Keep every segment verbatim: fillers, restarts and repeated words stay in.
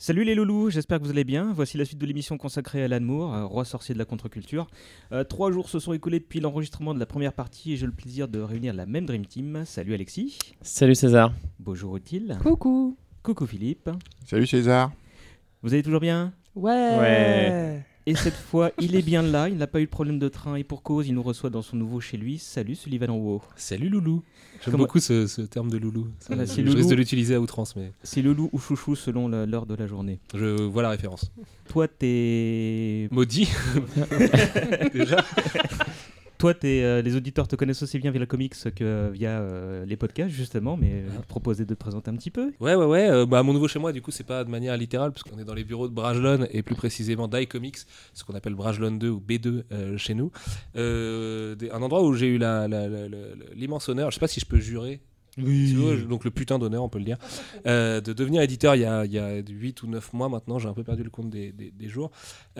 Salut les loulous, j'espère que vous allez bien. Voici la suite de l'émission consacrée à Alan Moore, euh, roi sorcier de la contre-culture. Euh, trois jours se sont écoulés depuis l'enregistrement de la première partie et j'ai le plaisir de réunir la même Dream Team. Salut Alexis. Salut César. Bonjour Utile. Coucou. Coucou Philippe. Salut César. Vous allez toujours bien ? Ouais. Ouais. Et cette fois, il est bien là, il n'a pas eu de problème de train et pour cause, il nous reçoit dans son nouveau chez lui. Salut Sullivan en haut. Salut Loulou. J'aime Comment- beaucoup ce, ce terme de Loulou. Ça, Voilà, je, c'est je Loulou. risque de l'utiliser à outrance, mais C'est Loulou ou Chouchou selon la- l'heure de la journée. je vois la référence. Toi, t'es... Maudit. Déjà. Toi, t'es, euh, les auditeurs te connaissent aussi bien via le comics que via euh, les podcasts, justement, mais je vais te proposer de te présenter un petit peu. Ouais, ouais, ouais. Euh, bah, mon nouveau chez moi, du coup, c'est pas de manière littérale, parce qu'on est dans les bureaux de Brajlon et plus précisément d'iComics, ce qu'on appelle Brajlon deux ou B deux euh, chez nous. Euh, des- un endroit où j'ai eu la, la- la- la- l'immense honneur, je sais pas si je peux jurer. Tu vois, je- donc le putain d'honneur, on peut le dire, euh, de devenir éditeur il y a, il y a huit ou neuf mois maintenant, j'ai un peu perdu le compte des, des- des jours,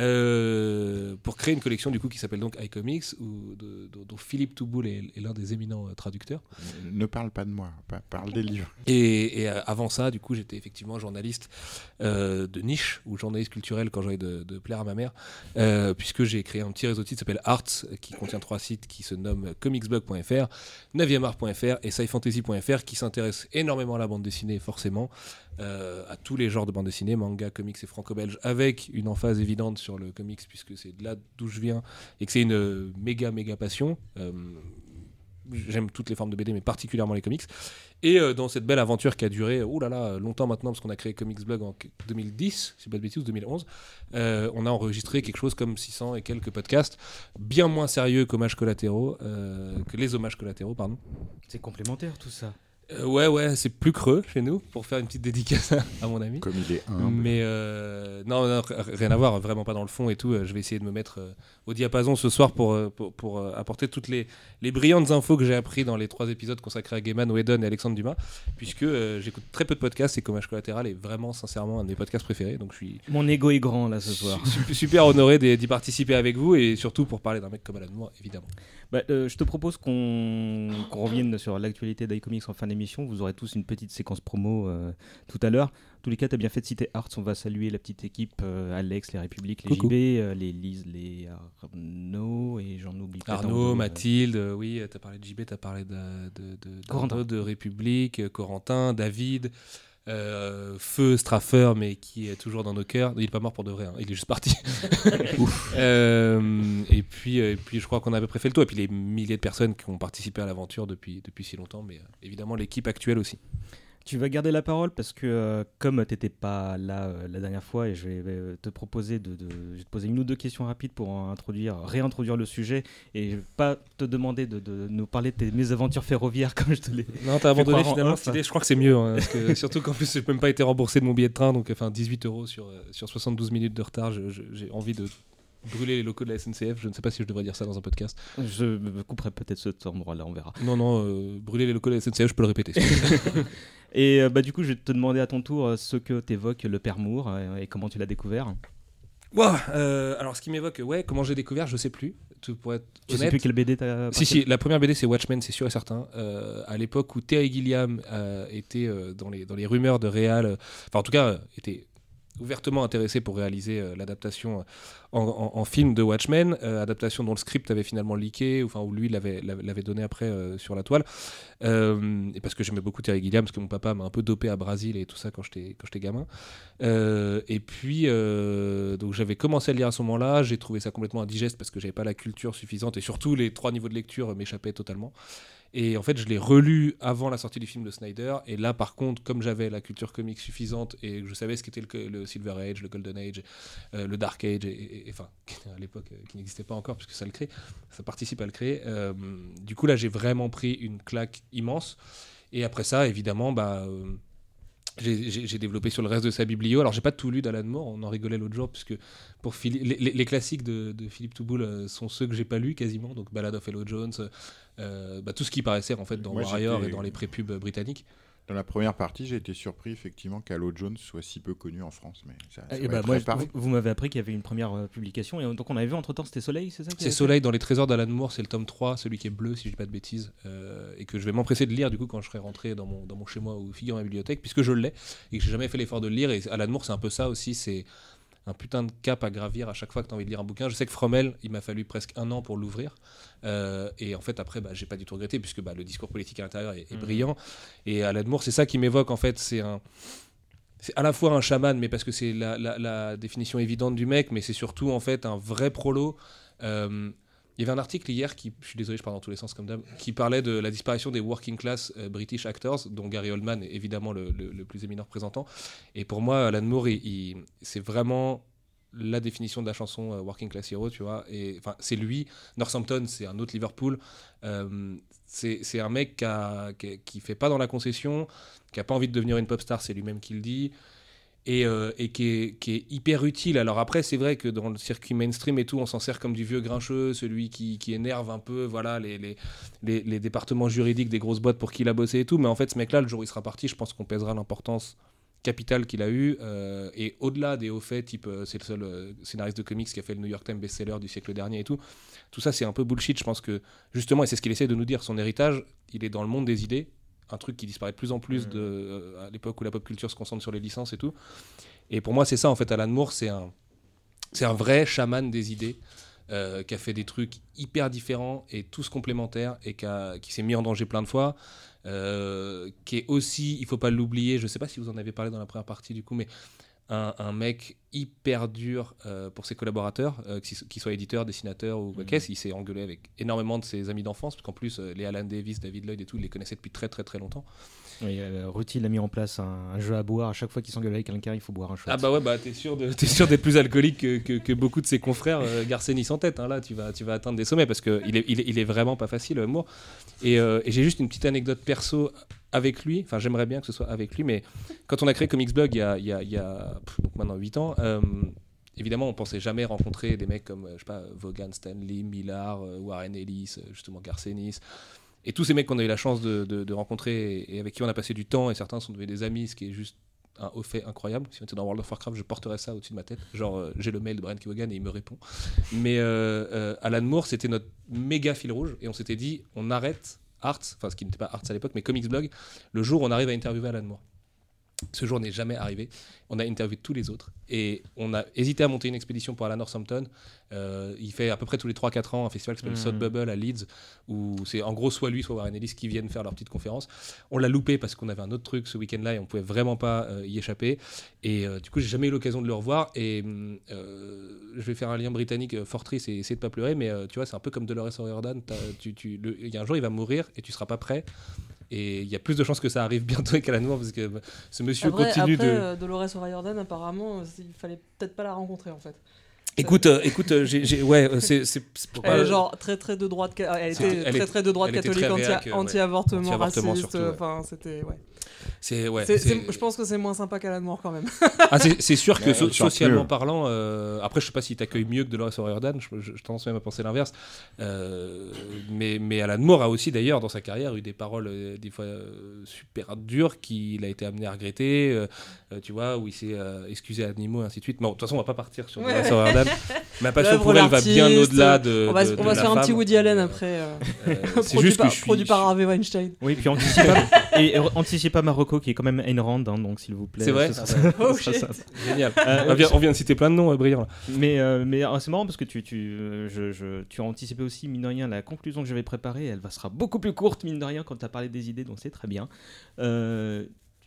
euh, pour créer une collection du coup qui s'appelle donc iComics, où, de- de- dont Philippe Touboul est, est l'un des éminents euh, traducteurs. Ne parle pas de moi, pa- parle des livres. Et, et, euh, avant ça, du coup, j'étais effectivement journaliste euh, de niche ou journaliste culturel quand j'avais de, de plaire à ma mère, euh, puisque j'ai créé un petit réseau de sites qui s'appelle Arts, qui contient trois sites qui se nomment comicsblog point f r, neuvième art point f r et sci-fantasy point f r, qui s'intéressent énormément à la bande dessinée, forcément, euh, à tous les genres de bande dessinée, manga, comics et franco-belge, avec une emphase évidente sur le comics, puisque c'est de là d'où je viens et que c'est une euh, méga, méga passion. Euh, J'aime toutes les formes de B D, mais particulièrement les comics. Et euh, dans cette belle aventure qui a duré, oh là là, longtemps maintenant, parce qu'on a créé Comics Blog en deux mille dix, si je dis pas de bêtises, ou deux mille onze, euh, on a enregistré quelque chose comme six cents et quelques podcasts, bien moins sérieux qu'hommages collatéraux, euh, que les hommages collatéraux, pardon. C'est complémentaire tout ça. Euh, ouais, ouais, c'est plus creux chez nous, pour faire une petite dédicace à, à mon ami. Comme il est humble. Mais euh, non, non, r- rien à voir, vraiment pas dans le fond et tout. Euh, Je vais essayer de me mettre euh, au diapason ce soir pour, euh, pour, pour, euh, apporter toutes les, les brillantes infos que j'ai appris dans les trois épisodes consacrés à Gaiman, Whedon et Alexandre Dumas, puisque euh, j'écoute très peu de podcasts et Commage Collatéral est vraiment, sincèrement, un de mes podcasts préférés. Donc je suis Mon ego est grand là ce soir. su- super honoré d'y d'y participer avec vous et surtout pour parler d'un mec comme Alan Moore, évidemment. Bah, euh, je te propose qu'on qu'on revienne sur l'actualité d'iComics en fin d'émission. Vous aurez tous une petite séquence promo euh, tout à l'heure. En tous les cas, tu as bien fait de citer Arts. On va saluer la petite équipe, euh, Alex, les Républiques, les Coucou. J B, euh, les Lise, les Arnaud et j'en oublie peut-être un ou Arnaud, deux, Mathilde, euh, oui, t'as parlé de J B, t'as parlé de, de, de, Corentin. de, de République, euh, Corentin, David, euh, Feu, Straffer, mais qui est toujours dans nos cœurs. Il est pas mort pour de vrai, hein, il est juste parti. Euh, et, puis, euh, et puis je crois qu'on a à peu près fait le tour. Et puis les milliers de personnes qui ont participé à l'aventure depuis, depuis si longtemps, mais euh, évidemment l'équipe actuelle aussi. Tu vas garder la parole parce que euh, comme tu n'étais pas là euh, la dernière fois et je vais euh, te proposer de, de, je vais te poser une ou deux questions rapides pour introduire, réintroduire le sujet et je vais pas te demander de, de nous parler de tes mésaventures ferroviaires comme je te l'ai. Non, t'as abandonné croire en finalement off. cette idée. Je crois que c'est mieux, hein, parce que, surtout qu'en plus j'ai même pas été remboursé de mon billet de train, donc enfin dix-huit euros sur, euh, sur soixante-douze minutes de retard. Je- je- j'ai envie de brûler les locaux de la S N C F. Je ne sais pas si je devrais dire ça dans un podcast. Je me couperai peut-être cet endroit-là, on verra. Non, non, euh, brûler les locaux de la S N C F, je peux le répéter. Et euh, bah, du coup, je vais te demander à ton tour euh, ce que t'évoque le Père Moore euh, et comment tu l'as découvert. Wow, euh, alors ce qui m'évoque, ouais, comment j'ai découvert, je sais plus. Tout pour être Tu sais honnête. plus quel B D t'as. Si, si, la première B D c'est Watchmen, c'est sûr et certain. Euh, à l'époque où Terry Gilliam euh, était euh, dans, les, dans les rumeurs de réal, euh, enfin en tout cas, euh, était ouvertement intéressé pour réaliser euh, l'adaptation en, en- en film de Watchmen, euh, adaptation dont le script avait finalement leaké, enfin où lui l'avait, l'avait l'avait donné après euh, sur la toile. Euh, et parce que j'aimais beaucoup Terry Gilliam, parce que mon papa m'a un peu dopé à Brésil et tout ça quand j'étais, quand j'étais gamin. Euh, et puis, euh, donc j'avais commencé à le lire à ce moment-là, j'ai trouvé ça complètement indigeste parce que j'avais pas la culture suffisante et surtout les trois niveaux de lecture m'échappaient totalement. Et en fait, je l'ai relu avant la sortie du film de Snyder. Et là, par contre, comme j'avais la culture comique suffisante et que je savais ce qu'était le, le Silver Age, le Golden Age, euh, le Dark Age, et, et- et- enfin, à l'époque, euh, qui n'existait pas encore, puisque ça le crée, ça participe à le créer. Euh, du coup, là, j'ai vraiment pris une claque immense. Et après ça, évidemment, bah. euh, j'ai- J'ai j'ai développé sur le reste de sa biblio. Alors, j'ai pas tout lu d'Alan Moore, on en rigolait l'autre jour, puisque pour Phili- les, les- les classiques de, de Philippe Touboul euh, sont ceux que j'ai pas lus quasiment, donc Ballad of Hello Jones, euh, bah, tout ce qui paraissait en fait dans Moi, Warrior j'étais- et dans les prépubs britanniques. Dans la première partie, j'ai été surpris effectivement qu'Halo Jones soit si peu connu en France. Mais ça, ça Et va bah, être moi, réparé. vous, vous m'avez appris qu'il y avait une première euh, publication, et donc on avait vu entre temps, c'était Soleil, c'est ça qui C'est avait Soleil dans les trésors d'Alan Moore, c'est le tome trois, celui qui est bleu, si je dis pas de bêtises, euh, et que je vais m'empresser de lire du coup quand je serai rentré dans mon, dans mon chez-moi ou figure ma bibliothèque, puisque je l'ai, et que j'ai jamais fait l'effort de le lire. Et Alan Moore, c'est un peu ça aussi, c'est un putain de cap à gravir à chaque fois que tu as envie de lire un bouquin. Je sais que Fromel, il m'a fallu presque un an pour l'ouvrir. Euh, et en fait, après, bah, j'ai pas du tout regretté, puisque bah, le discours politique à l'intérieur est, est Mmh. brillant. Et Alan Moore, c'est ça qui m'évoque, en fait. C'est un. C'est à la fois un chaman, mais parce que c'est la, la, la définition évidente du mec, mais c'est surtout, en fait, un vrai prolo. Euh, Il y avait un article hier, qui, je suis désolé, je parle dans tous les sens comme d'hab, qui parlait de la disparition des working class euh, British actors, dont Gary Oldman est évidemment le, le, le plus éminent représentant. Et pour moi, Alan Moore, il, il, c'est vraiment la définition de la chanson euh, Working Class Hero, tu vois. Et, enfin, c'est lui. Northampton, c'est un autre Liverpool. Euh, c'est, c'est un mec qui, a, qui, qui fait pas dans la concession, qui a pas envie de devenir une pop star, c'est lui-même qui le dit. Et, euh, et qui, est, qui est hyper utile. Alors après, c'est vrai que dans le circuit mainstream et tout, on s'en sert comme du vieux grincheux, celui qui, qui énerve un peu voilà, les, les, les, les départements juridiques des grosses boîtes pour qui il a bossé et tout. Mais en fait, ce mec-là, le jour où il sera parti, je pense qu'on pèsera l'importance capitale qu'il a eue. Euh, et au-delà des hauts faits, type euh, c'est le seul euh, scénariste de comics qui a fait le New York Times best-seller du siècle dernier et tout, tout ça, c'est un peu bullshit. Je pense que, justement, et c'est ce qu'il essaie de nous dire, son héritage, il est dans le monde des idées. Un truc qui disparaît de plus en plus Mmh. de, euh, à l'époque où la pop culture se concentre sur les licences et tout. Et pour moi, c'est ça, en fait, Alan Moore, c'est un, c'est un vrai chaman des idées, euh, qui a fait des trucs hyper différents et tous complémentaires, et qui, a, qui s'est mis en danger plein de fois, euh, qui est aussi, il faut pas l'oublier, je sais pas si vous en avez parlé dans la première partie du coup, mais un, un mec hyper dur euh, pour ses collaborateurs, euh, qu'ils soient éditeurs, dessinateurs ou quoi Mmh. qu'est-ce. Il s'est engueulé avec énormément de ses amis d'enfance, parce qu'en plus, euh, les Alan Davis, David Lloyd et tout, il les connaissait depuis très très très longtemps. Oui, euh, Ruti il a mis en place un, un jeu à boire. À chaque fois qu'il s'engueule avec quelqu'un, il faut boire un shot. Ah bah ouais, bah t'es sûr, de, t'es sûr d'être plus alcoolique que, que, que beaucoup de ses confrères, euh, Garcenis en tête. Hein, là, tu vas, tu vas atteindre des sommets, parce qu'il est, il est, il est vraiment pas facile, euh, Moore. Et, euh, et j'ai juste une petite anecdote perso avec lui. Enfin, j'aimerais bien que ce soit avec lui, mais quand on a créé Comics Blog il y a, il y a, il y a pff, donc maintenant huit ans, euh, évidemment, on pensait jamais rencontrer des mecs comme, je sais pas, Vaughan, Stanley, Millard, euh, Warren Ellis, euh, justement Garcenis. Et tous ces mecs qu'on a eu la chance de, de, de rencontrer et, et avec qui on a passé du temps, et certains sont devenus des amis, ce qui est juste un haut fait incroyable. Si on était dans World of Warcraft, je porterais ça au-dessus de ma tête. Genre, euh, j'ai le mail de Brian Kevogan et il me répond. Mais euh, euh, Alan Moore, c'était notre méga fil rouge, et on s'était dit, on arrête Arts, enfin ce qui n'était pas Arts à l'époque, mais Comics Blog, le jour où on arrive à interviewer Alan Moore. Ce jour n'est jamais arrivé. On a interviewé tous les autres et on a hésité à monter une expédition pour aller à Northampton. Euh, il fait à peu près tous les trois quatre ans un festival qui s'appelle Mmh. South Bubble à Leeds, où c'est en gros soit lui, soit Warren Ellis qui viennent faire leur petite conférence. On l'a loupé parce qu'on avait un autre truc ce week-end-là et on pouvait vraiment pas euh, y échapper. Et euh, du coup, j'ai jamais eu l'occasion de le revoir. Et euh, je vais faire un lien britannique euh, fort triste et essayer de pas pleurer, mais euh, tu vois, c'est un peu comme Dolores O'Riordan. Tu, tu, le, il y a un jour, il va mourir et tu seras pas prêt. Et il y a plus de chances que ça arrive bientôt avec Alan Moore, parce que bah, ce monsieur Après, continue après, de. euh, Dolores O'Riordan, apparemment, euh, il fallait peut-être pas la rencontrer en fait. Écoute, euh, écoute, euh, j'ai, j'ai, ouais, euh, c'est, c'est, c'est pour Elle pas- est genre très très de droite, ca- elle C'était- était elle très est- très de droite elle était catholique, très anti- réac, euh, ouais. anti-avortement, Anti-avortement raciste. surtout, ouais. Enfin, c'était ouais. c'est, ouais, C'est- c'est- c'est- je pense que c'est moins sympa qu'Alan Moore quand même. Ah, c'est, c'est sûr que Ouais, so- elle chante socialement mieux. parlant, euh, après je sais pas s'il t'accueille mieux que Dolores O'Riordan, je, je, je tendance même à penser l'inverse. Euh, mais, mais Alan Moore a aussi d'ailleurs dans sa carrière eu des paroles euh, des fois euh, super dures qu'il a été amené à regretter, euh, euh, tu vois, où il s'est euh, excusé à Nemo et ainsi de suite. Bon, de toute façon on va pas partir sur Ouais. Dolores O'Riordan. Ma passion L'œuvre, pour elle va l'artiste, bien au-delà de. on va, de- on de va se la faire un petit femme. Woody Allen Euh, après. euh, euh, c'est produit juste par, que je suis. produit par Harvey Weinstein. Oui, puis anticipez pas, et, et anticipez pas Marocco qui est quand même Ayn Rand, hein, donc s'il vous plaît. C'est vrai. ce sera- Oh ce sera shit. ça. Génial. Euh, on, vient, on vient de citer plein de noms euh, brillants. Là. Mais, euh, mais euh, c'est marrant parce que tu, tu, euh, je, je, tu as anticipé aussi, mine de rien, la conclusion que j'avais préparée. Elle va, sera beaucoup plus courte, mine de rien, quand tu as parlé des idées, donc c'est très bien. Euh,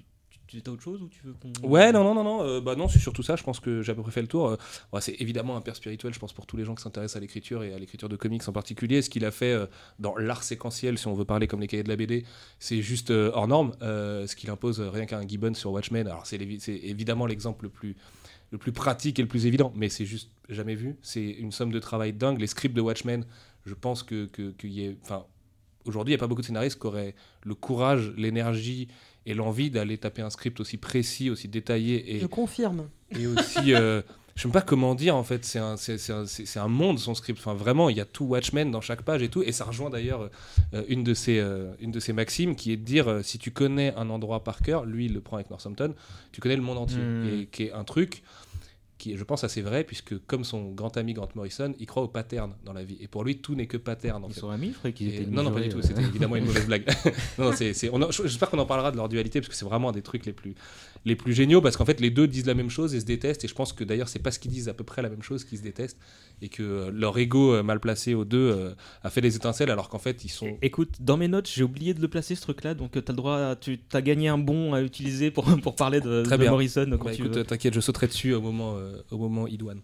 tu tu as autre chose ou tu veux qu'on... Ouais, non, non, non, non. Euh, bah non, c'est surtout ça. Je pense que j'ai à peu près fait le tour. Euh, ouais, c'est évidemment un père spirituel, je pense, pour tous les gens qui s'intéressent à l'écriture et à l'écriture de comics en particulier. Ce qu'il a fait euh, dans l'art séquentiel, si on veut parler comme les cahiers de la B D, c'est juste euh, hors norme. Euh, ce qu'il impose euh, rien qu'à un Gibbons sur Watchmen. Alors c'est, l'évi- c'est évidemment l'exemple le plus le plus pratique et le plus évident, mais c'est juste jamais vu. C'est une somme de travail dingue. Les scripts de Watchmen, je pense que, que qu'il y ait, enfin, aujourd'hui, il n'y a pas beaucoup de scénaristes qui auraient le courage, l'énergie et l'envie d'aller taper un script aussi précis, aussi détaillé et, Je confirme. et aussi, euh, je sais je sais même pas comment dire en fait, c'est un, c'est, c'est un, c'est, c'est un monde son script, enfin vraiment il y a tout Watchmen dans chaque page et tout, et ça rejoint d'ailleurs euh, une, de ses, euh, une de ses maximes qui est de dire euh, si tu connais un endroit par cœur, lui il le prend avec Northampton, tu connais le monde entier, Mmh. et qui est un truc qui est je pense assez vrai, puisque comme son grand ami Grant Morrison, il croit au pattern dans la vie, et pour lui tout n'est que pattern en Ils fait. sont amis, je croyais qu'ils Et- étaient non, non, pas du mesurés, tout. euh. C'était évidemment une mauvaise blague. non, non, c'est, c'est, on a- j'espère qu'on en parlera de leur dualité parce que c'est vraiment un des trucs les plus, les plus géniaux parce qu'en fait, les deux disent la même chose et se détestent. Et je pense que d'ailleurs, c'est parce qu'ils disent à peu près la même chose qu'ils se détestent et que euh, leur ego euh, mal placé aux deux euh, a fait des étincelles alors qu'en fait, ils sont. Écoute, dans mes notes, j'ai oublié de le placer ce truc-là, donc tu as le droit, à- tu as gagné un bon à utiliser pour, pour parler de, Très de bien. Morrison quand Bah, tu écoute, veux. euh, t'inquiète, je sauterai dessus au moment, euh, au moment idoine.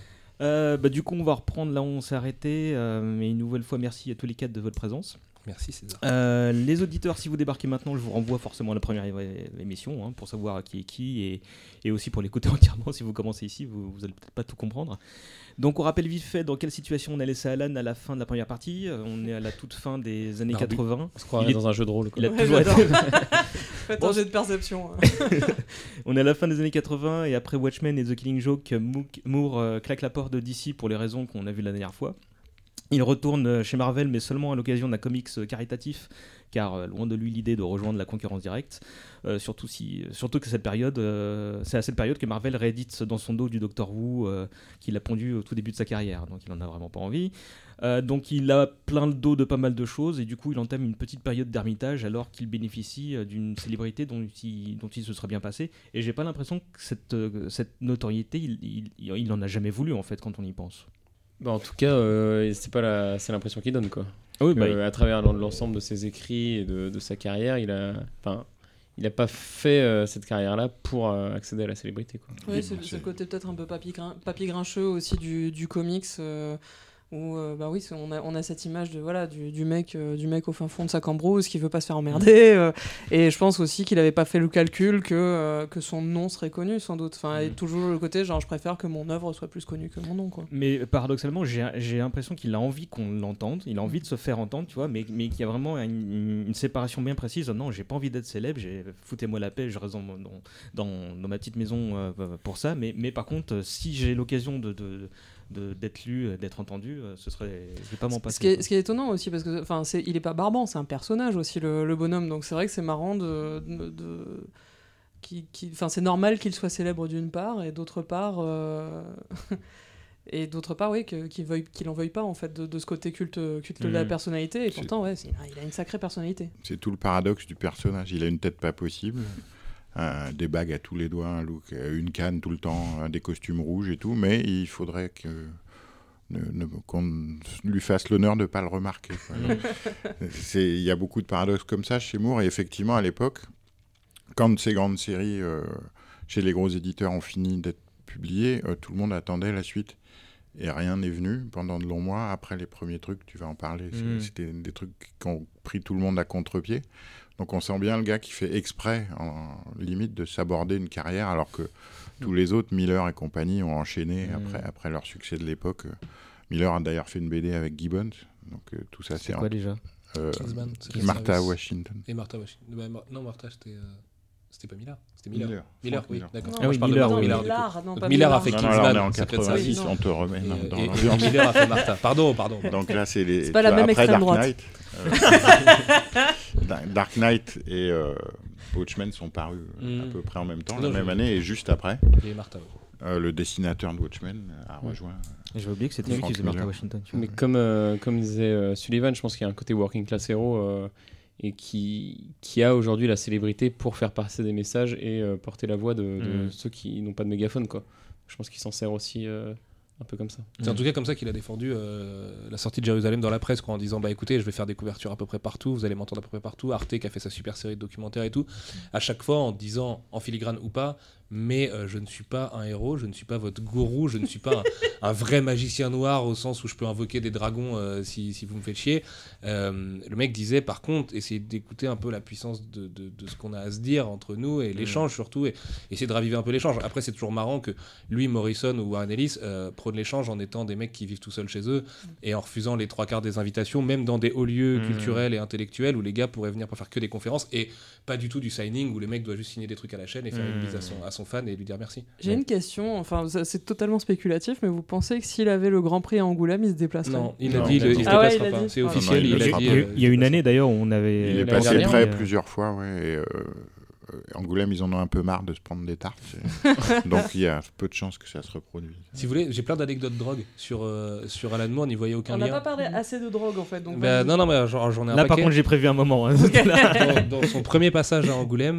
Euh, bah, du coup, on va reprendre là où on s'est arrêté, euh, mais une nouvelle fois, merci à tous les quatre de votre présence. Merci César. Euh, les auditeurs, si vous débarquez maintenant, je vous renvoie forcément à la première é- émission hein, pour savoir qui est qui et, et aussi pour l'écouter entièrement. Si vous commencez ici, vous, vous allez peut-être pas tout comprendre. Donc, on rappelle vite fait dans quelle situation on a laissé Alan à la fin de la première partie. Euh, On est à la toute fin des années Barbu. quatre-vingts. On se croirait Il est- dans un jeu de rôle. Quoi. Il a Ouais, toujours j'adore. été- Faites Bon, un jet de perception. hein. On est à la fin des années quatre-vingts et après Watchmen et The Killing Joke, Mook- Moore euh, claque la porte de D C pour les raisons qu'on a vues la dernière fois. Il retourne chez Marvel, mais seulement à l'occasion d'un comics caritatif, car euh, loin de lui l'idée de rejoindre la concurrence directe. Euh, surtout, si, surtout que cette période, euh, c'est à cette période que Marvel réédite dans son dos du Doctor Who euh, qu'il a pondu au tout début de sa carrière, donc il en a vraiment pas envie. Euh, donc il a plein le dos de pas mal de choses et du coup il entame une petite période d'ermitage alors qu'il bénéficie euh, d'une célébrité dont il, dont il se serait bien passé. Et j'ai pas l'impression que cette, euh, cette notoriété, il, il, il en a jamais voulu en fait quand on y pense. Bah, en tout cas, euh, c'est pas la, c'est l'impression qu'il donne quoi. Ah oui, Euh, à travers l'en- l'ensemble de ses écrits et de, de sa carrière, il a, enfin, il a pas fait euh, cette carrière-là pour euh, accéder à la célébrité quoi. Oui, Oui, c'est bon, c'est c'est- le côté peut-être un peu papy, grin- papy grincheux aussi du, du comics. euh, où euh, bah oui, c'est- on a, on a cette image de voilà du, du mec euh, du mec au fin fond de sa cambrousse qui veut pas se faire emmerder euh, et je pense aussi qu'il avait pas fait le calcul que euh, que son nom serait connu sans doute, enfin et toujours le côté genre je préfère que mon œuvre soit plus connue que mon nom quoi. Mais paradoxalement, j'ai j'ai l'impression qu'il a envie qu'on l'entende, il a envie de se faire entendre, tu vois, mais, mais qu'il y a vraiment une, une séparation bien précise. Non, j'ai pas envie d'être célèbre, j'ai foutez-moi la paix, je reste dans, mon- dans, dans, dans ma petite maison euh, pour ça. Mais, mais par contre, euh, si j'ai l'occasion de, de, de- d'être lu, euh, d'être entendu, euh, ce serait, je vais pas m'en passer. Ce qui, est, quoi. ce qui est étonnant aussi, parce que enfin, c'est, il est pas barbant, c'est un personnage aussi, le, le bonhomme. Donc c'est vrai que c'est marrant de. de, de- qui, qui, enfin, c'est normal qu'il soit célèbre d'une part, et d'autre part. euh, et d'autre part, oui, que, qu'il, veuille, qu'il en veuille pas, en fait, de, de ce côté culte, culte de la Mhm. personnalité. Et C'est- pourtant, ouais, c'est- il a une sacrée personnalité. C'est tout le paradoxe du personnage. Il a une tête pas possible, un- des bagues à tous les doigts, un look, euh, une canne tout le temps, un- des costumes rouges et tout, mais il faudrait que ne- ne- qu'on lui fasse l'honneur de ne pas le remarquer. quoi. C'est- Il y a beaucoup de paradoxes comme ça chez Moore, et effectivement, à l'époque, quand ces grandes séries euh, chez les gros éditeurs ont fini d'être publiées, euh, tout le monde attendait la suite. Et rien n'est venu pendant de longs mois après les premiers trucs, tu vas en parler. c'est- Mm. C'était des trucs qui ont pris tout le monde à contre-pied. Donc on sent bien le gars qui fait exprès, en limite, de s'aborder une carrière, alors que tous les autres, Miller et compagnie, ont enchaîné Mm. après, après leur succès de l'époque. Miller a d'ailleurs fait une B D avec Gibbons, donc euh, tout ça C'est c'est... quoi déjà euh, Kingsman, c'est le Martha service. Washington. Et Martha Washington. Bah, Mar- non, Martha, c'était. euh, C'était pas Miller. C'était Miller. Miller. Miller, Frank oui, Miller. d'accord. Non, Ah oui, je parle Miller, de non, oui. Miller, Miller, du coup. non, pas Miller a Miller. fait Non, non, Kingsman. là on est en Secret quatre-vingt-six, Service. on te remet Et, dans, euh, dans et- et l'ambiance. Miller a fait Martha. Pardon, pardon. Donc là, c'est les. C'est pas tu la vois, même après extrême Dark droite. Knight, euh, Da- Dark Knight et euh, Watchmen sont parus euh, à Mm. peu près en même temps, Non, la je- même année, et juste après, Et Martha. euh, le dessinateur de Watchmen a Mm. rejoint. J'avais oublié que c'était Mais lui qui Frank faisait Martha Miller. Washington. Tu vois. Mais comme, euh, comme disait euh, Sullivan, je pense qu'il y a un côté working class hero euh, et qui, qui a aujourd'hui la célébrité pour faire passer des messages et euh, porter la voix de, de Mm. ceux qui n'ont pas de mégaphone. Quoi. Je pense qu'il s'en sert aussi euh, un peu comme ça. C'est en tout cas comme ça qu'il a défendu euh, la sortie de Jérusalem dans la presse, quoi, en disant bah écoutez, je vais faire des couvertures à peu près partout, vous allez m'entendre à peu près partout. Arte qui a fait sa super série de documentaires et tout, à chaque fois en disant en filigrane ou pas, mais euh, je ne suis pas un héros, je ne suis pas votre gourou, je ne suis pas un, un vrai magicien noir au sens où je peux invoquer des dragons euh, si, si vous me faites chier. Euh, le mec disait par contre, essayez d'écouter un peu la puissance de, de, de ce qu'on a à se dire entre nous et l'échange surtout, et essayer de raviver un peu l'échange. Après c'est toujours marrant que lui, Morrison ou Warren Ellis euh, prônent l'échange en étant des mecs qui vivent tout seuls chez eux et en refusant les trois quarts des invitations, même dans des hauts lieux Mmh. culturels et intellectuels où les gars pourraient venir pour faire que des conférences et pas du tout du signing où les mecs doivent juste signer des trucs à la chaîne et faire Mmh. une bise à son, à son fan et lui dire merci. J'ai Ouais. une question, enfin ça, c'est totalement spéculatif, mais vous pensez que s'il avait le Grand Prix à Angoulême, il se déplacerait? Non, il a Non, dit, il, il se ah ouais, déplacera il a pas. dit. C'est Ah, officiel. non, il il le a fera dit, pas. Il y a, euh, il y a une se année d'ailleurs où on avait. Il est l'année passé dernière, près mais, euh, plusieurs fois, ouais. Et, euh, euh, Angoulême, ils en ont un peu marre de se prendre des tartes. c'est- Donc il y a peu de chances que ça se reproduise. Si vous voulez, j'ai plein d'anecdotes drogue sur, euh, sur Alan Moore, n'y voyez aucun On lien. n'a pas parlé assez de drogue en fait. Donc Bah, vas-y. non, non, mais genre, j'en ai un Là, par paquet. contre, j'ai prévu un moment. hein. dans, dans son premier passage à Angoulême,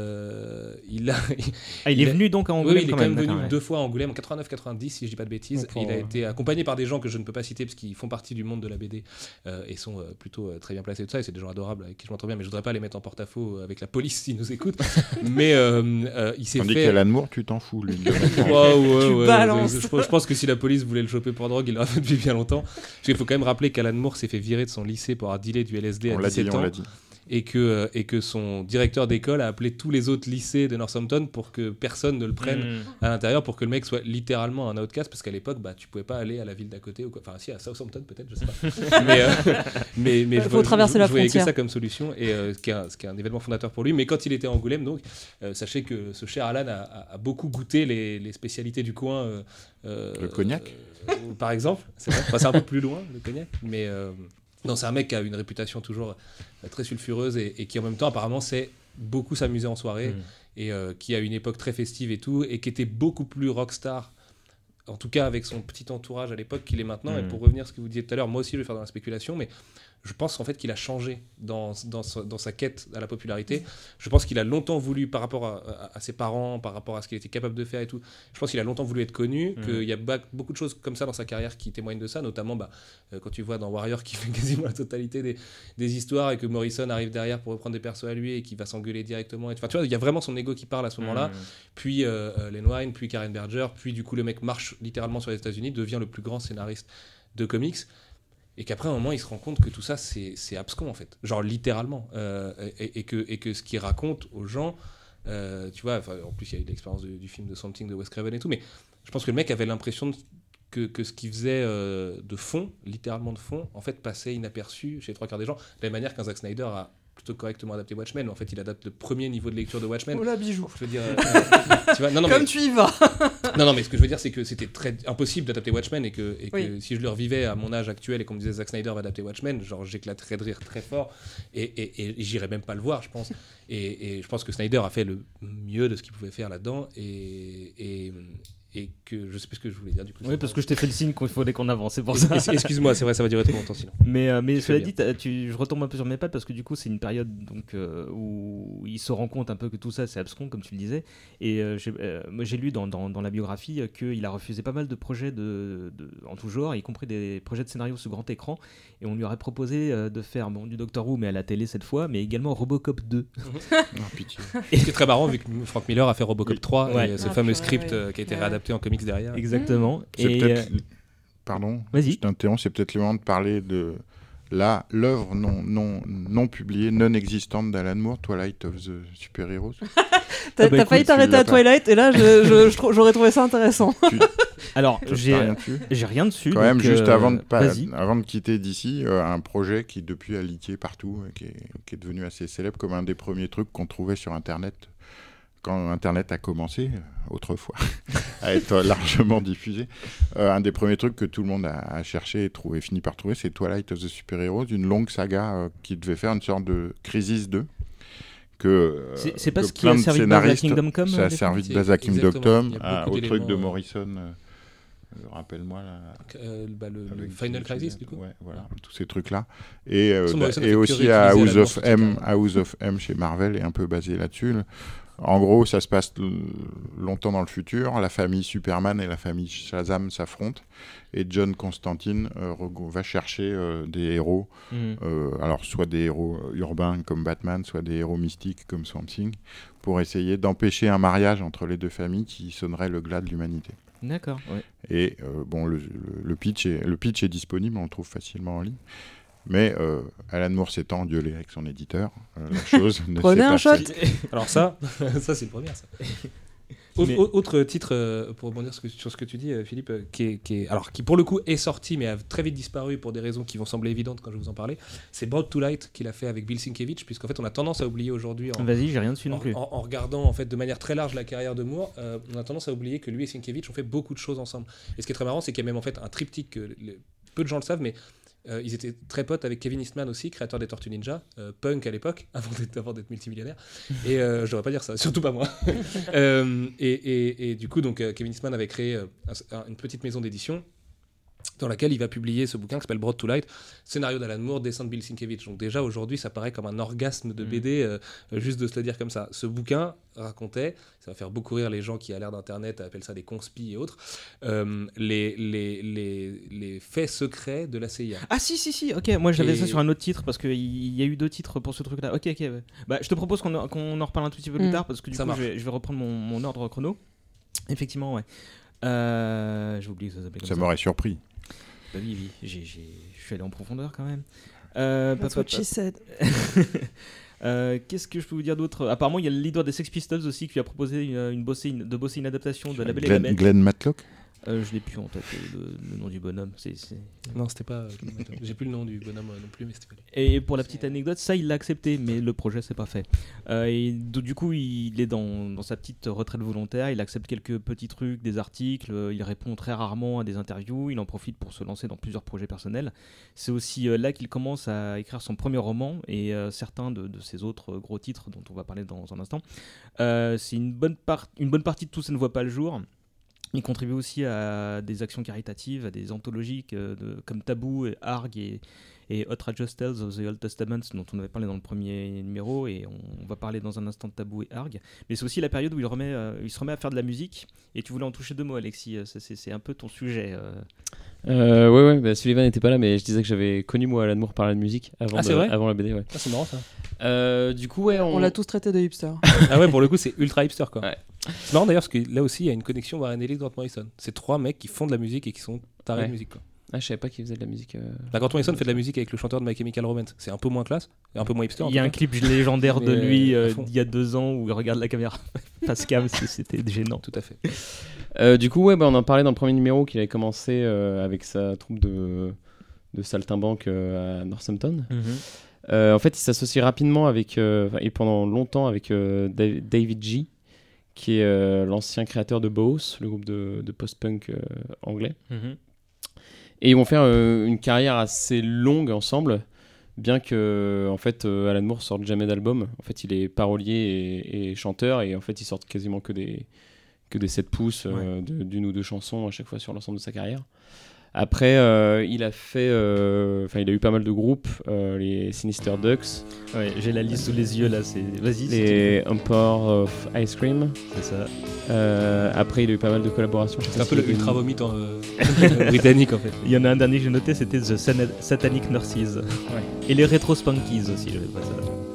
euh, il a. Ah, il est Il a- venu donc à Oui, Angoulême oui, il est quand quand même même. venu d'accord, ouais. deux fois à Angoulême en quatre-vingt-neuf quatre-vingt-dix, si je dis pas de bêtises. Donc, pour, Il a euh, été accompagné par des gens que je ne peux pas citer parce qu'ils font partie du monde de la B D euh, et sont euh, plutôt euh, très bien placés et tout ça. Et c'est des gens adorables avec qui je m'entends bien, mais je voudrais pas les mettre en porte-à-faux euh, avec la police s'ils nous écoutent. mais euh, euh, il s'est Tandis fait. qu'Alan Moore, tu t'en fous, lui. de mettre en- Waouh, ouais, Tu ouais, balances. Je, je- je pense que si la police voulait le choper pour drogue, il l'aurait fait depuis bien longtemps. Parce qu'il faut quand même rappeler qu'Alan Moore s'est fait virer de son lycée pour avoir dealé du L S D On à l'a dit, dix-sept on ans. l'a dit. Et que, euh, et que son directeur d'école a appelé tous les autres lycées de Northampton pour que personne ne le prenne Mm. à l'intérieur, pour que le mec soit littéralement un outcast, parce qu'à l'époque, bah, tu pouvais pas aller à la ville d'à côté, ou quoi. Enfin si, à Southampton peut-être, je sais pas. mais, euh, mais, mais Il je faut vois- traverser je, la je voyais que frontière. ça comme solution, et euh, ce, qui est un, ce qui est un événement fondateur pour lui. Mais quand il était à Angoulême, donc, euh, sachez que ce cher Alan a, a- a beaucoup goûté les, les spécialités du coin. euh, euh, Le cognac euh, par exemple, c'est vrai. Enfin, c'est un peu plus loin, le cognac, mais... euh, non, c'est un mec qui a une réputation toujours euh, très sulfureuse et, et qui en même temps apparemment sait beaucoup s'amuser en soirée Mm. et euh, qui a une époque très festive et tout et qui était beaucoup plus rockstar, en tout cas avec son petit entourage à l'époque qu'il est maintenant. Mm. Et pour revenir à ce que vous disiez tout à l'heure, moi aussi je vais faire dans la spéculation, mais je pense en fait qu'il a changé dans, dans, sa- dans sa quête à la popularité. Je pense qu'il a longtemps voulu, par rapport à, à- à ses parents, par rapport à ce qu'il était capable de faire et tout, je pense qu'il a longtemps voulu être connu, Mhm. qu'il y a ba- beaucoup de choses comme ça dans sa carrière qui témoignent de ça, notamment bah, euh, quand tu vois dans Warrior qui fait quasiment la totalité des, des histoires et que Morrison arrive derrière pour reprendre des persos à lui et qui va s'engueuler directement. Et, enfin, tu vois, il y a vraiment son ego qui parle à ce moment-là. Mm. Puis euh, euh, Len Wein, puis Karen Berger, puis du coup le mec marche littéralement sur les États-Unis, devient le plus grand scénariste de comics. Et qu'après, à un moment, il se rend compte que tout ça, c'est c'est abscon, en fait. Genre, littéralement. Euh, et, et que, et que ce qu'il raconte aux gens, euh, tu vois, enfin, en plus, il y a eu l'expérience du, du film de Something de Wes Craven et tout, mais je pense que le mec avait l'impression de- que, que ce qu'il faisait euh, de fond, littéralement de fond, en fait, passait inaperçu chez les trois quarts des gens. De la même manière qu'un Zack Snyder a plutôt correctement adapté Watchmen, mais en fait, il adapte le premier niveau de lecture de Watchmen. Oh là, bijou. Je veux dire, euh, tu vois, non, non, Comme mais- tu y vas. non, non, mais ce que je veux dire, c'est que c'était très impossible d'adapter Watchmen et que, et que Oui. si je le revivais à mon âge actuel et qu'on me disait Zack Snyder va adapter Watchmen, genre j'éclaterais de rire très fort et, et, et j'irais même pas le voir, je pense. Et, et je pense que Snyder a fait le mieux de ce qu'il pouvait faire là-dedans et, et, et que je sais plus ce que je voulais dire du coup. Oui, parce que je t'ai fait le signe qu'il fallait qu'on avance, c'est pour ça. Es- Excuse-moi, c'est vrai, ça va durer trop longtemps sinon. Mais, euh, mais Je cela fais dit, t'as- tu, je retombe un peu sur mes pattes parce que du coup, c'est une période donc, euh, où il se rend compte un peu que tout ça, c'est abscon, comme tu le disais. Et euh, j'ai, euh, moi, j'ai lu dans, dans, dans la biographie euh, qu'il a refusé pas mal de projets de, de- en tout genre, y compris des projets de scénario sur grand écran. Et on lui aurait proposé euh, de faire bon, du Doctor Who, mais à la télé cette fois, mais également Robocop deux. Oh, pitié. Ce qui est très marrant vu que Frank Miller a fait Robocop Oui. trois Ouais. et ce Ah, fameux purée, script ouais. euh, qui a été Ouais. réadapté en comics derrière. Exactement. C'est Et, peut-être. euh, Pardon, Vas-y. je t'interromps, c'est peut-être le moment de parler de là, l'œuvre non, non, non publiée, non existante d'Alan Moore, Twilight of the Super Heroes. T'as bah, t'as écoute, failli tu t'arrêter l'as à pas. Twilight et là, je- je- je trou- j'aurais trouvé ça intéressant. alors, Toi, j'ai, t'as rien dessus j'ai rien dessus. Quand même, donc, juste euh, avant, de pas- Vas-y. avant de quitter d'ici, euh, un projet qui depuis a leaké partout, et qui est, qui est devenu assez célèbre comme un des premiers trucs qu'on trouvait sur Internet quand Internet a commencé, euh, autrefois, à être largement diffusé. Euh, un des premiers trucs que tout le monde a, a cherché et trouvé, fini par trouver, c'est Twilight of the Super Heroes, une longue saga euh, qui devait faire une sorte de Crisis deux. Que, euh, C'est, c'est pas que ce qui plein a de servi de base à scénaristes- Kingdom Come. Ça euh, a des servi fois de base à Exactement. Kingdom Come, Il y a à- beaucoup au truc de d'éléments. Morrison. euh, euh, Rappelle-moi là. Euh, bah, le, le Avec Final Phil Crisis Sennett, du coup. ouais, voilà, tous ces trucs-là. Et, euh, Son bah, Morrison a et fait que aussi à réutiliser House la of bande M, toute House of M chez Marvel est un peu basé là-dessus. En gros, ça se passe l- longtemps dans le futur. La famille Superman et la famille Shazam s'affrontent. Et John Constantine euh, rego- va chercher euh, des héros. Mhm. Euh, alors, soit des héros euh, urbains comme Batman, soit des héros mystiques comme Swamp Thing, pour essayer d'empêcher un mariage entre les deux familles qui sonnerait le glas de l'humanité. D'accord. Ouais. Et euh, bon, le, le, le pitch est, le pitch est disponible, on le trouve facilement en ligne. Mais euh, Alan Moore s'est engueulé avec son éditeur. Euh, la chose ne Prenez s'est un pas shot. faite. Alors ça, ça c'est le premier ça. Mais... Autre titre, euh, pour rebondir sur ce, que, sur ce que tu dis, euh, Philippe, euh, qui, est, qui, est, alors, qui pour le coup est sorti, mais a très vite disparu pour des raisons qui vont sembler évidentes quand je vais vous en parler, c'est Brought to Light qu'il a fait avec Bill Sienkiewicz, puisqu'en fait on a tendance à oublier aujourd'hui, en, Vas-y, j'ai rien dessus non plus. En, en regardant en fait, de manière très large la carrière de Moore, euh, on a tendance à oublier que lui et Sienkiewicz ont fait beaucoup de choses ensemble. Et ce qui est très marrant, c'est qu'il y a même en fait un triptyque, que les, peu de gens le savent, mais Euh, ils étaient très potes avec Kevin Eastman aussi, créateur des Tortues Ninja, euh, punk à l'époque, avant d'être, avant d'être multimillionnaire. Et euh, je devrais pas dire ça, surtout pas moi. euh, et, et, et du coup, donc, euh, Kevin Eastman avait créé euh, un, une petite maison d'édition dans laquelle il va publier ce bouquin qui s'appelle Brought to Light, scénario d'Alan Moore, dessin de Bill Sienkiewicz. Donc déjà aujourd'hui ça paraît comme un orgasme de B D, euh, juste de se le dire comme ça. Ce bouquin racontait, ça va faire beaucoup rire les gens qui à l'ère d'internet appellent ça des conspis et autres, euh, les, les, les, les faits secrets de la C I A. Ah si si si, ok, moi j'avais et... ça sur un autre titre parce qu'il y a eu deux titres pour ce truc là. Ok ok, ouais. Bah, je te propose qu'on, qu'on en reparle un tout petit peu mmh. plus tard parce que du ça coup je vais, je vais reprendre mon, mon ordre chrono. Effectivement ouais. Euh, j'ai oublié que ça s'appelait comme ça. Ça m'aurait surpris. Bah oui, oui, j'ai, j'ai... je suis allé en profondeur quand même. Euh, That's what she said. euh, qu'est-ce que je peux vous dire d'autre ? Apparemment, il y a le leader des Sex Pistols aussi qui lui a proposé une, une bosser une, de bosser une adaptation de La Belle et la Bête. Glenn Matlock ? Euh, je l'ai plus en tête, le, le nom du bonhomme. C'est, c'est... Non, c'était pas. J'ai plus le nom du bonhomme non plus, mais c'était pas lui. Et pour la petite anecdote, ça il l'a accepté, mais le projet c'est pas fait. Euh, et du coup, il est dans, dans sa petite retraite volontaire. Il accepte quelques petits trucs, des articles. Il répond très rarement à des interviews. Il en profite pour se lancer dans plusieurs projets personnels. C'est aussi euh, là qu'il commence à écrire son premier roman et euh, certains de, de ses autres gros titres dont on va parler dans un instant. Euh, c'est une bonne part, une bonne partie de tout ça ne voit pas le jour. Il contribue aussi à des actions caritatives, à des anthologies euh, de, comme Taboo, et Arg et, et Hot Righteous Tales of the Old Testament, dont on avait parlé dans le premier numéro, et on, on va parler dans un instant de Taboo et Arg. Mais c'est aussi la période où il, remet, euh, il se remet à faire de la musique, et tu voulais en toucher deux mots, Alexis, c'est, c'est, c'est un peu ton sujet. Euh... Euh, ouais, ouais, bah, Sullivan n'était pas là, mais je disais que j'avais connu moi Alan Moore par la musique avant, ah, de, c'est vrai avant la B D. Ouais. Ah, c'est marrant ça. Euh, du coup, ouais, on... on l'a tous traité de hipster. Ah ouais, pour le coup, c'est ultra hipster quoi. Ouais. C'est marrant d'ailleurs parce que là aussi, il y a une connexion Warren Ellis, Grant Morrison. C'est trois mecs qui font de la musique et qui sont tarés ouais. de musique quoi. Ah, je savais pas qu'il faisait de la musique. Euh... La Grant Morrison fait de la musique avec le chanteur de My Chemical Romance. C'est un peu moins classe, un peu moins hipster. Il y a un cas. clip légendaire de lui euh, euh, d'il y a deux ans où il regarde la caméra face cam, c'était gênant. Tout à fait. Euh, du coup, ouais, bah, on en parlait dans le premier numéro qu'il avait commencé euh, avec sa troupe de, de saltimbanques euh, à Northampton. Mm-hmm. Euh, en fait, il s'associe rapidement avec, euh, et pendant longtemps avec euh, David G, qui est euh, l'ancien créateur de Boos, le groupe de, de post-punk euh, anglais. Mm-hmm. Et ils vont faire euh, une carrière assez longue ensemble, bien que en fait, euh, Alan Moore sorte jamais d'album. En fait, il est parolier et, et chanteur, et en fait, il sort quasiment que des, que des sept pouces, euh, ouais. de, d'une ou deux chansons à chaque fois sur l'ensemble de sa carrière. Après, euh, il a fait, enfin, euh, il a eu pas mal de groupes, euh, les Sinister Ducks. Ouais, j'ai la liste sous les yeux là. C'est, vas-y. Les Empire of Ice Cream. C'est ça. Euh, après, il a eu pas mal de collaborations. C'est un peu le ultra vomit en, euh, britannique en fait. Il y en a un dernier que j'ai noté, c'était The Satanic Nurses. Ouais. Et les Retro Spankies aussi. Je vais pas ça.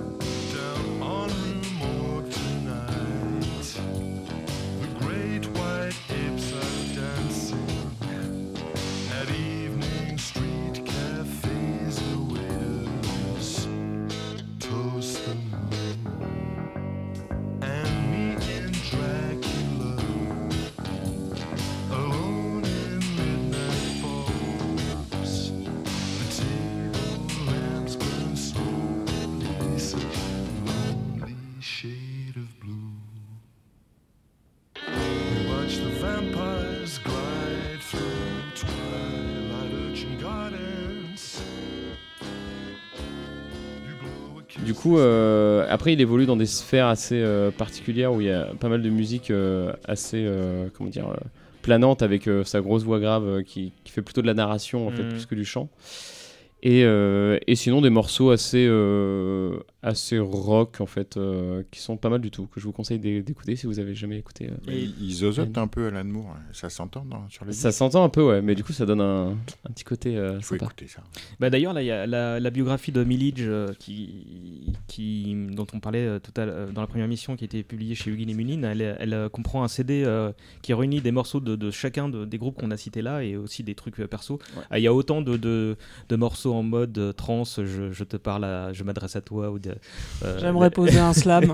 Du coup, euh, après, il évolue dans des sphères assez euh, particulières où il y a pas mal de musique euh, assez, euh, comment dire, euh, planante avec euh, sa grosse voix grave euh, qui, qui fait plutôt de la narration en mmh. fait plus que du chant. Et, euh, et sinon des morceaux assez, euh, assez rock en fait, euh, qui sont pas mal du tout, que je vous conseille d'écouter si vous avez jamais écouté. Euh, et il zozote un peu Alan Moore, ça s'entend dans, sur les Ça disques. S'entend un peu, ouais, mais du coup ça donne un, un petit côté euh, il faut sympa. Écouter ça. Bah, d'ailleurs, là il y a la, la biographie de Millage euh, qui, qui, dont on parlait euh, tout à, euh, dans la première émission, qui a été publiée chez Hugin et Munin. Elle, elle euh, comprend un C D euh, qui réunit des morceaux de, de chacun de, des groupes qu'on a cités là et aussi des trucs euh, perso. Il ouais. ah, y a autant de, de, de morceaux en mode euh, trans, je, je te parle, à, je m'adresse à toi, ou de, Euh, J'aimerais poser un slam.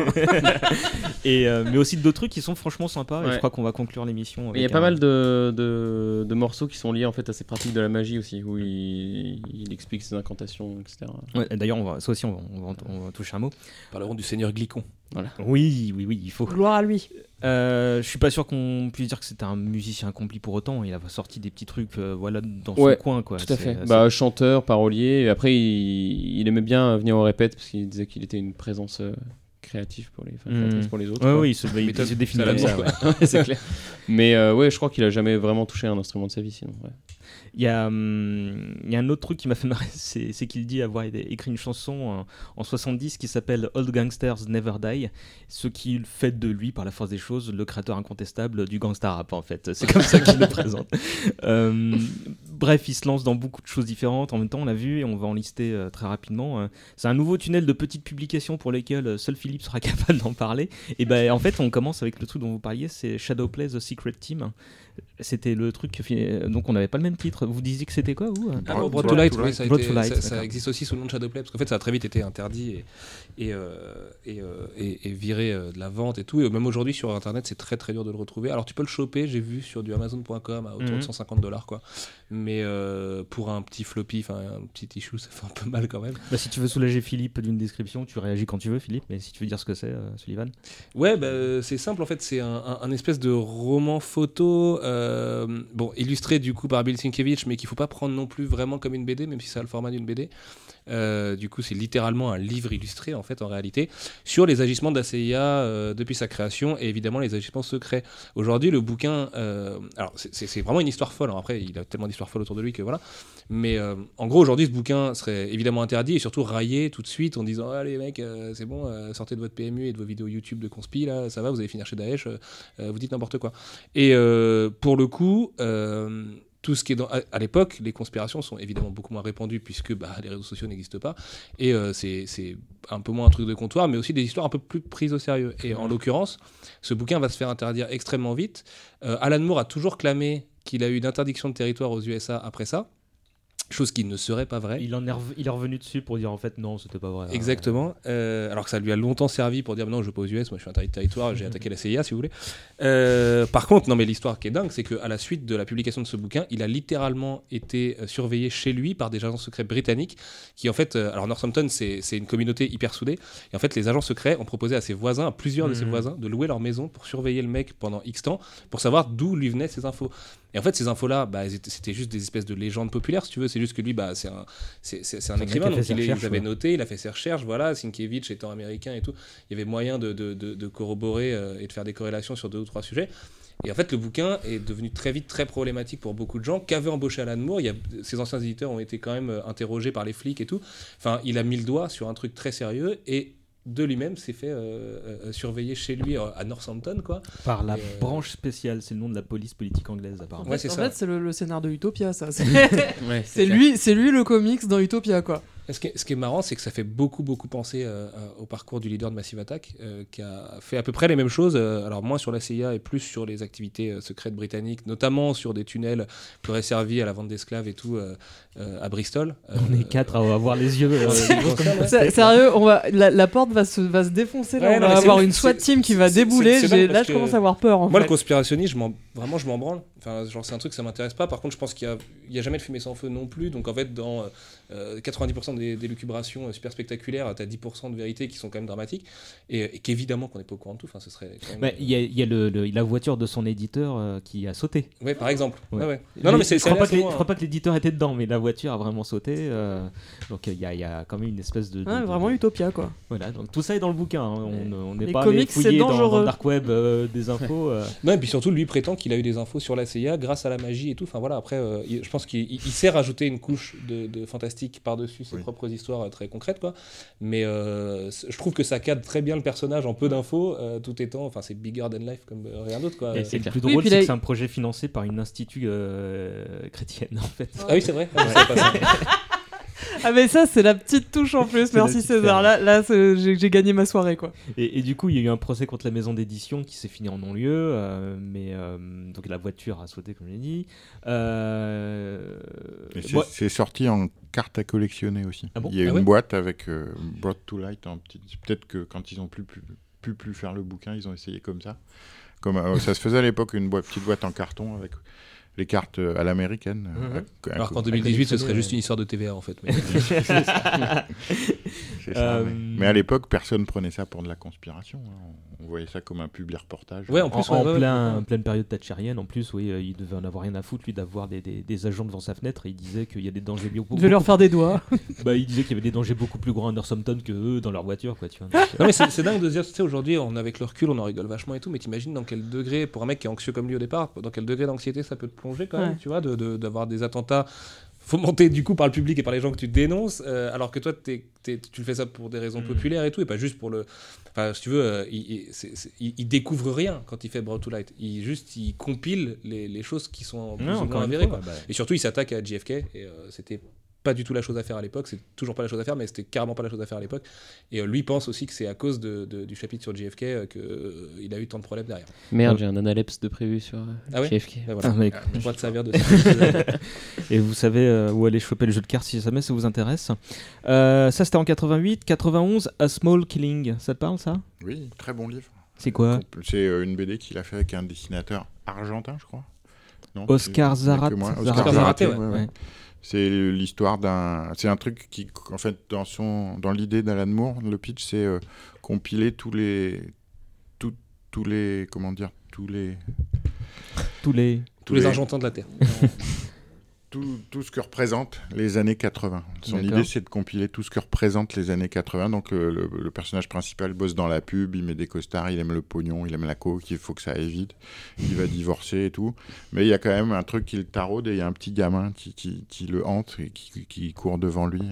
et, euh, mais aussi d'autres trucs qui sont franchement sympas. Ouais. Et je crois qu'on va conclure l'émission. Il y a avec pas un- mal de, de, de morceaux qui sont liés en fait à ces pratiques de la magie aussi, où il, il explique ses incantations, et cetera. Ouais, d'ailleurs, on va, ça aussi, on va, on va, on va toucher un mot. Parlerons du Seigneur Glicon. Oui, oui, oui, il faut. Gloire à lui. Euh, je suis pas sûr qu'on puisse dire que c'était un musicien accompli pour autant. Il a sorti des petits trucs, euh, voilà, dans Ouais, son coin, quoi. Tout à C'est- fait. c'est- Bah, chanteur, parolier. Et après, il, il aimait bien venir au répète parce qu'il disait qu'il était une présence euh, créative pour les, enfin, Mmh. créatrice pour les autres. Ouais, quoi. oui, il se, bah, il Méthode, se définit ça comme l'a ça. dit, Ouais. Ouais, c'est clair. Mais euh, ouais, je crois qu'il a jamais vraiment touché un instrument de sa vie sinon. Ouais. Il y a, hum, il y a un autre truc qui m'a fait marrer, c'est, c'est qu'il dit avoir écrit une chanson en, en soixante-dix qui s'appelle Old Gangsters Never Die, ce qui fait de lui, par la force des choses, le créateur incontestable du gangsta rap en fait. C'est comme ça qu'il le présente. Euh, bref, il se lance dans beaucoup de choses différentes. En même temps, on l'a vu et on va en lister euh, très rapidement. Euh, c'est un nouveau tunnel de petites publications pour lesquelles euh, seul Philippe sera capable d'en parler. Et ben en fait, on commence avec le truc dont vous parliez, c'est Shadowplay The Secret Team. C'était le truc, euh, donc on n'avait pas le même titre. Vous disiez que c'était quoi, vous? Ah, Broad- Broad Broad to Light, to oui, Light. ça, a Broad été- to Light, ça- ça d'accord. existe aussi sous le nom de Shadowplay, parce qu'en fait ça a très vite été interdit et, et, euh, et, euh, et- et viré euh, de la vente et tout. Et même aujourd'hui sur internet, c'est très très dur de le retrouver. Alors tu peux le choper, j'ai vu sur du Amazon point com à autour Mhm. de cent cinquante dollars, quoi. Mais euh, pour un petit floppy, enfin un petit issue, ça fait un peu mal quand même. Bah, si tu veux soulager Philippe d'une description, tu réagis quand tu veux, Philippe. Mais si tu veux dire ce que c'est, euh, Sullivan. Ouais, bah, c'est simple en fait, c'est un, un- un espèce de roman photo, euh, bon, illustré du coup par Bill Sienkiewicz, mais qu'il faut pas prendre non plus vraiment comme une B D, même si ça a le format d'une B D. Euh, du coup, c'est littéralement un livre illustré en fait en réalité sur les agissements de la C I A euh, depuis sa création et évidemment les agissements secrets. Aujourd'hui, le bouquin, euh, alors c'est- c'est c'est vraiment une histoire folle. Alors, après, il a tellement d'histoires folles autour de lui que voilà. Mais euh, en gros, aujourd'hui, ce bouquin serait évidemment interdit et surtout rayé tout de suite en disant allez mec, euh, c'est bon, euh, sortez de votre P M U et de vos vidéos YouTube de conspi là, ça va, vous allez finir chez Daesh, euh, euh, vous dites n'importe quoi. Et euh, pour le coup. Euh, tout ce qui est dans, à, à l'époque, les conspirations sont évidemment beaucoup moins répandues puisque bah, les réseaux sociaux n'existent pas et euh, c'est, c'est un peu moins un truc de comptoir, mais aussi des histoires un peu plus prises au sérieux. Et en l'occurrence, ce bouquin va se faire interdire extrêmement vite. Euh, Alan Moore a toujours clamé qu'il a eu une interdiction de territoire aux U S A après ça. Chose qui ne serait pas vraie. Il, en est, rev- il est revenu dessus pour dire en fait non, c'était pas vrai. Exactement. Euh, alors que ça lui a longtemps servi pour dire non, je vais pas aux U S, moi je suis interdit de territoire, j'ai attaqué la C I A si vous voulez. Euh, par contre, non mais l'histoire qui est dingue, c'est qu'à la suite de la publication de ce bouquin, il a littéralement été euh, surveillé chez lui par des agents secrets britanniques qui en fait, euh, alors Northampton c'est, c'est une communauté hyper soudée, et en fait les agents secrets ont proposé à ses voisins, à plusieurs de ses Mhm. voisins, de louer leur maison pour surveiller le mec pendant X temps, pour savoir d'où lui venaient ces infos. Et en fait, ces infos-là, bah, elles étaient- c'était juste des espèces de légendes populaires, si tu veux. C'est juste que lui, bah, c'est un, c'est, c'est, c'est un C'est un mec écrivain, qui a donc fait il, ses est- il recherches, avait ouais. noté, il a fait ses recherches, voilà. Sienkiewicz étant américain et tout, il y avait moyen de, de, de, de corroborer euh, et de faire des corrélations sur deux ou trois sujets. Et en fait, le bouquin est devenu très vite très problématique pour beaucoup de gens qu'avait embauché Alan Moore. Il y a, ses anciens éditeurs ont été quand même euh, interrogés par les flics et tout. Enfin, il a mis le doigt sur un truc très sérieux et de lui-même s'est fait euh, euh, surveiller chez lui euh, à Northampton, quoi. Par la Et, euh, branche spéciale, c'est le nom de la police politique anglaise apparemment. Ouais, c'est en ça. fait, c'est le, le scénar de Utopia, ça. C'est, Ouais, c'est clair. lui, c'est lui le comics dans Utopia, quoi. Ce qui, est, ce qui est marrant, c'est que ça fait beaucoup, beaucoup penser euh, euh, au parcours du leader de Massive Attack, euh, qui a fait à peu près les mêmes choses, euh, alors moins sur la C I A et plus sur les activités euh, secrètes britanniques, notamment sur des tunnels qui auraient servi à la vente d'esclaves et tout euh, euh, à Bristol. Euh, On est quatre à avoir les yeux. euh, gros comme ça. C'est- Sérieux, on va, la, la porte va se, va se défoncer. Là, Ouais, on non, va mais c'est avoir ouf, une SWAT c'est- team qui va c'est- débouler. c'est- c'est J'ai- dingue là, parce je commence que à avoir peur. En Moi, fait. le conspirationnisme, je m'en- vraiment, je m'en branle. Enfin, genre, c'est un truc, ça m'intéresse pas. Par contre, je pense qu'il y a, il y a jamais de fumée sans feu non plus. Donc, en fait, dans euh, quatre-vingt-dix pour cent des, des lucubrations euh, super spectaculaires, t'as dix pour cent de vérité qui sont quand même dramatiques. Et, et qu'évidemment qu'on n'est pas au courant de tout. Enfin, ce serait quand même. Bah, Il y a, il y a le, le- la voiture de son éditeur euh, qui a sauté. Ouais, par exemple. Ouais. Ouais, ouais. Non, non, mais c'est je crois c'est pas allé que les- assez je loin, crois pas que l'éditeur était dedans, mais la voiture a vraiment sauté. euh, donc il y, a- il y a quand même une espèce de. de- Ouais, de- vraiment de- Utopia, quoi. Voilà, donc tout ça est dans le bouquin. hein. On on n'est Les pas allé comics, c'est fouiller dans, dans dangereux. le dark web euh, des infos. euh. Non, et puis surtout, lui prétend qu'il a eu des infos sur la C I A grâce à la magie et tout. Enfin voilà, après, euh, il- je pense qu'il il- il sait rajouter une couche de, de fantastique par-dessus ses Oui. propres histoires euh, très concrètes, quoi. Mais euh, c- je trouve que ça cadre très bien le personnage en peu d'infos, euh, tout étant, enfin, c'est bigger than life comme euh, rien d'autre, quoi. Et Euh, c'est le clair. plus Oui, drôle, puis c'est là, que il- c'est un projet financé par une institut euh, chrétienne en fait. Ah oui, c'est vrai. Ah, je savais pas ça. Ah mais ça c'est la petite touche en plus, merci César, là, là j'ai, j'ai gagné ma soirée quoi. Et, et du coup il y a eu un procès contre la maison d'édition qui s'est fini en non-lieu, euh, mais euh, donc la voiture a sauté comme j'ai dit. Euh... C'est, Moi... c'est sorti en carte à collectionner aussi. Ah bon il y a ah une ouais boîte avec euh, Brought to Light en petit... Peut-être que quand ils ont pu plus, plus, plus faire le bouquin, ils ont essayé comme ça. Comme, euh, ça se faisait à l'époque, une boîte, petite boîte en carton avec les cartes à l'américaine. Mmh. À, à, Alors qu'en deux mille dix-huit, ce serait juste une histoire de T V A en fait. Mais... c'est ça. C'est ça euh... mais... mais à l'époque, personne prenait ça pour de la conspiration. Hein. On voyait ça comme un public reportage. Ouais, en plus, en, en, ouais, plein, ouais. en pleine période thatchérienne, en plus, oui, euh, il devait en avoir rien à foutre, lui, d'avoir des, des, des agents devant sa fenêtre. Et il disait qu'il y a des dangers beaucoup. Il devait leur faire des doigts. Bah, il disait qu'il y avait des dangers beaucoup plus grands à Northampton que eux dans leur voiture, quoi. Tu vois. Non, mais c'est, c'est dingue de se dire, tu sais, aujourd'hui, on, avec le recul, on en rigole vachement et tout, mais t'imagines dans quel degré, pour un mec qui est anxieux comme lui au départ, dans quel degré d'anxiété ça peut te plonger quand même, ouais. tu vois, de, de, d'avoir des attentats fomentés du coup par le public et par les gens que tu dénonces, euh, alors que toi t'es, t'es, tu le fais ça pour des raisons mmh. populaires et tout, et pas juste pour le... Enfin, si tu veux, euh, il, il, c'est, c'est, il, il découvre rien quand il fait Brought to Light. Il juste, il compile les, les choses qui sont plus non, ou moins avérées. Quoi. Bah... Et surtout, il s'attaque à J F K, et euh, c'était pas du tout la chose à faire à l'époque, c'est toujours pas la chose à faire, mais c'était carrément pas la chose à faire à l'époque. Et euh, lui pense aussi que c'est à cause de, de, du chapitre sur J F K euh, qu'il euh, a eu tant de problèmes derrière. Merde, ouais. J'ai un analepse de prévu sur euh, ah ouais J F K. Ben voilà. ah, mais... On va te servir de ça. Et vous savez euh, où aller choper le jeu de cartes si jamais ça vous intéresse. Euh, ça c'était en quatre-vingt-huit. quatre-vingt-onze, A Small Killing. Ça te parle ça ? Oui, très bon livre. C'est quoi ? C'est euh, une B D qu'il a fait avec un dessinateur argentin, je crois. Non, Oscar Zarat. Oscar Zarate, ouais. ouais. ouais. C'est l'histoire d'un... C'est un truc qui, en fait, dans, son... dans l'idée d'Alan Moore, le pitch, c'est euh, compiler tous les... Tout... Tous les... Comment dire ? Tous les... Tous les... Tous les, les Argentins de la Terre. tout, tout ce que représentent les années quatre-vingts. Son D'accord. idée, c'est de compiler tout ce que représentent les années quatre-vingts. Donc, euh, le, le personnage principal bosse dans la pub, il met des costards, il aime le pognon, il aime la coke, il faut que ça aille vite, il va divorcer et tout. Mais il y a quand même un truc qui le taraude et il y a un petit gamin qui, qui, qui le hante et qui, qui court devant lui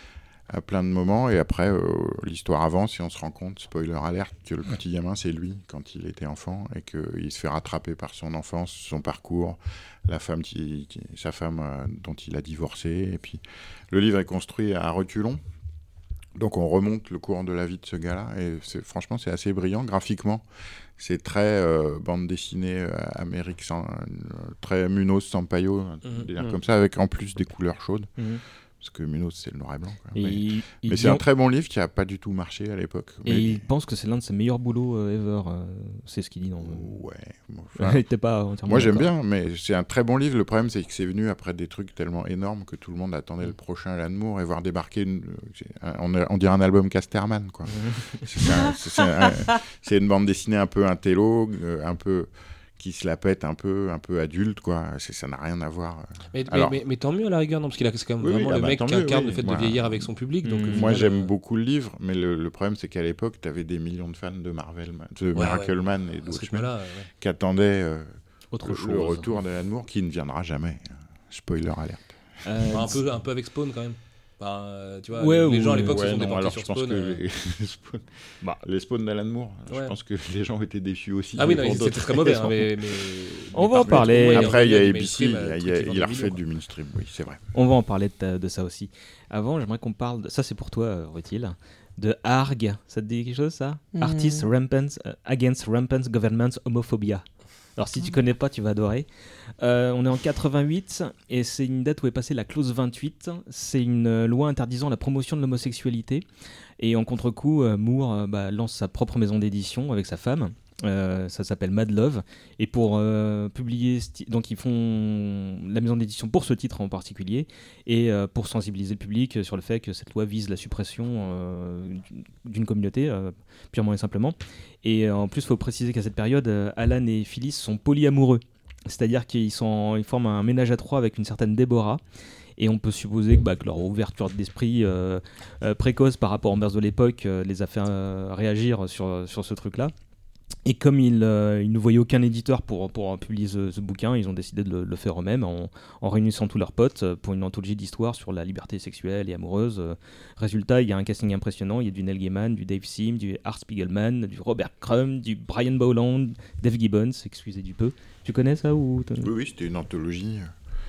à plein de moments. Et après, euh, l'histoire avance et on se rend compte, spoiler alerte, que le petit gamin, c'est lui quand il était enfant et qu'il se fait rattraper par son enfance, son parcours, la femme qui, qui, sa femme euh, dont il a divorcé. Et puis, le livre est construit à reculons. Donc, on remonte le cours de la vie de ce gars-là. Et c'est, franchement, c'est assez brillant. Graphiquement, c'est très euh, bande dessinée euh, Amérique, sans, euh, très Munoz, Sampaio, mmh, des mmh. comme ça, avec en plus des couleurs chaudes. Mmh. Parce que Munoz, c'est le noir et blanc. Quoi. Et mais il, il mais c'est un très bon livre qui n'a pas du tout marché à l'époque. Et mais... il pense que c'est l'un de ses meilleurs boulots euh, ever. Euh, c'est ce qu'il dit dans le... Ouais. Enfin, il était pas entièrement moi, j'aime d'accord. bien, mais c'est un très bon livre. Le problème, c'est que c'est venu après des trucs tellement énormes que tout le monde attendait mmh. le prochain Alan Moore et voir débarquer... Une... On, on dirait un album Casterman, quoi. c'est, un, c'est, un, c'est une bande dessinée un peu intello, un peu... qui se la pète un peu, un peu adulte, quoi. C'est, ça n'a rien à voir. Mais, Alors, mais, mais, mais tant mieux à la rigueur, non, parce qu'il a, c'est quand même oui, vraiment oui, le bah, mec qui incarne oui, le fait moi, de vieillir avec son public. Donc, mmh, moi, j'aime euh... beaucoup le livre, mais le, le problème, c'est qu'à l'époque, tu avais des millions de fans de Marvel, de ouais, Miracle ouais. Man et d'autres ouais. qui attendaient euh, Autre le, chose. le retour d'Alan Moore, qui ne viendra jamais. Spoiler alerte. Euh, un, peu, un peu avec Spawn, quand même. Bah, euh, tu vois, ouais, les, les gens à l'époque ouais, se sont non, déportés sur Spawn. Euh... Les, les, Spawn bah, les Spawn d'Alan Moore, ouais. je pense que les gens ont été déçus aussi. Ah oui, non, c'était très mauvais. Hein, mais, mais, on va en parler. Après, il y a A B C, il a refait du mainstream, oui, c'est vrai. On va en parler de, de ça aussi. Avant, j'aimerais qu'on parle, de, ça c'est pour toi, Rutil, de A R G. Ça te dit quelque chose, ça mm. Artists Rampant, uh, Against Rampant Government Homophobia. Alors si tu connais pas, tu vas adorer. Euh, on est en quatre-vingt-huit et c'est une date où est passée la clause vingt-huit. C'est une loi interdisant la promotion de l'homosexualité. Et en contre-coup, euh, Moore euh, bah, lance sa propre maison d'édition avec sa femme. Euh, ça s'appelle Mad Love. Et pour euh, publier, sti- donc ils font la maison d'édition pour ce titre en particulier et euh, pour sensibiliser le public sur le fait que cette loi vise la suppression euh, d'une communauté euh, purement et simplement. Et euh, en plus, il faut préciser qu'à cette période, euh, Alan et Phyllis sont polyamoureux, c'est-à-dire qu'ils sont, ils forment un ménage à trois avec une certaine Déborah. Et on peut supposer que, bah, que leur ouverture d'esprit euh, euh, précoce par rapport aux mœurs de l'époque euh, les a fait euh, réagir sur, sur ce truc-là. Et comme ils, euh, ils ne voyaient aucun éditeur pour, pour publier ce, ce bouquin, ils ont décidé de le, le faire eux-mêmes en, en réunissant tous leurs potes pour une anthologie d'histoires sur la liberté sexuelle et amoureuse. Euh, résultat, il y a un casting impressionnant. Il y a du Neil Gaiman, du Dave Sim, du Art Spiegelman, du Robert Crumb, du Brian Bowland, Dave Gibbons, excusez du peu. Tu connais ça ou Oui, oui, c'était une anthologie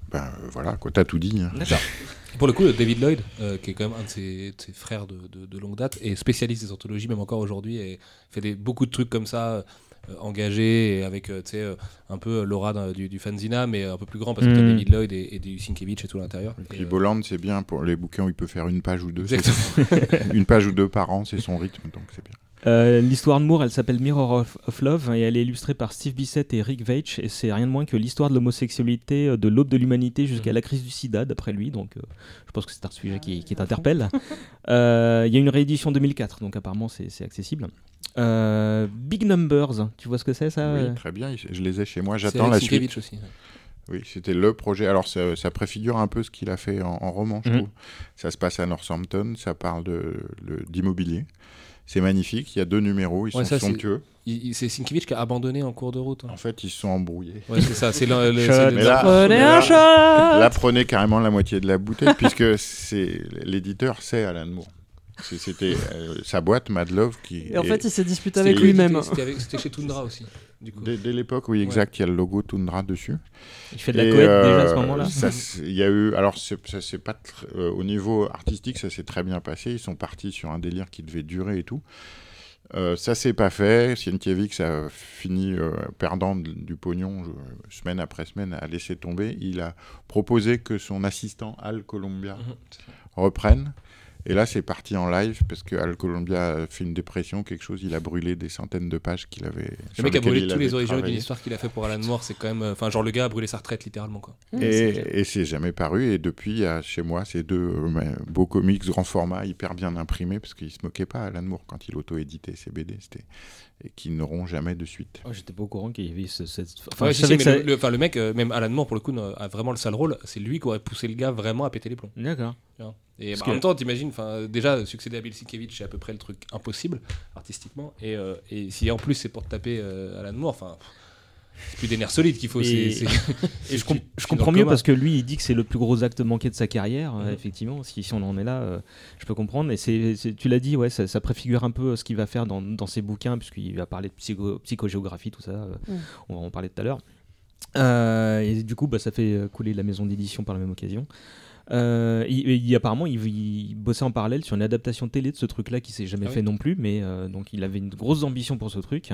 ben euh, voilà, quoi, t'as tout dit. Hein. D'accord. Pour le coup, David Lloyd, euh, qui est quand même un de ses, de ses frères de, de, de longue date, est spécialiste des anthologies, même encore aujourd'hui, et fait des, beaucoup de trucs comme ça, euh, engagés, et avec euh, euh, un peu l'aura d'un, du, du fanzina, mais un peu plus grand, parce que Mm. t'as David Lloyd et, et du Sienkiewicz et tout à l'intérieur. Et puis Et, euh, Bolland, c'est bien pour les bouquins où il peut faire une page ou deux. c'est- Exactement. une page ou deux par an, c'est son rythme, donc c'est bien. Euh, l'histoire de Moore, elle s'appelle Mirror of, of Love et elle est illustrée par Steve Bissett et Rick Veitch et c'est rien de moins que l'histoire de l'homosexualité euh, de l'aube de l'humanité jusqu'à Mhm. la crise du sida d'après lui, donc euh, je pense que c'est un sujet qui, qui t'interpelle. Euh, Il y a une réédition deux mille quatre, donc apparemment c'est, c'est accessible. Euh, Big Numbers, tu vois ce que c'est ça Oui, euh très bien, il- je les ai chez moi, c'est j'attends avec la suite. Sienkiewicz aussi. ouais. Oui, c'était le projet. Alors, ça, ça préfigure un peu ce qu'il a fait en, en roman, je Mhm. trouve. Ça se passe à Northampton, ça parle de, le- d'immobilier. C'est magnifique, il y a deux numéros, ils Ouais, sont ça, c'est- somptueux. Il- il- c'est Sienkiewicz qui a abandonné en cours de route. hein. En fait, ils se sont embrouillés. Ouais, c'est ça. C'est le, le- Shot. c'est le- Mais là- Prenez mais un là- shot. Là, prenez carrément la moitié de la bouteille, puisque c'est, l'éditeur, c'est Alan Moore. C'est- C'était euh, sa boîte, Mad Love, qui... Et en fait, il s'est disputé C'était avec lui-même. C'était, avec- c'était chez Tundra aussi. Du coup. Dès, dès l'époque, oui, exact, il y a le logo Tundra dessus. Il fait de la Et, coède euh, déjà à ce moment-là. ça, c'est- Il y a eu, alors c'est- ça c'est pas tr- euh, au niveau artistique, ça s'est très bien passé. Ils sont partis sur un délire qui devait durer et tout. Euh, ça s'est pas fait. Sienkiewicz a fini euh, perdant de- du pognon euh, semaine après semaine, a laissé tomber. Il a proposé que son assistant Al Columbia Mhm. reprenne. Et là, c'est parti en live parce que Al Columbia a fait une dépression, quelque chose. Il a brûlé des centaines de pages qu'il avait. Le sur mec a lesquelles brûlé il tous les avait originaux d'une travaillé. histoire qu'il a fait pour Alan Moore. C'est quand même. Enfin, genre, le gars a brûlé sa retraite littéralement, quoi. Mmh, c'est clair. Et, et c'est jamais paru. Et depuis, il y a chez moi ces deux euh, mais, beaux comics grand format, hyper bien imprimés, parce qu'il se moquait pas, Alan Moore, quand il auto-éditait ses B D, c'était... et qui n'auront jamais de suite. Oh, j'étais pas au courant qu'il y avait ce, cette. Enfin, Ouais, je si, savais si, que mais ça- le, le- enfin, le mec, euh, même Alan Moore, pour le coup, a vraiment le sale rôle. C'est lui qui aurait poussé le gars vraiment à péter les plombs. D'accord. Tu vois. Et Parce bah, que- en même temps, t'imagines, enfin, déjà, succéder à Bill Sienkiewicz, c'est à peu près le truc impossible, artistiquement. Et, euh, et si en plus c'est pour te taper euh, Alan Moore, enfin, c'est plus des nerfs solides qu'il faut. Et- c'est- c'est- Et je, tu- com- tu je finis comprends dans le mieux coma. parce que lui, il dit que c'est le plus gros acte manqué de sa carrière, euh, Mhm. effectivement. Si, si on en est là, euh, je peux comprendre. Et c'est, c'est- tu l'as dit, ouais, ça, ça préfigure un peu ce qu'il va faire dans, dans ses bouquins, puisqu'il va parler de psycho- psychogéographie, tout ça. euh, Mhm. On va en parler tout à l'heure. Euh, et du coup, bah, ça fait couler la maison d'édition par la même occasion. Euh, il, il- apparemment, il, il bossait en parallèle sur une adaptation télé de ce truc-là qui s'est jamais Ah fait oui. non plus, mais euh, donc il avait une grosse ambition pour ce truc.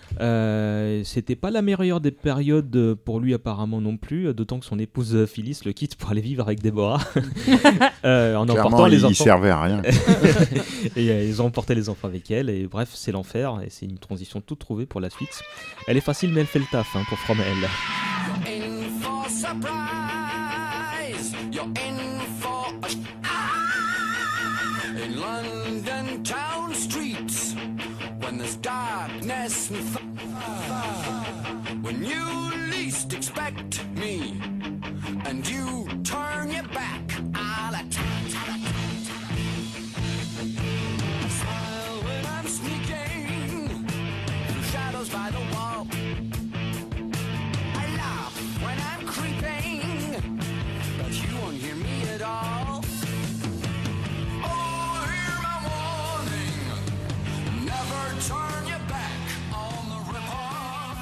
Euh, c'était pas la meilleure des périodes pour lui apparemment non plus, d'autant que son épouse euh, Phyllis le quitte pour aller vivre avec Déborah, euh, en emportant Clairement, les il, il enfants. servait à rien. Et euh, ils ont emporté les enfants avec elle, et bref, c'est l'enfer, et c'est une transition toute trouvée pour la suite. Elle est facile, mais elle fait le taf hein, pour From Hell. In for surprise. You're in for a sh- in London town streets when there's darkness and fire. When you least expect me and you turn your back, I'll attack. I smile when I'm sneaking through shadows by the wall. I laugh when I'm creeping, but you won't hear me at all. Oh, hear my warning. Never turn your back on the rip-off.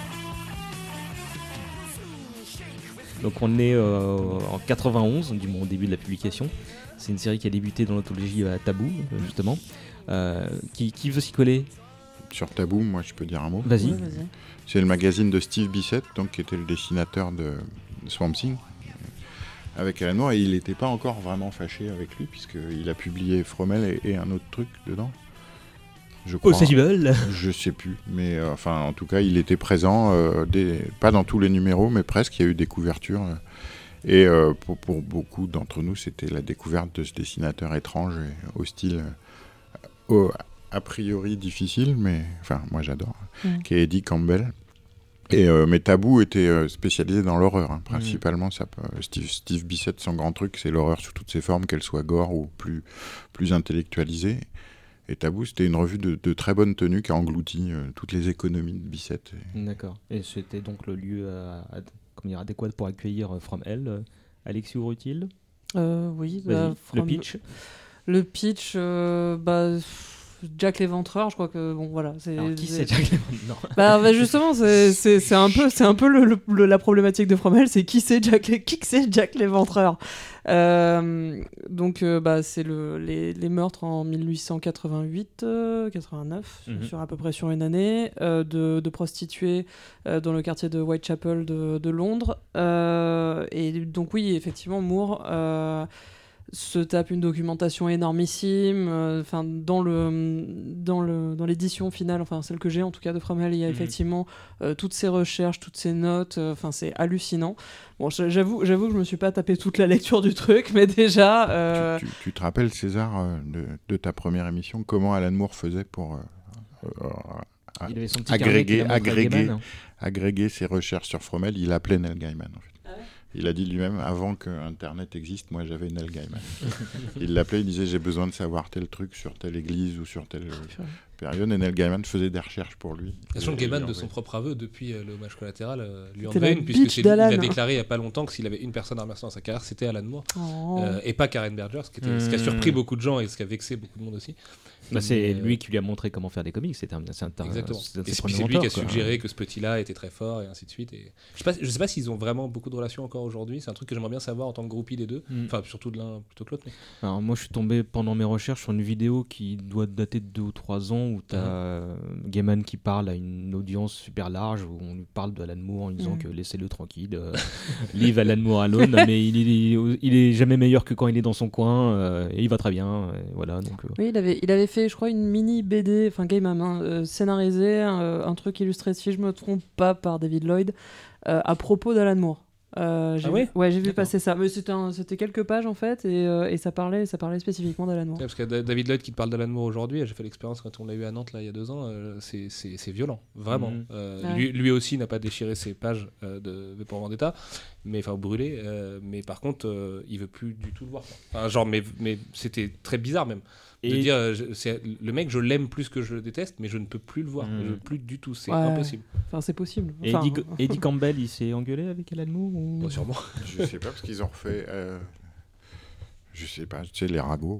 Shake with Donc on est euh, en quatre-vingt-onze, du moins au début de la publication. C'est une série qui a débuté dans l'anthologie euh, Tabou, euh, justement. Euh, qui, qui veut s'y coller? Sur Tabou, moi, je peux dire un mot. Vas-y. Ouais, vas-y. C'est le magazine de Steve Bissett, donc, qui était le dessinateur de Swamp Thing, avec Alan Moore, et il n'était pas encore vraiment fâché avec lui, puisqu'il a publié Fromel et, et un autre truc dedans. Je crois. Possible. Je sais plus, mais euh, enfin, en tout cas, il était présent, euh, des, pas dans tous les numéros, mais presque. Il y a eu des couvertures. euh, et euh, pour, pour beaucoup d'entre nous, c'était la découverte de ce dessinateur étrange et hostile, euh, au- a priori difficile, mais enfin, moi j'adore, Mm. qui est Eddie Campbell. Et euh, mais Tabou était euh, spécialisé dans l'horreur, hein, principalement. Ça, peut- Steve, Steve Bissett, son grand truc, c'est l'horreur sous toutes ses formes, qu'elle soit gore ou plus, plus intellectualisée. Et Tabou, c'était une revue de, de très bonne tenue qui a englouti euh, toutes les économies de Bissett. Et- D'accord. Et c'était donc le lieu euh, ad- comment dire, adéquat pour accueillir euh, From Hell. Euh, Alexis Ourutil, Euh, oui, vas-y. bah, Le from- pitch. Le pitch, euh, bah, pff, Jack l'Éventreur, je crois que bon voilà. C'est, Alors, qui c'est... c'est Jack l'Éventreur? Bah, bah justement, c'est, c'est, c'est un peu, c'est un peu le, le, le, la problématique de From Hell, c'est qui c'est Jack, les, qui c'est Jack l'Éventreur. Euh, donc euh, bah c'est le, les, les meurtres en dix-huit cent quatre-vingt-huit, euh, quatre-vingt-neuf, mm-hmm. sur à peu près sur une année, euh, de, de prostituées euh, dans le quartier de Whitechapel de, de Londres. Euh, et donc oui, effectivement, Moore euh, se tape une documentation énormissime. Enfin, euh, dans le dans le dans l'édition finale, enfin celle que j'ai en tout cas de From Hell, il y a mmh. effectivement euh, toutes ces recherches, toutes ces notes. Enfin, euh, c'est hallucinant. Bon, j'avoue, j'avoue que je me suis pas tapé toute la lecture du truc, mais déjà. Euh... Tu, tu, tu te rappelles, César, euh, de, de ta première émission, comment Alan Moore faisait pour euh, euh, il avait son petit agréger agréger agréger ses recherches sur From Hell? Il appelait Neil Gaiman en fait. Ah ouais. Il a dit lui-même, avant que Internet existe, moi j'avais Neil Gaiman. Il l'appelait, il disait j'ai besoin de savoir tel truc sur telle église ou sur telle période, et Neil Gaiman faisait des recherches pour lui. Sachant que Gaiman, de son propre aveu, depuis euh, le hommage collatéral, euh, lui en devait une, puisque c'est lui, il a déclaré il n'y a pas longtemps que s'il avait une personne à remercier dans sa carrière, c'était Alan Moore, oh. euh, et pas Karen Berger, ce qui, était, mmh. ce qui a surpris beaucoup de gens et ce qui a vexé beaucoup de monde aussi. Bah, c'est euh... lui qui lui a montré comment faire des comics. C'était un, c'est un, Exactement. C'est un, et c'est, c'est lui qui a suggéré quoi. Que ce petit-là était très fort et ainsi de suite. Et... Je sais pas, je sais pas s'ils ont vraiment beaucoup de relations encore aujourd'hui. C'est un truc que j'aimerais bien savoir en tant que groupie des deux. Mm. Enfin, surtout de l'un plutôt que l'autre. Mais... Alors moi, je suis tombé pendant mes recherches sur une vidéo qui doit dater de deux ou trois ans où t'as mm. Gaiman qui parle à une audience super large où on lui parle d'Alan Moore en lui disant mm. que laissez-le tranquille, euh, leave Alan Moore alone, mais il est, il est jamais meilleur que quand il est dans son coin euh, et il va très bien. Et voilà. Donc. Euh... Oui, il avait, il avait fait, je crois, une mini B D, enfin Gaiman, hein, euh, scénarisé, un, un truc illustré, si je me trompe pas, par David Lloyd, euh, à propos d'Alan Moore. Euh, j'ai ah oui vu, ouais, j'ai vu passer ça. Mais c'était, un, c'était quelques pages en fait, et, euh, et ça, parlait, ça parlait spécifiquement d'Alan Moore. Ouais, parce que David Lloyd qui te parle d'Alan Moore aujourd'hui, j'ai fait l'expérience quand on l'a eu à Nantes là, il y a deux ans, euh, c'est, c'est, c'est violent, vraiment. Mmh. Euh, ouais. lui, lui aussi n'a pas déchiré ses pages euh, de V pour Vendetta, mais enfin brûlé, euh, mais par contre, euh, il veut plus du tout le voir. Enfin, genre, mais, mais c'était très bizarre même. De et... dire, je, c'est, le mec, je l'aime plus que je le déteste, mais je ne peux plus le voir, mmh. je ne peux plus du tout, c'est ouais. impossible. Enfin, c'est possible. Et enfin... Eddie, Eddie Campbell, il s'est engueulé avec Alan Moore ou... Bon, sûrement. Je sais pas, parce qu'ils ont refait, euh, je sais pas, tu sais, les ragots.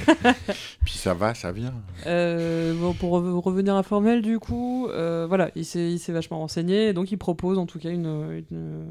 Puis ça va, ça vient. Euh, bon, pour re- revenir à From Hell, du coup, euh, voilà, il s'est, il s'est vachement renseigné, donc il propose en tout cas une... une...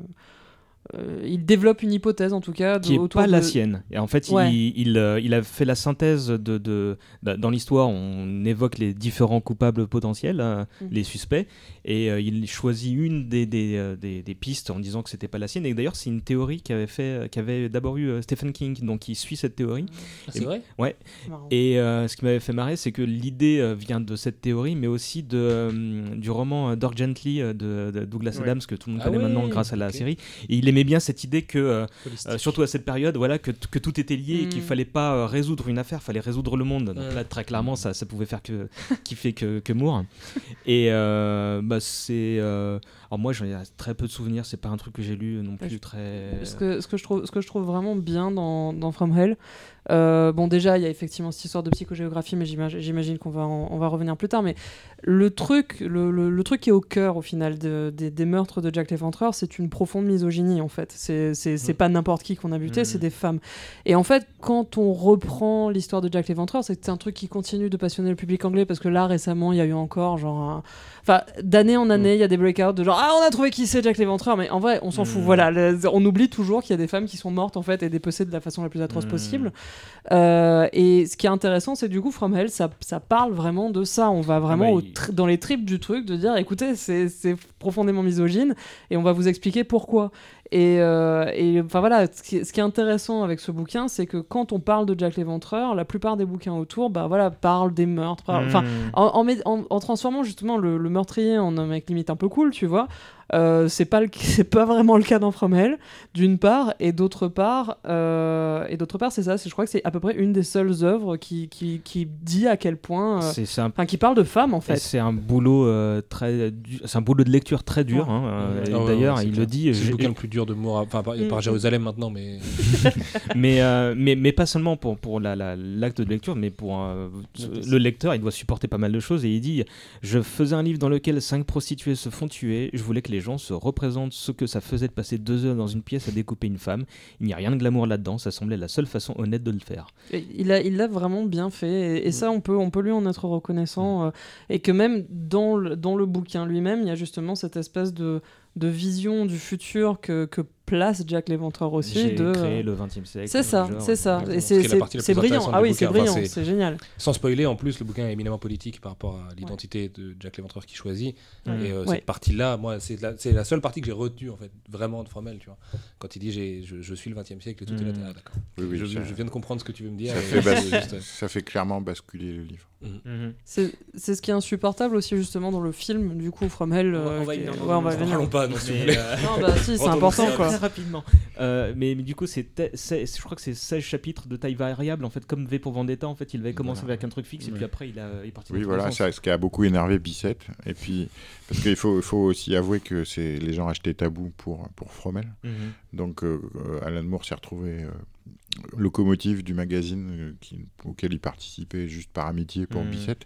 Euh, il développe une hypothèse en tout cas de, qui n'est pas de... la sienne. Et en fait, ouais. il, il, euh, il a fait la synthèse de, de, de dans l'histoire. On évoque les différents coupables potentiels, euh, mmh. les suspects, et euh, il choisit une des, des, euh, des, des pistes en disant que c'était pas la sienne. Et d'ailleurs, c'est une théorie qu'avait fait, qu'avait d'abord eu euh, Stephen King, donc il suit cette théorie. Ah, c'est et, vrai. Ouais. Et euh, ce qui m'avait fait marrer, c'est que l'idée euh, vient de cette théorie, mais aussi de euh, du roman Dirk Gently de, de Douglas ouais. Adams que tout le monde ah connaît ouais, maintenant grâce à la okay. série. Et il aimait bien cette idée que, euh, euh, surtout à cette période, voilà, que, que tout était lié mmh. et qu'il fallait pas euh, résoudre une affaire, fallait résoudre le monde. Donc mmh. là, très clairement, ça, ça pouvait faire que kiffer que, que Moore. Et euh, bah, c'est. Euh... Alors moi, j'en ai très peu de souvenirs. C'est pas un truc que j'ai lu non plus je... très. Ce que, ce que je trouve, ce que je trouve vraiment bien dans, dans From Hell. Euh, bon, déjà, il y a effectivement cette histoire de psychogéographie, mais j'imagine, j'imagine qu'on va, en, on va revenir plus tard. Mais le truc, le, le, le truc qui est au cœur, au final, de, de, des meurtres de Jack l'Éventreur, c'est une profonde misogynie, en fait. C'est, c'est, c'est mmh. pas n'importe qui qu'on a buté, mmh. c'est des femmes. Et en fait, quand on reprend l'histoire de Jack l'Éventreur, c'est un truc qui continue de passionner le public anglais, parce que là, récemment, il y a eu encore, genre, un... enfin, d'année en année, il mmh. y a des breakouts de genre, ah, on a trouvé qui c'est Jack l'Éventreur, mais en vrai, on s'en mmh. fout. Voilà, le, on oublie toujours qu'il y a des femmes qui sont mortes, en fait, et dépecées de la façon la plus atroce mmh. possible. Euh, et ce qui est intéressant, c'est du coup From Hell, ça, ça parle vraiment de ça. On va vraiment ah bah, il... tri- dans les tripes du truc, de dire écoutez, c'est, c'est profondément misogyne et on va vous expliquer pourquoi. Et, euh, et enfin voilà, ce qui, ce qui est intéressant avec ce bouquin, c'est que quand on parle de Jack l'Éventreur, la plupart des bouquins autour, bah voilà, parlent des meurtres, enfin, mmh. en, en, en, en transformant justement le, le meurtrier en un mec limite un peu cool, tu vois. Euh, c'est pas le, c'est pas vraiment le cas dans From Hell, d'une part, et d'autre part, euh, et d'autre part, c'est ça. C'est, je crois que c'est à peu près une des seules œuvres qui qui, qui dit à quel point, euh, c'est, c'est un, enfin, qui parle de femmes en fait. C'est un boulot euh, très, du, c'est un boulot de lecture très dur. Ouais. Hein, euh, mmh. oh, d'ailleurs, ouais, il clair. le dit. C'est le bouquin le plus dur de Moore, enfin par, mmh. par Jérusalem maintenant, mais mais, euh, mais mais pas seulement pour pour la, la, l'acte de lecture, mais pour euh, le lecteur, il doit supporter pas mal de choses. Et il dit, je faisais un livre dans lequel cinq prostituées se font tuer. Je voulais que les gens se représentent ce que ça faisait de passer deux heures dans une pièce à découper une femme. Il n'y a rien de glamour là-dedans, ça semblait la seule façon honnête de le faire. Et il a, il l'a vraiment bien fait, et, et ça, on peut, on peut lui en être reconnaissant. Euh, et que même dans le, dans le bouquin lui-même, il y a justement cette espèce de, de vision du futur que, que place Jack l'Éventreur aussi. J'ai de, créé le vingtième siècle. C'est ça, genre, c'est ça. exactement. Et Ce qui est c'est, la partie c'est, la c'est plus brillant. intéressante Ah du oui, c'est bouquin. Enfin, brillant, c'est- c'est génial. Sans spoiler, en plus, le bouquin est éminemment politique par rapport à l'identité de Jack l'Éventreur qu'il choisit. Ouais. Et euh, Ouais. cette partie-là, moi, c'est la, c'est la seule partie que j'ai retenue, en fait, vraiment de Fromel, tu vois. Quand il dit j'ai, je, je suis le vingtième siècle et tout est là, Mhm. t'es là, d'accord. Oui, oui, je, ça- je viens de comprendre ce que tu veux me dire. Ça et fait, c'est bas- juste, euh, ça fait clairement basculer le livre. Mhm. C'est, c'est ce qui est insupportable aussi, justement, dans le film, du coup, Fromel. on va- on va euh, y qui est- venir dans ouais, un on va y instant. venir. Parlons pas, non, s'il vous Mais, plaît. euh, Non, bah si, c'est Retournons important, sur- quoi. Très rapidement. Euh, mais, mais du coup, c'est, te- c'est- je crois que c'est seize chapitres de taille variable. En fait, comme V pour Vendetta, en fait, il va commencer Voilà. avec un truc fixe et puis Ouais. après, il, a, il est parti. Oui, dans tous les voilà, sens. ça, ce qui a beaucoup énervé Bissette. Et puis, parce qu'il faut, il faut aussi avouer que c'est, les gens achetaient Tabou pour, pour Fromel. Mhm. Donc, euh, euh, Alan Moore s'est retrouvé euh, locomotive du magazine euh, qui, auquel il participait juste par amitié pour Mhm. Bissette.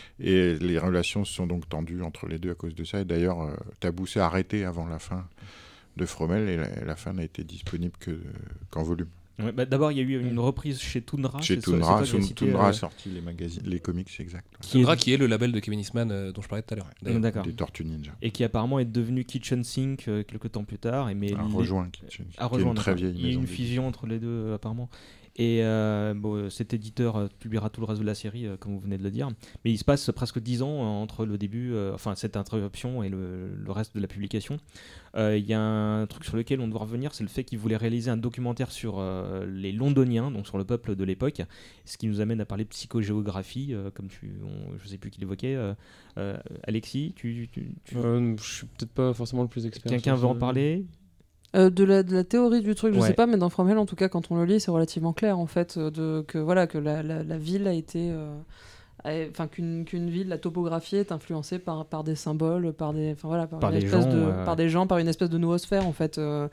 Et les relations se sont donc tendues entre les deux à cause de ça. Et d'ailleurs, euh, Tabou s'est arrêté avant la fin de Fromel et la, la fin n'a été disponible que, qu'en volume. Ouais, bah, d'abord, il y a eu une reprise chez Toundra. Chez c'est ça- c'est Toundra, toi qui as Toun- cité, Toundra euh, a sorti les magazines, les comics, c'est exact. qui est- Toundra, qui est le label de Kevin Eastman euh, dont je parlais tout à l'heure. d'ailleurs. D'accord. Des Tortues Ninja. Et qui apparemment est devenu Kitchen Sink euh, quelques temps plus tard. Et mais A les- rejoint Kitchen, qui à est rejoindre. une très d'accord. vieille Il y a eu maison une d'édition. fusion entre les deux euh, apparemment. Et euh, bon, cet éditeur euh, publiera tout le reste de la série, euh, comme vous venez de le dire. Mais il se passe presque dix ans euh, entre le début, euh, enfin cette interruption et le, le reste de la publication. Euh, Il y a un truc sur lequel on doit revenir, c'est le fait qu'il voulait réaliser un documentaire sur euh, les Londoniens, donc sur le peuple de l'époque. Ce qui nous amène à parler de psychogéographie, euh, comme tu, on, je sais plus qui l'évoquait. Euh, euh, Alexis, tu, tu- tu- Euh, je suis peut-être pas forcément le plus expert. quelqu'un sur veut en ce- parler? Euh, de, la, de la théorie du truc, je Ouais. sais pas, mais dans Fromel, en tout cas, quand on le lit, c'est relativement clair, en fait, euh, de, que, voilà, que la, la, la ville a été... euh, a- Enfin, qu'une, qu'une ville, la topographie est influencée par, par des symboles, par des, enfin, voilà, par, Par une des espèce gens, de, euh. par des gens, par une espèce de noosphère, en fait. euh,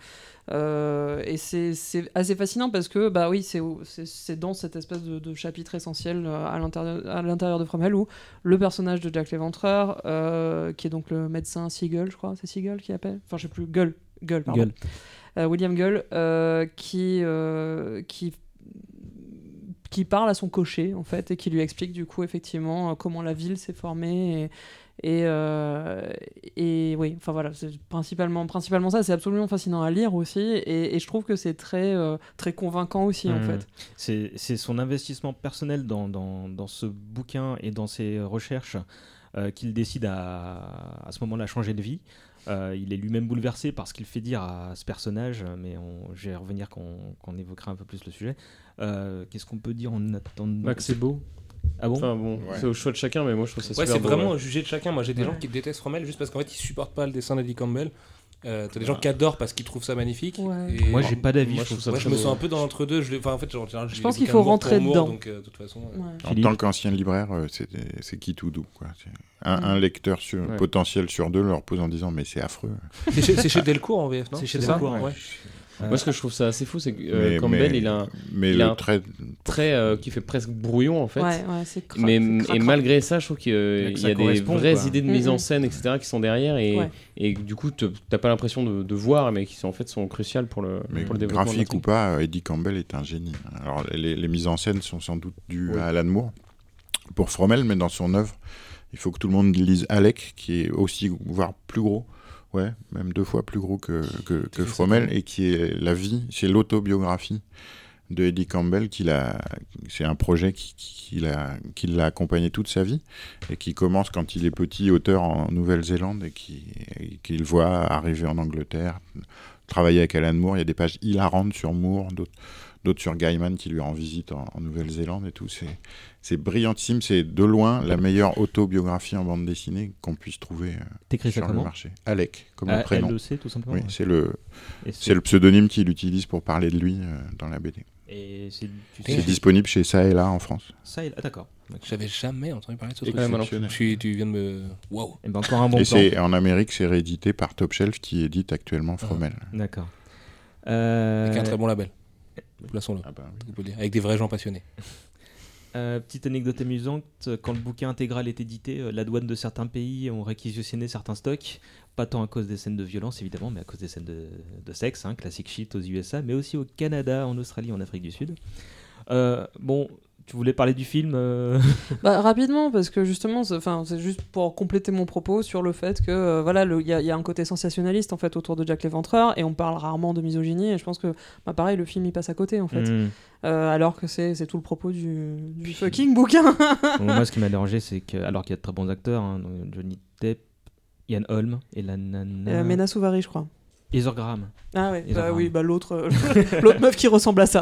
euh, et c'est, c'est assez fascinant parce que, bah oui, c'est, c'est, c'est dans cette espèce de, de chapitre essentiel euh, à l'intérieur, à l'intérieur de Fromel où le personnage de Jack l'Éventreur, euh, qui est donc le médecin Seagull, je crois, c'est Seagull qui appelle, enfin, je sais plus, Gull, Gull, pardon. Gueule. Euh, William Gull, euh, qui, euh, qui, qui parle à son cocher, en fait, et qui lui explique, du coup, effectivement, euh, comment la ville s'est formée. Et, et, euh, et oui, enfin voilà, c'est principalement, principalement ça. C'est absolument fascinant à lire aussi. Et, et je trouve que c'est très, euh, très convaincant aussi, en Mmh. fait. C'est, c'est son investissement personnel dans, dans, dans ce bouquin et dans ses recherches euh, qu'il décide à, à ce moment-là changer de vie. Euh, il est lui-même bouleversé par ce qu'il fait dire à ce personnage, mais on, je vais y revenir quand, quand on évoquera un peu plus le sujet. Euh, qu'est-ce qu'on peut dire en attendant? Bah, que c'est beau. Ah bon? Enfin bon, Ouais. c'est au choix de chacun, mais moi je trouve ça Ouais, super c'est beau, vraiment ouais. un jugé de chacun. Moi, j'ai des Ouais. gens qui détestent Fromel juste parce qu'en fait, ils supportent pas le dessin d'Eddie Campbell. Euh, T'as des gens qui adorent parce qu'ils trouvent ça magnifique. Ouais. Et Moi, j'ai pas d'avis. Moi, je je trouve trouve ça Ouais, très je me beau, sens un ouais. peu dans l'entre-deux. Je, l'ai- enfin, en fait, genre, en général, Je j'ai pense les qu'il faut bouquins de rentrer Moore, dedans. Donc, euh, de toute façon, euh, Ouais. En Philippe. tant qu'ancien libraire, euh, c'est, c'est qui tout doux, quoi. C'est un, Mm. un lecteur sur, Ouais. potentiel sur deux leur pose en disant mais c'est affreux. c'est chez, c'est chez Delcourt en V F, non C'est chez ça Delcourt, ouais. Euh, Moi, ce que je trouve ça assez fou, c'est que euh, Mais- Campbell, mais- il a un Mais il le a un trait, trait euh, qui fait presque brouillon en fait. Ouais, ouais, c'est cra- Mais c'est et cracra. malgré ça, je trouve qu'il y a, Que il ça y a des correspond, vraies quoi. idées de mise en Mhm. scène, et cetera, qui sont derrière et, Ouais. et du coup, te- t'as pas l'impression de, de voir, mais qui sont, en fait sont cruciales pour le, mais pour le développement. de graphique ou l'intrigue. pas, Eddie Campbell est un génie. Alors les, les mises en scène sont sans doute dues Oui. à Alan Moore pour Fromel, mais dans son œuvre, il faut que tout le monde lise Alec, qui est aussi, voire plus gros, ouais, même deux fois plus gros que, que, que Fromel, et qui est la vie, c'est l'autobiographie de Eddie Campbell, qu'il a, c'est un projet qui, qui, l'a, qui l'a accompagné toute sa vie, et qui commence quand il est petit, auteur en Nouvelle-Zélande, et, qui, et qu'il voit arriver en Angleterre, travailler avec Alan Moore. Il y a des pages hilarantes sur Moore, d'autres, d'autres sur Gaiman qui lui rend visite en, en Nouvelle-Zélande et tout. C'est, c'est brillantissime, c'est de loin la meilleure autobiographie en bande dessinée qu'on puisse trouver euh, T'écris ça sur le comment? marché. Alec, comme Ah, le prénom. L E C, tout simplement. Oui, c'est le, Et c'est le pseudonyme qu'il utilise pour parler de lui euh, dans la B D. Et c'est, tu C'est sais, disponible chez Ça et Là en France. ça, il- ah, d'accord. J'avais jamais entendu parler de ce Et truc. quand même, alors, Je suis- tu viens de me. Waouh! Et ben encore un bon et plan. c'est, en Amérique, c'est réédité par Top Shelf qui édite actuellement Fromel. D'accord. Euh, Avec un très bon label. Plaçons-le. Ah bah oui. On peut le dire. Avec des vrais gens passionnés. Euh, petite anecdote amusante, quand le bouquin intégral est édité, euh, la douane de certains pays ont réquisitionné certains stocks, pas tant à cause des scènes de violence évidemment, mais à cause des scènes de, de sexe, hein, classic shit aux U S A, mais aussi au Canada, en Australie, en Afrique du Sud. Euh, bon, tu voulais parler du film euh... bah, rapidement, parce que justement, c'est, c'est juste pour compléter mon propos sur le fait que euh, voilà, il y, y a un côté sensationnaliste en fait autour de Jack l'Éventreur, et on parle rarement de misogynie, et je pense que bah, pareil, le film il passe à côté en fait, mmh. euh, alors que c'est, c'est tout le propos du, du Puis, fucking bouquin. Bon, moi, ce qui m'a dérangé, c'est que alors qu'il y a de très bons acteurs, hein, Johnny Depp, Ian Holm et la nana. Euh, Mena Souvari, je crois. Heather Graham. Ah ouais, bah oui, bah l'autre, l'autre meuf qui ressemble à ça.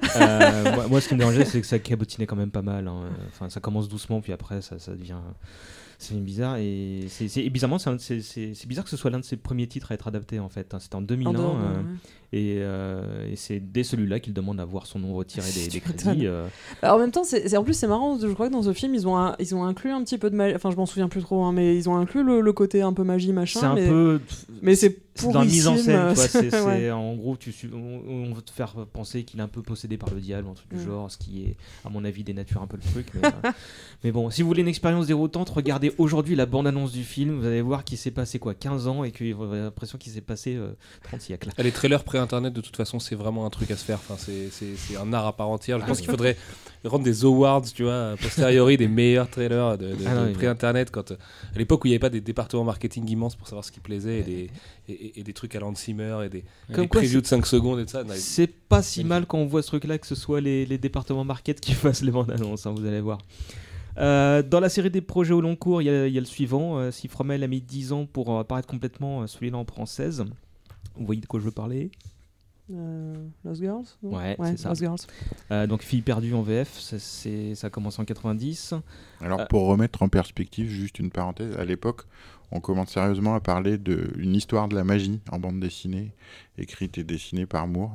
euh, moi, moi, ce qui me dérangeait, c'est que ça cabotinait quand même pas mal. Hein. Enfin, ça commence doucement, puis après, ça, ça devient, c'est bizarre. Et, c'est, c'est, et bizarrement, c'est, un, c'est, c'est, c'est bizarre que ce soit l'un de ses premiers titres à être adapté, en fait. C'était en deux mille un, en dehors, euh, ouais. et, euh, et c'est dès celui-là qu'il demande à voir son nom retiré des, des crédits. Euh... Alors, en même temps, c'est, c'est, en plus, c'est marrant. Je crois que dans ce film, ils ont, un, ils ont inclus un petit peu de magie. Enfin, je m'en souviens plus trop, hein, mais ils ont inclus le, le côté un peu magie, machin. C'est un mais... peu. Mais c'est C'est dans la mise en scène, quoi. C'est, c'est, ouais. En gros, tu, on, on veut te faire penser qu'il est un peu possédé par le diable, un truc mm. du genre, ce qui est, à mon avis, dénature un peu le truc. Mais, euh, mais bon, si vous voulez une expérience déroutante, regardez aujourd'hui la bande-annonce du film, vous allez voir qu'il s'est passé quoi, quinze ans, et que vous avez l'impression qu'il s'est passé euh, trente siècles. Les trailers pré-internet, de toute façon, c'est vraiment un truc à se faire. Enfin, c'est, c'est, c'est un art à part entière. Je pense qu'il faudrait rendre des awards, tu vois, a posteriori, des meilleurs trailers de, de, ah non, de pré-internet, quand, à l'époque où il n'y avait pas des départements marketing immenses pour savoir ce qui plaisait, et des, et, et des trucs à Hans Zimmer et des, des previews de cinq secondes et de ça. Non, c'est pas si mal quand on voit ce truc-là que ce soit les, les départements market qui fassent les bandes annonces, hein, vous allez voir. Euh, dans la série des projets au long cours, il y, y a le suivant. Euh, si Fromel a mis dix ans pour euh, apparaître complètement, euh, celui-là en prend seize. Vous voyez de quoi je veux parler ? Euh, Lost Girls non ouais, ouais, c'est ça. Lost Girls. Euh, donc Fille perdue en V F, ça, c'est, ça a commencé en quatre-vingt-dix. Alors euh, pour remettre en perspective, juste une parenthèse, à l'époque, on commence sérieusement à parler d'une histoire de la magie en bande dessinée, écrite et dessinée par Moore,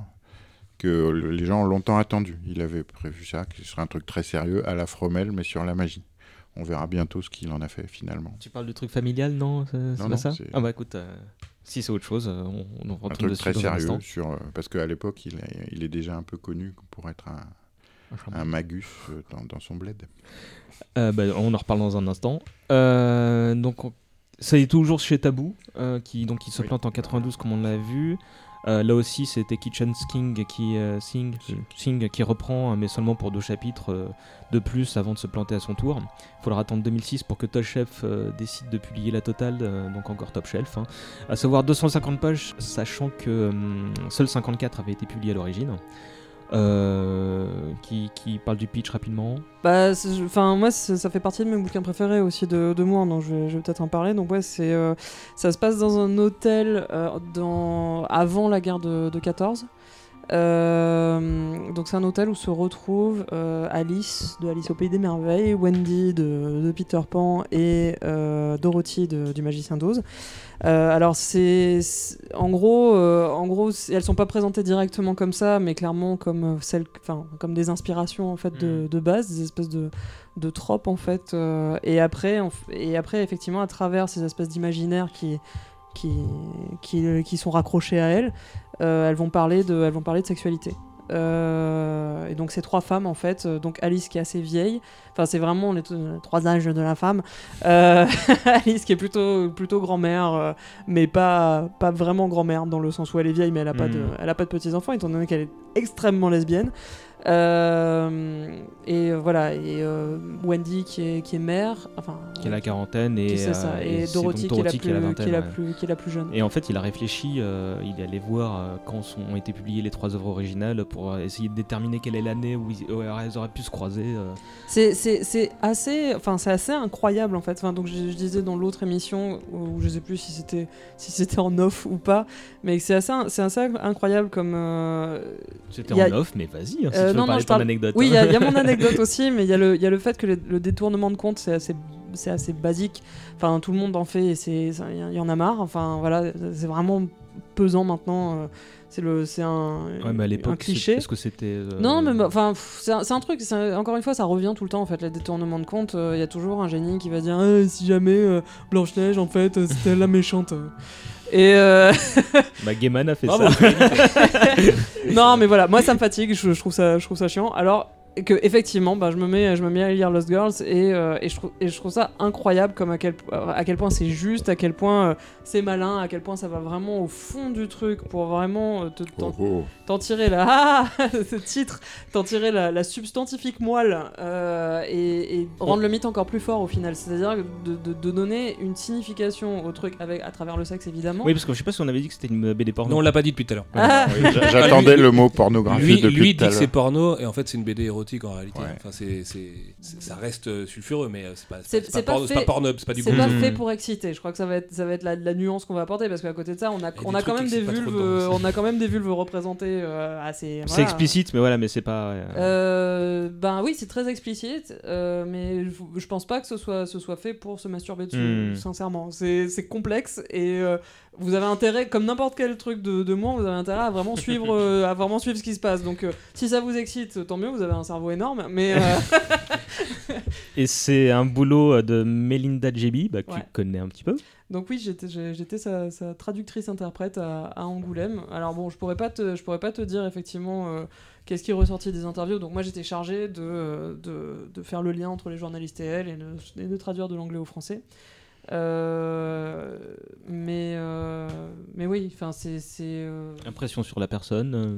que les gens ont longtemps attendu. Il avait prévu ça, que ce serait un truc très sérieux à la Fromel, mais sur la magie. On verra bientôt ce qu'il en a fait finalement. Tu parles de truc familial, non ? C'est, c'est non, pas non, ça c'est... Ah bah écoute... Euh... Si c'est autre chose, on, on retourne un truc dessus très dans sérieux, un sur, euh, parce qu'à l'époque, il est, il est déjà un peu connu pour être un, un magus euh, dans, dans son bled. Euh, bah, on en reparle dans un instant. Euh, donc, on, ça est toujours chez Taboo, euh, qui, donc, qui se oui. plante en quatre-vingt-douze, comme on l'a vu. Euh, là aussi, c'était Kitchen Sink qui, euh, Sing, Sing, qui reprend, mais seulement pour deux chapitres euh, de plus avant de se planter à son tour. Il faudra attendre deux mille six pour que Top Shelf euh, décide de publier la totale, euh, donc encore Top Shelf. Hein. À savoir deux cent cinquante pages, sachant que euh, seuls cinquante-quatre avaient été publiés à l'origine. Euh, qui, qui parle du pitch rapidement. Bah, enfin moi ça fait partie de mes bouquins préférés aussi de, de Moore, donc je vais, je vais peut-être en parler. Donc ouais, c'est euh, ça se passe dans un hôtel euh, dans avant la guerre de, de quatorze. Euh, donc c'est un hôtel où se retrouvent euh, Alice de Alice au Pays des Merveilles, Wendy de, de Peter Pan et euh, Dorothy de, du Magicien d'Oz. Euh, alors c'est, c'est en gros, euh, en gros, elles sont pas présentées directement comme ça, mais clairement comme celles, enfin comme des inspirations en fait de, de base, des espèces de de tropes en fait. Euh, et après, en, et après effectivement à travers ces espèces d'imaginaires qui qui qui, qui sont raccrochés à elles. Euh, elles vont parler de, elles vont parler de sexualité. Euh, et donc ces trois femmes en fait, euh, donc Alice qui est assez vieille, enfin c'est vraiment les, t- les trois âges de la femme. Euh, Alice qui est plutôt plutôt grand-mère, euh, mais pas pas vraiment grand-mère dans le sens où elle est vieille, mais elle a mmh. pas de, elle a pas de petits enfants étant donné qu'elle est extrêmement lesbienne. Euh, et euh, voilà, et euh, Wendy qui est, qui est mère, enfin qui est la quarantaine, et, c'est ça, et, et Dorothy, qui est, Dorothy qui, est la plus, qui, est la plus, qui est la plus jeune. Et en fait, il a réfléchi, euh, il est allé voir euh, quand sont, ont été publiées les trois œuvres originales pour essayer de déterminer quelle est l'année où, ils, où elles auraient pu se croiser. Euh. C'est, c'est, c'est assez, enfin c'est assez incroyable en fait. Enfin, donc je, je disais dans l'autre émission où je sais plus si c'était si c'était en off ou pas, mais c'est assez, c'est assez incroyable comme. Euh, c'était en a... off, mais vas-y. Hein, si euh, tu veux non, parler non, de ton parle... anecdote. Oui, il hein. y, y a mon anecdote aussi, mais il y a le, il y a le fait que le, le détournement de compte, c'est assez, c'est assez basique. Enfin, tout le monde en fait, et c'est, il y en a marre. Enfin, voilà, c'est vraiment pesant maintenant. Euh, c'est le, c'est un, ouais, mais à l'époque, un cliché. Est-ce que c'était euh... Non, mais enfin, bah, c'est, un, c'est un truc. C'est un, encore une fois, ça revient tout le temps en fait. Les détournements de compte, il euh, y a toujours un génie qui va dire eh, si jamais euh, Blanche Neige, en fait, euh, c'était la méchante. Et euh... bah Gaiman a fait Bravo. ça. Non, mais voilà, moi ça me fatigue. Je, je trouve ça, je trouve ça chiant. Alors. et que effectivement bah, je me mets je me mets à lire Lost Girls et, euh, et, je, trouve, et je trouve ça incroyable comme à quel, à quel point c'est juste, à quel point euh, c'est malin, à quel point ça va vraiment au fond du truc pour vraiment euh, te, t'en, Oh, oh. t'en tirer la ah, ce titre t'en tirer la, la substantifique moelle euh, et, et rendre le mythe encore plus fort au final, c'est-à-dire de, de, de donner une signification au truc avec, à travers le sexe évidemment. Oui, parce que je sais pas si on avait dit que c'était une B D porno. Non, on l'a pas dit depuis tout à l'heure. Ah. Oui, j'a- j'attendais Lui- le mot pornographie Lui, depuis lui tout à dit que c'est l'heure. porno et en fait c'est une B D érotique en réalité. Ouais. Enfin, c'est, c'est, c'est- ça reste euh, sulfureux, mais euh, c'est pas, C'est- c'est, c'est pas, pas porno, c'est fait- pas Pornhub, c'est pas du C'est goût. pas Mmh. fait pour exciter. Je crois que ça va être, ça va être la, la nuance qu'on va apporter parce qu'à côté de ça, on a, y a on des a quand trucs même qui des sont pas trop vulves, dedans euh, aussi. on a quand même des vulves représentées euh, assez. C'est voilà. explicite, mais voilà, mais c'est pas. ouais, euh, Euh, ben oui, c'est très explicite, euh, mais je, je pense pas que ce soit, ce soit fait pour se masturber dessus, Hmm. sincèrement. C'est, c'est complexe et euh, vous avez intérêt, comme n'importe quel truc de, de moi, vous avez intérêt à vraiment suivre, euh, à vraiment suivre ce qui se passe. Donc euh, si ça vous excite, tant mieux, vous avez un cerveau énorme, mais. euh, Et c'est un boulot de Melinda Jebi, bah, que Ouais. tu connais un petit peu. Donc oui, j'étais, j'ai- j'étais sa, sa traductrice-interprète à, à Angoulême. Alors bon, je pourrais pas te, je pourrais pas te dire effectivement euh, qu'est-ce qui est ressorti des interviews. Donc moi, j'étais chargée de, euh, de, de faire le lien entre les journalistes et elle et de, et de traduire de l'anglais au français. Euh, mais, euh, mais oui, enfin c'est... c'est euh, Impression sur la personne. euh,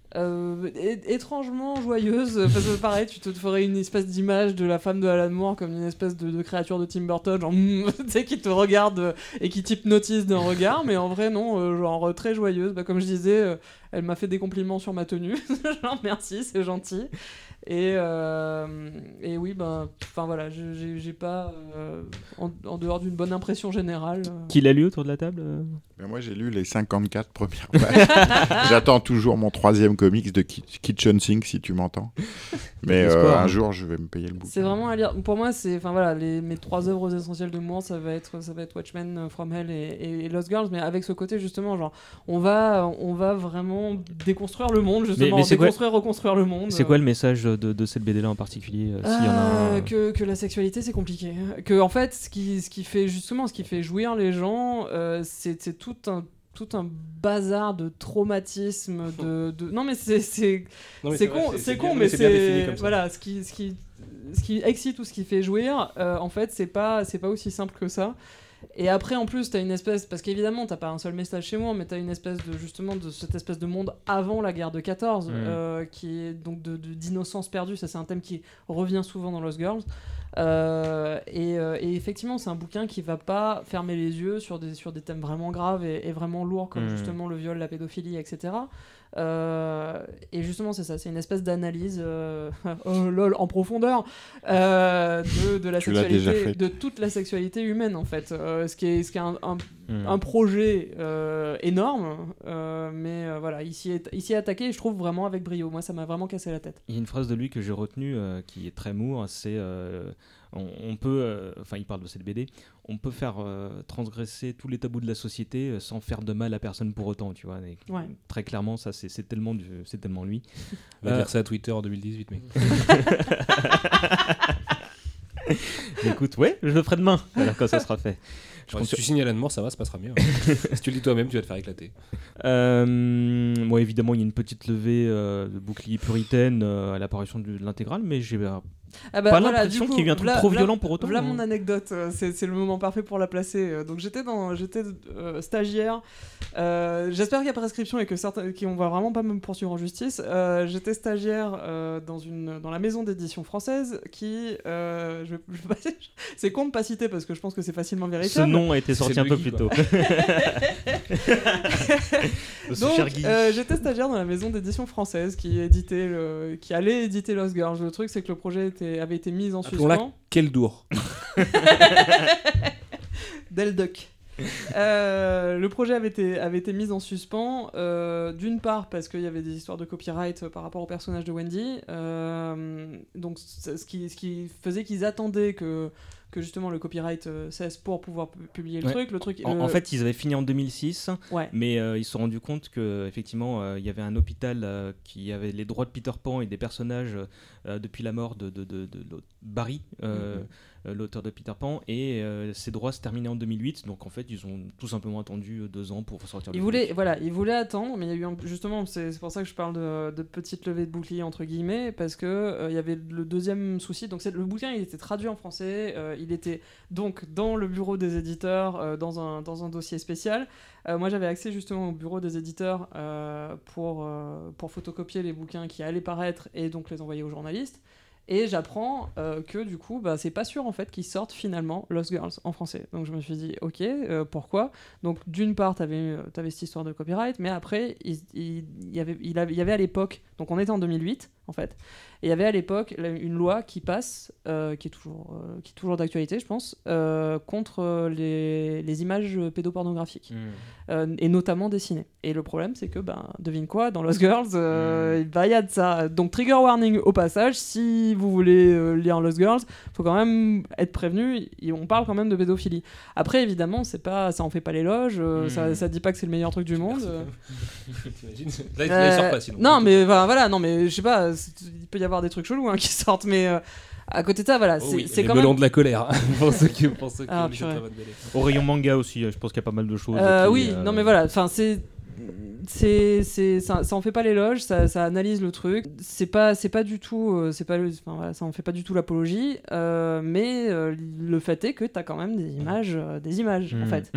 euh, é- étrangement joyeuse, parce que pareil, tu te ferais une espèce d'image de la femme de Alan Moore comme une espèce de, de créature de Tim Burton, genre, tu sais, qui te regarde euh, et qui t'hypnotise d'un regard, mais en vrai, non, euh, genre euh, très joyeuse. Bah, comme je disais, euh, elle m'a fait des compliments sur ma tenue, genre merci, c'est gentil. Et, euh, et oui, ben, enfin voilà, je- j'ai j'ai pas, euh, en, en dehors d'une bonne impression générale. euh, Qui l'a lu autour de la table euh Ben moi, j'ai lu les cinquante-quatre premières pages. J'attends toujours mon troisième comics de Ki- Kitchen Sink, si tu m'entends. Mais euh, Espoir, hein. un jour, je vais me payer le bouquin. C'est vraiment à lire. Pour moi, c'est, enfin voilà, les, mes trois œuvres essentielles de Moore, ça va être, ça va être Watchmen, euh, From Hell et, et- et Lost Girls, mais avec ce côté justement, genre, on va, on va vraiment déconstruire le monde, justement, mais c'est quoi- déconstruire, reconstruire le monde. C'est quoi le message de, de cette B D là en particulier euh, s'il y en a Euh, un que, que la sexualité c'est compliqué, que en fait ce qui, ce qui fait justement ce qui fait jouir les gens euh, c'est, c'est tout un tout un bazar de traumatisme de, de... non mais c'est c'est, Non, mais c'est vrai, con c'est, bien- con mais c'est bien défini c'est comme ça. voilà ce qui ce qui ce qui excite ou ce qui fait jouir euh, en fait c'est pas c'est pas aussi simple que ça. Et après, en plus, t'as une espèce... Parce qu'évidemment, t'as pas un seul message chez moi, mais t'as une espèce de, justement, de cette espèce de monde avant la guerre de quatorze, Mmh. euh, qui est donc de, de- d'innocence perdue. Ça, c'est un thème qui revient souvent dans Lost Girls. Euh, et, euh, et effectivement, c'est un bouquin qui va pas fermer les yeux sur des, sur des thèmes vraiment graves et, et vraiment lourds, comme Mmh. justement le viol, la pédophilie, et cetera. Euh, et justement, c'est ça, c'est une espèce d'analyse, euh, oh lol, en profondeur, euh, de, de la Tu l'as déjà sexualité, faite. de toute la sexualité humaine en fait. Euh, ce qui est, ce qui est un, un, Hmm. un projet euh, énorme, euh, mais euh, voilà, ici est, ici est attaqué, et je trouve vraiment avec brio. Moi, ça m'a vraiment cassé la tête. Il y a une phrase de lui que j'ai retenue euh, qui est très Moore, c'est euh, on, on peut, euh, enfin il parle de cette B D, on peut faire euh, transgresser tous les tabous de la société euh, sans faire de mal à personne pour autant, tu vois. Et Ouais. Très clairement, ça c'est, c'est tellement du, c'est tellement lui. On va Euh, dire ça à Twitter en deux mille dix-huit, mec. Écoute, ouais, je le ferai demain, alors quand ça sera fait. Je Enfin, pense si tu signes Alan Moore, ça va, ça passera mieux. hein. Si tu le dis toi-même, tu vas te faire éclater. Euh, moi, évidemment, il y a une petite levée euh, de bouclier puritaine euh, à l'apparition de l'intégrale, mais j'ai euh, Ah bah pas voilà, l'impression du coup, qu'il y ait eu un truc v'là- trop v'là- violent pour autant. Voilà hein. mon anecdote, euh, c'est, c'est le moment parfait pour la placer. Euh, Donc j'étais dans, j'étais euh, stagiaire. Euh, j'espère qu'il y a prescription et que certains, qu'on va vraiment pas me poursuivre en justice. Euh, j'étais stagiaire euh, dans une, dans la maison d'édition française qui, euh, je, vais- je vais pas- c'est con de pas citer parce que je pense que c'est facilement Ce vérifiable. nom a été sorti C'est un peu Guy, plus quoi. tôt. De ce cher Donc, Guy. euh, j'étais stagiaire dans la maison d'édition française qui éditait, le, qui allait éditer Lost Girls. Le truc, c'est que le projet était, avait été mis en Appelons-la suspens. Quel dour. Delduc. Euh, le projet avait été, avait été mis en suspens, euh, d'une part parce qu'il y avait des histoires de copyright euh, par rapport au personnage de Wendy, euh, donc c- ce qui, ce qui faisait qu'ils attendaient que, que justement le copyright euh, cesse pour pouvoir pu- publier le Ouais. truc. Le truc En, le- en fait, ils avaient fini en deux mille six, ouais. mais euh, ils se sont rendus compte que effectivement, euh, il y avait un hôpital euh, qui avait les droits de Peter Pan et des personnages euh, depuis la mort de, de, de, de l'autre- Barry. Euh, Mhm. euh, l'auteur de Peter Pan, et euh, ses droits se terminaient en deux mille huit, donc en fait ils ont tout simplement attendu euh, deux ans pour sortir le Ils voulaient, voilà, ils voulaient attendre, mais il y a eu un, justement, c'est, c'est pour ça que je parle de, de petite levée de bouclier entre guillemets, parce que euh, il y avait le deuxième souci. Donc c'est, le bouquin, il était traduit en français, euh, il était donc dans le bureau des éditeurs, euh, dans un dans un dossier spécial. Euh, moi, j'avais accès justement au bureau des éditeurs euh, pour euh, pour photocopier les bouquins qui allaient paraître et donc les envoyer aux journalistes. Et j'apprends euh, que du coup, bah, c'est pas sûr en fait qu'ils sortent finalement Lost Girls en français. Donc je me suis dit, ok, euh, pourquoi ? Donc d'une part, t'avais, t'avais cette histoire de copyright, mais après, il, il, il, y avait, il, avait, il y avait à l'époque, donc on était en deux mille huit en fait, et il y avait à l'époque une loi qui passe, euh, qui, est toujours, euh, qui est toujours d'actualité, je pense, euh, contre les, les images pédopornographiques, mmh. euh, et notamment dessinées. Et le problème, c'est que, ben, devine quoi, dans Lost Girls, euh, mmh. bah, y a de ça. Donc trigger warning au passage, si vous voulez euh, lire Lost Girls, faut quand même être prévenu, et on parle quand même de pédophilie. Après, évidemment, c'est pas, ça en fait pas l'éloge, euh, mmh. ça, ça dit pas que c'est le meilleur truc du monde. Euh. T'imagines ? Là, il euh, sort pas sinon. Non, mais enfin, voilà, non, mais je sais pas, il peut y avoir des trucs chelous hein, qui sortent, mais euh, à côté de ça, voilà, oh c'est, oui, c'est les quand melons même... de la colère, pour ceux qui, pour ceux qui ah, ont lu cette très bonne B D. Au rayon manga aussi, je pense qu'il y a pas mal de choses. Euh, qui, oui, euh... non mais voilà, enfin c'est... C'est, c'est, ça, ça en fait pas l'éloge, ça, ça analyse le truc. C'est pas, c'est pas du tout, euh, c'est pas, enfin, voilà, ça en fait pas du tout l'apologie. Euh, mais euh, le fait est que t'as quand même des images, euh, des images mmh. en fait.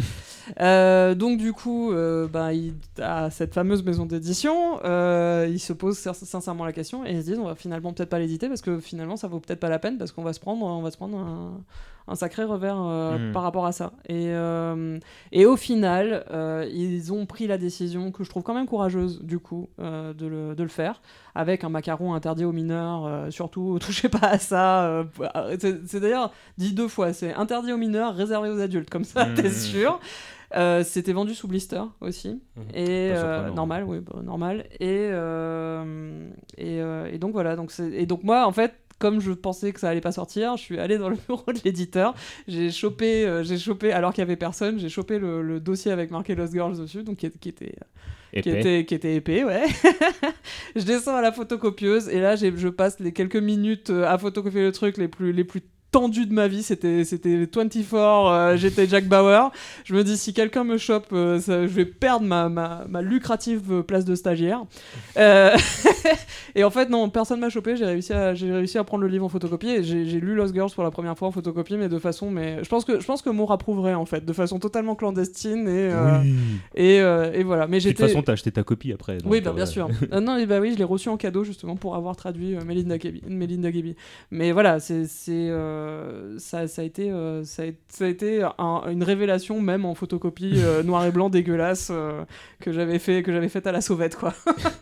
euh, donc du coup, euh, bah, il, à cette fameuse maison d'édition, euh, il se pose sincèrement la question et ils se disent on va finalement peut-être pas l'éditer parce que finalement ça vaut peut-être pas la peine parce qu'on va se prendre, on va se prendre un un sacré revers euh, mmh. par rapport à ça. Et, euh, et au final, euh, ils ont pris la décision, que je trouve quand même courageuse, du coup, euh, de, le, de le faire, avec un macaron interdit aux mineurs, euh, surtout, touchez pas à ça. Euh, c'est, c'est d'ailleurs dit deux fois, c'est interdit aux mineurs, réservé aux adultes, comme ça, mmh. t'es sûr. Euh, c'était vendu sous blister aussi, mmh. et euh, normal, oui, bah, normal. Et, euh, et, euh, et donc voilà, donc c'est, et donc moi, en fait, comme je pensais que ça allait pas sortir, je suis allé dans le bureau de l'éditeur, j'ai chopé, euh, j'ai chopé alors qu'il y avait personne, j'ai chopé le, le dossier avec marqué Lost Girls dessus, donc qui, qui était épais. qui était qui était épais, ouais. Je descends à la photocopieuse et là j'ai, je passe les quelques minutes à photocopier le truc les plus les plus tendu de ma vie, c'était c'était vingt-quatre, euh, j'étais Jack Bauer. Je me dis si quelqu'un me chope, euh, ça, je vais perdre ma, ma, ma lucrative place de stagiaire. Euh... et en fait non, personne m'a chopé. J'ai réussi à j'ai réussi à prendre le livre en photocopie. Et j'ai, j'ai lu Lost Girls pour la première fois en photocopie, mais de façon mais je pense que je pense que Moore approuverait en fait, de façon totalement clandestine et euh, oui. et, euh, et voilà. Mais j'étais... De toute façon, t'as acheté ta copie après. Donc, oui, bah, euh... bien sûr. euh, non, et bah oui, je l'ai reçu en cadeau justement pour avoir traduit euh, Melinda Gaby. Melinda Gaby. Mais voilà, c'est c'est euh, Ça, ça a été, euh, ça a, ça a été un, une révélation même en photocopie euh, noir et blanc dégueulasse euh, que j'avais fait que j'avais faite à la sauvette quoi.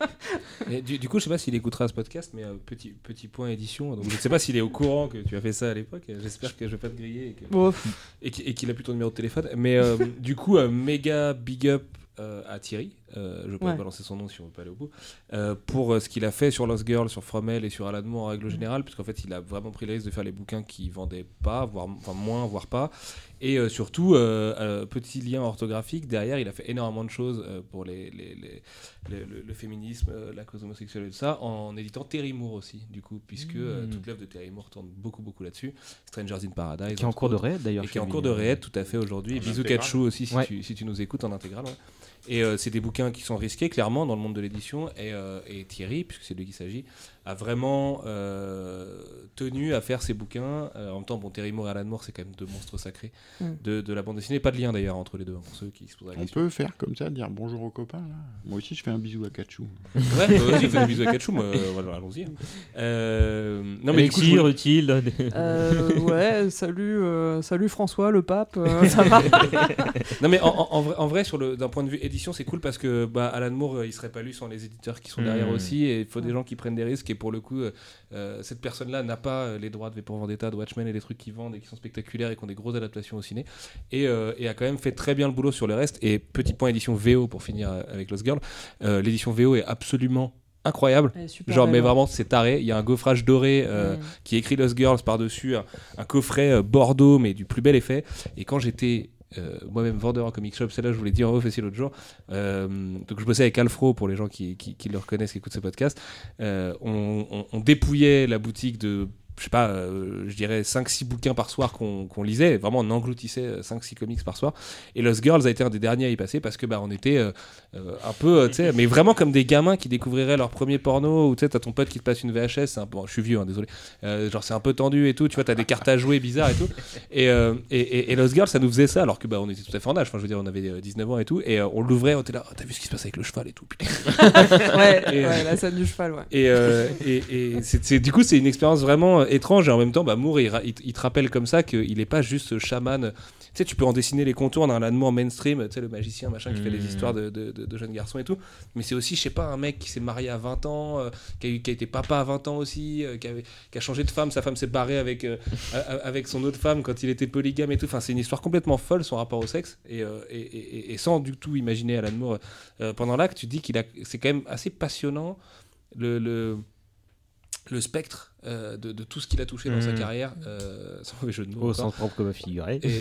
Et du, du coup je sais pas s'il écoutera ce podcast mais euh, petit petit point édition donc je sais pas s'il est au courant que tu as fait ça à l'époque, j'espère que je vais pas te griller et, que, bon. et, et qu'il a plus ton numéro de téléphone mais euh, du coup euh, méga big up euh, à Thierry, euh, je peux ouais. balancer son nom si on veut pas aller au bout, euh, pour euh, ce qu'il a fait sur Lost Girl, sur From Hell et sur Alan Moore en règle générale, puisqu'en fait il a vraiment pris le risque de faire les bouquins qui vendaient pas, voire enfin moins, voire pas, et euh, surtout euh, euh, petit lien orthographique derrière, il a fait énormément de choses euh, pour les, les, les, les, le, le féminisme, euh, la cause homosexuelle et tout ça, en éditant Terry Moore aussi, du coup, puisque mmh. euh, toute l'œuvre de Terry Moore tourne beaucoup beaucoup là-dessus, Strangers in Paradise, qui est en cours de rééd d'ailleurs, et qui est en cours de rééd tout à fait aujourd'hui, et bisous Kachu aussi si, ouais. tu, si tu nous écoutes en intégrale. Ouais. Et euh, c'est des bouquins qui sont risqués, clairement, dans le monde de l'édition. Et, euh, et Thierry, puisque c'est de lui qu'il s'agit, a vraiment euh, tenu à faire ces bouquins. Euh, en même temps, bon, Terry Moore et Alan Moore, c'est quand même deux monstres sacrés mm. de, de la bande dessinée. Pas de lien, d'ailleurs, entre les deux, hein, pour ceux qui se posent la On question. On peut faire comme ça, dire bonjour aux copains. Là. Moi aussi, je fais un bisou à Kachu. Ouais, moi aussi, je fais un bisou à Kachu. Mais, euh, voilà, allons-y. Euh, non, mais Elixir, du coup, utile. Euh, ouais, salut, euh, salut François, le pape. Euh, ça va. Non, mais en, en, en vrai, en vrai sur le, d'un point de vue édition, c'est cool parce que bah, Alan Moore, il serait pas lu sans les éditeurs qui sont derrière mmh. aussi. Et il faut des gens qui prennent des risques. Et pour le coup, euh, cette personne-là n'a pas les droits de V pour Vendetta, de Watchmen et des trucs qui vendent et qui sont spectaculaires et qui ont des grosses adaptations au ciné. Et, euh, et a quand même fait très bien le boulot sur le reste. Et petit point édition V O pour finir avec Lost Girl. Euh, l'édition V O est absolument incroyable, genre mais vraiment c'est taré, il y a un gaufrage doré euh, mmh. qui écrit Lost Girls par-dessus, un, un coffret euh, bordeaux mais du plus bel effet, et quand j'étais euh, moi-même vendeur en comic shop, c'est là je vous l'ai dit en off aussi l'autre jour, euh, donc je bossais avec Alfro pour les gens qui, qui, qui le reconnaissent, qui écoutent ce podcast, euh, on, on, on dépouillait la boutique de je sais pas, euh, je dirais cinq six bouquins par soir qu'on, qu'on lisait. Vraiment, on engloutissait cinq six comics par soir. Et Lost Girls a été un des derniers à y passer parce que bah, on était euh, euh, un peu, euh, tu sais, mais vraiment comme des gamins qui découvriraient leur premier porno, ou tu sais, t'as ton pote qui te passe une V H S, c'est un peu, bon, je suis vieux, hein, désolé, euh, genre c'est un peu tendu et tout, tu vois, t'as des cartes à jouer bizarres et tout. Et, euh, et, et, et Lost Girls, ça nous faisait ça, alors que bah, on était tout à fait en âge, enfin, je veux dire, on avait dix-neuf ans et tout, et euh, on l'ouvrait, on était là, oh, t'as vu ce qui se passe avec le cheval et tout, putain. ouais, et, ouais, la scène du cheval, ouais. Et, euh, et, et c'est, c'est, du coup, c'est une expérience vraiment étrange, et en même temps, bah, Moore, il, il, il te rappelle comme ça qu'il est pas juste ce chaman. Tu sais, tu peux en dessiner les contours dans un Alan Moore mainstream, tu sais, le magicien, machin, qui mmh. fait des histoires de, de, de, de jeunes garçons et tout. Mais c'est aussi, je sais pas, un mec qui s'est marié à vingt ans, euh, qui, a eu, qui a été papa à vingt ans aussi, euh, qui, avait, qui a changé de femme, sa femme s'est barrée avec, euh, avec son autre femme quand il était polygame et tout. Enfin, c'est une histoire complètement folle, son rapport au sexe. Et, euh, et, et, et sans du tout imaginer Alan Moore euh, pendant l'acte, tu te dis qu'il a, c'est quand même assez passionnant le, le, le spectre. Euh, de, de tout ce qu'il a touché dans mmh. sa carrière, euh, sans mauvais jeu de mots. Au sens propre comme à figurer. Et,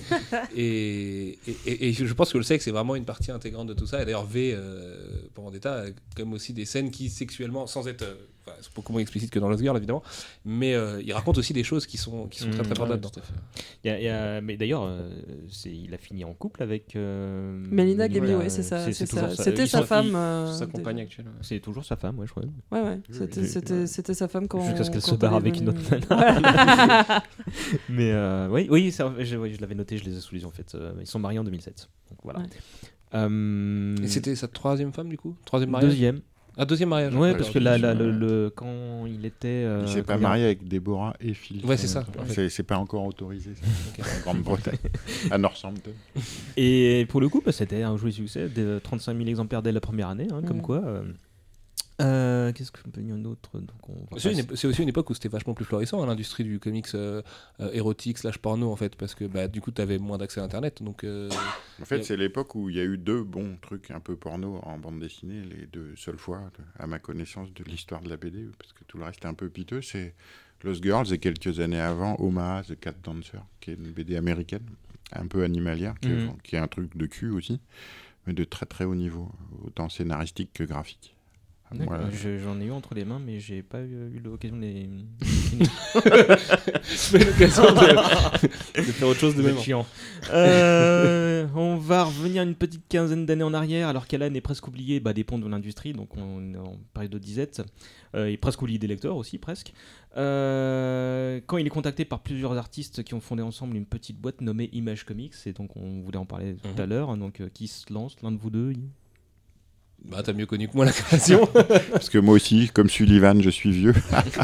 et, et, et, et je pense que le sexe est vraiment une partie intégrante de tout ça. Et d'ailleurs, V, euh, pour Vendetta, a comme aussi des scènes qui, sexuellement, sans être. Euh, c'est beaucoup moins explicite que dans Lost Girl, évidemment, mais euh, il raconte aussi des choses qui sont, qui sont mmh, très très fortes ouais, là-dedans. Il y a, il y a, mais d'ailleurs, euh, c'est, il a fini en couple avec. Euh, Melinda Gaby, ouais, c'est ça. C'est, c'est ça. Ça. C'était sa femme. Euh, sa compagne des... actuelle. C'est toujours sa femme, ouais, je crois. Ouais, ouais. C'était, c'était, c'était sa femme quand. Jusqu'à ce qu'elle se barre avec une autre nana. Mais euh, oui, oui, ça, je, oui, je l'avais noté, je les ai sous les yeux en fait. Euh, ils sont mariés en deux mille sept. Donc voilà. Ouais. Euh... Et c'était sa troisième femme du coup, troisième mariage. Deuxième. Ah, deuxième mariage. Ouais, parce que la, la, le, le, quand il était. Euh, il s'est pas marié avec Déborah et Phil. Ouais, c'est ça. C'est, c'est pas encore autorisé, ça. Okay. En Grande-Bretagne, à Northampton. Et pour le coup, bah, c'était un joli succès, de trente-cinq mille exemplaires dès la première année, hein, mmh. comme quoi. Euh, Euh, qu'est-ce qu'on peut dire d'autre donc on... c'est, une, c'est aussi une époque où c'était vachement plus florissant, hein, l'industrie du comics euh, euh, érotique slash porno en fait, parce que bah, du coup t'avais moins d'accès à internet donc, euh, en fait a... c'est l'époque où il y a eu deux bons trucs un peu porno en bande dessinée, les deux seules fois à ma connaissance de l'histoire de la B D, parce que tout le reste est un peu piteux. C'est Lost Girls et quelques années avant Omaha The Cat Dancer, qui est une B D américaine un peu animalière, qui, mmh. est, qui est un truc de cul aussi, mais de très très haut niveau, autant scénaristique que graphique. Voilà. Je, j'en ai eu entre les mains, mais j'ai pas eu, eu l'occasion de les. J'ai eu l'occasion de... de faire autre chose de même. Chiant. Euh, on va revenir une petite quinzaine d'années en arrière, alors qu'Alan est presque oublié bah, des ponts de l'industrie, donc on est en période de disette. Euh, il est presque oublié des lecteurs aussi, presque. Euh, quand il est contacté par plusieurs artistes qui ont fondé ensemble une petite boîte nommée Image Comics, et donc on voulait en parler tout mm-hmm. à l'heure. Donc euh, qui se lance, l'un de vous deux? Bah, t'as mieux connu que moi la création. Parce que moi aussi, comme Sullivan, je suis vieux.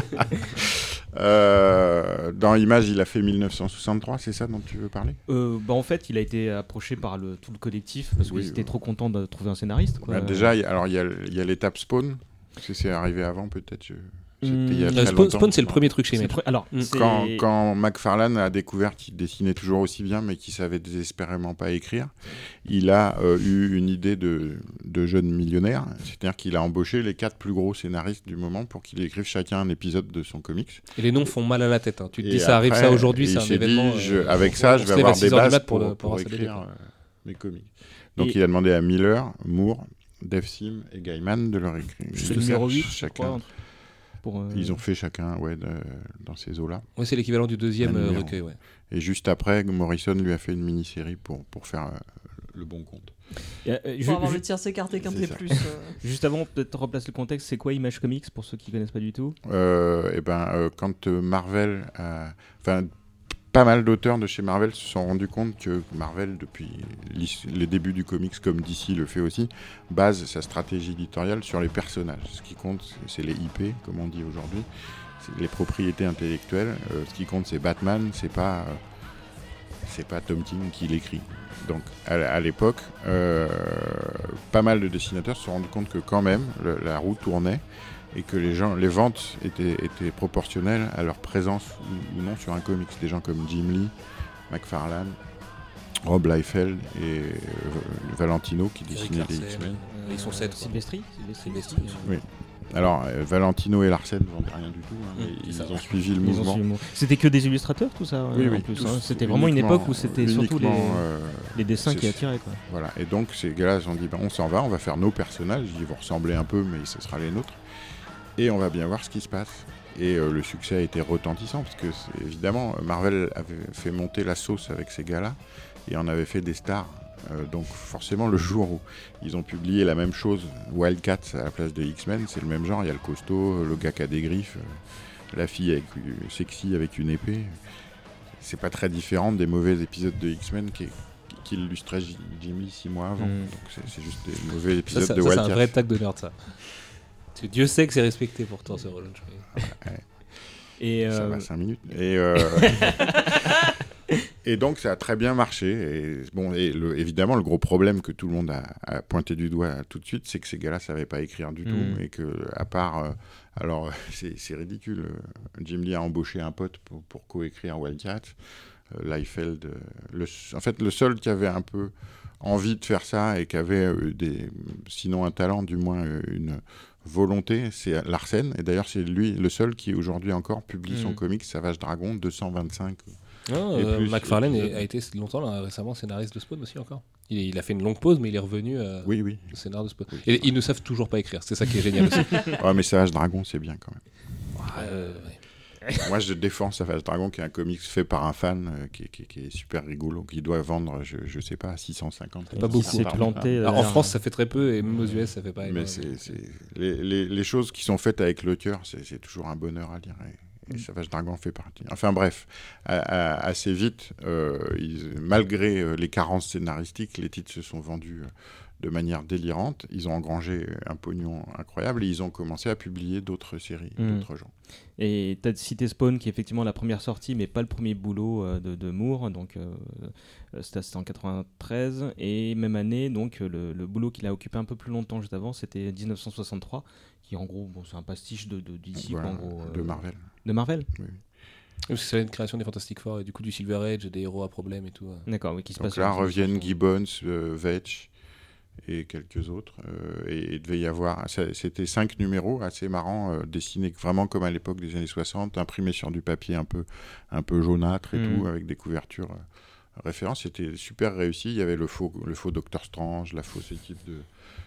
euh, dans Image, il a fait dix-neuf cent soixante-trois, c'est ça dont tu veux parler? euh, bah, En fait, il a été approché par le, tout le collectif parce oui, qu'ils étaient oui. trop contents de trouver un scénariste. Quoi. Bah, déjà, y a, alors il y, y a l'étape Spawn, parce que c'est arrivé avant peut-être. Je... C'était il y a très Spawn, Spawn, c'est le premier truc chez Image. Pre- alors, quand, quand McFarlane a découvert qu'il dessinait toujours aussi bien, mais qu'il savait désespérément pas écrire, il a euh, eu une idée de, de jeune millionnaire, c'est-à-dire qu'il a embauché les quatre plus gros scénaristes du moment pour qu'ils écrivent chacun un épisode de son comics. Et les noms font mal à la tête. Hein. Tu te dis, ça arrive ça aujourd'hui, c'est un événement. Dit, je, euh, avec ça, je vais avoir des bases pour, pour, pour écrire euh, mes comics. Donc, et il a demandé à Miller, Moore, Dave Sim et Gaiman de leur écrire. C'est le numéro huit, chacun. Pour euh... Ils ont fait chacun ouais, de, dans ces eaux-là. Ouais, c'est l'équivalent du deuxième euh, recueil. Ouais. Et juste après, Morrison lui a fait une mini-série pour, pour faire euh, le bon compte. Euh, pour je, avoir je, le tiercé carté quinté plus. Euh... Juste avant, peut-être replacer le contexte, c'est quoi Image Comics pour ceux qui ne connaissent pas du tout? euh, Et ben, euh, quand Marvel a... Enfin, pas mal d'auteurs de chez Marvel se sont rendus compte que Marvel, depuis les débuts du comics, comme D C le fait aussi, base sa stratégie éditoriale sur les personnages. Ce qui compte, c'est les I P, comme on dit aujourd'hui, c'est les propriétés intellectuelles. Euh, ce qui compte, c'est Batman, c'est pas, euh, c'est pas Tom King qui l'écrit. Donc, à, à l'époque, euh, pas mal de dessinateurs se sont rendus compte que quand même, le, la roue tournait, et que les, gens, les ventes étaient, étaient proportionnelles à leur présence ou, ou non sur un comics. Des gens comme Jim Lee, McFarlane, Rob Liefeld et euh, Valentino qui dessinaient les X-Men. Euh, ils sont sept. Silvestri Silvestri. Oui. Alors, euh, Valentino et Larsen ne vendaient rien du tout, hein, mais mmh, ils, ont suivi le mouvement. Suivi le mouvement. C'était que des illustrateurs, tout ça Oui, en oui. Plus, tous, hein. C'était vraiment une époque où c'était surtout les, euh, les dessins qui attiraient. Quoi. Voilà. Et donc, ces gars-là se sont dit, ben, on s'en va, on va faire nos personnages. Ils vont ressembler un peu, mais ce sera les nôtres. Et on va bien voir ce qui se passe. et euh, le succès a été retentissant parce que évidemment Marvel avait fait monter la sauce avec ces gars-là et en avait fait des stars. Euh, donc forcément le jour où ils ont publié la même chose, Wildcats à la place de X-Men, c'est le même genre, il y a le costaud, le gars qui a des griffes, euh, la fille avec, euh, sexy avec une épée. C'est pas très différent des mauvais épisodes de X-Men qui, qui illustraient J- Jimmy six mois avant. Mm. Donc c'est, c'est juste des mauvais épisodes ça, ça, de ça, Wildcats. C'est un vrai tag de nerd ça. Parce que Dieu sait que c'est respecté pourtant ce relaunch. Ouais. Et ça euh... va cinq minutes. Et, euh... et donc ça a très bien marché. Et, bon, et le, évidemment, le gros problème que tout le monde a, a pointé du doigt tout de suite, c'est que ces gars-là ne savaient pas écrire du mmh. tout. Et que, à part. Euh, alors, c'est, c'est ridicule. Jim Lee a embauché un pote pour, pour coécrire Wildcat. Euh, Liefeld. Euh, le, en fait, le seul qui avait un peu envie de faire ça et qui avait euh, des, sinon un talent, du moins euh, une volonté, c'est Larsen. Et d'ailleurs, c'est lui le seul qui aujourd'hui encore publie mmh. son comic Savage Dragon deux cent vingt-cinq. Oh, euh, McFarlane a été longtemps là, récemment scénariste de Spawn aussi encore. Il, il a fait une longue pause, mais il est revenu euh, oui, oui. au scénar de Spawn. Oui, et ils ne savent toujours pas écrire, c'est ça qui est génial aussi. Ouais, mais Savage Dragon, c'est bien quand même. Ouais, euh, ouais. Moi, je défends Savage Dragon, qui est un comics fait par un fan, euh, qui, qui, qui est super rigolo, qui doit vendre, je, je sais pas, six cent cinquante. Pas beaucoup. C'est planté. Alors, en France, ça fait très peu, et même aux U S, ça fait pas. Mais c'est, c'est... Les, les, les choses qui sont faites avec le cœur, c'est, c'est toujours un bonheur à lire. Et, et Savage Dragon fait partie. Enfin bref, à, à, assez vite, euh, ils, malgré euh, les carences scénaristiques, les titres se sont vendus. Euh, de manière délirante, ils ont engrangé un pognon incroyable et ils ont commencé à publier d'autres séries, mmh. d'autres genres. Et tu as cité Spawn qui est effectivement la première sortie, mais pas le premier boulot euh, de, de Moore, donc euh, c'était, c'était en quatre-vingt-treize, et même année, donc le, le boulot qu'il a occupé un peu plus longtemps juste avant, c'était dix-neuf cent soixante-trois, qui en gros, bon, c'est un pastiche de, de, D C, voilà, en gros, euh, de Marvel. De Marvel oui. Oui, c'est une création des Fantastic Four, et du coup du Silver Age, des héros à problème et tout. D'accord, oui, qui se donc passe là reviennent Gibbons, euh, Vetch, et quelques autres. Euh, et il devait y avoir... Ça, c'était cinq numéros assez marrants, euh, dessinés vraiment comme à l'époque des années soixante, imprimés sur du papier un peu, un peu jaunâtre et mmh. tout, avec des couvertures euh, références. C'était super réussi. Il y avait le faux, le faux Doctor Strange, la fausse équipe de,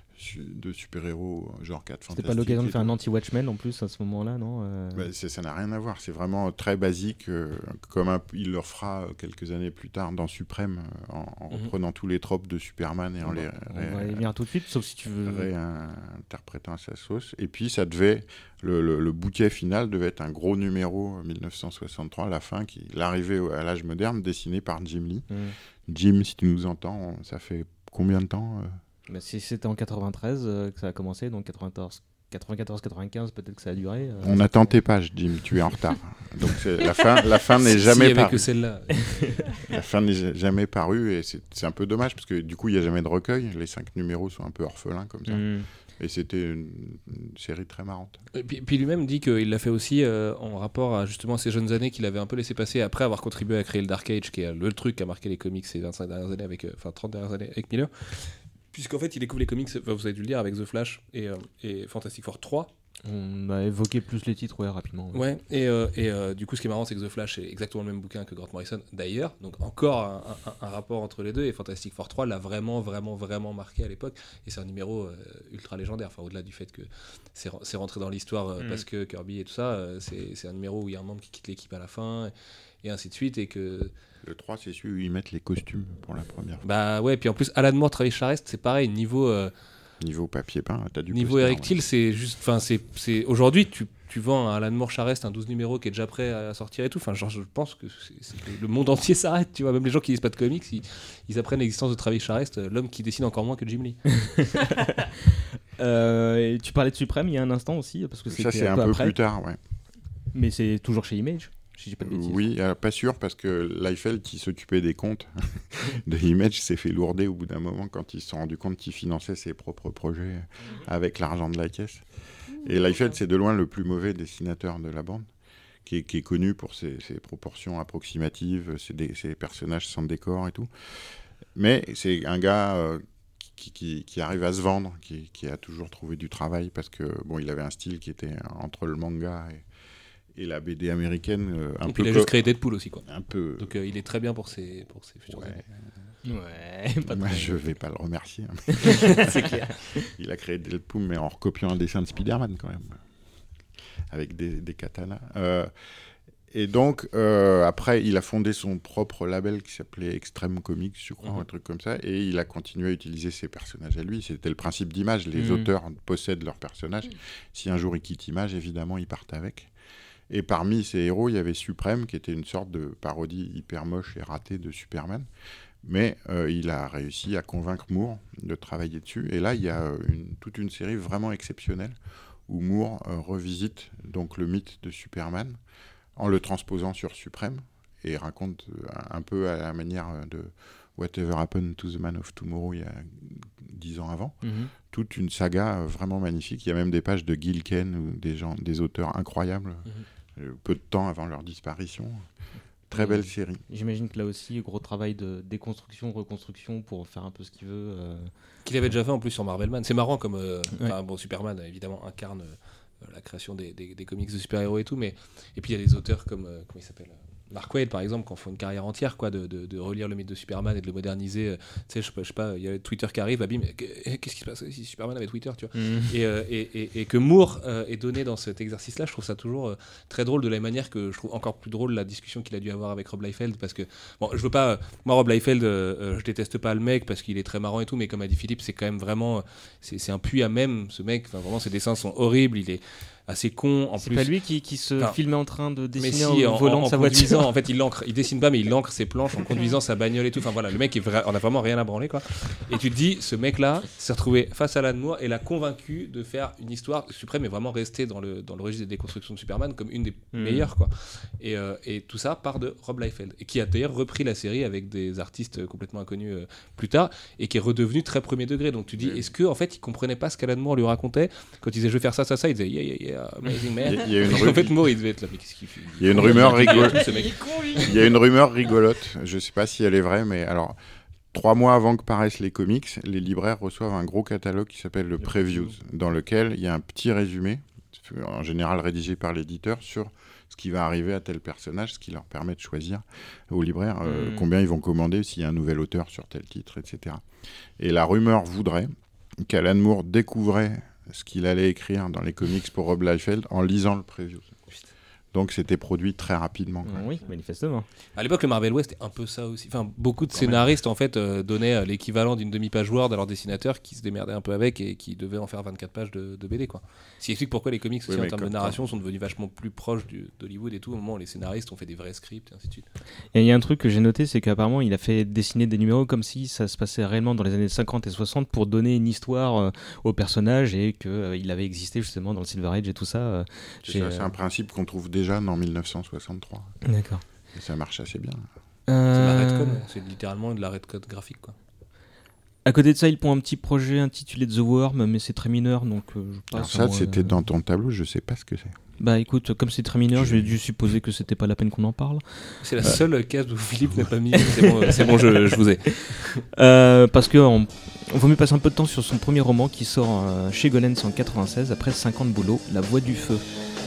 de super-héros, genre quatre Fantastiques. C'était pas l'occasion de faire un anti-Watchmen en plus à ce moment-là, non euh... bah, c'est, ça n'a rien à voir. C'est vraiment très basique, euh, comme un, il le fera quelques années plus tard dans Suprême, en, en mm-hmm. reprenant tous les tropes de Superman et en on les... Va, on ré, va y venir tout de suite, sauf si tu veux... réinterprétant à sa sauce. Et puis ça devait... Le, le, le bouquet final devait être un gros numéro dix-neuf cent soixante-trois, la fin, qui, l'arrivée à l'âge moderne, dessiné par Jim Lee. Mm. Jim, si tu nous entends, ça fait combien de temps euh... Bah, si c'était en quatre-vingt-treize euh, que ça a commencé, donc quatre-vingt-quatorze quatre-vingt-quinze, peut-être que ça a duré. Euh, On attend tes pages, Jim, tu es en retard. Donc c'est, la fin, la fin n'est jamais si, parue. que celle-là. La fin n'est jamais parue et c'est, c'est un peu dommage parce que du coup il n'y a jamais de recueil. Les cinq numéros sont un peu orphelins comme ça. Mm. Et c'était une, une série très marrante. Et puis, puis lui-même dit qu'il l'a fait aussi euh, en rapport à justement ces jeunes années qu'il avait un peu laissé passer après avoir contribué à créer le Dark Age, qui est le truc qui a marqué les comics ces vingt-cinq dernières années, avec, enfin trente dernières années avec Miller. Puisqu'en fait, il découvre les comics, vous avez dû le lire, avec The Flash et, euh, et Fantastic Four trois. On a évoqué plus les titres, ouais, rapidement. Ouais, ouais et, euh, et euh, du coup, ce qui est marrant, c'est que The Flash est exactement le même bouquin que Grant Morrison, d'ailleurs. Donc, encore un, un, un rapport entre les deux. Et Fantastic Four trois l'a vraiment, vraiment, vraiment marqué à l'époque. Et c'est un numéro euh, ultra légendaire. Enfin, au-delà du fait que c'est, c'est rentré dans l'histoire euh, mm. parce que Kirby et tout ça, euh, c'est, c'est un numéro où il y a un membre qui quitte l'équipe à la fin, et, et ainsi de suite. Et que. Le trois, c'est celui où ils mettent les costumes pour la première fois. Bah ouais, puis en plus, Alan Moore, Travis Charest, c'est pareil, niveau... Euh, niveau papier peint, t'as du niveau érectile, ouais. c'est juste... Enfin, c'est, c'est... Aujourd'hui, tu, tu vends un Alan Moore Charest, un douze numéros qui est déjà prêt à sortir et tout. Enfin, genre, je pense que c'est, c'est que le monde entier s'arrête, tu vois. Même les gens qui lisent pas de comics, ils, ils apprennent l'existence de Travis Charest, l'homme qui dessine encore moins que Jim Lee. euh, et tu parlais de Suprême il y a un instant aussi, parce que ça, c'est un, un peu, peu après. plus tard, ouais. Mais c'est toujours chez Image. Si pas de oui, euh, pas sûr, parce que Liefeld, qui s'occupait des comptes de Image, s'est fait lourder au bout d'un moment quand ils se sont rendus compte qu'il finançait ses propres projets avec l'argent de la caisse. Et Liefeld, c'est de loin le plus mauvais dessinateur de la bande, qui est, qui est connu pour ses, ses proportions approximatives, ses, dé, ses personnages sans décor et tout. Mais c'est un gars euh, qui, qui, qui arrive à se vendre, qui, qui a toujours trouvé du travail, parce que bon, il avait un style qui était entre le manga et et la B D américaine euh, un et peu puis il a co- juste créé Deadpool aussi quoi. Un peu. Donc euh, il est très bien pour ses pour ses futurs. Ouais. Ouais. Pas Moi je vais pas le remercier. Hein, c'est clair. Il a créé Deadpool mais en recopiant un dessin de Spider-Man quand même. avec des, des katanas. Euh, et donc, euh, après, il a fondé son propre label qui s'appelait Extreme Comics, je crois, mmh. un truc comme ça, et il a continué à utiliser ses personnages à lui. C'était le principe d'Image. Les mmh. auteurs possèdent leurs personnages. Mmh. Si un jour ils quittent Image, évidemment, ils partent avec. Et parmi ces héros, il y avait Suprême, qui était une sorte de parodie hyper moche et ratée de Superman. Mais euh, il a réussi à convaincre Moore de travailler dessus. Et là, il y a une, toute une série vraiment exceptionnelle où Moore euh, revisite donc, le mythe de Superman en le transposant sur Suprême et raconte euh, un peu à la manière de Whatever Happened to the Man of Tomorrow il y a dix ans avant. Mm-hmm. Toute une saga euh, vraiment magnifique. Il y a même des pages de Gil Kane ou des, gens, des auteurs incroyables, mm-hmm. euh, peu de temps avant leur disparition. Très belle série. J'imagine que là aussi, gros travail de déconstruction, reconstruction pour faire un peu ce qu'il veut. Euh... Qu'il avait déjà fait en plus sur Marvelman. C'est marrant comme euh, ouais. bon, Superman, évidemment, incarne euh, la création des, des, des comics de super-héros et tout. Mais... Et puis il y a des auteurs comme, euh, comment il s'appelle Mark Waid, par exemple, qui en font une carrière entière, quoi, de, de, de relire le mythe de Superman et de le moderniser. Euh, tu sais, je, je sais pas, il y a Twitter qui arrive, bah, bim, qu'est-ce qui se passe si Superman avait Twitter, tu vois. Mm. Et, euh, et, et, et que Moore euh, est donné dans cet exercice-là, je trouve ça toujours euh, très drôle, de la manière que je trouve encore plus drôle la discussion qu'il a dû avoir avec Rob Liefeld, parce que, bon, je veux pas, moi, Rob Liefeld, euh, je déteste pas le mec parce qu'il est très marrant et tout, mais comme a dit Philippe, c'est quand même vraiment, c'est, c'est un puits à même, ce mec, enfin, vraiment, ses dessins sont horribles, il est assez con en c'est plus. C'est pas lui qui, qui se enfin, filmait en train de dessiner si, en, en volant en, de sa en voiture. En fait, il l'encre. Il dessine pas, mais il encre ses planches en conduisant sa bagnole et tout. Enfin voilà, le mec est vra... on a vraiment rien à branler, quoi. Et tu te dis, ce mec-là s'est retrouvé face à Alan Moore et l'a convaincu de faire une histoire suprême et vraiment rester dans le dans le registre des déconstructions de Superman comme une des mmh. meilleures, quoi. Et, euh, et tout ça part de Rob Liefeld, et qui a d'ailleurs repris la série avec des artistes complètement inconnus euh, plus tard et qui est redevenu très premier degré. Donc tu dis, mmh. est-ce que en fait il comprenait pas ce qu'Alan Moore lui racontait quand il disait je vais faire ça, ça, ça, il disait yeah yeah yeah amazing man. Il y a une en fait, Moore, il devait être là. Mais qu'est-ce qu'il fait ? Il y a une rumeur rigolote. Il y a une rumeur rigolote. Je sais pas si elle est vraie, mais alors, trois mois avant que paraissent les comics, les libraires reçoivent un gros catalogue qui s'appelle le Previews, dans lequel il y a un petit résumé, en général rédigé par l'éditeur, sur ce qui va arriver à tel personnage, ce qui leur permet de choisir aux libraires euh, mmh. combien ils vont commander, s'il y a un nouvel auteur sur tel titre, et cetera. Et la rumeur voudrait qu'Alan Moore découvrait ce qu'il allait écrire dans les comics pour Rob Liefeld en lisant le preview. Donc c'était produit très rapidement. Quoi. Oui, manifestement. À l'époque, le Marvel West était un peu ça aussi. Enfin, beaucoup de Quand scénaristes même. en fait euh, donnaient l'équivalent d'une demi-page Word à leurs dessinateurs qui se démerdaient un peu avec et qui devaient en faire vingt-quatre pages de, de B D, quoi. Ce qui explique pourquoi les comics aussi oui, en termes de narration sont devenus vachement plus proches du, d'Hollywood et tout. Au moment où les scénaristes ont fait des vrais scripts et ainsi de suite. Et il y a un truc que j'ai noté, c'est qu'apparemment il a fait dessiner des numéros comme si ça se passait réellement dans les années cinquante et soixante pour donner une histoire euh, au personnage et qu'il euh, avait existé justement dans le Silver Age et tout ça. Euh, c'est, ça, c'est un principe qu'on trouve déjà dans dix-neuf cent soixante-trois. D'accord. Et ça marche assez bien. Euh... C'est la redcon, c'est littéralement de la redcon graphique, quoi. À côté de ça, ils font un petit projet intitulé The Worm, mais c'est très mineur, donc euh, je passe. Alors ça, moi, c'était euh... dans ton tableau, je sais pas ce que c'est. Bah écoute, comme c'est très mineur, je... j'ai dû supposer que c'était pas la peine qu'on en parle. C'est la euh... seule case où Philippe n'a pas mis. C'est bon, c'est bon, je, je vous ai. Euh, parce que on, on vaut mieux passer un peu de temps sur son premier roman qui sort euh, chez Golens en quatre-vingt-seize après cinquante boulots, La Voix du Feu.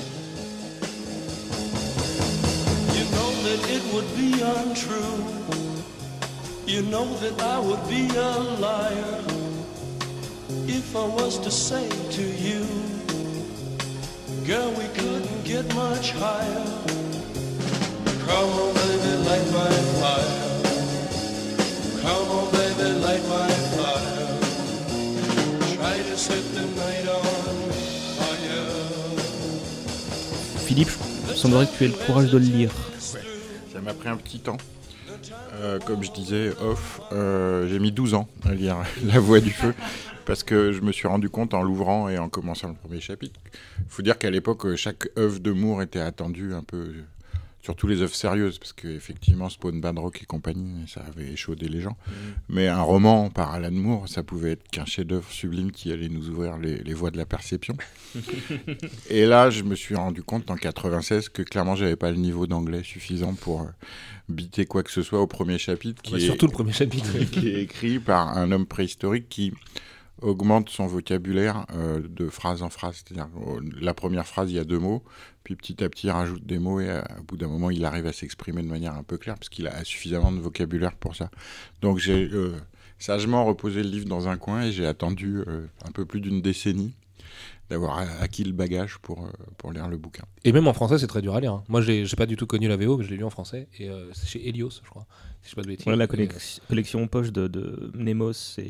Untrue. You know that I would be a liar if I was to say to you, girl, we couldn't get much higher. Come on, baby, light my fire. Come on, baby, light my fire. Try to set the night on fire. Philippe, il semblerait que tu aies le courage de le lire. Ça m'a pris un petit temps. Euh, comme je disais off, euh, j'ai mis douze ans à lire La Voix du Feu parce que je me suis rendu compte en l'ouvrant et en commençant le premier chapitre. Il faut dire qu'à l'époque, chaque œuvre de Moore était attendue un peu, surtout les œuvres sérieuses, parce qu'effectivement, Spawn, Bad Rock et compagnie, ça avait échaudé les gens. Mmh. Mais un roman par Alan Moore, ça pouvait être qu'un chef-d'œuvre sublime qui allait nous ouvrir les, les voies de la perception. Et là, je me suis rendu compte en quatre-vingt-seize que clairement, j'avais pas le niveau d'anglais suffisant pour euh, biter quoi que ce soit au premier chapitre. Qui bah, est, surtout le premier chapitre. Qui est écrit par un homme préhistorique qui augmente son vocabulaire euh, de phrase en phrase. C'est-à-dire euh, la première phrase, il y a deux mots, puis petit à petit, il rajoute des mots et euh, au bout d'un moment, il arrive à s'exprimer de manière un peu claire parce qu'il a suffisamment de vocabulaire pour ça. Donc j'ai euh, sagement reposé le livre dans un coin et j'ai attendu euh, un peu plus d'une décennie d'avoir acquis le bagage pour, pour lire le bouquin. Et même en français, c'est très dur à lire. Hein. Moi, j'ai, j'ai pas du tout connu la V O, mais je l'ai lu en français. Et euh, c'est chez Helios, je crois. Si je dis pas de bêtises. Voilà la Et, collection, collection poche de, de Nemos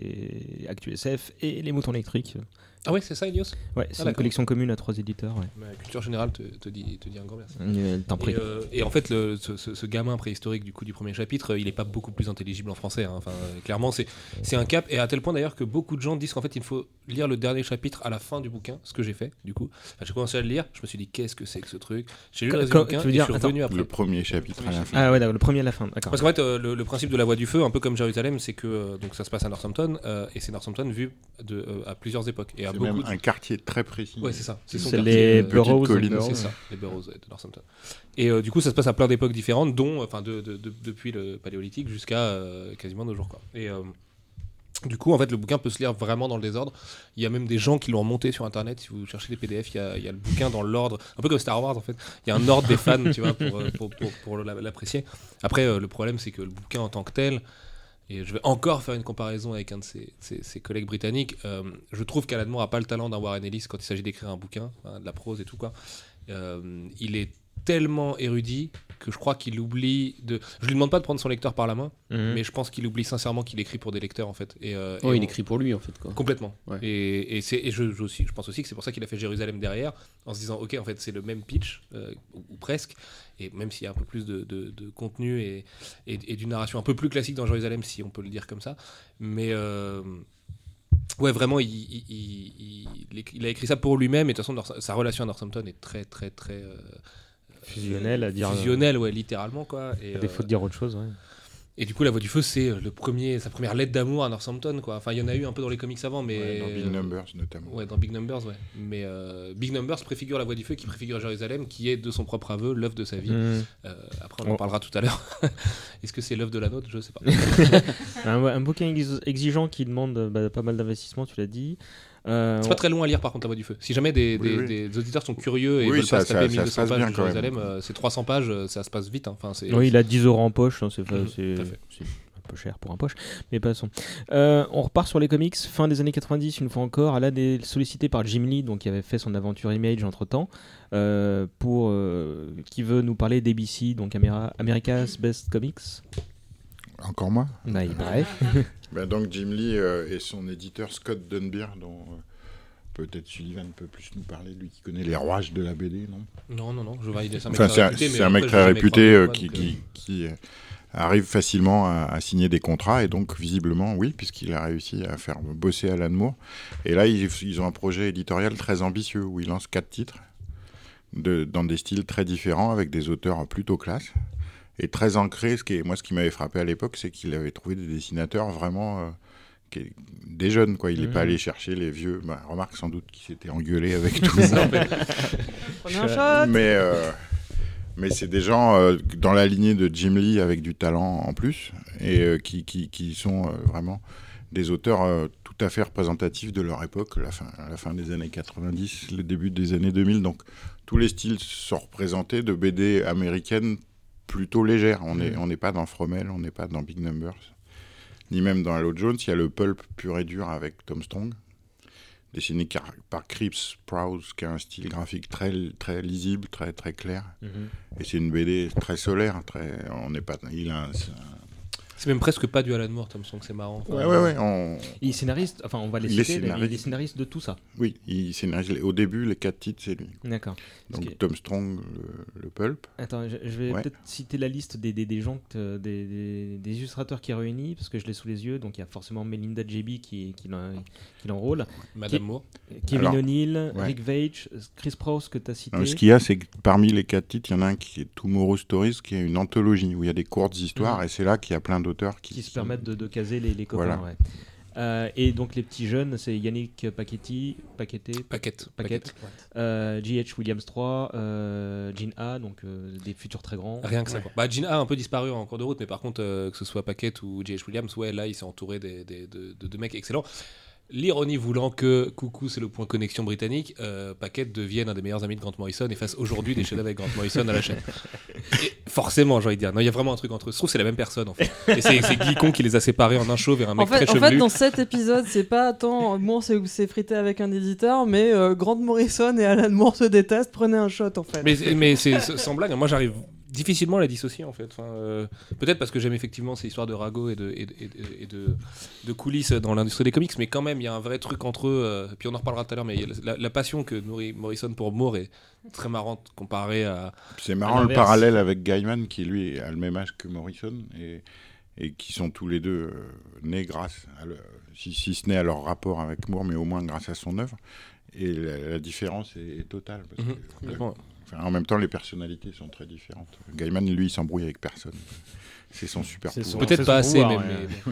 et ActuSF et les moutons électriques. Ah ouais, c'est ça, Helios. Ouais, c'est Ah, une d'accord. collection commune à trois éditeurs. Ouais. Ma culture générale te, te, dit, te dit un grand merci. Euh, T'en prie. Et, euh, et en fait, le, ce, ce, ce gamin préhistorique du coup du premier chapitre, il est pas beaucoup plus intelligible en français. Hein. Enfin, euh, clairement, c'est, c'est un cap. Et à tel point d'ailleurs que beaucoup de gens disent qu'en fait, il faut lire le dernier chapitre à la fin du bouquin, ce que j'ai fait. Du coup, enfin, j'ai commencé à le lire. Je me suis dit, qu'est-ce que c'est que ce truc ? J'ai lu le reste du Quand- bouquin tu veux et dire- je suis revenu après. Le premier chapitre à la fin. Ah ouais, d'accord, le premier à la fin, d'accord. Parce qu'en fait, euh, le, le principe de la Voie du Feu, un peu comme Jérusalem, c'est que euh, donc ça se passe à Northampton euh, et c'est Northampton vu de, euh, à plusieurs époques et à C'est beaucoup. même de- un quartier très précis. Ouais, c'est ça. C'est son C'est quartier, les euh, Burroughs. Petite colline, Burroughs. C'est ça, les Burroughs ouais, de Northampton. Et euh, du coup, ça se passe à plein d'époques différentes, dont, enfin, de, de, de- depuis le Paléolithique jusqu'à euh, quasiment nos jours, quoi. Et euh, du coup, en fait, le bouquin peut se lire vraiment dans le désordre. Il y a même des gens qui l'ont remonté sur Internet. Si vous cherchez les P D F, il y a, il y a le bouquin dans l'ordre, un peu comme Star Wars en fait. Il y a un ordre des fans, tu vois, pour, euh, pour, pour, pour l'a- l'apprécier. Après, euh, le problème, c'est que le bouquin en tant que tel, et je vais encore faire une comparaison avec un de ses, ses- ses collègues britanniques, euh, je trouve qu'Alan Moore n'a pas le talent d'un Warren Ellis quand il s'agit d'écrire un bouquin, hein, de la prose et tout, quoi. Euh, il est tellement érudit que je crois qu'il oublie de. Je lui demande pas de prendre son lecteur par la main, Mhm. mais je pense qu'il oublie sincèrement qu'il écrit pour des lecteurs en fait. Et, euh, Oh, et il on- écrit pour lui en fait quoi. Complètement. Ouais. Et, et, c'est, et je, je, aussi, je pense aussi que c'est pour ça qu'il a fait Jérusalem derrière, en se disant, ok, en fait, c'est le même pitch, euh, ou, ou presque, et même s'il y a un peu plus de, de, de contenu et, et, et d'une narration un peu plus classique dans Jérusalem, si on peut le dire comme ça, mais euh, ouais, vraiment, il, il, il, il, il a écrit ça pour lui-même, et de toute façon, North- sa relation à Northampton est très, très, très euh, Fusionnel, à dire. fusionnelle, ouais, littéralement, quoi. Et, À défaut de euh, dire autre chose, ouais. et du coup, La Voix du Feu, c'est le premier, sa première lettre d'amour à Northampton, quoi. Enfin, il y en a eu un peu dans les comics avant, mais Ouais, dans Big euh, Numbers notamment. Ouais, dans Big Numbers, ouais. Mais euh, Big Numbers préfigure La Voix du Feu, qui préfigure Jérusalem, qui est de son propre aveu l'œuvre de sa vie. Mhm. Euh, après, on en Oh. parlera tout à l'heure. Est-ce que c'est l'œuvre de la nôtre ? Je sais pas. un, un bouquin ex- exigeant qui demande bah, pas mal d'investissement, tu l'as dit. Euh, C'est pas très long à lire, par contre, La Voix du Feu. Si jamais des, Oui, des, oui. des auditeurs sont curieux et Oui, veulent ça- pas se taper ça- ça se mille deux cents passe pages bien de quand même. Jérusalem, euh, c'est trois cents pages, euh, ça se passe vite. Hein. Enfin, c'est... Oui, il a dix euros en poche, hein, c'est, Mhm, c'est, tout à fait. c'est un peu cher pour un poche, mais passons. Euh, on repart sur les comics, fin des années quatre-vingt-dix, une fois encore. Alan est sollicité par Jim Lee, donc, qui avait fait son aventure Image entre-temps, euh, pour, euh, qui veut nous parler d'A B C, donc Amera- America's Best Comics. Encore moi Bah, bref. Ben donc Jim Lee euh, et son éditeur Scott Dunbier, dont euh, peut-être Sullivan peut plus nous parler, lui qui connaît les rouages de la B D, non Non, non, non, je valide. C'est un mec Enfin, très c'est un, réputé, mais c'est un après, mec j'ai très jamais réputé croisé euh, moi, qui, donc, qui, qui, euh, arrive facilement à, à signer des contrats, et donc visiblement, oui, puisqu'il a réussi à faire bosser Alan Moore. Et là, ils, ils ont un projet éditorial très ambitieux, où ils lancent quatre titres, de, dans des styles très différents, avec des auteurs plutôt classe, et très ancrés. Ce qui est, moi, ce qui m'avait frappé à l'époque, c'est qu'il avait trouvé des dessinateurs vraiment... euh, qui- des jeunes, quoi. Il n'est Mhm. pas allé chercher les vieux. Bah, remarque sans doute qu'il s'était engueulé avec tout le monde. Prenez un shot. mais euh, mais c'est des gens euh, dans la lignée de Jim Lee avec du talent en plus, et euh, qui, qui, qui sont euh, vraiment des auteurs euh, tout à fait représentatifs de leur époque, la fin, la fin des années quatre-vingt-dix, le début des années deux mille. Donc tous les styles sont représentés de B D américaines plutôt légères. On n'est on n'est pas dans Fromel, on n'est pas dans Big Numbers, ni même dans Halo Jones. Il y a le pulp pur et dur avec Tom Strong, dessiné car- par Cripps Prowse, qui a un style graphique très, très lisible, très, très clair. Et c'est une B D très solaire. Très, on n'est pas, il a un, c'est un- C'est même presque pas du Alan Moore, Tom Strong, c'est marrant. Enfin, Ouais, ouais, ouais. On... Il est scénariste, enfin, on va les Il est citer, là, il est scénariste. scénariste de tout ça. Oui, il scénarise. Au début, les quatre titres, c'est lui. D'accord. Donc Ok. Tom Strong, le, le pulp. Attends, je, je vais Ouais. peut-être citer la liste des, des, des gens, que- des, des, des illustrateurs qui réunit, parce que je l'ai sous les yeux. Donc il y a forcément Melinda J B qui, qui, l'en- qui l'enrôle, Madame Qui- Moore. Kevin Alors, O'Neill, ouais. Rick Veitch, Chris Prowse que tu as cité. Alors, ce qu'il y a, c'est que parmi les quatre titres, il y en a un qui est Tomorrow Stories, qui est une anthologie où il y a des courtes histoires, Mhm. et c'est là qu'il y a plein d'auteurs qui, qui se permettent de, de caser les, les copains. Voilà. Ouais. Euh, et donc les petits jeunes, c'est Yannick Paquetti, Paqueté, Paquette. Paquette. euh, J H Williams trois, euh, Gene A, donc euh, des futurs très grands. Rien que ça. Quoi. Bah, Gene a un peu disparu en cours de route, mais par contre, euh, que ce soit Paquette ou J H Williams, ouais, là, il s'est entouré des, des- de, de, de mecs excellents. l'ironie voulant que Coucou, c'est le point connexion britannique, euh, Paquette devienne un des meilleurs amis de Grant Morrison et fasse aujourd'hui des chefs-d'œuvre avec Grant Morrison à la chaîne. Et forcément, j'ai envie de dire. Non, il y a vraiment un truc entre eux. Je trouve que c'est la même personne, en fait. Et c'est, c'est Glicon qui les a séparés en un chauve et un mec En fait, très en chevelu. fait, dans cet épisode, c'est pas tant Moore s'est, s'est frité avec un éditeur, mais euh, Grant Morrison et Alan Moore se détestent, prenez un shot en fait. Mais, mais c'est, c'est sans blague, moi j'arrive difficilement à la dissocier en fait. Enfin, euh, peut-être parce que j'aime effectivement ces histoires de ragots et de, et, de, et, de, et de, de coulisses dans l'industrie des comics, mais quand même il y a un vrai truc entre eux, euh, puis on en reparlera tout à l'heure, mais la, la passion que nourrit Morrison pour Moore est très marrante comparée à... C'est marrant le parallèle avec Gaiman qui lui a le même âge que Morrison et, et qui sont tous les deux euh, nés grâce, à le, si, si ce n'est à leur rapport avec Moore, mais au moins grâce à son œuvre. Et la, la différence est, est totale. Parce Mmh, que, enfin, en même temps, les personnalités sont très différentes. Gaiman, lui, il s'embrouille avec personne. C'est son super C'est son- pouvoir. Peut-être c'est pas son assez, pouvoir, mais... ouais. mais-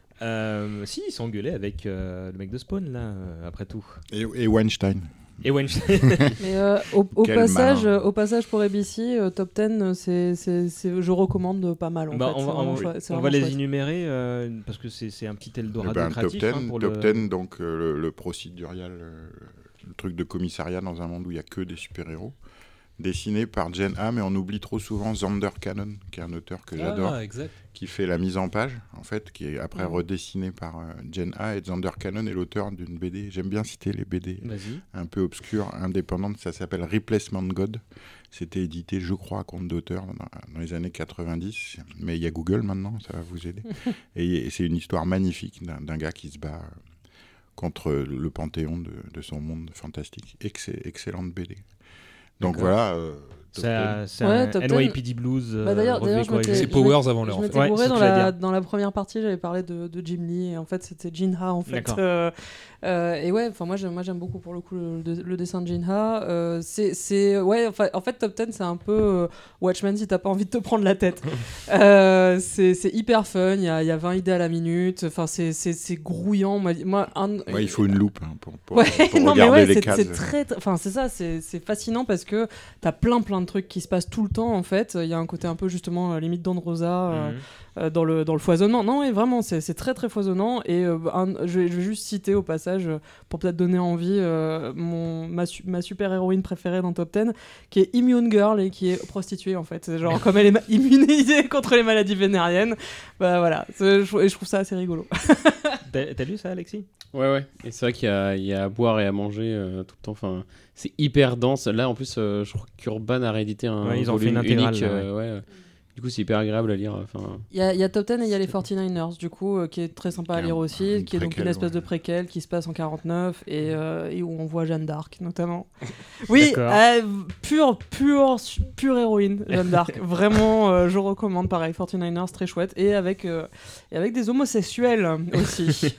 Euh, si, ils s'engueulaient avec euh, le mec de Spawn, là, euh, après tout. Et, et Weinstein. Et Weinstein. Mais euh, au, au Quel passage, malin. euh, au passage pour A B C, euh, Top dix, euh, c'est, c'est, c'est, je recommande pas mal. En Bah, fait. on C'est va, vraiment on- chouette- c'est on vraiment va les chouette. énumérer euh, parce que c'est, c'est un petit Eh Eldorado ben, top créatif. dix, hein, pour top le... dix, donc euh, le, le procédurial, euh, le truc de commissariat dans un monde où il n'y a que des super-héros. Dessiné par Jen A, mais on oublie trop souvent Zander Cannon, qui est un auteur que j'adore, Ah, exact. qui fait la mise en page, en fait, qui est après Mhm. redessiné par euh, Jen A. Et Zander Cannon est l'auteur d'une B D, j'aime bien citer les B D Vas-y. un peu obscures, indépendantes, ça s'appelle Replacement God. C'était édité, je crois, à compte d'auteur dans, dans les années quatre-vingt-dix, mais il y a Google maintenant, ça va vous aider. Et c'est une histoire magnifique d'un, d'un gars qui se bat euh, contre le panthéon de, de son monde fantastique. Excell- excellente B D. Donc D'accord. voilà. euh, top C'est, dix. un- c'est Ouais, un Top N Y P D Blues. Bah, d'ailleurs- euh, d'ailleurs, je recorrigé. m'étais- C'est je Powers avant Je l'heure, en fait. m'étais Ouais, gouré c'est ce dans que j'allais la, dire. dans la première partie, j'avais parlé de, de Jim Lee, et en fait c'était Jin Ha en fait. D'accord. Euh, euh, et ouais, enfin moi j'aime, moi j'aime beaucoup pour le coup le, le- le dessin de Jin Ha. Euh, c'est, c'est ouais, enfin, en fait Top dix c'est un peu euh, Watchmen si t'as pas envie de te prendre la tête. euh, c'est, c'est hyper fun, il y a, il y a vingt idées à la minute, enfin c'est, c'est, c'est grouillant. Moi, moi, un- Ouais, il faut une loupe hein, pour, pour, Ouais, pour non mais regarder ouais, les c'est, cases. c'est très, très- enfin c'est ça, c'est, c'est fascinant parce que t'as plein plein de trucs qui se passent tout le temps en fait. Il y a un côté un peu justement euh, limite Don Rosa euh, Mhm. euh, dans le dans le foisonnement. Non, et vraiment c'est, c'est très très foisonnant. Et euh, un- je, vais, je vais juste citer au passage euh, pour peut-être donner envie euh, mon ma, su- ma super héroïne préférée dans Top dix, qui est Immune Girl et qui est prostituée en fait. C'est genre comme elle est ma- immunisée contre les maladies vénériennes. Bah voilà, c'est- je, et je trouve ça assez rigolo. T'as, t'as lu ça, Alexis? Ouais, ouais. Et c'est vrai qu'il y a, il y a à boire et à manger euh, tout le temps. Enfin, c'est hyper dense. Là, en plus, euh, je crois qu'Urban a réédité un Ouais, ils ont fait volume une intégrale, unique. là, euh, ouais. Du coup, c'est hyper agréable à lire. Enfin, Il y, a- il y a Top dix et il y a les forty-niners, du coup, euh, qui est très sympa à Qui est lire un- aussi, une qui est donc une préquelle, espèce ouais. de préquelle qui se passe en quarante-neuf et, euh, et où on voit Jeanne d'Arc, notamment. Oui, D'accord. euh, pure, pure, pure héroïne, Jeanne d'Arc. Vraiment, euh, je recommande, pareil, forty-niners, très chouette. Et avec, euh, et avec des homosexuels aussi.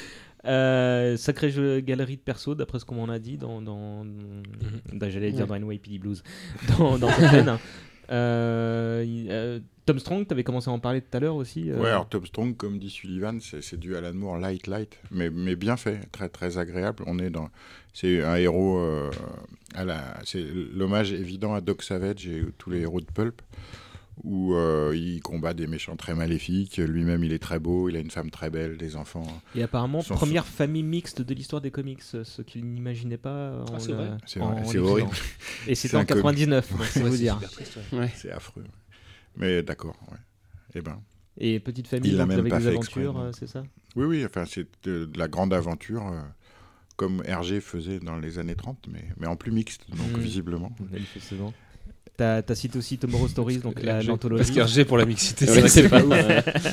Euh, sacré jeu galerie de perso, d'après ce qu'on m'en a dit dans, dans, dans- j'allais dire Ouais. dans N Y P D Blues, dans, dans Top dix. Euh, y- euh, Tom Strong, t'avais commencé à en parler tout à l'heure aussi. euh, Ouais, alors Top Strong, comme dit Sullivan, c'est, c'est du Alan Moore light light, mais, mais bien fait, très très agréable. On est dans, c'est un héros, euh, à la, c'est l'hommage évident à Doc Savage et tous les héros de Pulp, où euh, il combat des méchants très maléfiques. Lui-même, il est très beau, il a une femme très belle, des enfants. Et apparemment, Sans première famille mixte de l'histoire des comics, euh, ce qu'il n'imaginait pas. En c'est la- vrai C'est, en- vrai, en c'est l'écoutant. horrible, Et c'était C'est en un comics. quatre-vingt-dix-neuf, donc c'est Ouais, vous c'est dire. super triste, ouais. ouais. c'est affreux. Mais d'accord, ouais. Eh ben, Et petite famille Il l'a donc, même avec pas des fait aventures, exprès, non. euh, c'est ça? oui, oui, enfin, c'est de, de la grande aventure, euh, comme Hergé faisait dans les années trente, mais, mais en plus mixte, donc Mm. visiblement. Manifestement. T'as, t'as cité aussi Tomorrow Stories, donc la, R G, l'anthologie. Parce qu'R G pour la mixité, Ouais, c'est c'est pas pas ouf.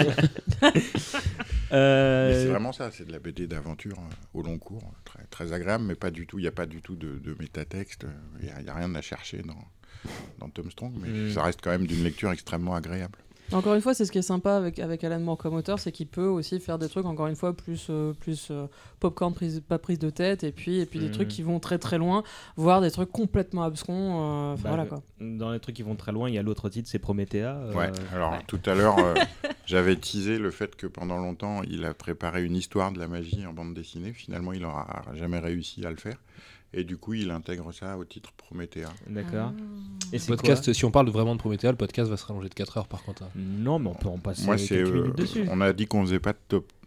Euh, Mais c'est vraiment ça, c'est de la B D d'aventure euh, au long cours, très, très agréable, mais pas du tout, il n'y a pas du tout de, de métatexte, il n'y a, y a rien à chercher dans, dans Tom Strong, mais Mm. ça reste quand même d'une lecture extrêmement agréable. Encore une fois, c'est ce qui est sympa avec, avec Alan Moore comme auteur, c'est qu'il peut aussi faire des trucs, encore une fois, plus, euh, plus euh, popcorn, prise, pas prise de tête, et puis, et puis des Mhm. trucs qui vont très très loin, voire des trucs complètement abscons. euh, enfin, bah, voilà quoi. Dans les trucs qui vont très loin, il y a l'autre titre, c'est Promethea. euh, Ouais, alors ouais. tout à l'heure, euh, j'avais teasé le fait que pendant longtemps, il a préparé une histoire de la magie en bande dessinée, finalement, il n'aura jamais réussi à le faire. Et du coup, il intègre ça au titre Promethea. D'accord. Et c'est Podcast, si on parle vraiment de Promethea, le podcast va se rallonger de quatre heures par contre. hein. quoi Non, mais on peut en passer Moi, c'est, quelques euh, minutes dessus. on a dit qu'on faisait pas de top,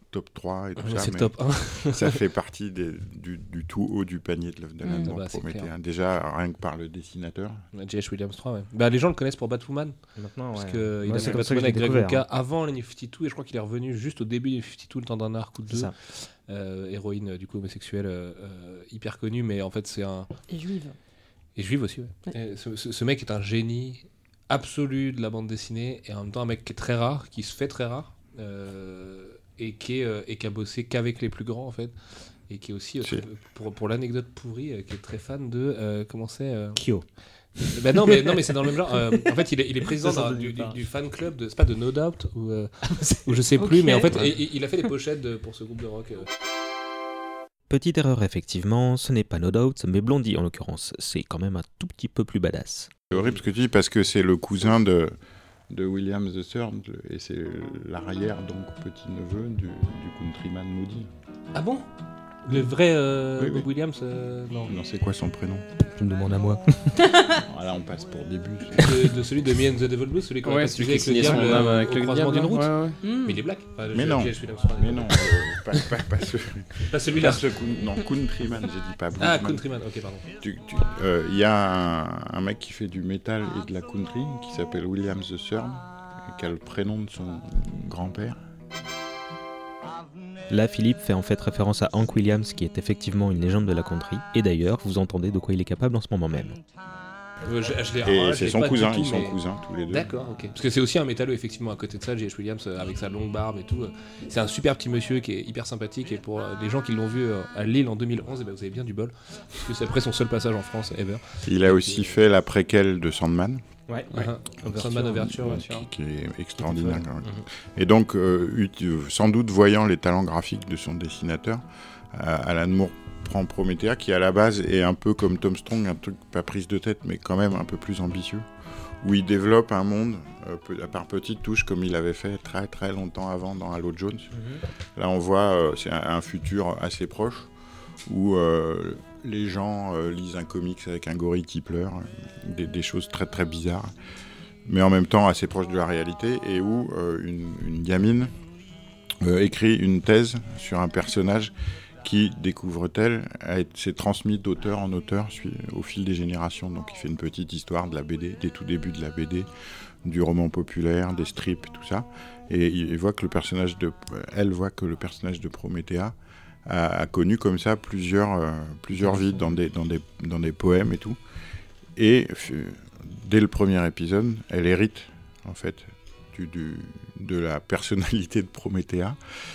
top trois et tout Ouais, ça. c'est mais top un. ça fait partie des, du, du tout haut du panier de, de l'Alan Mm. Moore Bah, c'est Promethea. clair. Déjà, rien que par le dessinateur. J H. Williams trois, ouais. Bah, les gens le connaissent pour Batwoman, Maintenant, parce ouais. qu'il Moi, a c'est fait comme ça que Batwoman j'ai avec Greg découvert, Rucka hein. avant les New cinquante-deux, et je crois qu'il est revenu juste au début des New cinquante-deux, le temps d'un arc ou C'est deux. ça. Euh, héroïne, euh, du coup, homosexuelle, euh, euh, hyper connue, mais en fait, c'est un. Et juive. Et juive aussi, ouais. Ouais. Et ce, ce- ce mec est un génie absolu de la bande dessinée, et en même temps, un mec qui est très rare, qui se fait très rare, euh, et, qui est, euh, et qui a bossé qu'avec les plus grands, en fait. Et qui est aussi, euh, C'est- très- pour, pour l'anecdote pourrie, euh, qui est très fan de. euh, comment c'est euh, Kyo. Bah non, mais, non, mais c'est dans le même genre. Euh, en fait, il est, il est président Ça sort d'un- de du, nulle part. du- du fan club, de, c'est pas de No Doubt, ou, euh, ou je sais plus, Ok. mais en fait, Ouais. il, il a fait les pochettes de- pour ce groupe de rock. euh. Petite erreur effectivement, ce n'est pas No Doubt, mais Blondie en l'occurrence. C'est quand même un tout petit peu plus badass. C'est horrible ce que tu dis parce que c'est le cousin de, de William the Third et c'est l'arrière, donc petit-neveu du, du countryman Moody. Ah bon Le vrai euh, Oui, Bob oui. Williams euh, Non. Non, c'est quoi son prénom? Tu me demandes à moi. Voilà, on passe pour début. De, de celui de Me and the Devil Blues, celui qu'on a Ouais, baptisé celui qui avec le signait son diable âme euh, avec au le croisement diable. d'une route. Ouais, ouais. Mm. Mais il est black. Enfin, Mais je- non. J H. Williams, pardon. Mais non, euh, pas, pas, pas ce... Pas celui-là. pas ce coun- non, countryman, j'ai dit pas Ah, bluesman. Countryman, ok, pardon. Tu- tu- euh, Il y a un, un mec qui fait du métal et de la country qui s'appelle William the Third et qui a le prénom de son grand-père. Là, Philippe fait en fait référence à Hank Williams, qui est effectivement une légende de la country. Et d'ailleurs, vous entendez de quoi il est capable en ce moment même. Euh, je- je l'ai- Et alors là, je c'est l'ai son pas du cousin, tout, ils sont mais- cousins tous les deux. D'accord, ok. Parce que c'est aussi un métalleux, effectivement, à côté de ça, J H. Williams, euh, avec sa longue barbe et tout. euh, C'est un super petit monsieur qui est hyper sympathique. Et pour euh, les gens qui l'ont vu euh, à Lille en deux mille onze, eh ben, vous avez bien du bol. Parce que c'est après son seul passage en France ever. Il a aussi fait la préquelle de Sandman, Ouais. Ouais. Sandman Overture, bien sûr. qui, qui est extraordinaire. Qui était quand même. Mhm. Et donc, euh, ut- euh, sans doute voyant les talents graphiques de son dessinateur, euh, Alan Moore prend Promethea, qui à la base est un peu comme Tom Strong, un truc pas prise de tête, mais quand même un peu plus ambitieux, où il développe un monde euh, peu- par petites touches, comme il avait fait très très longtemps avant dans Halo Jones. Là, on voit, euh, c'est un, un futur assez proche, où euh, les gens euh, lisent un comics avec un gorille qui pleure, euh, des, des choses très très bizarres, mais en même temps assez proches de la réalité, et où euh, une, une gamine euh, écrit une thèse sur un personnage qui, découvre-t-elle, a été- s'est transmis d'auteur en auteur sui- au fil des générations. Donc il fait une petite histoire de la B D, des tout débuts de la B D, du roman populaire, des strips, tout ça. Et il voit que le personnage de, elle voit que le personnage de Promethea a, a connu comme ça plusieurs, euh, plusieurs vies dans des, dans, des, dans des poèmes et tout. Et f- dès le premier épisode, elle hérite en fait du, du, de la personnalité de Promethea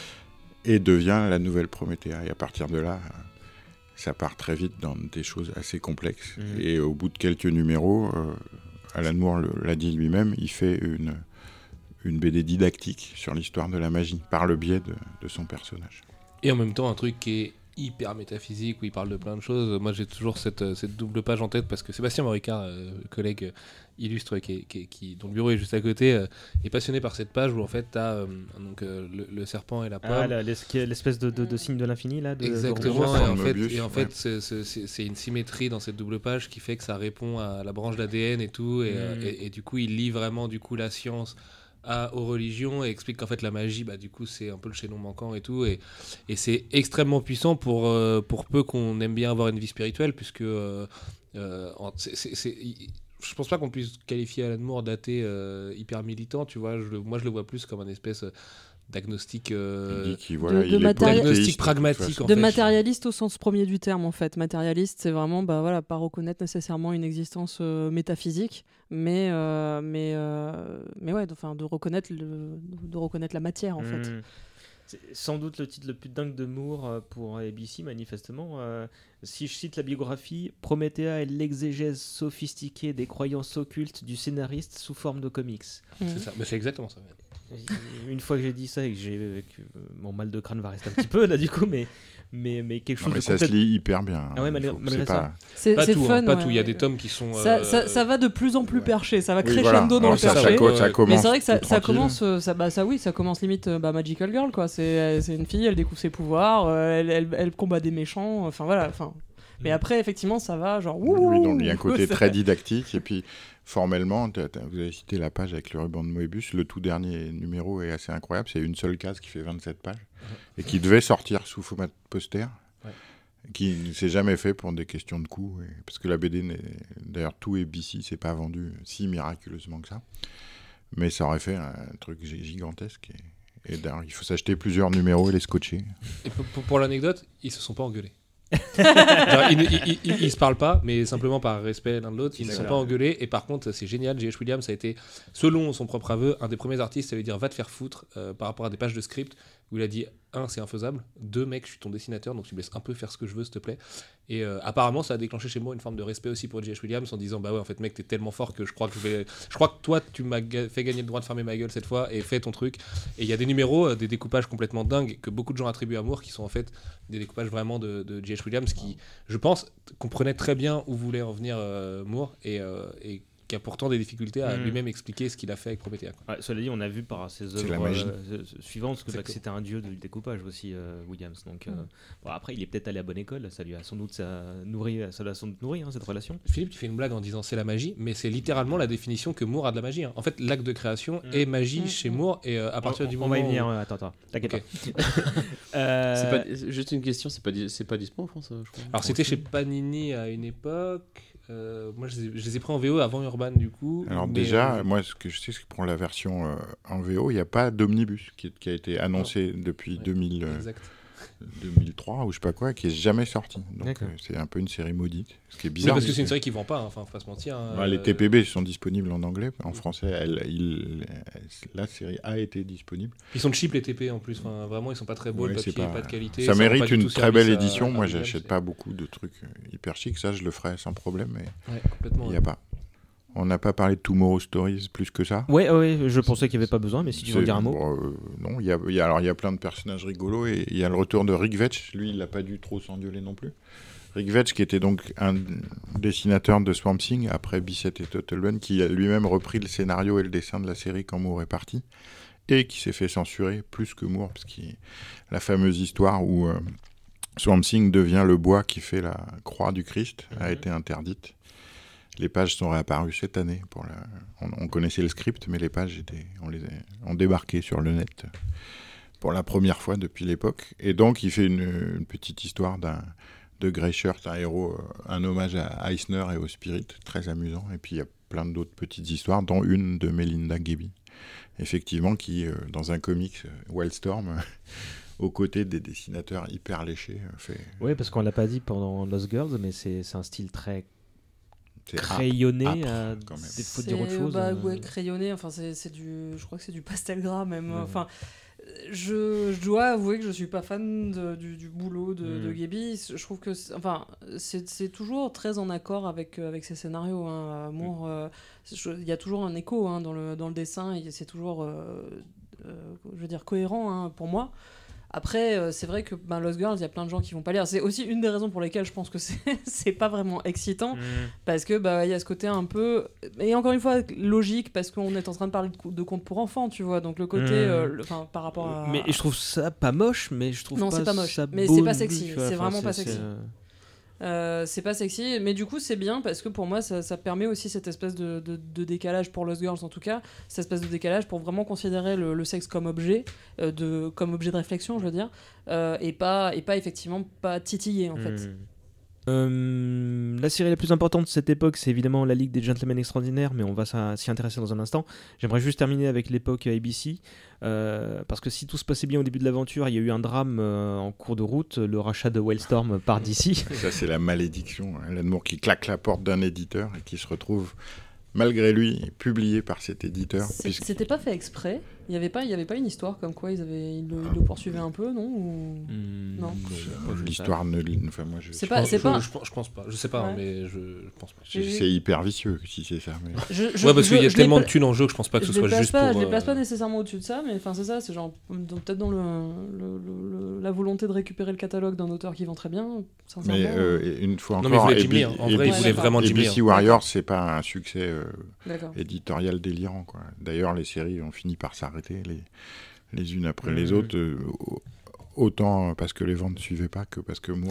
et devient la nouvelle Promethea. Et à partir de là, euh, ça part très vite dans des choses assez complexes. Mhm. Et au bout de quelques numéros, euh, Alan Moore le- l'a dit lui-même, il fait une, une B D didactique sur l'histoire de la magie par le biais de, de son personnage. Et en même temps, un truc qui est hyper métaphysique, où il parle de plein de choses. Moi, j'ai toujours cette, euh, cette double page en tête, parce que Sébastien Moricard, euh, collègue euh, illustre, qui, est- qui, est- qui- dont le bureau est juste à côté, euh, est passionné par cette page où, en fait, tu as donc, euh, le, le serpent et la pomme. Ah, la- l'es- l'espèce de, de, de signe de l'infini, là. De, Exactement, de et Mobius, en fait, Mobius, et en ouais. fait c'est- c'est c'est- c'est une symétrie dans cette double page qui fait que ça répond à la branche d'A D N et tout, et, Mm. euh, et, et du coup, il lie vraiment du coup la science à, aux religions et explique qu'en fait la magie, bah, du coup, c'est un peu le chaînon manquant et tout, et, et c'est extrêmement puissant pour, euh, pour peu qu'on aime bien avoir une vie spirituelle, puisque euh, euh, en- c'est- c'est- c'est- il- je pense pas qu'on puisse qualifier Alan Moore d'athée euh, hyper militant, tu vois, je, le- moi je le vois plus comme un espèce d'agnostique euh, Il dit qu'il voilà, de il est matéria- Diagnostic polythéiste, de toute pragmatique, façon. en De fait. matérialiste au sens premier du terme, en fait. Matérialiste, c'est vraiment bah, voilà, pas reconnaître nécessairement une existence euh, métaphysique, mais, euh, mais, euh, mais ouais, de, de, reconnaître le, de reconnaître la matière, en fait. Hmm. C'est sans doute le titre le plus dingue de Moore euh, pour A B C, manifestement. Euh, si je cite la biographie, Promethea est l'exégèse sophistiquée des croyances occultes du scénariste sous forme de comics. C'est ça, mais c'est exactement ça. Une fois que j'ai dit ça et que j'ai que mon mal de crâne va rester un petit peu là du coup, mais mais mais quelque chose Non, mais de ça se complète- lit hyper bien. Ah ouais, malgré- Faut- malgré c'est ça. pas- C'est Pas c'est tout, hein, fun. pas ouais. tout. Il y a des tomes qui sont. Ça, euh, ça, ça va de plus en plus ouais. perché, ça va Oui, crescendo voilà. dans le Alors ça, perché. ça, co- Ouais. ça commence Mais c'est vrai que ça, tout ça tranquille. commence, euh, ça, bah, ça oui, ça commence limite euh, bah, Magical Girl quoi. C'est c'est une fille, elle découvre ses pouvoirs, euh, elle, elle, elle combat des méchants. Enfin voilà, enfin Mais après, effectivement, ça va, genre. Oui, donc il y a un côté très didactique. Et puis, formellement, t'as, t'as, vous avez cité la page avec le ruban de Moebius. Le tout dernier numéro est assez incroyable. C'est une seule case qui fait vingt-sept pages et qui devait sortir sous format poster. Ouais. Qui ne s'est jamais fait pour des questions de coût. Et... Parce que la B D, n'est... d'ailleurs, tout et B C, c'est pas vendu si miraculeusement que ça. Mais ça aurait fait un truc gigantesque. Et, et d'ailleurs, il faut s'acheter plusieurs numéros et les scotcher. Et pour, pour, pour l'anecdote, ils se sont pas engueulés. Genre, ils, ils, ils, ils se parlent pas, mais simplement par respect l'un de l'autre, ils ne se sont pas engueulés. Et par contre, c'est génial. J H. Williams a été, selon son propre aveu, un des premiers artistes à lui dire va te faire foutre euh, par rapport à des pages de script où il a dit un, c'est infaisable. Deux, mec, je suis ton dessinateur, donc tu me laisses un peu faire ce que je veux, s'il te plaît. Et euh, apparemment, ça a déclenché chez moi une forme de respect aussi pour J H. Williams en disant bah ouais, en fait, mec, t'es tellement fort que je crois que je vais, je crois que toi, tu m'as ga- fait gagner le droit de fermer ma gueule cette fois et fais ton truc. Et il y a des numéros, euh, des découpages complètement dingues que beaucoup de gens attribuent à Moore, qui sont en fait des découpages vraiment de, de J H. Williams qui, je pense, comprenait très bien où voulait en venir euh, Moore et, euh, et qui a pourtant des difficultés à mmh. lui-même expliquer ce qu'il a fait avec Promethea. Ouais, cela dit, on a vu par ses œuvres euh, suivantes que, bah, que c'était un dieu du découpage aussi, euh, Williams. Donc, mmh. euh, bon, après, il est peut-être allé à bonne école, ça lui a sans doute ça nourri, ça l'a sans doute nourri hein, cette relation. Philippe, tu fais une blague en disant c'est la magie, mais c'est littéralement la définition que Moore a de la magie. Hein. En fait, l'acte de création mmh. est magie mmh. chez Moore et euh, à partir on, du on moment va y venir. où... Ouais, attends, attends, t'inquiète okay. pas. euh... c'est pas. Juste une question, c'est pas, c'est pas dispo en France, je crois. Alors c'était chez Panini à une époque. Euh, moi, je les, ai, je les ai pris en V O avant Urban, du coup. Alors déjà, euh... moi, ce que je sais, c'est que pour la version euh, en V O, il n'y a pas d'omnibus qui, qui a été annoncé oh. depuis ouais. deux mille, euh, deux mille trois ou je sais pas quoi, qui est jamais sorti. Donc euh, c'est un peu une série maudite, ce qui est bizarre. Oui, parce que c'est une série qui vend pas, hein. Enfin, faut pas se mentir. Hein. Bah, les T P B sont disponibles en anglais, en français, elle, il, la série a été disponible. Ils sont cheap les T P en plus, enfin, vraiment ils sont pas très beaux, ouais, le papier pas... pas de qualité. Ça, ça mérite une très belle édition. À, moi, à j'achète c'est... pas beaucoup de trucs hyper chics, ça je le ferai sans problème, mais ouais, complètement, il y a ouais. pas. On n'a pas parlé de Tomorrow Stories plus que ça. Ouais, ouais, je pensais qu'il n'y avait pas besoin, mais si tu veux dire un mot. Bon, euh, non, il y a, y a, alors il y a plein de personnages rigolos et il y a le retour de Rick Veitch. Lui, il n'a pas dû trop s'engueuler non plus. Rick Veitch, qui était donc un dessinateur de Swamp Thing après Bissett et Totalben, qui a lui-même repris le scénario et le dessin de la série quand Moore est parti et qui s'est fait censurer plus que Moore, parce que la fameuse histoire où euh, Swamp Thing devient le bois qui fait la croix du Christ a mm-hmm. été interdite. Les pages sont réapparues cette année. Pour la... on, on connaissait le script, mais les pages étaient, on les a... ont débarqué sur le net pour la première fois depuis l'époque. Et donc, il fait une, une petite histoire d'un, de Grey Shirt, un héros, un hommage à Eisner et au Spirit, très amusant. Et puis, il y a plein d'autres petites histoires, dont une de Melinda Gebbie, effectivement, qui, dans un comics, Wildstorm, aux côtés des dessinateurs hyper léchés, fait... Oui, parce qu'on ne l'a pas dit pendant Lost Girls, mais c'est, c'est un style très... C'est crayonné, âpre, euh, quand même. Faut dire autre chose. Bah, euh... ouais, crayonné. Enfin, c'est, c'est du. Je crois que c'est du pastel gras même. Mmh. Enfin, je, je dois avouer que je suis pas fan de, du, du boulot de, mmh. de Gebbie. Je trouve que, c'est, enfin, c'est, c'est toujours très en accord avec avec ses scénarios. Hein. Moore, il mmh. euh, y a toujours un écho hein, dans le dans le dessin. Et c'est toujours, euh, euh, je veux dire, cohérent hein, pour moi. Après, euh, c'est vrai que ben, Lost Girls, il y a plein de gens qui vont pas lire. C'est aussi une des raisons pour lesquelles je pense que c'est, c'est pas vraiment excitant. Mmh. Parce que bah, y a ce côté un peu... Et encore une fois, logique, parce qu'on est en train de parler de, de contes pour enfants, tu vois. Donc le côté... Mmh. Euh, le, par rapport à... Mais je trouve ça pas moche, mais je trouve non, pas, c'est pas moche. ça mais beau c'est pas sexy. C'est enfin, vraiment c'est, pas sexy. C'est, euh... Euh, c'est pas sexy, mais du coup c'est bien parce que pour moi ça, ça permet aussi cette espèce de, de, de décalage pour Lost Girls en tout cas, cette espèce de décalage pour vraiment considérer le, le sexe comme objet, euh, de, comme objet de réflexion je veux dire, euh, et, pas, et pas effectivement pas titillé en mmh. fait. Euh, la série la plus importante de cette époque, c'est évidemment La Ligue des Gentlemen Extraordinaires, mais on va s'y intéresser dans un instant. J'aimerais juste terminer avec l'époque A B C, euh, parce que si tout se passait bien au début de l'aventure, il y a eu un drame euh, en cours de route, le rachat de Wildstorm par D C. Ça, c'est la malédiction. Hein. Alan Moore qui claque la porte d'un éditeur et qui se retrouve, malgré lui, publié par cet éditeur. C'est, puisque... C'était pas fait exprès. Il n'y avait pas, il y avait pas une histoire comme quoi ils avaient, ils le, ils le poursuivaient un peu, non ou... mmh, non. Je, l'histoire ne, enfin moi je. C'est pas, c'est je, pas. Je, je, je pense pas. Je sais pas, ouais. hein, mais je, je pense pas. C'est, c'est hyper vicieux si c'est ça. Mais... Je, je, ouais, parce qu'il y a tellement pas... de thunes en jeu que je pense pas que je ce soit juste pas, pour. Je les place euh... pas nécessairement au-dessus de ça, mais enfin c'est ça, c'est genre dans, peut-être dans le, le, le, la volonté de récupérer le catalogue d'un auteur qui vend très bien. Mais euh, une fois encore. Non mais il voulait Jim Lee. Hein. En vrai, il voulait vraiment Jim Lee. A B C Warriors, c'est pas un succès éditorial délirant quoi. D'ailleurs, les séries ont fini par s'arrêter. Les les unes après mmh. les autres, euh, autant parce que les ventes ne suivaient pas que parce que Moore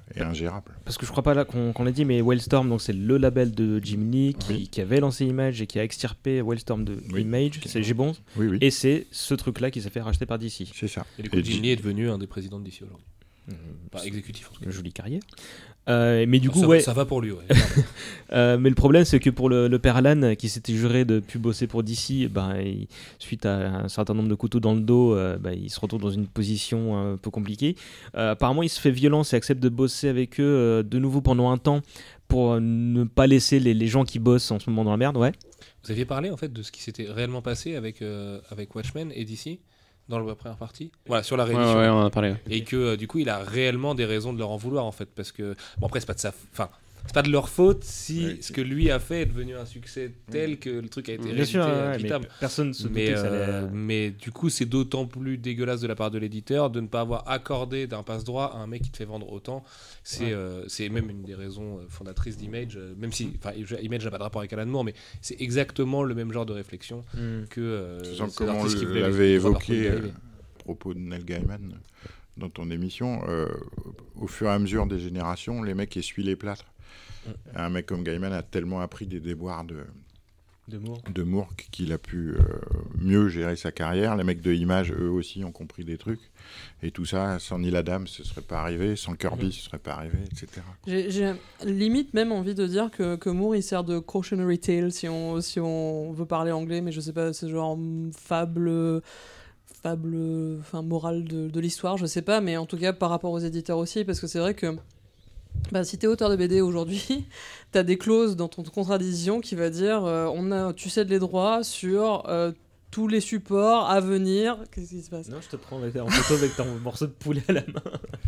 et ingérable. Parce que je crois pas là qu'on, qu'on l'a dit, mais Wildstorm, donc c'est le label de Jim Lee qui, Oui. qui avait lancé Image et qui a extirpé Wildstorm de Oui. Image. C'est J'ai bon. Oui, oui, Et c'est ce truc-là qui s'est fait racheter par D C. c'est ça. Et du coup, Et Jim Jim- Lee est devenu un des présidents de D C aujourd'hui. Mmh, Enfin, exécutif en tout cas. Une jolie carrière. Euh, mais du coup, ça, ouais. ça va pour lui, ouais. Euh, mais le problème, c'est que pour le, le père Alan, qui s'était juré de plus bosser pour D C, ben, il- suite à un certain nombre de couteaux dans le dos, euh, ben, il se retrouve dans une position un peu compliquée. Euh, apparemment, il se fait violence et accepte de bosser avec eux euh, de nouveau pendant un temps pour euh, ne pas laisser les, les gens qui bossent en ce moment dans la merde. Ouais. Vous aviez parlé en fait de ce qui s'était réellement passé avec, euh, avec Watchmen et D C dans la première partie, voilà, sur la Ouais, réédition. ouais, on en a parlé. Ouais. Et que euh, du coup il a réellement des raisons de leur en vouloir en fait, parce que bon, après c'est pas de sa enfin c'est pas de leur faute si Ouais. ce que lui a fait est devenu un succès tel que le truc a été Bien réédité sûr, ouais, à mais vitable. personne ne se mais, doutait que ça euh, allait... mais du coup c'est d'autant plus dégueulasse de la part de l'éditeur de ne pas avoir accordé d'un passe-droit à un mec qui te fait vendre autant. C'est Ouais. euh, c'est même une des raisons fondatrices d'Image, euh, même si enfin Image n'a pas de rapport avec Alan Moore, mais c'est exactement le même genre de réflexion Hmm. que euh, Tu sens ces comment artistes qui on voulaient l'avait les droits leur évoqué dérivés. euh, à propos de Neil Gaiman dans ton émission, euh, au fur et à mesure des générations, les mecs essuient les plâtres. Mm. Un mec comme Gaiman a tellement appris des déboires de, De Moore. de Moore qu'il a pu euh, mieux gérer sa carrière. Les mecs de Image, eux aussi, ont compris des trucs. Et tout ça, sans Neil Adams, ce serait pas arrivé. Sans Kirby, Mhm. ce serait pas arrivé, et cetera. J'ai, j'ai limite même envie de dire que, que Moore il sert de cautionary tale si on, si on veut parler anglais, mais je sais pas, c'est genre hum, fable, fable, enfin morale de, de l'histoire, je sais pas, mais en tout cas par rapport aux éditeurs aussi, parce que c'est vrai que bah, si t'es auteur de B D aujourd'hui, t'as des clauses dans ton contrat d'édition qui va dire euh, on a, tu cèdes les droits sur euh, tous les supports à venir. Qu'est-ce qui se passe ? Non, je te prends avec- en photo avec ton morceau de poulet à la main.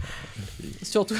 Surtout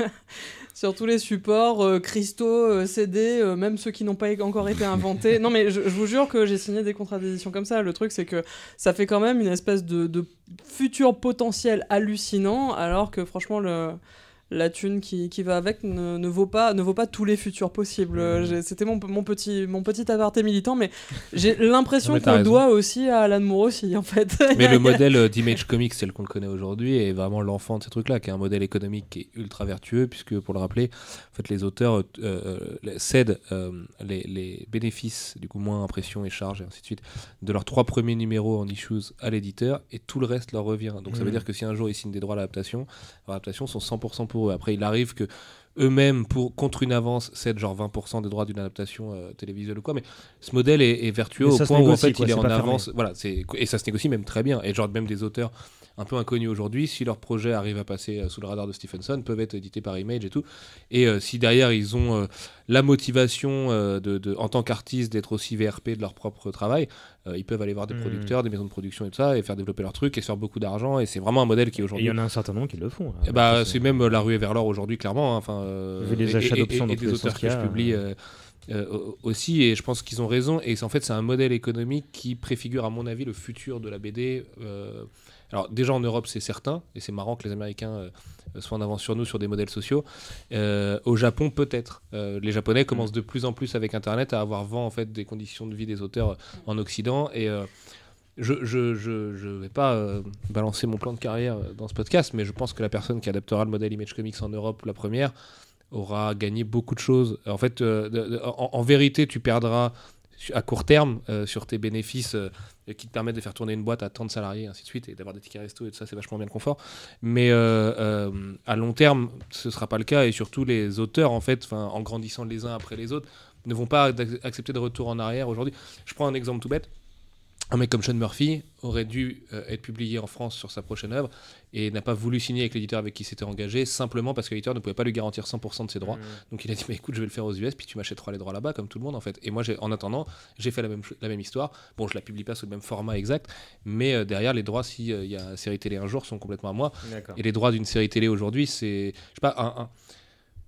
sur tous les supports, euh, cristaux, euh, C D, euh, même ceux qui n'ont pas é- encore été inventés. Non mais je, je vous jure que j'ai signé des contrats d'édition comme ça. Le truc c'est que ça fait quand même une espèce de, de futur potentiel hallucinant, alors que franchement le... la thune qui, qui va avec ne, ne, vaut pas, ne vaut pas tous les futurs possibles. Euh, j'ai- C'était mon, mon, petit, mon petit aparté militant, mais j'ai l'impression Non, mais qu'on t'as le raison. doit aussi à Alan Moore aussi, en fait. Mais le modèle euh, d'Image Comics tel qu'on le connaît aujourd'hui est vraiment l'enfant de ces trucs-là, qui est un modèle économique qui est ultra vertueux, puisque pour le rappeler, en fait, les auteurs euh, euh, cèdent euh, les, les bénéfices, du coup moins impression et charges et ainsi de suite, de leurs trois premiers numéros en issues à l'éditeur, et tout le reste leur revient. Donc ça veut Mhm. dire que si un jour ils signent des droits à l'adaptation, leurs adaptations sont cent pour cent pour eux. Après, il arrive que eux-mêmes, pour, contre une avance, cèdent genre vingt pour cent des droits d'une adaptation euh, télévisuelle ou quoi, mais ce modèle est, est vertueux Mais au ça se point où en négocie, fait quoi, il est c'est en pas fermé. avance, voilà, c'est, et ça se négocie même très bien, et genre même des auteurs un peu inconnus aujourd'hui, si leur projet arrive à passer euh, sous le radar de Stephenson, peuvent être édités par Image et tout, et euh, si derrière ils ont euh, la motivation euh, de, de, en tant qu'artistes d'être aussi V R P de leur propre travail, euh, ils peuvent aller voir des Mhm. producteurs, des maisons de production et tout ça, et faire développer leur truc et se faire beaucoup d'argent, et c'est vraiment un modèle qui Et il aujourd'hui... y en a un certain nombre qui le font. Eh bah, c'est même euh, la ruée vers l'or aujourd'hui, clairement. hein. Enfin, euh, Vu les et- achats et- d'options et- dans et tous des les auteurs sens que qu'il y je a, publie euh, euh, aussi, et je pense qu'ils ont raison. Et c'est en fait c'est un modèle économique qui préfigure, à mon avis, le futur de la B D. Euh, alors déjà en Europe, c'est certain, et c'est marrant que les Américains euh, soient en avance sur nous sur des modèles sociaux. Euh, au Japon, peut-être. Euh, les Japonais commencent de plus en plus avec Internet à avoir vent en fait des conditions de vie des auteurs en Occident, et euh, je je, je, je vais pas euh, balancer mon plan de carrière euh, dans ce podcast, mais je pense que la personne qui adaptera le modèle Image Comics en Europe, la première, aura gagné beaucoup de choses. En fait, euh, de- de- en, en vérité, tu perdras su- à court terme euh, sur tes bénéfices euh, qui te permettent de faire tourner une boîte à tant de salariés, ainsi de suite, et d'avoir des tickets resto et tout ça, c'est vachement bien le confort. Mais euh, euh, à long terme, ce sera pas le cas, et surtout les auteurs, en fait, 'fin, en grandissant les uns après les autres, ne vont pas ac- accepter de retour en arrière aujourd'hui. Je prends un exemple tout bête. Un mec comme Sean Murphy aurait dû euh, être publié en France sur sa prochaine œuvre et n'a pas voulu signer avec l'éditeur avec qui il s'était engagé, simplement parce que l'éditeur ne pouvait pas lui garantir cent pour cent de ses droits. Donc il a dit bah, écoute, je vais le faire aux U S, puis tu m'achèteras les droits là-bas comme tout le monde en fait. Et moi j'ai, en attendant, j'ai fait la même, ch- la même histoire. Bon, je la publie pas sous le même format exact, mais euh, derrière les droits, s'il y a série télé un jour, sont complètement à moi. D'accord. Et les droits d'une série télé aujourd'hui, c'est, je sais pas, un, un-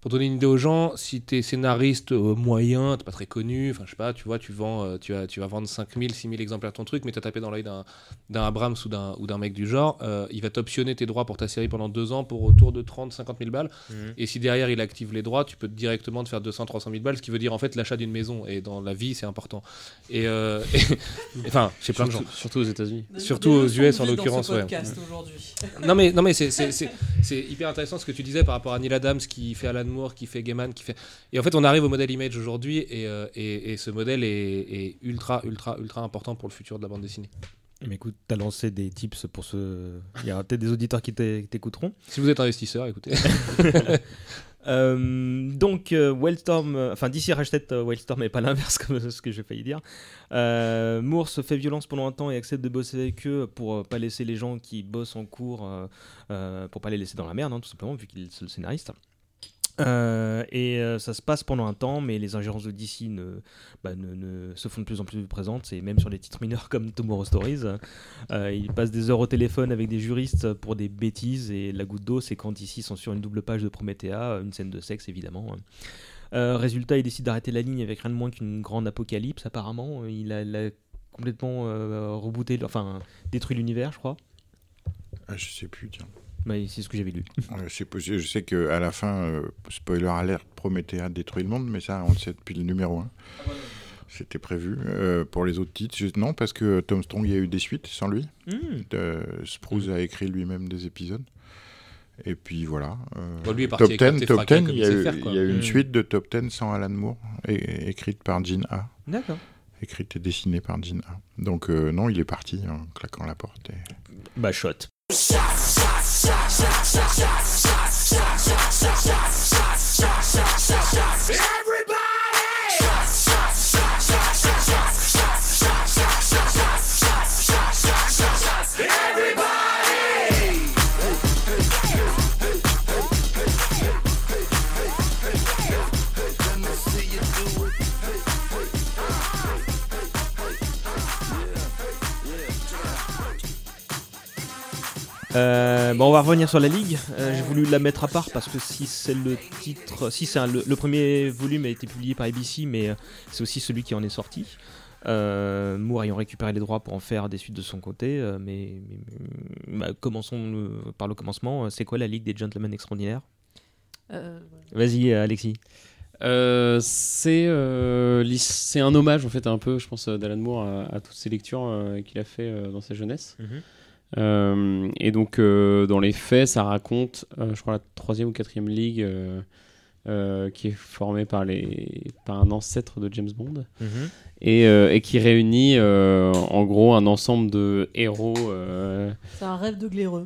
pour donner une idée aux gens, si t'es scénariste euh, moyen, t'es pas très connu, enfin je sais pas, tu vois, tu vends, euh, tu vas, tu vas vendre cinq mille, six mille exemplaires de ton truc, mais t'as tapé dans l'œil d'un, d'un Abrams ou d'un, ou d'un mec du genre, euh, il va t'optionner tes droits pour ta série pendant deux ans pour autour de trente, cinquante mille balles. Mmh. Et si derrière il active les droits, tu peux directement te faire deux cents, trois cent mille balles, ce qui veut dire en fait l'achat d'une maison. Et dans la vie, c'est important. Et, euh, et enfin, chez plein de gens. Surtout aux États-Unis. Surtout aux U S en l'occurrence. Ouais. non mais, non mais c'est, c'est, c'est, c'est hyper intéressant ce que tu disais par rapport à Neil Adams qui fait Alan Moore, qui fait Gaiman, qui fait. Et en fait, on arrive au modèle Image aujourd'hui, et, euh, et, et ce modèle est, est ultra, ultra, ultra important pour le futur de la bande dessinée. Mais écoute, t'as lancé des tips pour ce. Il y aura peut-être des auditeurs qui t'écouteront. Si vous êtes investisseur, écoutez. euh, donc, euh, Wildstorm, euh, enfin, D C rachète euh, Wildstorm, mais pas l'inverse, comme ce que j'ai failli dire. Euh, Moore se fait violence pendant un temps et accepte de bosser avec eux pour euh, pas laisser les gens qui bossent en cours, euh, euh, pour pas les laisser dans la merde, hein, tout simplement, vu qu'il est le scénariste. Euh, et euh, ça se passe pendant un temps, mais les ingérences de D C ne, bah, ne, ne se font de plus en plus présentes, et même sur des titres mineurs comme Tomorrow Stories. Euh, ils passent des heures au téléphone avec des juristes pour des bêtises, et la goutte d'eau, c'est quand D C sont sur une double page de Promethea, une scène de sexe évidemment. Euh, résultat, il décide d'arrêter la ligne avec rien de moins qu'une grande apocalypse. Apparemment, il a, il a complètement euh, rebooté, enfin détruit l'univers, je crois. Ah, je sais plus, tiens. Bah, c'est ce que j'avais lu. Euh, c'est possible. Je sais qu'à la fin, euh, spoiler alert, Promethea détruit le monde, mais ça, on le sait depuis le numéro un. Ah, voilà. C'était prévu. Euh, pour les autres titres, je... non, parce que Tom Strong, il y a eu des suites sans lui. Mm. De... Spruce mm. a écrit lui-même des épisodes. Et puis voilà. Euh... Bon, lui est parti Top dix, Top dix, il y a eu, faire, il y a eu une mm. suite de Top dix sans Alan Moore, et... écrite par Gene A. D'accord. Écrite et dessinée par Gene A. Donc euh, non, il est parti en claquant la porte. Et... Bah, shot. Euh, bon, on va revenir sur la Ligue. Euh, j'ai voulu la mettre à part parce que si c'est le titre, si c'est un, le, le premier volume a été publié par A B C, mais euh, c'est aussi celui qui en est sorti. Euh, Moore ayant récupéré les droits pour en faire des suites de son côté, euh, mais, mais bah, commençons le, par le commencement. C'est quoi la Ligue des Gentlemen Extraordinaires ? euh... Vas-y, Alexis. Euh, c'est, euh, c'est un hommage en fait un peu, je pense, d'Alan Moore à, à toutes ces lectures euh, qu'il a fait euh, dans sa jeunesse. Mm-hmm. Euh, et donc euh, dans les faits ça raconte euh, je crois la troisième ou quatrième ligue euh, euh, qui est formée par, les, par un ancêtre de James Bond mm-hmm. et, euh, et qui réunit euh, en gros un ensemble de héros euh... c'est un rêve de glaireux.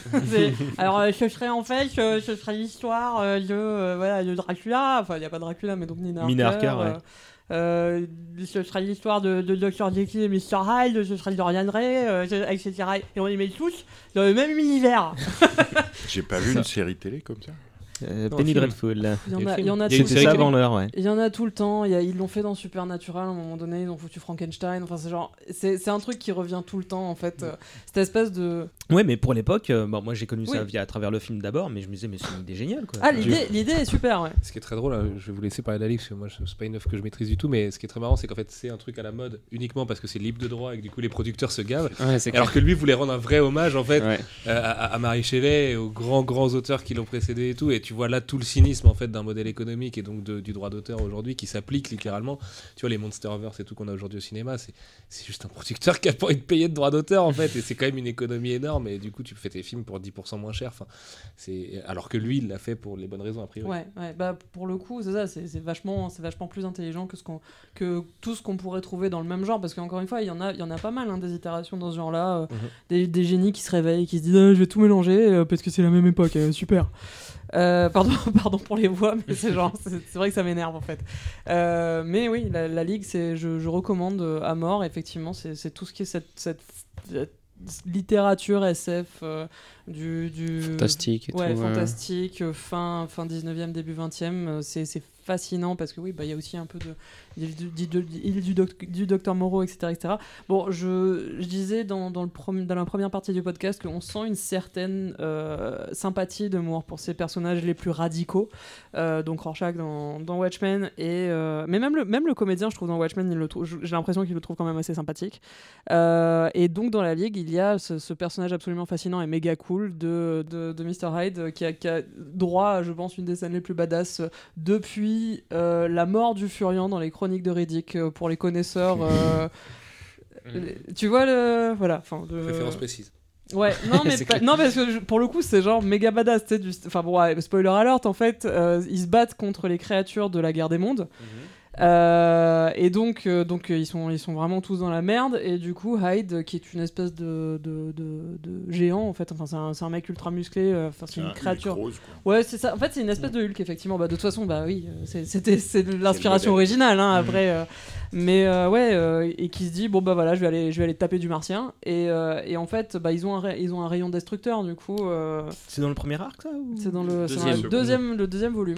Alors euh, ce serait en fait ce, ce serait l'histoire euh, de, euh, voilà, de Dracula, enfin il n'y a pas Dracula mais donc Nina Harker, Harker ouais. euh, Euh, ce sera l'histoire de, de docteur Jekyll et mister Hyde, ce sera Dorian Gray, euh, et cetera. Et on les met tous dans le même univers. J'ai pas vu une série télé comme ça. Euh, Penny Dreadful. Il y en a, il y en a, tout, ça avant l'heure, ouais. Il y en a tout le temps. Il y a, ils l'ont fait dans Supernatural à un moment donné. Ils ont foutu Frankenstein. Enfin, c'est genre, c'est, c'est un truc qui revient tout le temps en fait. Euh, cette espèce de. Ouais, mais pour l'époque, euh, bon, moi j'ai connu oui. ça via à travers le film d'abord, mais je me disais mais c'est une idée géniale quoi. Ah l'idée, l'idée est super, ouais. Ce qui est très drôle, hein, je vais vous laisser parler d'Alix, parce que moi c'est pas une œuvre que je maîtrise du tout, mais ce qui est très marrant, c'est qu'en fait c'est un truc à la mode uniquement parce que c'est libre de droit et que du coup les producteurs se gavent. Ouais, c'est alors clair. que lui voulait rendre un vrai hommage en fait ouais. euh, à, à Mary Shelley et aux grands grands auteurs qui l'ont précédé et tout. Et tu vois là tout le cynisme en fait d'un modèle économique et donc de, du droit d'auteur aujourd'hui qui s'applique littéralement. Tu vois les Monsterverse et tout qu'on a aujourd'hui au cinéma, c'est, c'est juste un producteur qui a pas envie de payer de droit d'auteur en fait, et c'est quand même une économie énorme. Et du coup tu fais tes films pour dix pour cent moins cher. Enfin, c'est alors que lui il l'a fait pour les bonnes raisons a priori. Ouais, ouais. Bah pour le coup c'est ça, c'est, c'est vachement, c'est vachement plus intelligent que ce qu'on, que tout ce qu'on pourrait trouver dans le même genre, parce qu'encore une fois il y en a, il y en a pas mal hein, des itérations dans ce genre-là, euh, mm-hmm. des, des génies qui se réveillent, qui se disent ah, je vais tout mélanger euh, parce que c'est la même époque, euh, super. Euh, pardon, pardon pour les voix, mais c'est genre, c'est, c'est vrai que ça m'énerve en fait. Euh, mais oui, la, la Ligue, c'est, je, je recommande à mort. Effectivement, c'est, c'est tout ce qui est cette, cette, cette littérature S F euh, du, du fantastique et ouais, tout, fantastique ouais. fin fin dix-neuvième début vingtième, c'est c'est fascinant parce que oui, bah il y a aussi un peu de il du, du, du, du, doc, du docteur Moreau, et cetera, et cetera. Bon, je, je disais dans, dans, le prom, dans la première partie du podcast qu'on sent une certaine euh, sympathie de Moore pour ses personnages les plus radicaux, euh, donc Rorschach dans, dans Watchmen, et euh, mais même le, même le comédien, je trouve dans Watchmen, il le trouve, j'ai l'impression qu'il le trouve quand même assez sympathique. Euh, et donc dans la Ligue, il y a ce, ce personnage absolument fascinant et méga cool de, de, de mister Hyde qui a, qui a droit à, je pense, une des scènes les plus badass depuis euh, la mort du Furian dans les Chroniques de Riddick, euh, pour les connaisseurs. Euh, mmh. Tu vois le voilà, enfin de référence précise. Ouais, non mais pas, non parce que je, pour le coup c'est genre méga badass, tu sais, du, enfin bon, ouais, spoiler alert, en fait, euh, ils se battent contre les créatures de la Guerre des Mondes. Mmh. Euh, et donc, euh, donc euh, ils, sont, ils sont vraiment tous dans la merde. Et du coup, Hyde, qui est une espèce de, de, de, de géant, en fait, enfin, c'est un, c'est un mec ultra musclé, euh, c'est, c'est une créature. Rose, ouais, c'est ça. En fait, c'est une espèce de Hulk, effectivement. Bah, de toute façon, bah oui, c'est, c'était, c'est l'inspiration originale, hein, après. Euh, mais euh, ouais, euh, et qui se dit, bon, bah voilà, je vais aller, je vais aller taper du martien. Et, euh, et en fait, bah, ils, ont un ra- ils ont un rayon destructeur, du coup. Euh, c'est dans le premier arc, ça ou... C'est dans le deuxième, c'est dans le deuxième, le deuxième volume.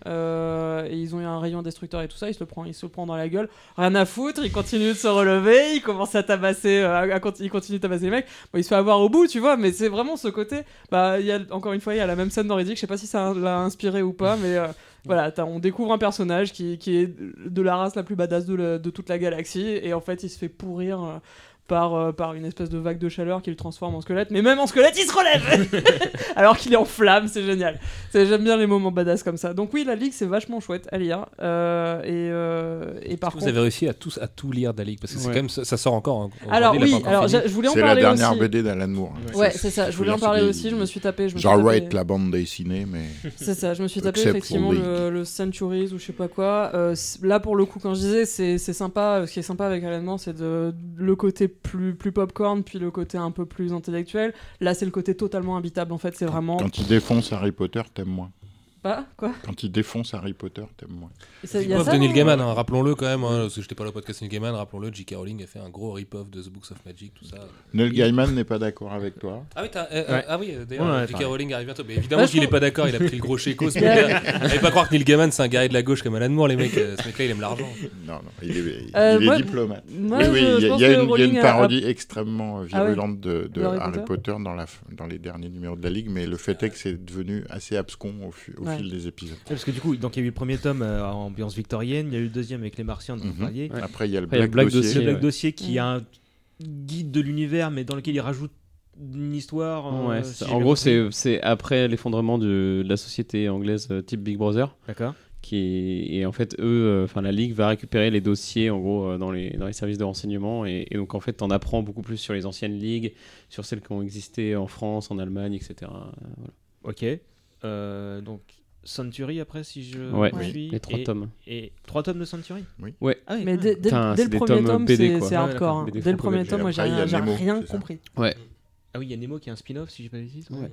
Euh, et ils ont eu un rayon destructeur et tout ça, ils se le prend, ils se le prend dans la gueule, rien à foutre, il continue de se relever, il commence à tabasser, euh, à, à, il continue de tabasser les mecs, bon, il se fait avoir au bout, tu vois, mais c'est vraiment ce côté, bah, y a, encore une fois, il y a la même scène dans Riddick, je sais pas si ça l'a inspiré ou pas, mais euh, voilà, on découvre un personnage qui, qui est de la race la plus badass de, la, de toute la galaxie, et en fait, il se fait pourrir... Euh, Par, euh, par une espèce de vague de chaleur qui le transforme en squelette, mais même en squelette il se relève alors qu'il est en flamme, c'est génial. C'est, j'aime bien les moments badass comme ça. Donc oui, la Ligue c'est vachement chouette à lire, euh, et, euh, et par vous contre avez réussi à tous à tout lire de la Ligue parce que c'est ouais. quand même ça, ça sort encore hein. Alors oui, alors je voulais en c'est parler la dernière aussi. B D d'Alan Moore. Ouais, ouais c'est ça, je voulais en parler aussi, je me suis tapé je me genre tapé... Wright la bande dessinée, mais c'est ça, je me suis tapé effectivement le, le Centuries ou je sais pas quoi. Euh, là pour le coup, quand je disais c'est, c'est sympa, ce qui est sympa avec Alan Moore, c'est de, le côté plus, plus pop puis le côté un peu plus intellectuel. Là, c'est le côté totalement imbitable, en fait, c'est vraiment... Quand il défonce Harry Potter, t'aimes moins. Pas quoi Quand il défonce Harry Potter, t'aimes moins. C'est rip-off de Neil Gaiman, hein, rappelons-le quand même, hein, parce que j'étais pas là au podcast Neil Gaiman, rappelons-le, J K Rowling a fait un gros rip-off de The Books of Magic, tout ça. Neil Gaiman n'est pas d'accord avec toi. Ah oui, t'as, euh, ouais. ah oui d'ailleurs, ouais, J K Rowling arrive bientôt. Mais évidemment ouais, qu'il trouve... est pas d'accord, il a pris le gros chéco. N'allez pas croire que Neil Gaiman c'est un guerrier de la gauche comme Alan Moore, les mecs. Ce mec-là, il aime l'argent. Non, non, il est, il, euh, il est moi, diplomate. Moi, oui, oui, je, il y, je y, a une, y a une parodie a... extrêmement virulente ah, ouais. de, de Harry, Harry Potter, Potter dans, la, dans les derniers numéros de la Ligue, mais le fait est que c'est devenu assez abscon au, fu- au ouais. fil des épisodes. Parce que du coup, donc il y a eu le premier tome euh, en ambiance victorienne, il y a eu le deuxième avec les Martiens. Mm-hmm. Ouais. Après, il y a le Black, Black Dossier, dossier, le Black ouais. dossier qui mmh. a un guide de l'univers, mais dans lequel il rajoute une histoire. Ouais, euh, si en gros, c'est, c'est après l'effondrement de, de la société anglaise euh, type Big Brother. D'accord. Qui est, et en fait, eux, enfin euh, la Ligue va récupérer les dossiers en gros euh, dans les dans les services de renseignement et, et donc en fait, t'en apprends beaucoup plus sur les anciennes ligues, sur celles qui ont existé en France, en Allemagne, et cetera. Euh, voilà. Ok. Euh, donc. Century après si je ouais, suis les trois et, tomes et trois tomes de Century oui ouais ah oui, mais dès, dès, dès le premier tome B D, c'est, c'est hardcore hein. Dès le premier tome moi j'ai rien, j'ai rien compris ouais ah oui il y a Nemo qui est un spin-off si j'ai pas dit ouais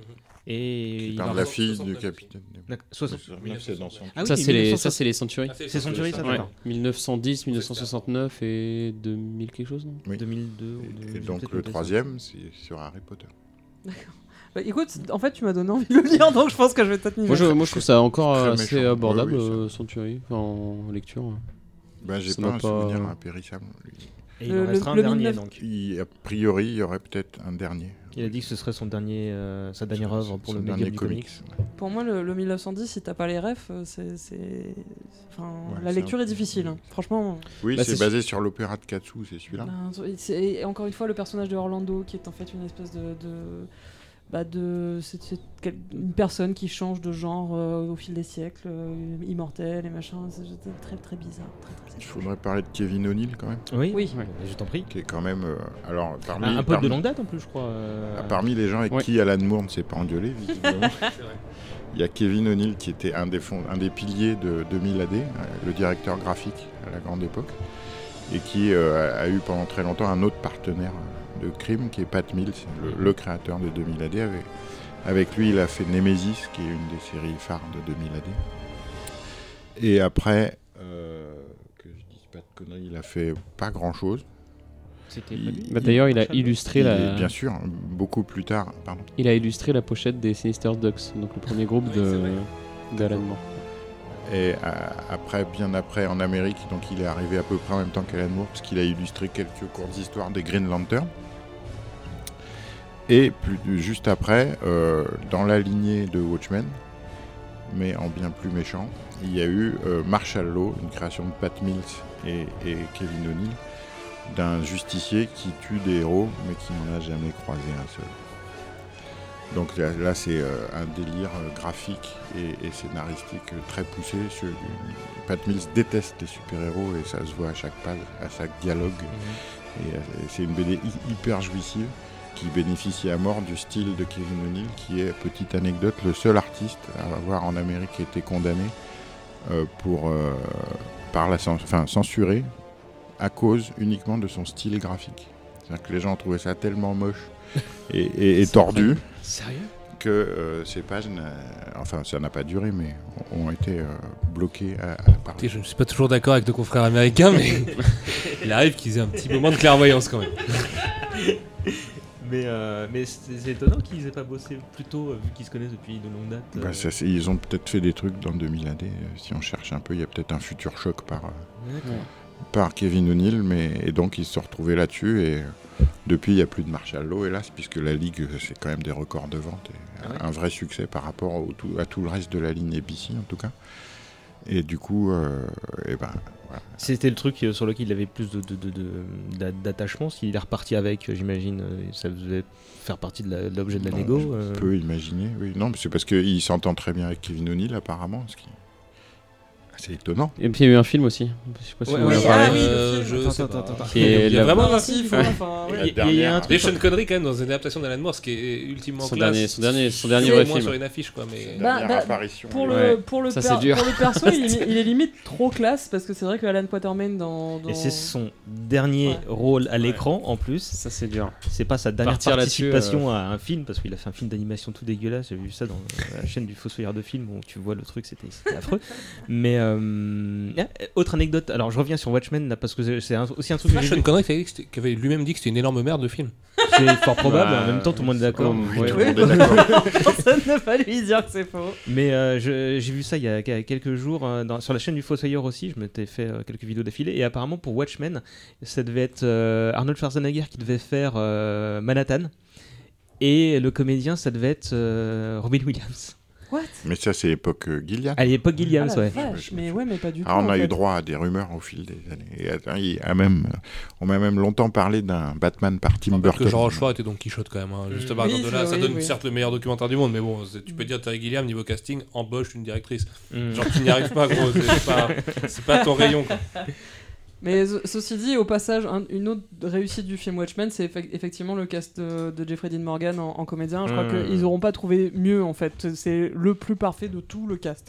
et il parle de la fille du capitaine Nemo soixante-neuf c'est dans Century ah oui, ça c'est les ça c'est les Century ah, c'est Century ça d'accord dix-neuf cent dix dix-neuf cent soixante-neuf et deux mille quelque chose non oui. deux mille deux et donc le troisième c'est sur Harry Potter d'accord. Bah, écoute, en fait, tu m'as donné envie de le lire, donc je pense que je vais peut-être m'y moi, je, moi, je trouve ça encore assez méchant. abordable, oui, oui, euh, Century, en lecture. Bah, j'ai ça pas un pas... souvenir impérissable. Et il le, en restera un dernier, dix-neuf donc. Il, a priori, il y aurait peut-être un dernier. Il a dit que ce serait son dernier, euh, sa dernière œuvre pour son le médium du comics. comics. Pour moi, le, le dix-neuf cent dix, si t'as pas les refs, c'est, c'est... Enfin, ouais, la lecture est difficile, hein. Franchement. Oui, bah, c'est, c'est basé sur l'opéra de Katsu, c'est celui-là. Non, c'est, et encore une fois, le personnage de Orlando, qui est en fait une espèce de... de... Bah de c'est, c'est une personne qui change de genre euh, au fil des siècles, euh, immortel et machin, c'est très très bizarre, très, très, très il faudrait parler de Kevin O'Neill quand même. Oui, oui. Ouais. Je t'en prie. Qui est quand même euh, alors parmi un, un peu parmi, de longue date en plus je crois. Euh... Parmi les gens avec ouais. qui Alan Moore ne s'est pas engueulé visiblement. Il y a Kevin O'Neill qui était un des fonds, un des piliers de deux mille A D, le directeur graphique à la grande époque, et qui euh, a eu pendant très longtemps un autre partenaire de crime qui est Pat Mills, le, le créateur de deux mille A D. Avec, avec lui, il a fait Nemesis, qui est une des séries phares de deux mille A D. Et après, euh, que je dise pas de conneries, il a fait pas grand-chose. C'était il, bah d'ailleurs, il a illustré il la. Est, bien sûr, beaucoup plus tard. Pardon. Il a illustré la pochette des Sinister Ducks, donc le premier groupe oui, de d'Alan Moore. Et à, après, bien après, en Amérique, donc il est arrivé à peu près en même temps qu'Alan Moore, parce qu'il a illustré quelques courtes histoires des Green Lantern. Et plus, juste après, euh, dans la lignée de Watchmen, mais en bien plus méchant, il y a eu euh, Marshall Law, une création de Pat Mills et, et Kevin O'Neill, d'un justicier qui tue des héros, mais qui n'en a jamais croisé un seul. Donc là, là c'est euh, un délire euh, graphique et, et scénaristique euh, très poussé. Sur, euh, Pat Mills déteste les super-héros et ça se voit à chaque page, à chaque dialogue. Mmh. Et, euh, c'est une B D hy- hyper jouissive qui bénéficie à mort du style de Kevin O'Neill, qui est, petite anecdote, le seul artiste à avoir en Amérique été condamné euh, pour, euh, par la cens- enfin, censuré à cause uniquement de son style graphique. C'est-à-dire que les gens trouvaient ça tellement moche et, et, et tordu. Sérieux ? Que euh, ces pages, enfin ça n'a pas duré, mais ont été euh, bloquées à, à par. Je ne suis pas toujours d'accord avec nos confrères américains, mais il arrive qu'ils aient un petit moment de clairvoyance quand même. Mais, euh, mais c'est, c'est étonnant qu'ils aient pas bossé plus tôt, euh, vu qu'ils se connaissent depuis de longues dates. Euh... Bah, ça, c'est, ils ont peut-être fait des trucs dans deux mille A D. Euh, si on cherche un peu, il y a peut-être un futur choc par, euh, par Kevin O'Neill, mais et donc ils se sont retrouvés là-dessus et. Depuis, il n'y a plus de Marshall Law, hélas, puisque la Ligue, c'est quand même des records de vente. Et ah ouais. Un vrai succès par rapport au, tout, à tout le reste de la ligne A B C, en tout cas. Et du coup, euh, et ben, voilà. C'était le truc sur lequel il avait plus de, de, de, de, d'attachement. S'il est reparti avec, j'imagine, ça devait faire partie de, la, de l'objet de la non, négo. Je euh... peux imaginer, oui. Non, mais c'est parce qu'il s'entend très bien avec Kevin O'Neill, apparemment. Ce qui... C'est étonnant. Et puis il y a eu un film aussi. Je sais pas si ouais, vous voulez oui, en parler. Ah oui, euh, le film. je Attends, sais attends, pas. attends. Qui est Il y a la- vraiment Ah, un si, faut, Ouais. enfin, ouais. La Il y a- il y a un dernière. truc- Mais Sean Connery quand même dans une adaptation d'Alan Moore, ce qui est ultimement Son classe. dernier- son dernier- son dernier C'est vrai moins film. sur une affiche quoi, mais. Bah, Dernière bah, apparition. Pour oui. le, Ouais. pour, le Ça, per- c'est dur. pour le perso, il, est- il est limite trop classe parce que c'est vrai que Alan Quatermain dans. dans... Et c'est son dernier Ouais. rôle à l'écran en plus. Ça c'est dur. C'est pas sa dernière Partir là-dessus, participation à un film, parce qu'il a fait un film d'animation tout dégueulasse. J'ai vu ça dans euh, la chaîne du Fossoyeur de film où tu vois le truc, c'était, c'était affreux. Mais euh, ah, autre anecdote, alors je reviens sur Watchmen là, parce que c'est- c'est un- aussi un truc que j'ai Sean vu. Connery qui avait dit que c'était- qui avait lui-même dit que c'était une énorme merde de film. C'est fort probable, Bah, en même temps tout le monde est d'accord. comme- Oui, ouais. tout le monde est d'accord. Personne ne va lui dire que c'est faux. Mais euh, je- j'ai vu ça il y a il y a quelques jours euh, dans- sur la chaîne du Fossoyeur aussi. Je m'étais fait euh, quelques vidéos d'affilée. Et apparemment pour Watchmen, ça devait être euh, Arnold Schwarzenegger qui devait faire euh, Manhattan. Et le comédien, ça devait être euh, Robin Williams. What? Mais ça, c'est époque euh, Gillian. À l'époque, Ah, Williams, la ouais. vache, mais ouais, mais pas du tout. Ah, on en a fait. eu droit à des rumeurs au fil des années. Et, attends, il y a même, on m'a même longtemps parlé d'un Batman par Tim Parce Burton. que Jean Rochefort était Don Quichotte quand même. Hein. Juste à partir Oui, de là, c'est- ça oui, donne oui. certes le meilleur documentaire du monde, mais bon, c'est- tu peux dire Terry Gilliam niveau casting embauche une directrice. Mm. Genre tu n'y arrives pas gros, c'est pas, c'est pas ton rayon. Quoi. Mais ce- ceci dit, au passage, un- une autre réussite du film Watchmen, c'est effe- effectivement le cast de, de Jeffrey Dean Morgan en, en comédien. Je crois Mmh. qu'ils n'auront pas trouvé mieux en fait. C'est le plus parfait de tout le cast.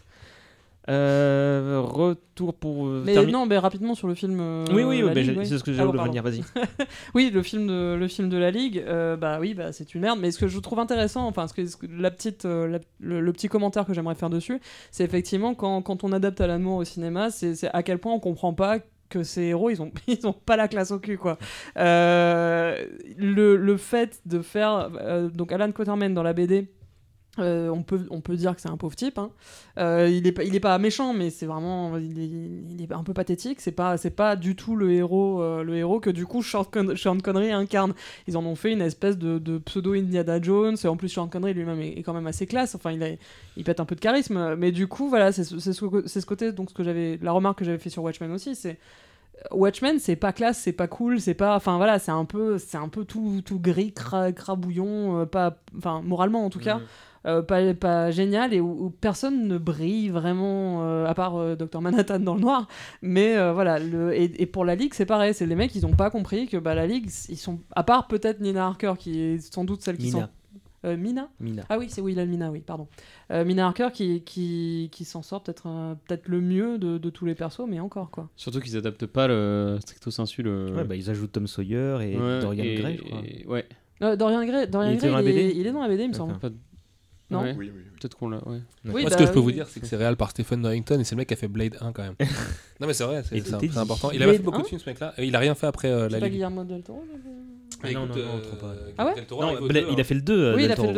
Euh, retour pour euh, Mais terminer. non, mais rapidement sur le film. euh, Oui, oui, La bah, Ligue, j'ai- oui. c'est ce que j'ai Ah, voulu bon, revenir, vas-y. Oui, le film de le film de la Ligue, euh, bah oui, bah c'est une merde. Mais ce que je trouve intéressant, enfin, ce que, ce que- la petite, euh, la- le, le petit commentaire que j'aimerais faire dessus, c'est effectivement quand, quand on adapte Alan Moore au cinéma, c'est, c'est à quel point on comprend pas que ces héros, ils ont, ils ont pas la classe au cul, quoi. Euh, le, le fait de faire euh, donc Alan Quatermain dans la B D. Euh, on, peut, on peut dire que c'est un pauvre type. Hein. Euh, il, est pas, il est pas méchant, mais c'est vraiment. Il est, il est un peu pathétique. C'est pas, c'est pas du tout le héros, euh, le héros que du coup Sean, Con- Sean Connery incarne. Ils en ont fait une espèce de, de pseudo-Indiana Jones. Et en plus, Sean Connery lui-même est, est quand même assez classe. Enfin, il, a, il pète un peu de charisme. Mais du coup, voilà, c'est, c'est, ce, c'est ce côté. Donc, ce que j'avais, la remarque que j'avais fait sur Watchmen aussi, c'est. Watchmen, c'est pas classe, c'est pas cool, c'est pas, enfin voilà, c'est un peu, c'est un peu tout, tout gris, cra, crabouillon, euh, pas, enfin moralement en tout cas, euh, pas, pas génial et où, où personne ne brille vraiment, euh, à part euh, Docteur Manhattan dans le noir. Mais euh, voilà, le, et, et pour la Ligue, c'est pareil, c'est les mecs, ils ont pas compris que bah la Ligue, ils sont, à part peut-être Nina Harker qui est sans doute celle qui Mina. sont. Euh, Mina Mina. Ah oui, c'est oui, la Mina, oui, pardon. Euh, Mina Harker qui, qui, qui s'en sort peut-être, euh, peut-être le mieux de, de tous les persos, mais encore quoi. Surtout qu'ils adaptent pas le stricto sensu le. Ouais, bah, ils ajoutent Tom Sawyer et Ouais, Dorian et- Gray, je crois. et- Ouais. Euh, Dorian Gray, Dorian Il était Gray, dans la il, B D? est, il est dans la B D, il me semble. D'accord. Pas- Non. Ouais. Oui, oui, oui. Peut-être qu'on l'a. Ouais. Oui, Moi, bah ce que je peux oui. vous dire, c'est que c'est réel par Stephen Norrington et c'est le mec qui a fait Blade un quand même. Non, mais c'est vrai, c'est, Et c'est, c'était un- c'est dit. important. Il a pas fait Blade beaucoup un de films, ce mec-là. Et il a rien fait après euh, C'est la pas Ligue. Guillermo del Toro Ah non, non, non, trop pas. Ah ouais Del Toro Non, arrive au Bla- deux, il hein. a fait le deux. Oui, Del il a fait Toro, le deux, ouais. ouais.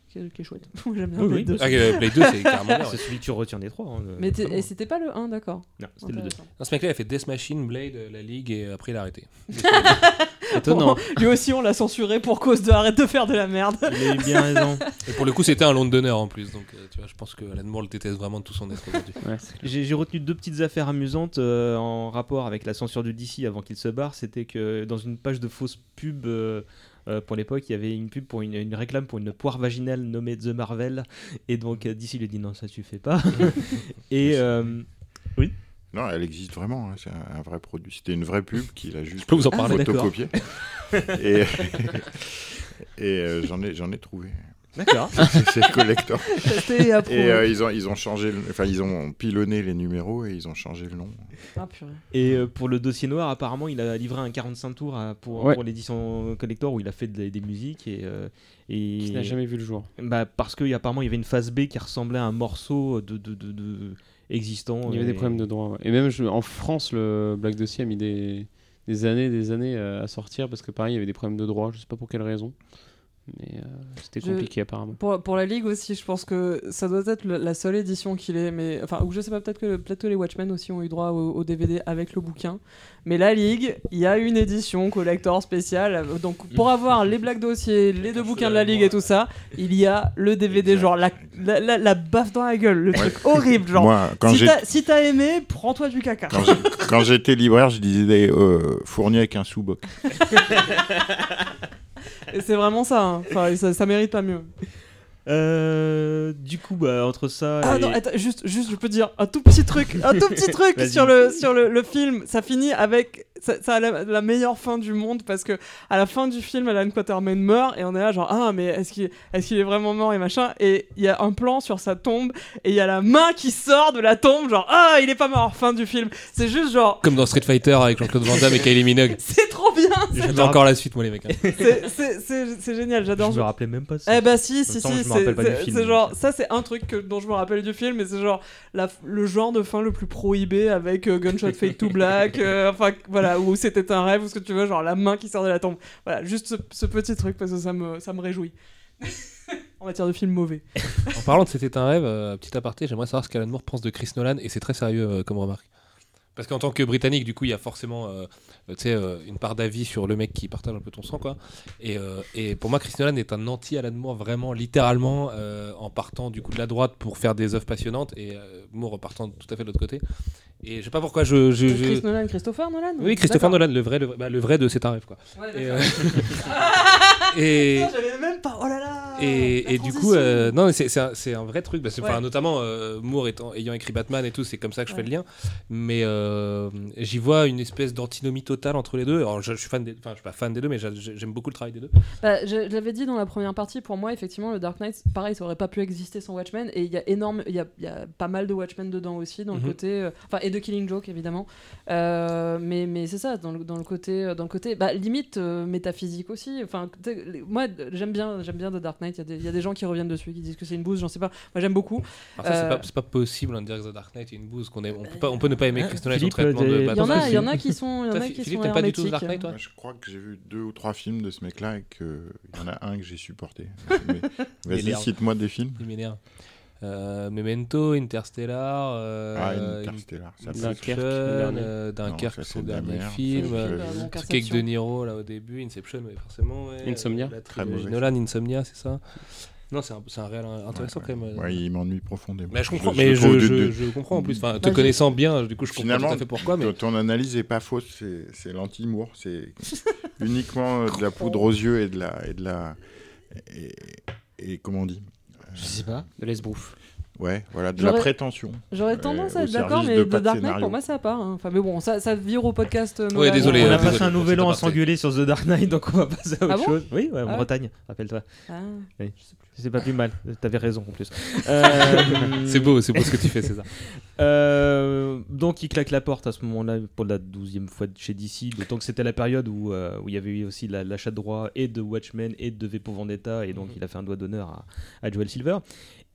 qui est, qui est chouette. J'aime bien Oui, Blade oui. deux. Ah, euh, Blade deux, c'est carrément bien. C'est celui que tu retiens des trois. hein, le- Mais t'es- vraiment. et c'était pas le un, d'accord. Non, c'était le deux. Intéressant. Non, ce mec-là, il a fait Death Machine, Blade, euh, la Ligue, et après, il a arrêté. Étonnant. Bon, lui aussi, on l'a censuré pour cause de arrête de faire de la merde. Il a eu bien raison. Et pour le coup, c'était un long d'honneur en plus. Donc, euh, tu vois, je pense que Alan Moore le déteste vraiment de tout son être aujourd'hui. Ouais. J'ai j'ai retenu deux petites affaires amusantes euh, en rapport avec la censure du D C avant qu'il se barre. C'était que dans une page de fausse pub euh, euh, pour l'époque, il y avait une pub pour une, une réclame pour une poire vaginale nommée The Marvel. Et donc euh, D C lui dit non, ça tu fais pas. Et euh, Non, elle existe vraiment, hein, c'est un, un vrai produit. C'était une vraie pub qu'il a juste peux vous en parler, photocopié. et et euh, j'en ai, j'en ai trouvé. d'accord. C'est collector. C'était approuvé. Et euh, ils, ont, ils ont changé, le- enfin ils ont pilonné les numéros et ils ont changé le nom. Ah, purée. Et euh, pour le dossier noir, apparemment, il a livré un quarante-cinq tours à- pour, Ouais. pour l'édition collector où il a fait des, des musiques et, euh, et Qui n'a jamais vu le jour. bah, parce qu'apparemment il y avait une phase B qui ressemblait à un morceau de, de, de, de existant. Il y avait et- des problèmes de droit. Ouais. Et même je- en France, le Black Dossier a mis des, des années, des années euh, à sortir parce que pareil, il y avait des problèmes de droit. Je sais pas pour quelle raison, mais euh, c'était Je- compliqué apparemment. Pour, pour la Ligue aussi, je pense que ça doit être le- la seule édition qu'il est. Mais, enfin, ou je sais pas, peut-être que, peut-être que les Watchmen aussi ont eu droit au, au D V D avec le bouquin. Mais la Ligue, il y a une édition collector spéciale. Donc pour avoir les Black Dossiers, les deux bouquins de la Ligue et tout ça, il y a le D V D, Exact. genre la, la, la, la baffe dans la gueule, le truc horrible. Genre, Moi, quand si j'ai- t'as si t'as aimé, prends-toi du caca. quand j'ai- quand j'étais libraire, je disais euh, fourni avec un sous-boc. Et c'est vraiment ça, hein. Enfin, ça, ça mérite pas mieux. Euh, du coup, bah, entre ça. Ah et- non, attends, juste, juste, je peux dire un tout petit truc, un tout petit truc Vas-y. sur le sur le, le film. Ça finit avec ça, ça a la, la meilleure fin du monde parce que à la fin du film, Alan Quatermain meurt et on est là genre ah mais est-ce qu'il est-ce qu'il est vraiment mort et machin et il y a un plan sur sa tombe et il y a la main qui sort de la tombe genre ah il est pas mort fin du film. C'est juste genre Comme dans Street Fighter avec Jean-Claude Van Damme et Kylie Minogue. c'est trop bien. J'attends encore la suite, moi, les mecs. hein. C'est c'est c'est c'est génial, j'adore. Je me rappelais même pas ça. Eh bah si, si, Pourtant, si, je me c'est rappelle pas du c'est- film, c'est donc. genre, ça c'est un truc que, dont je me rappelle du film, mais c'est genre la, f- le genre de fin le plus prohibé avec euh, Gunshot Fade to Black, euh, enfin voilà, où c'était un rêve, ou ce que tu veux, genre la main qui sort de la tombe. Voilà, juste ce, ce petit truc parce que ça me, ça me réjouit. En matière de film mauvais. En parlant de C'était un rêve, euh, petit aparté, j'aimerais savoir ce qu'Alan Moore pense de Chris Nolan, et c'est très sérieux euh, comme remarque. Parce qu'en tant que Britannique, du coup, il y a forcément euh, tu sais, euh, une part d'avis sur le mec qui partage un peu ton sang, quoi. Et, euh, et pour moi, Chris Nolan est un anti-Alan Moore, vraiment, littéralement, euh, en partant du coup de la droite pour faire des œuvres passionnantes, et euh, Moore partant tout à fait de l'autre côté. Et je sais pas pourquoi je. je, je- Chris Nolan, Christopher Nolan Oui, Christopher D'accord. Nolan, le vrai, le vrai, bah, le vrai de C'est un rêve, quoi. Ouais, Et, d'accord. euh, et, Putain, j'avais même pas. Oh là là. et, la et du coup, transition. euh, non, mais c'est c'est un, c'est un vrai truc. Parce que, enfin, Ouais. notamment, euh, Moore étant, ayant écrit Batman et tout, c'est comme ça que je Ouais. fais le lien. Mais euh, j'y vois une espèce d'antinomie totale entre les deux. Alors, je, je suis fan des, enfin, je suis pas fan des deux, mais j'a- j'aime beaucoup le travail des deux. Bah, je, je l'avais dit dans la première partie, pour moi, effectivement, le Dark Knight, pareil, ça aurait pas pu exister sans Watchmen. Et il y a énorme, il y a, il y a pas mal de Watchmen dedans aussi, dans Mhm. le côté, euh, enfin, et de Killing Joke évidemment. Euh, mais mais c'est ça, dans le, dans le côté, euh, dans le côté, bah, limite euh, métaphysique aussi. Enfin, tu sais, les- moi, j'aime bien, j'aime bien The Dark Knight. Il y a des- il y, a des gens qui reviennent dessus, qui disent que c'est une bouse. J'en sais pas. Moi, j'aime beaucoup. Alors, ça, c'est Euh, pas, c'est pas possible hein, de dire que The Dark Knight est une bouse. Qu'on est, on, peut pas, on peut ne pas aimer Chris Nolan et son Philippe, traitement des- de Il Il y Batman. en a, il y en Toi, a qui sont, il y en Toi, a qui Philippe, sont t'aimes pas du tout The Dark hermétiques. Knight, toi Moi, je crois que j'ai vu deux ou trois films de ce mec-là et qu'il y en a un que j'ai supporté. Mais- Vas-y, M'énerve. cite-moi des films. Il m'énerve. Euh, Memento, Interstellar, euh, Ah, Interstellar. Ça Inception, peut- Dunkerque, le dernier. euh, Dunkerque, Non, ça, son c'est de la dernier merde. film. Ça, euh, je- Bah, donc, Truc avec Inception. De Niro là au début, Inception, oui, forcément. Ouais. Insomnia. La Très trilogie mauvais Nolan, Insomnia, c'est ça. Non, c'est un, c'est un réel intéressant Ouais, quand même. Ouais, il m'ennuie profondément. Mais je comprends, le mais trouve je, du- je, je comprends en plus. Enfin, te Vas-y. connaissant bien, du coup, je comprends Finalement, tout à fait pourquoi. Mais ton, ton analyse est pas fausse, c'est, c'est l'anti-Moore, c'est uniquement euh, de la poudre aux yeux et de la et de la et, et comment on dit Je sais pas. De l'esbrouf. Ouais, voilà, de la J'aurais- prétention. J'aurais Euh, tendance à au être d'accord, service mais de The pas de Dark Knight, scénario. pour moi, ça part. hein. Enfin, mais bon, ça, ça vire au podcast. euh, Ouais, Nolan. désolé, On euh, a désolé passé un pour nouvel cet an à aparté. s'engueuler sur The Dark Knight, donc on va passer à autre Ah bon chose. Oui, ouais, en Ah ouais. Bretagne, rappelle-toi. Ah. Oui. C'est pas plus mal, t'avais raison en plus. Euh, c'est beau, c'est beau ce que tu fais, c'est ça. Euh, donc il claque la porte à ce moment-là pour la douzième fois de chez D C, d'autant que c'était la période où, euh, où il y avait eu aussi la- l'achat de droits et de Watchmen et de V pour Vendetta, et donc Mhm. il a fait un doigt d'honneur à, à Joel Silver.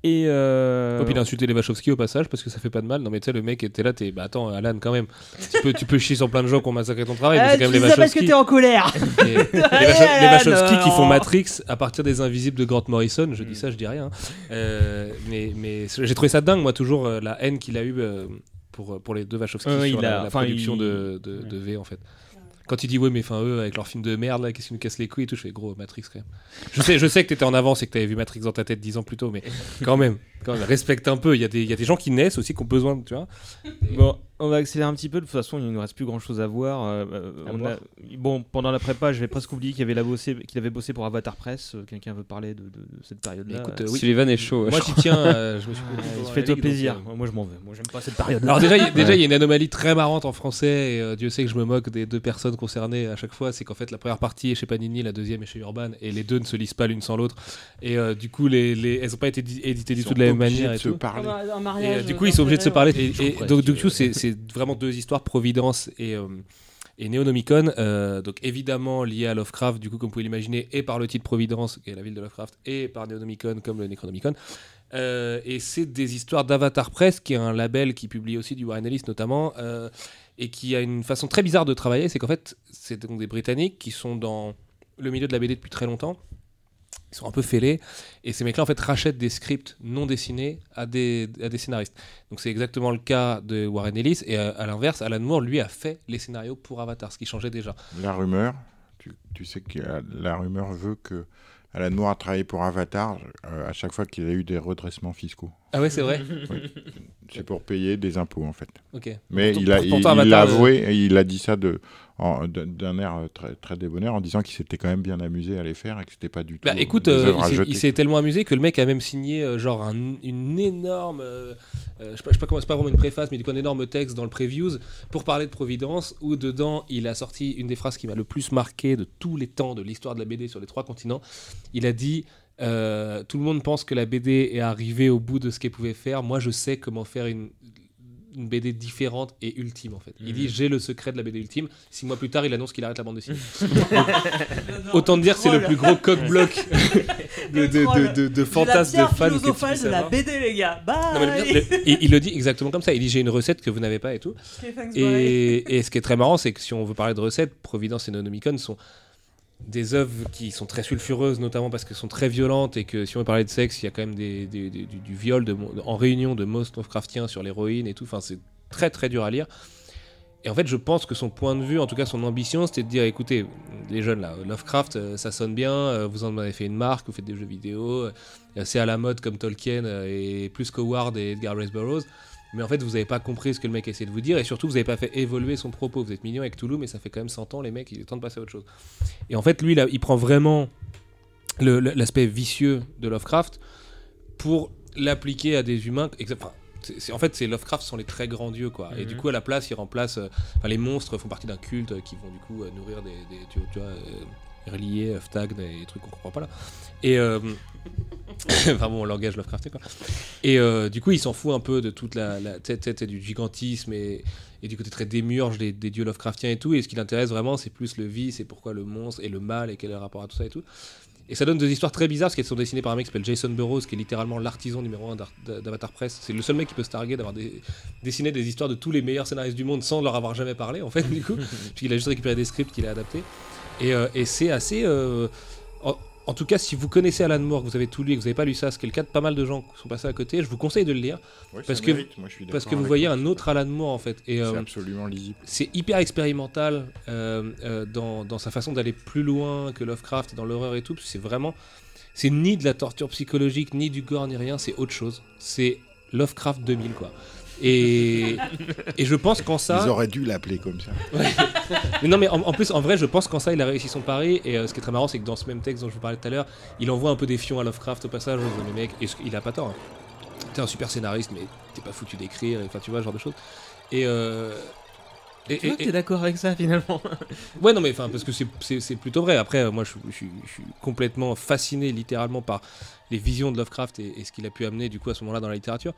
Et euh... oh, puis il a insulté les Wachowski au passage parce que ça fait pas de mal. Non mais tu sais, le mec était là, t'es bah attends Alan quand même. Tu peux, tu peux chier sur plein de gens qui ont massacré ton travail, mais c'est quand même les Wachowski. parce que t'es en colère. Et, les, Wacho- les Wachowski qui font Matrix à partir des Invisibles de Grant Morrison. Je dis ça, je dis rien. Euh, mais mais j'ai trouvé ça dingue moi toujours euh, la haine qu'il a eu euh, pour pour les deux Wachowski euh, sur la, a, la production il... de, de, de V en fait. Quand il dit ouais mais enfin eux avec leur film de merde là qu'est-ce qu'ils nous cassent les couilles et tout, je fais gros Matrix quand même. Je sais je sais que t'étais en avance et que t'avais vu Matrix dans ta tête dix ans plus tôt, mais quand même, quand même respecte un peu. Il y a des il y a des gens qui naissent aussi qui ont besoin, tu vois. Et... Bon, on va accélérer un petit peu. De toute façon, il ne nous reste plus grand chose à voir. Euh, on a... Bon, pendant la prépa, j'avais presque oublié qu'il avait, bossé, qu'il avait bossé pour Avatar Press. Quelqu'un veut parler de, de, de cette période-là? Écoute, euh, oui. Sullivan est chaud. Moi, j'y tiens. Euh, je me suis ah, fais-toi plaisir. Donc, euh... Moi, je m'en veux. Moi, j'aime pas cette période-là. Alors déjà, il déjà, y a une anomalie très marrante en français. Et euh, Dieu sait que je me moque des deux personnes concernées à chaque fois. C'est qu'en fait, la première partie est chez Panini, la deuxième est chez Urban, et les deux ne se lisent pas l'une sans l'autre. Et euh, du coup, les, les... elles n'ont pas été éditées du tout de la même manière. Et tout. Un, un mariage, et, euh, du coup, ils sont obligés de se parler. Et, et donc, du coup, c'est, c'est vraiment deux histoires, Providence et, euh, et Neonomicon. Euh, donc, évidemment, liées à Lovecraft, du coup, comme vous pouvez l'imaginer, et par le titre Providence, qui est la ville de Lovecraft, et par Neonomicon, comme le Necronomicon. Euh, et c'est des histoires d'Avatar Press, qui est un label qui publie aussi du Warren Ellis, notamment, euh, et qui a une façon très bizarre de travailler. C'est qu'en fait, c'est donc des Britanniques qui sont dans le milieu de la B D depuis très longtemps. Ils sont un peu fêlés, et ces mecs-là en fait rachètent des scripts non dessinés à des, à des scénaristes. Donc c'est exactement le cas de Warren Ellis, et à, à l'inverse, Alan Moore lui a fait les scénarios pour Avatar, ce qui changeait déjà. La rumeur, tu, tu sais que la rumeur veut que Alan Moore a travaillé pour Avatar euh, à chaque fois qu'il a eu des redressements fiscaux. Ah ouais, c'est vrai. Oui. C'est pour payer des impôts en fait. Ok. Mais pour, il a, pour, il, il il l'a avoué, de... et il a dit ça de, en, d'un air très, très débonnaire en disant qu'il s'était quand même bien amusé à les faire et que c'était pas du tout. Bah écoute, euh, il, s'est, il s'est tellement amusé que le mec a même signé euh, genre un, une énorme, euh, euh, je sais pas, je sais pas comment, c'est pas vraiment une préface, mais du coup un énorme texte dans le previews pour parler de Providence, où dedans il a sorti une des phrases qui m'a le plus marqué de tous les temps de l'histoire de la B D sur les trois continents. Il a dit euh, tout le monde pense que la B D est arrivée au bout de ce qu'elle pouvait faire. Moi, je sais comment faire une une B D différente et ultime en fait. Il mmh. dit j'ai le secret de la B D ultime. Six mois plus tard, il annonce qu'il arrête la bande dessinée. Autant dire c'est le plus gros coq-bloc de, de, de, de, de fantasmes de fans que tu puisses de la B D les gars. Bye. Non, mais le, le, il, il le dit exactement comme ça. Il dit j'ai une recette que vous n'avez pas et tout. Et, et ce qui est très marrant, c'est que si on veut parler de recettes, Providence et Neonomicon sont des œuvres qui sont très sulfureuses, notamment parce qu'elles sont très violentes, et que si on veut parler de sexe, il y a quand même des, des, des, du, du viol de, en réunion de most Lovecraftien sur l'héroïne et tout. Enfin, c'est très très dur à lire. Et en fait, je pense que son point de vue, en tout cas son ambition, c'était de dire écoutez, les jeunes là, Lovecraft, ça sonne bien, vous en avez fait une marque, vous faites des jeux vidéo, c'est à la mode comme Tolkien et plus qu'Howard et Edgar Rice Burroughs. Mais en fait, vous n'avez pas compris ce que le mec essaie de vous dire, et surtout, vous n'avez pas fait évoluer son propos. Vous êtes mignon avec Toulouse, mais ça fait quand même cent ans, les mecs, il est temps de passer à autre chose. Et en fait, lui, là, il prend vraiment le, l'aspect vicieux de Lovecraft pour l'appliquer à des humains. Enfin, c'est, c'est, en fait, c'est Lovecraft sont les très grands dieux, quoi. Mm-hmm. Et du coup, à la place, il remplace. Euh, enfin, les monstres font partie d'un culte euh, qui vont du coup euh, nourrir des, des tu, tu vois, euh, reliés, Ftagn, des trucs qu'on comprend pas là. Et euh, enfin bon, langage Lovecrafté quoi. Et euh, du coup, il s'en fout un peu de toute la, la tête du gigantisme et, et du côté très démiurge des, des dieux Lovecraftiens et tout. Et ce qui l'intéresse vraiment, c'est plus le vice, c'est pourquoi le monstre et le mal et quel est le rapport à tout ça et tout. Et ça donne des histoires très bizarres parce qu'elles sont dessinées par un mec qui s'appelle Jason Burroughs, qui est littéralement l'artisan numéro un d'Avatar Press. C'est le seul mec qui peut se targuer d'avoir des, dessiné des histoires de tous les meilleurs scénaristes du monde sans leur avoir jamais parlé en fait du coup, puisqu'il a juste récupéré des scripts qu'il a adaptés. Et, euh, et c'est assez. Euh, en, en tout cas, si vous connaissez Alan Moore, que vous avez tout lu et que vous n'avez pas lu ça, ce qui est le cas de pas mal de gens qui sont passés à côté, je vous conseille de le lire. Oui, parce que, mérite. Moi, je suis parce que vous voyez un autre Alan Moore en fait. Et, euh, c'est absolument lisible. C'est hyper expérimental euh, euh, dans, dans sa façon d'aller plus loin que Lovecraft dans l'horreur et tout. C'est vraiment. C'est ni de la torture psychologique, ni du gore, ni rien, c'est autre chose. C'est Lovecraft deux mille quoi. Et, et je pense qu'en ça... Ils auraient dû l'appeler comme ça. Ouais. Mais non, mais en, en plus, en vrai, je pense qu'en ça, il a réussi son pari. Et euh, ce qui est très marrant, c'est que dans ce même texte dont je vous parlais tout à l'heure, il envoie un peu des fions à Lovecraft au passage. Les mecs, et il a pas tort. Hein. T'es un super scénariste, mais t'es pas foutu d'écrire. Enfin, tu vois, ce genre de choses. Et... Euh... Et, tu vois, et, t'es d'accord avec ça finalement? Ouais, non, mais enfin, parce que c'est, c'est, c'est plutôt vrai. Après, euh, moi, je, je, je, je suis complètement fasciné littéralement par les visions de Lovecraft et, et ce qu'il a pu amener du coup à ce moment-là dans la littérature.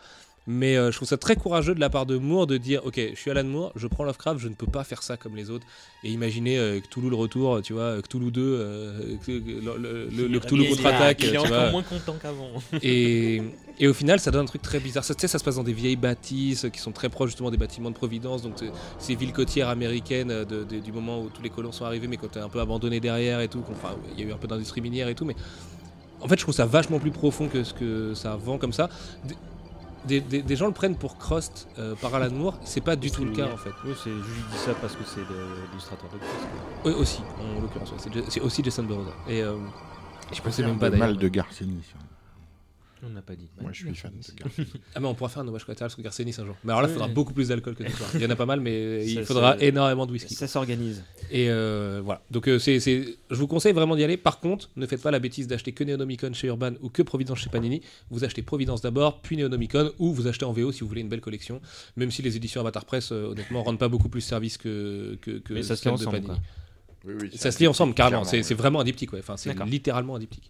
Mais euh, je trouve ça très courageux de la part de Moore de dire ok, je suis Alan Moore, je prends Lovecraft, je ne peux pas faire ça comme les autres. Et imaginez euh, Cthulhu le retour, tu vois, Cthulhu deux, euh, le, le, le, le Cthulhu contre-attaque. Il est tu encore vois. moins content qu'avant. Et, et au final, ça donne un truc très bizarre. Ça, tu sais, ça se passe dans des vieilles bâtisses qui sont très proches justement des bâtiments de Providence, donc c'est, ces villes côtières américaines de, de, du moment où tous les colons sont arrivés, mais quand t'es un peu abandonné derrière et tout. Enfin, il y a eu un peu d'industrie minière et tout, mais en fait, je trouve ça vachement plus profond que ce que ça vend comme ça. Des, des, des gens le prennent pour Crost euh, par Alan Moore, c'est pas du C'est tout le lui, cas hein. en fait. Oui, c'est juste dit ça parce que c'est le- l'illustrateur de Crost. Oui, aussi, en l'occurrence, ouais, c'est, Ja- c'est aussi Jason Burroughs. Et euh, je pensais Faire même pas de d'ailleurs. mal de Garcenis. hein. On n'a pas dit. Moi, je suis fan de Garcenis. Ah, mais on pourra faire un hommage collatéral sur Garcenis un jour. Mais alors là, il faudra Oui. beaucoup plus d'alcool que ce soir. Il y en a pas mal, mais Ça, il faudra c'est- énormément de whisky. Ça s'organise. Et euh, voilà. Donc, euh, c'est, c'est... je vous conseille vraiment d'y aller. Par contre, ne faites pas la bêtise d'acheter que Neonomicon chez Urban ou que Providence chez Panini. Vous achetez Providence d'abord, puis Neonomicon, ou vous achetez en V O si vous voulez une belle collection. Même si les éditions Avatar Press, euh, honnêtement, rendent pas beaucoup plus service que, que, que Mais ça se celles lit de ensemble, Panini. quoi. Oui, oui, Ça c'est se lit ensemble, carrément. clairement, C'est, oui. c'est vraiment un diptyque, ouais. Enfin, c'est D'accord. littéralement un diptyque.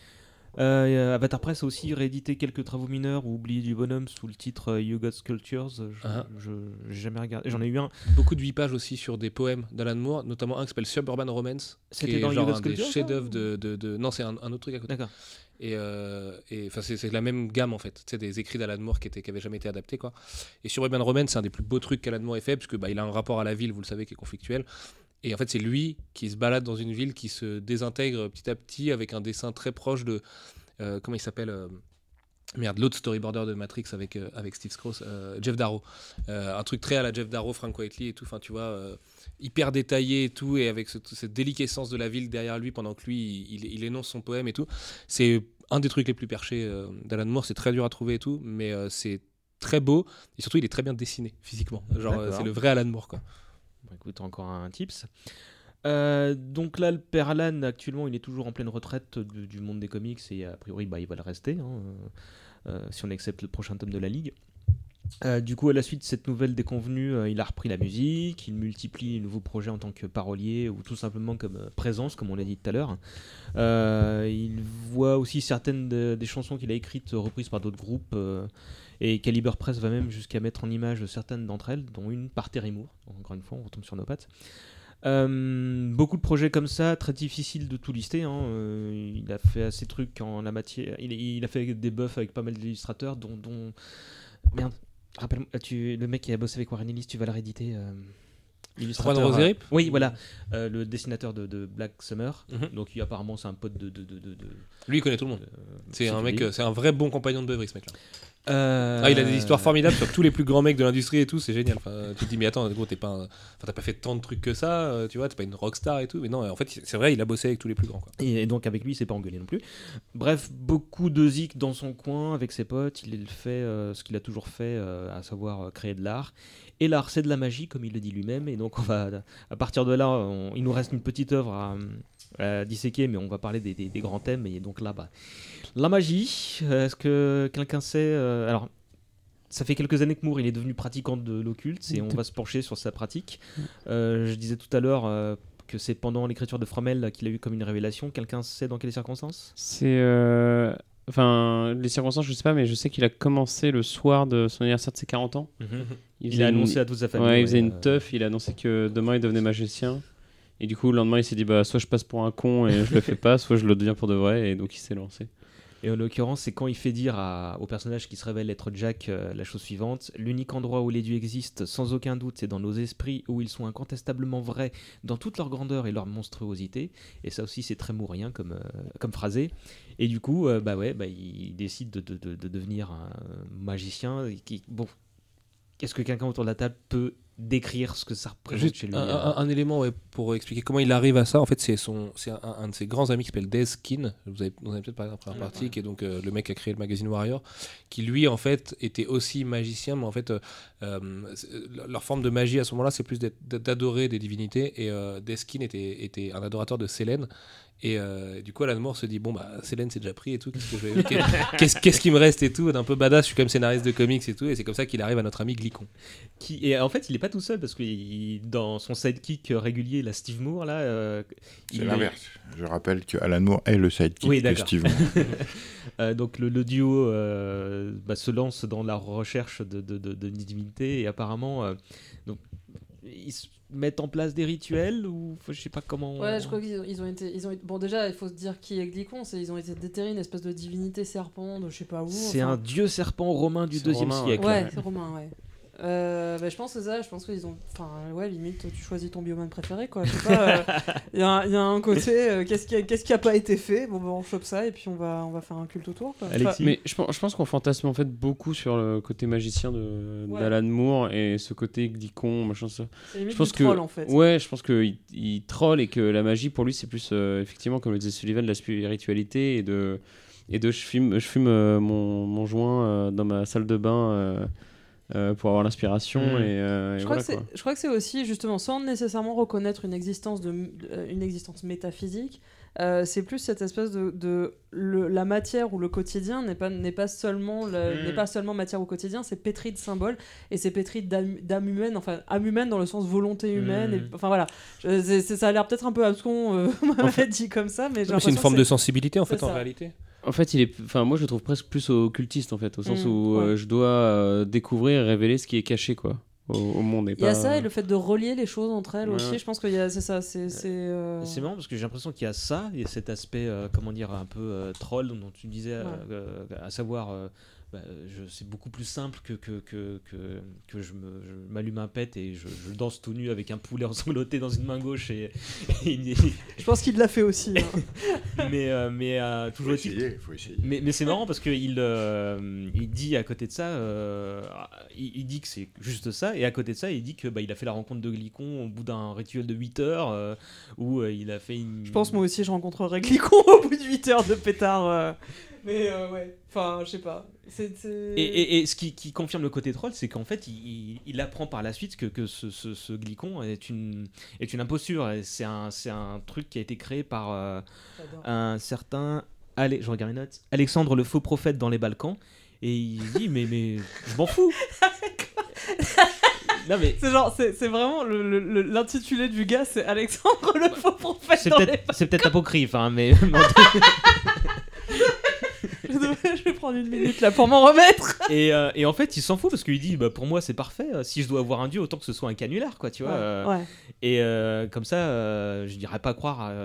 Euh, Avatar Press a aussi réédité quelques travaux mineurs ou oubliés du bonhomme sous le titre euh, You Got Sculptures. Je, Ah. je, j'ai jamais regardé. J'en ai eu un. Beaucoup de huit pages aussi sur des poèmes d'Alan Moore, notamment un qui s'appelle Suburban Romance. C'était qui est dans genre You Got un des Sculptures, ça, chefs-d'œuvre ou- de, de, de- Non, c'est un, un autre truc à côté. D'accord. Et, euh, et enfin, c'est, c'est la même gamme en fait. Tu sais, des écrits d'Alan Moore qui étaient, qui avaient jamais été adaptés quoi. Et Suburban Romance, c'est un des plus beaux trucs qu'Alan Moore ait fait parce que bah, il a un rapport à la ville, vous le savez, qui est conflictuel. Et en fait, c'est lui qui se balade dans une ville qui se désintègre petit à petit avec un dessin très proche de euh, comment il s'appelle euh, Merde, l'autre storyboarder de Matrix avec, euh, avec Steve Scrooge, euh, Jeff Darrow. Euh, un truc très à la Jeff Darrow, Frank Whiteley et tout, enfin tu vois, euh, hyper détaillé et tout, et avec ce- cette déliquescence de la ville derrière lui pendant que lui, il, il énonce son poème et tout. C'est un des trucs les plus perchés euh, d'Alan Moore, c'est très dur à trouver et tout, mais euh, c'est très beau, et surtout il est très bien dessiné physiquement. Genre euh, D'accord. c'est le vrai Alan Moore quoi. Bon, écoute, encore un tips. Euh, donc là, le père Alan, actuellement, il est toujours en pleine retraite du, du monde des comics et a priori, bah, il va le rester, hein, euh, euh, si on accepte le prochain tome de la Ligue. Euh, du coup, à la suite de cette nouvelle déconvenue, euh, il a repris la musique, il multiplie les nouveaux projets en tant que parolier ou tout simplement comme euh, présence, comme on l'a dit tout à l'heure. Euh, il voit aussi certaines de- des chansons qu'il a écrites reprises par d'autres groupes. euh, Et Caliber Press va même jusqu'à mettre en image certaines d'entre elles, dont une par Terry Moore. Donc, encore une fois, on retombe sur nos pattes. Euh, beaucoup de projets comme ça, très difficile de tout lister. Hein. Euh, il a fait assez de trucs en la matière. Il, il a fait des buffs avec pas mal d'illustrateurs, dont, dont... merde. Rappelle-moi, tu... le mec qui a bossé avec Warren Ellis, tu vas la rééditer. Euh... Juan Roserip euh, Oui, voilà. Euh, le dessinateur de, de Black Summer. Mhm. Donc, il, apparemment, c'est un pote de. de, de, de, de- Lui il connaît tout le monde. de- C'est un du mec, livre. euh, c'est un vrai bon compagnon de Beverly ce mec là. Euh, Ah, il a des histoires formidables sur tous les plus grands mecs de l'industrie et tout, c'est génial. Enfin, tu te dis, mais attends, gros, t'es pas un- enfin, t'as pas fait tant de trucs que ça, euh, tu vois, t'es pas une rockstar et tout. Mais non, en fait, c'est vrai, il a bossé avec tous les plus grands. Quoi. Et, et donc avec lui, il s'est pas engueulé non plus. Bref, beaucoup de zik dans son coin avec ses potes. Il fait euh, ce qu'il a toujours fait, euh, à savoir euh, créer de l'art. Et l'art, c'est de la magie, comme il le dit lui-même. Et donc on va, à partir de là, on- il nous reste une petite œuvre à, à disséquer, mais on va parler des, des- des grands thèmes. Et donc là, bah, la magie. euh, Est-ce que quelqu'un sait euh, Alors. Ça fait quelques années que Moore il est devenu pratiquant de l'occulte et on va se pencher sur sa pratique. Euh, je disais tout à l'heure euh, que c'est pendant l'écriture de Fromel là, qu'il a eu comme une révélation. Quelqu'un sait dans quelles circonstances? C'est. euh, Enfin, les circonstances, je sais pas, mais je sais qu'il a commencé le soir de son anniversaire de ses quarante ans. Il, faisait a une- annoncé à toute sa famille. Ouais, il faisait ouais, une euh, teuf, il a annoncé que demain il devenait magicien. Et du coup, le lendemain, il s'est dit bah, soit je passe pour un con et je le fais pas, soit je le deviens pour de vrai. Et donc, il s'est lancé. Et en l'occurrence, c'est quand il fait dire à- au personnage qui se révèle être Jack euh, la chose suivante: l'unique endroit où les dieux existent, sans aucun doute, c'est dans nos esprits, où ils sont incontestablement vrais dans toute leur grandeur et leur monstruosité. Et ça aussi, c'est très mourien comme, euh, comme phrasé. Et du coup, euh, bah ouais, bah, il décide de, de- de- de devenir un magicien. Et qui, bon, est-ce que quelqu'un autour de la table peut décrire ce que ça représente Juste chez lui? un, euh, un- un élément ouais, pour expliquer comment il arrive à ça. En fait, c'est son, c'est un, un de ses grands amis qui s'appelle Dez Skin. Vous avez, vous en avez peut-être parlé dans la première partie, qui est donc euh, le mec qui a créé le magazine Warrior, qui lui en fait était aussi magicien, mais en fait euh, euh, c'est- leur forme de magie à ce moment-là, c'est plus d'être- d'adorer des divinités. Et euh, Dez Skin était, était un adorateur de Sélène. Et euh, du coup, Alan Moore se dit bon bah Sélène c'est déjà pris et tout. Qu'est-ce que je vais- qu'est- qu'est-ce, qu'est-ce qui me reste et tout. D'un peu badass. Je suis quand même scénariste de comics et tout. Et c'est comme ça qu'il arrive à notre ami Glicon. qui, et en fait, il est pas tout seul parce que il, dans son sidekick régulier, la Steve Moore, là. Euh, C'est il l'inverse. Est... Je rappelle que Alan Moore est le sidekick oui, de Steve Moore. euh, donc le, le duo euh, bah, se lance dans la recherche de, de, de, de divinité et apparemment, euh, donc, ils se mettent en place des rituels ou je sais pas comment. Ouais, je crois qu'ils ont, ils ont été, ils ont été... bon déjà il faut se dire qui est Glycon, c'est ils ont été déterrés une espèce de divinité serpent de je sais pas où. C'est enfin... un dieu serpent romain du deuxième siècle. Ouais, ouais. c'est romain, ouais. Euh, bah, je pense que ça, je pense qu'ils ont, enfin ouais, limite tu choisis ton bioman préféré quoi. Je sais pas, il euh, y, y a un côté, euh, qu'est-ce qui, a, qu'est-ce qui a pas été fait, bon bah on chope ça et puis on va, on va faire un culte autour. Quoi. Alexis. Mais je pense, je pense qu'on fantasme en fait beaucoup sur le côté magicien de ouais. d'Alan Moore et ce côté Glycon, machin ça. C'est limite je pense du que, troll en fait. Ouais, je pense que il, il troll et que la magie pour lui c'est plus euh, effectivement comme le disait Sullivan de la spiritualité et de et de je fume, je fume euh, mon, mon joint euh, dans ma salle de bain. Euh, Euh, pour avoir l'inspiration mmh. et, euh, et je, voilà, crois quoi. je crois que c'est aussi justement sans nécessairement reconnaître une existence, de, euh, une existence métaphysique, euh, c'est plus cette espèce de, de le, la matière ou le quotidien n'est pas, n'est pas, seulement, le, mmh. n'est pas seulement matière au quotidien, c'est pétri de symboles et c'est pétri d'âme, d'âme humaine, enfin âme humaine dans le sens volonté humaine, mmh. et, enfin voilà, je, c'est, c'est, ça a l'air peut-être un peu abscon euh, en fait, dit comme ça, mais j'ai c'est une forme c'est, de sensibilité en fait en ça. réalité. En fait, il est, enfin, moi je le trouve presque plus occultiste en fait, au sens mmh, où ouais. euh, je dois euh, découvrir et révéler ce qui est caché quoi, au, au monde. Et il pas... y a ça et le fait de relier les choses entre elles ouais. aussi, je pense que y a, c'est ça. C'est, c'est, euh... c'est marrant parce que j'ai l'impression qu'il y a ça, il y a cet aspect, euh, comment dire, un peu euh, troll dont tu disais, ouais. euh, à savoir. Euh, Bah, je, c'est beaucoup plus simple que, que, que, que, que je, me, je m'allume un pet et je, je danse tout nu avec un poulet ensanglanté dans une main gauche. Et, et, et je pense qu'il l'a fait aussi. Hein. mais euh, mais euh, toujours faut essayer, faut essayer. Mais, mais c'est marrant parce qu'il euh, il dit à côté de ça, euh, il, il dit que c'est juste ça, et à côté de ça, il dit que bah, il a fait la rencontre de Glycon au bout d'un rituel de huit heures euh, où euh, il a fait une. Je pense moi aussi je rencontrerai Glycon au bout de huit heures de pétard. Euh... Mais euh, ouais, enfin, je sais pas. C'est, c'est... Et, et, et ce qui, qui confirme le côté troll, c'est qu'en fait, il, il, il apprend par la suite que, que ce, ce, ce Glycon est une, est une imposture. C'est un, c'est un truc qui a été créé par euh, un certain. Allez, je regarde les notes. Alexandre le faux prophète dans les Balkans. Et il dit mais, mais je m'en fous. Non mais... C'est genre, c'est, c'est vraiment le, le, l'intitulé du gars, c'est Alexandre le faux prophète c'est dans peut-être, les Balkans. C'est peut-être apocryphe, hein, mais. Je vais prendre une minute là pour m'en remettre. Et, euh, et en fait, il s'en fout parce qu'il dit bah, pour moi, c'est parfait. Si je dois avoir un dieu, autant que ce soit un canular, quoi, tu vois. Ouais, euh, ouais. Et euh, comme ça, euh, je dirais pas croire à,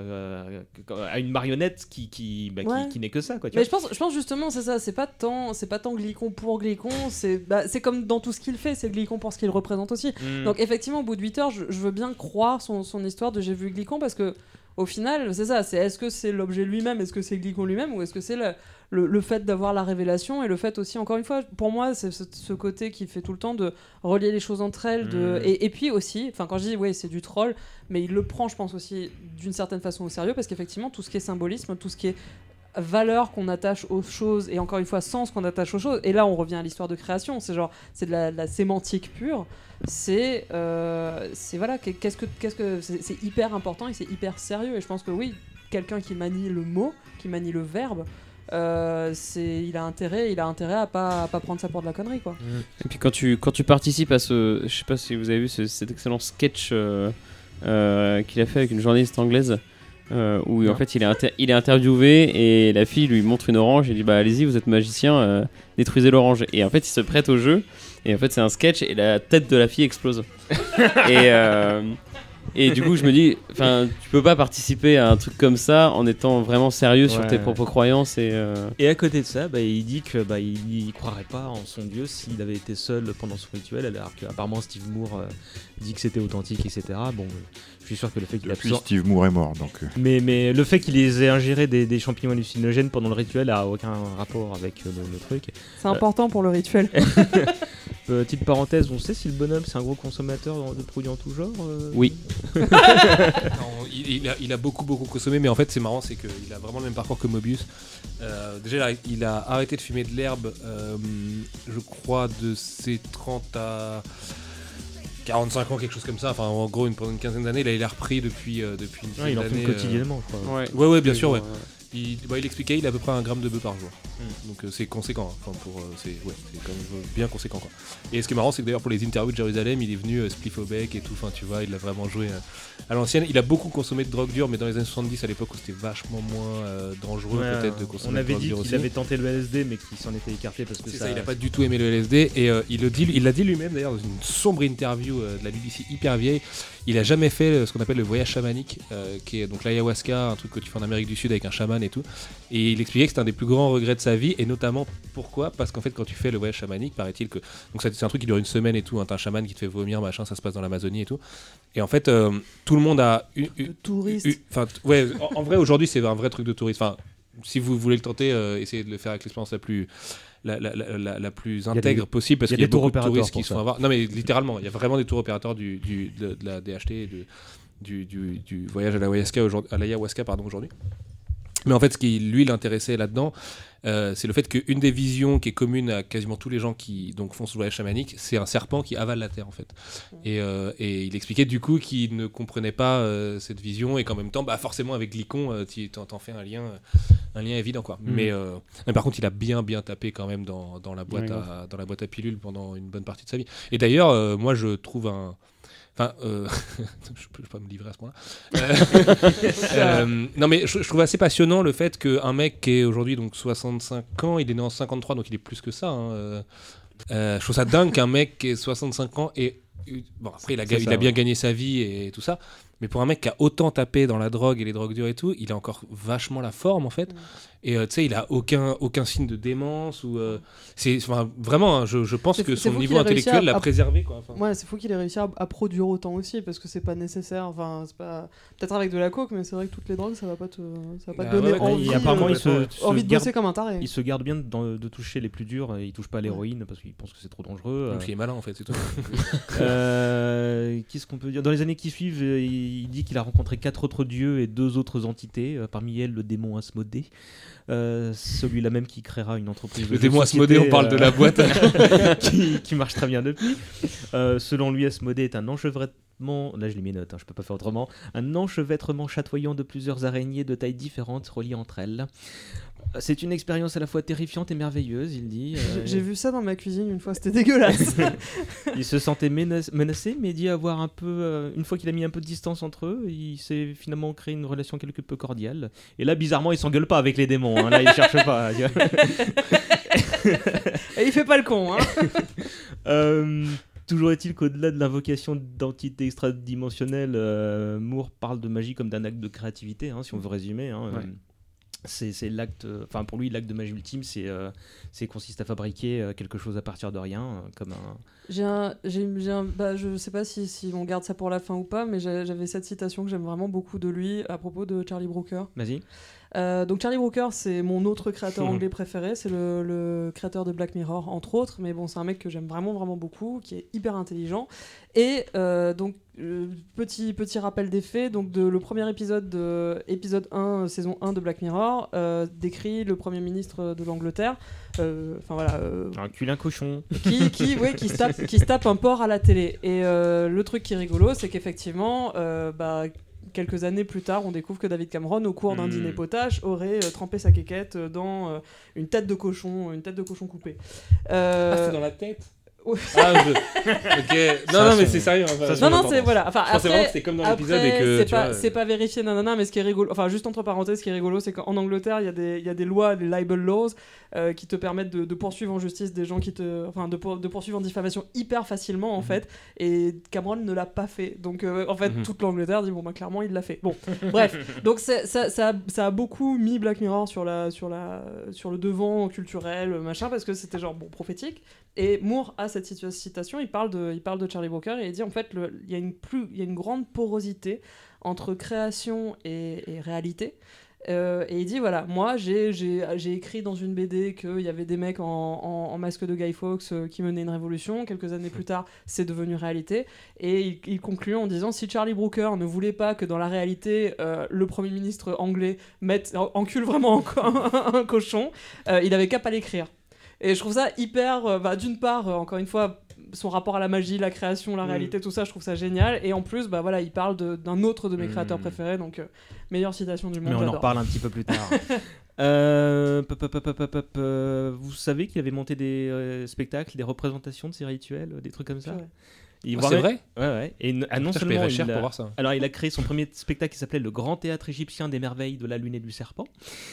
à une marionnette qui, qui, bah, ouais. qui, qui n'est que ça, quoi. Tu Mais vois. je pense, je pense justement, c'est ça. C'est pas tant, c'est pas tant Glycon pour Glycon. C'est, bah, c'est comme dans tout ce qu'il fait, c'est Glycon pour ce qu'il représente aussi. Mm. Donc effectivement, au bout de huit heures, je, je veux bien croire son, son histoire de j'ai vu Glycon parce que. Au final, c'est ça, c'est est-ce que c'est l'objet lui-même, est-ce que c'est Glycon lui-même, ou est-ce que c'est le, le, le fait d'avoir la révélation, et le fait aussi, encore une fois, pour moi, c'est ce, ce côté qui fait tout le temps de relier les choses entre elles, de, mmh. et, et puis aussi, enfin quand je dis, ouais, c'est du troll, mais il le prend, je pense aussi, d'une certaine façon au sérieux, parce qu'effectivement, tout ce qui est symbolisme, tout ce qui est valeur qu'on attache aux choses, et encore une fois, sens qu'on attache aux choses, et là, on revient à l'histoire de création, c'est genre, c'est de la, de la sémantique pure, c'est, euh, c'est voilà, qu'est-ce que, qu'est-ce que c'est, c'est hyper important et c'est hyper sérieux, et je pense que oui, quelqu'un qui manie le mot, qui manie le verbe, euh, c'est, il a intérêt, il a intérêt à pas, à pas prendre ça pour de la connerie, quoi. Et puis quand tu, quand tu participes à ce, je sais pas si vous avez vu ce, cet excellent sketch euh, euh, qu'il a fait avec une journaliste anglaise. Euh, où non. En fait il est, inter- il est interviewé et la fille lui montre une orange et dit bah allez-y vous êtes magicien, euh, détruisez l'orange, et en fait il se prête au jeu et en fait c'est un sketch et la tête de la fille explose et, euh, et du coup je me dis enfin tu peux pas participer à un truc comme ça en étant vraiment sérieux sur ouais, tes propres croyances et, euh... et à côté de ça bah, il dit que bah, il, il croirait pas en son dieu s'il avait été seul pendant son rituel, alors qu'apparemment Steve Moore euh, dit que c'était authentique, etc. Bon je suis sûr que le fait qu'il Depuis a absor- Steve Moore est mort donc. Mais mais le fait qu'il les ait ingéré des, des champignons hallucinogènes pendant le rituel a aucun rapport avec le, le truc. C'est euh... important pour le rituel. Petite parenthèse, on sait si le bonhomme c'est un gros consommateur de produits en tout genre euh... Oui. non, il, il, a, il a beaucoup beaucoup consommé, mais en fait c'est marrant, c'est qu'il a vraiment le même parcours que Mobius. Euh, déjà il a arrêté de fumer de l'herbe, euh, je crois de ses trente à quarante-cinq ans, quelque chose comme ça, enfin en gros une, pendant une quinzaine d'années. Là il a repris depuis, euh, depuis une ouais, il en fume quotidiennement, je crois. Ouais, ouais, ouais bien sûr, ouais. Il, bah, il expliquait il a à peu près un gramme de bœuf par jour. Mm. Donc euh, c'est conséquent. Hein. Enfin, pour, euh, c'est, ouais, c'est quand même bien conséquent. Quoi. Et ce qui est marrant, c'est que d'ailleurs pour les interviews de Jérusalem, il est venu euh, spliff au bec et tout. Enfin, tu vois, il a vraiment joué euh, à l'ancienne. Il a beaucoup consommé de drogue dure, mais dans les années soixante-dix, à l'époque où c'était vachement moins euh, dangereux ouais, peut-être de consommer on avait de drogue dit dure qu'il aussi. avait tenté le L S D, mais qu'il s'en était écarté parce que c'est ça... ça. Il a pas du tout aimé le L S D et euh, il le dit, il l'a dit lui-même d'ailleurs dans une sombre interview euh, de la B B C hyper vieille. Il a jamais fait euh, ce qu'on appelle le voyage chamanique, euh, qui est donc l'ayahuasca, un truc que tu fais en Amérique du Sud avec un chaman et tout. Et il expliquait que c'était un des plus grands regrets de sa vie, et notamment pourquoi ? Parce qu'en fait, quand tu fais le voyage chamanique, paraît-il que donc c'est un truc qui dure une semaine et tout. Hein, t'as un chaman qui te fait vomir, machin, ça se passe dans l'Amazonie et tout. Et en fait, euh, tout le monde a eu, eu, de touristes. Enfin, ouais. En, en vrai, aujourd'hui, c'est un vrai truc de touriste. Enfin, si vous voulez le tenter, euh, essayez de le faire avec l'expérience la plus La, la, la, la, la plus intègre des, possible parce qu'il y a, y a beaucoup de touristes qui se font avoir. Non mais littéralement, il y a vraiment des tours opérateurs du, du, de, de la D H T et de, du, du, du voyage à l'ayahuasca aujourd'hui, à l'ayahuasca pardon aujourd'hui. Mais en fait, ce qui lui l'intéressait là-dedans, euh, c'est le fait qu'une des visions qui est commune à quasiment tous les gens qui donc font ce voyage chamanique, c'est un serpent qui avale la terre en fait. Et, euh, et il expliquait du coup qu'il ne comprenait pas euh, cette vision et qu'en même temps, bah forcément avec l'icon, euh, tu t'en, t'en fais un lien, un lien évident quoi. Mmh. Mais, euh, mais par contre, il a bien bien tapé quand même dans, dans la boîte oui, à, dans la boîte à pilules pendant une bonne partie de sa vie. Et d'ailleurs, euh, moi je trouve un Enfin, euh, je peux pas me livrer à ce point-là. Euh, euh, non, mais je, je trouve assez passionnant le fait qu'un mec qui est aujourd'hui donc soixante-cinq ans, il est né en cinquante-trois, donc il est plus que ça. Hein, euh, euh, je trouve ça dingue qu'un mec qui est soixante-cinq ans et bon après il a, il a bien ouais. gagné sa vie et tout ça. Mais pour un mec qui a autant tapé dans la drogue et les drogues dures et tout, il a encore vachement la forme en fait. Mmh. Et euh, tu sais, il a aucun, aucun signe de démence. Ou, euh, c'est, vraiment, hein, je, je pense c'est, que son niveau intellectuel l'a à... préservé. Quoi. Enfin. Ouais, c'est fou qu'il ait réussi à, à produire autant aussi, parce que c'est pas nécessaire. Enfin, c'est pas... Peut-être avec de la coke, mais c'est vrai que toutes les drogues, ça va pas te, ça va pas bah, te donner ouais, envie, et apparemment, euh, il se, se envie de garde, bosser comme un taré. Il se garde bien de, de toucher les plus durs. Il touche pas à l'héroïne ouais. parce qu'il pense que c'est trop dangereux. Donc euh... il est malin en fait, c'est tout. euh, qu'est-ce qu'on peut dire ? Dans les années qui suivent, il dit qu'il a rencontré quatre autres dieux et deux autres entités, euh, parmi elles le démon Asmodée, euh, celui-là même qui créera une entreprise. Le démon Asmodée, on parle euh, de la boîte qui, qui marche très bien depuis. Euh, selon lui, Asmodée est un enchevêtrement, là je lis mes notes, hein, je peux pas faire autrement, un enchevêtrement chatoyant de plusieurs araignées de tailles différentes reliées entre elles. C'est une expérience à la fois terrifiante et merveilleuse, il dit. Euh... J'ai vu ça dans ma cuisine une fois, c'était dégueulasse. Il se sentait menace- menacé, mais dit avoir un peu, euh, une fois qu'il a mis un peu de distance entre eux, il s'est finalement créé une relation quelque peu cordiale. Et là, bizarrement, il s'engueule pas avec les démons. Hein. Là, il cherche pas. Et il fait pas le con. Hein. euh... Toujours est-il qu'au-delà de l'invocation d'entités extradimensionnelles, euh, Moore parle de magie comme d'un acte de créativité, hein, si on veut résumer. Hein, ouais. euh... C'est, c'est l'acte, enfin pour lui l'acte de magie ultime, c'est, euh, c'est consiste à fabriquer euh, quelque chose à partir de rien, euh, comme un. J'ai un, j'ai, j'ai un, bah je sais pas si, si on garde ça pour la fin ou pas, mais j'avais cette citation que j'aime vraiment beaucoup de lui à propos de Charlie Brooker. Vas-y. Euh, donc Charlie Brooker, c'est mon autre créateur anglais préféré, c'est le, le créateur de Black Mirror entre autres, mais bon c'est un mec que j'aime vraiment vraiment beaucoup, qui est hyper intelligent. Et euh, donc euh, petit petit rappel des faits, donc de, le premier épisode de épisode un saison un de Black Mirror euh, décrit le premier ministre de l'Angleterre, enfin euh, voilà, euh, un cul un cochon, qui qui ouais qui se tape qui se tape un porc à la télé. Et euh, le truc qui est rigolo, c'est qu'effectivement euh, bah quelques années plus tard, on découvre que David Cameron, au cours d'un mmh. dîner potage, aurait euh, trempé sa quéquette dans euh, une tête de cochon, une tête de cochon coupée. Euh... Ah, c'est dans la tête. Ouais. Ah, je... ok. Non, ça, non, mais c'est sérieux. Enfin, non, non, c'est voilà. Enfin, je après, vraiment que c'est comme dans l'épisode après, et que c'est tu pas, vois, c'est pas vérifié, nanana. Mais ce qui est rigolo, enfin, juste entre parenthèses, ce qui est rigolo, c'est qu'en Angleterre, il y a des, il y a des lois, des libel laws, euh, qui te permettent de, de poursuivre en justice des gens qui te, enfin, de, de poursuivre en diffamation hyper facilement, en mm-hmm. fait. Et Cameron ne l'a pas fait. Donc, euh, en fait, mm-hmm. toute l'Angleterre dit bon, bah clairement, il l'a fait. Bon, bref. Donc, c'est, ça, ça, a, ça a beaucoup mis Black Mirror sur la, sur la, sur le devant culturel, machin, parce que c'était genre bon prophétique. Et Moore a cette citation, il parle de, il parle de Charlie Brooker et il dit en fait il y a une plus, il y a une grande porosité entre création et, et réalité. Euh, et il dit voilà, moi j'ai, j'ai, j'ai écrit dans une B D qu'il y avait des mecs en, en, en masque de Guy Fawkes euh, qui menaient une révolution. Quelques années plus tard, c'est devenu réalité. Et il, il conclut en disant si Charlie Brooker ne voulait pas que dans la réalité euh, le Premier ministre anglais mette, encule vraiment un, un cochon, euh, il avait qu'à pas l'écrire. Et je trouve ça hyper, euh, bah, d'une part, euh, encore une fois, son rapport à la magie, la création, la Mm. réalité, tout ça, je trouve ça génial. Et en plus, bah voilà, il parle de, d'un autre de mes Mm. créateurs préférés, donc euh, meilleure citation du monde. Mais on en j'adore. reparle un petit peu plus tard. Euh, pop, pop, pop, pop, pop, euh, vous savez qu'il avait monté des euh, spectacles, des représentations de ses rituels, euh, des trucs comme ça. Ouais. Il Ah, voit c'est même- vrai Ouais, ouais. Et n- ah, non Putain, je seulement paierais il cher a- pour voir ça. alors il a créé son premier spectacle qui s'appelait le Grand Théâtre Égyptien des Merveilles de la Lune et du Serpent.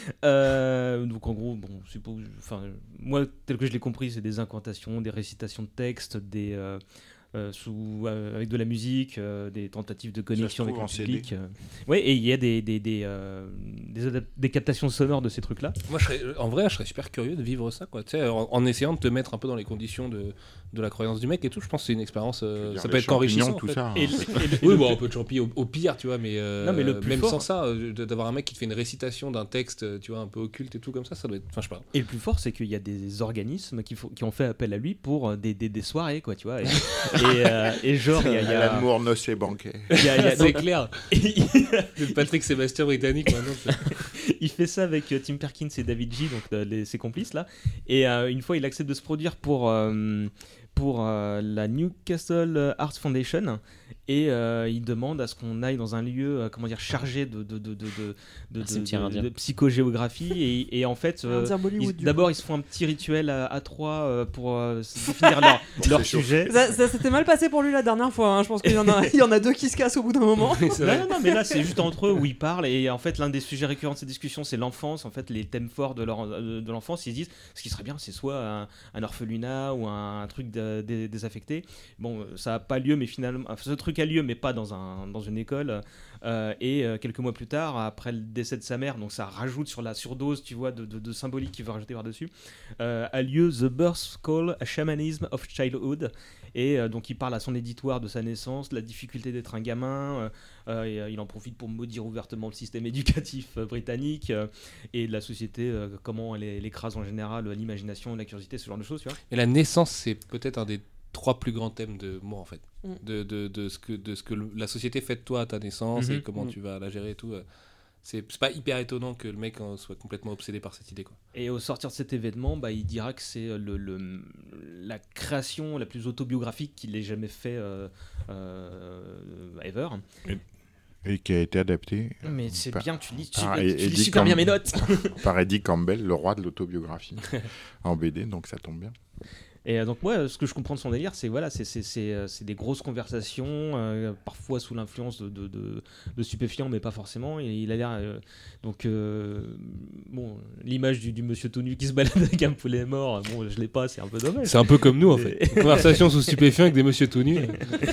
Euh, donc en gros, bon, suppose, enfin, moi tel que je l'ai compris, c'est des incantations, des récitations de textes, des euh, euh, sous, euh, avec de la musique, euh, des tentatives de connexion avec trouve le en C D. public. euh. Ouais, et il y a des des des, euh, des, adap- des captations sonores de ces trucs-là. Moi, je serais- en vrai, je serais super curieux de vivre ça, quoi. Tu sais, en, en essayant de te mettre un peu dans les conditions de, de la croyance du mec et tout. Je pense que c'est une expérience. euh, Dire ça les peut être champignons, qu'enrichissant. en tout fait. ça. Et hein. le- et le- Oui, bon, un peu de champi au, au pire, tu vois, mais, euh, Non, mais le plus même fort- sans ça, euh, de- d'avoir un mec qui te fait une récitation d'un texte, euh, tu vois, un peu occulte et tout comme ça, ça doit être. Enfin, je sais pas. Et le plus fort, c'est qu'il y a des organismes qui, font, qui ont fait appel à lui pour euh, des, des, des soirées, quoi, tu vois. Et, et, euh, et genre, il y a. il y a- Alan Moore, Nocé Banquet. il y a- il y a- C'est donc, clair. Le Patrick Sébastien britannique, maintenant. c'est- il fait ça avec euh, Tim Perkins et David G, donc euh, les- ses complices là. Et euh, une fois, il accepte de se produire pour euh, pour euh, la Newcastle Arts Foundation et euh, il demande à ce qu'on aille dans un lieu, euh, comment dire, chargé de de de de de, de, Un de- cimetière de- indien. de psychogéographie et, et en fait. euh, Indien Bollywood, ils- du D'abord, ils se font un petit rituel à, à trois euh, pour euh, se définir leur, leur chaud. sujet. Ça, ça s'était mal passé pour lui la dernière fois. hein. Je pense qu'il y en a, il y en a deux qui se cassent au bout d'un moment. c'est vrai. Non, non, non, mais là c'est juste entre eux où ils parlent et en fait l'un des sujets récurrents de ces discussions c'est l'enfance, en fait les thèmes forts de, leur, de, de l'enfance. Ils se disent ce qui serait bien c'est soit un, un orphelinat ou un, un truc de- de- désaffecté. Bon, euh, ça n'a pas lieu, mais finalement enfin, ce truc a lieu mais pas dans, un, dans une école. Euh, et euh, quelques mois plus tard, après le décès de sa mère, donc ça rajoute sur la surdose, tu vois, de, de, de symbolique qu'il veut rajouter par-dessus, euh, a lieu The Birth Call, a Shamanism of Childhood. Et euh, donc il parle à son éditoire de sa naissance, de la difficulté d'être un gamin, euh, euh, et, euh, il en profite pour maudire ouvertement le système éducatif euh, britannique euh, et de la société, euh, comment elle, elle écrase en général euh, l'imagination, la curiosité, ce genre de choses, tu vois. Et la naissance, c'est peut-être un des trois plus grands thèmes de moi, en fait. Mm. De, de, de ce que, de ce que le- la société fait de toi à ta naissance Mhm. et comment Mm. tu vas la gérer et tout. euh. C'est c'est pas hyper étonnant que le mec euh, soit complètement obsédé par cette idée, quoi. Et au sortir de cet événement, bah, il dira que c'est le, le- la création la plus autobiographique qu'il ait jamais fait euh, euh, ever. Et qui a été adapté Mais c'est par- bien, tu lis, tu, par tu Eddie lis super bien mes Campbell. notes. par Eddie Campbell, le roi de l'autobiographie, en B D, donc ça tombe bien. Et euh, donc moi, ce que je comprends de son délire, c'est voilà, c'est c'est c'est euh, c'est des grosses conversations, euh, parfois sous l'influence de, de, de, de stupéfiants, mais pas forcément. Et il a l'air euh, donc euh, bon, l'image du, du monsieur tout nu qui se balade avec un poulet mort, bon, je l'ai pas, c'est un peu dommage. C'est un peu comme nous, en Et- fait. Une conversation sous stupéfiant avec des monsieur tout nus.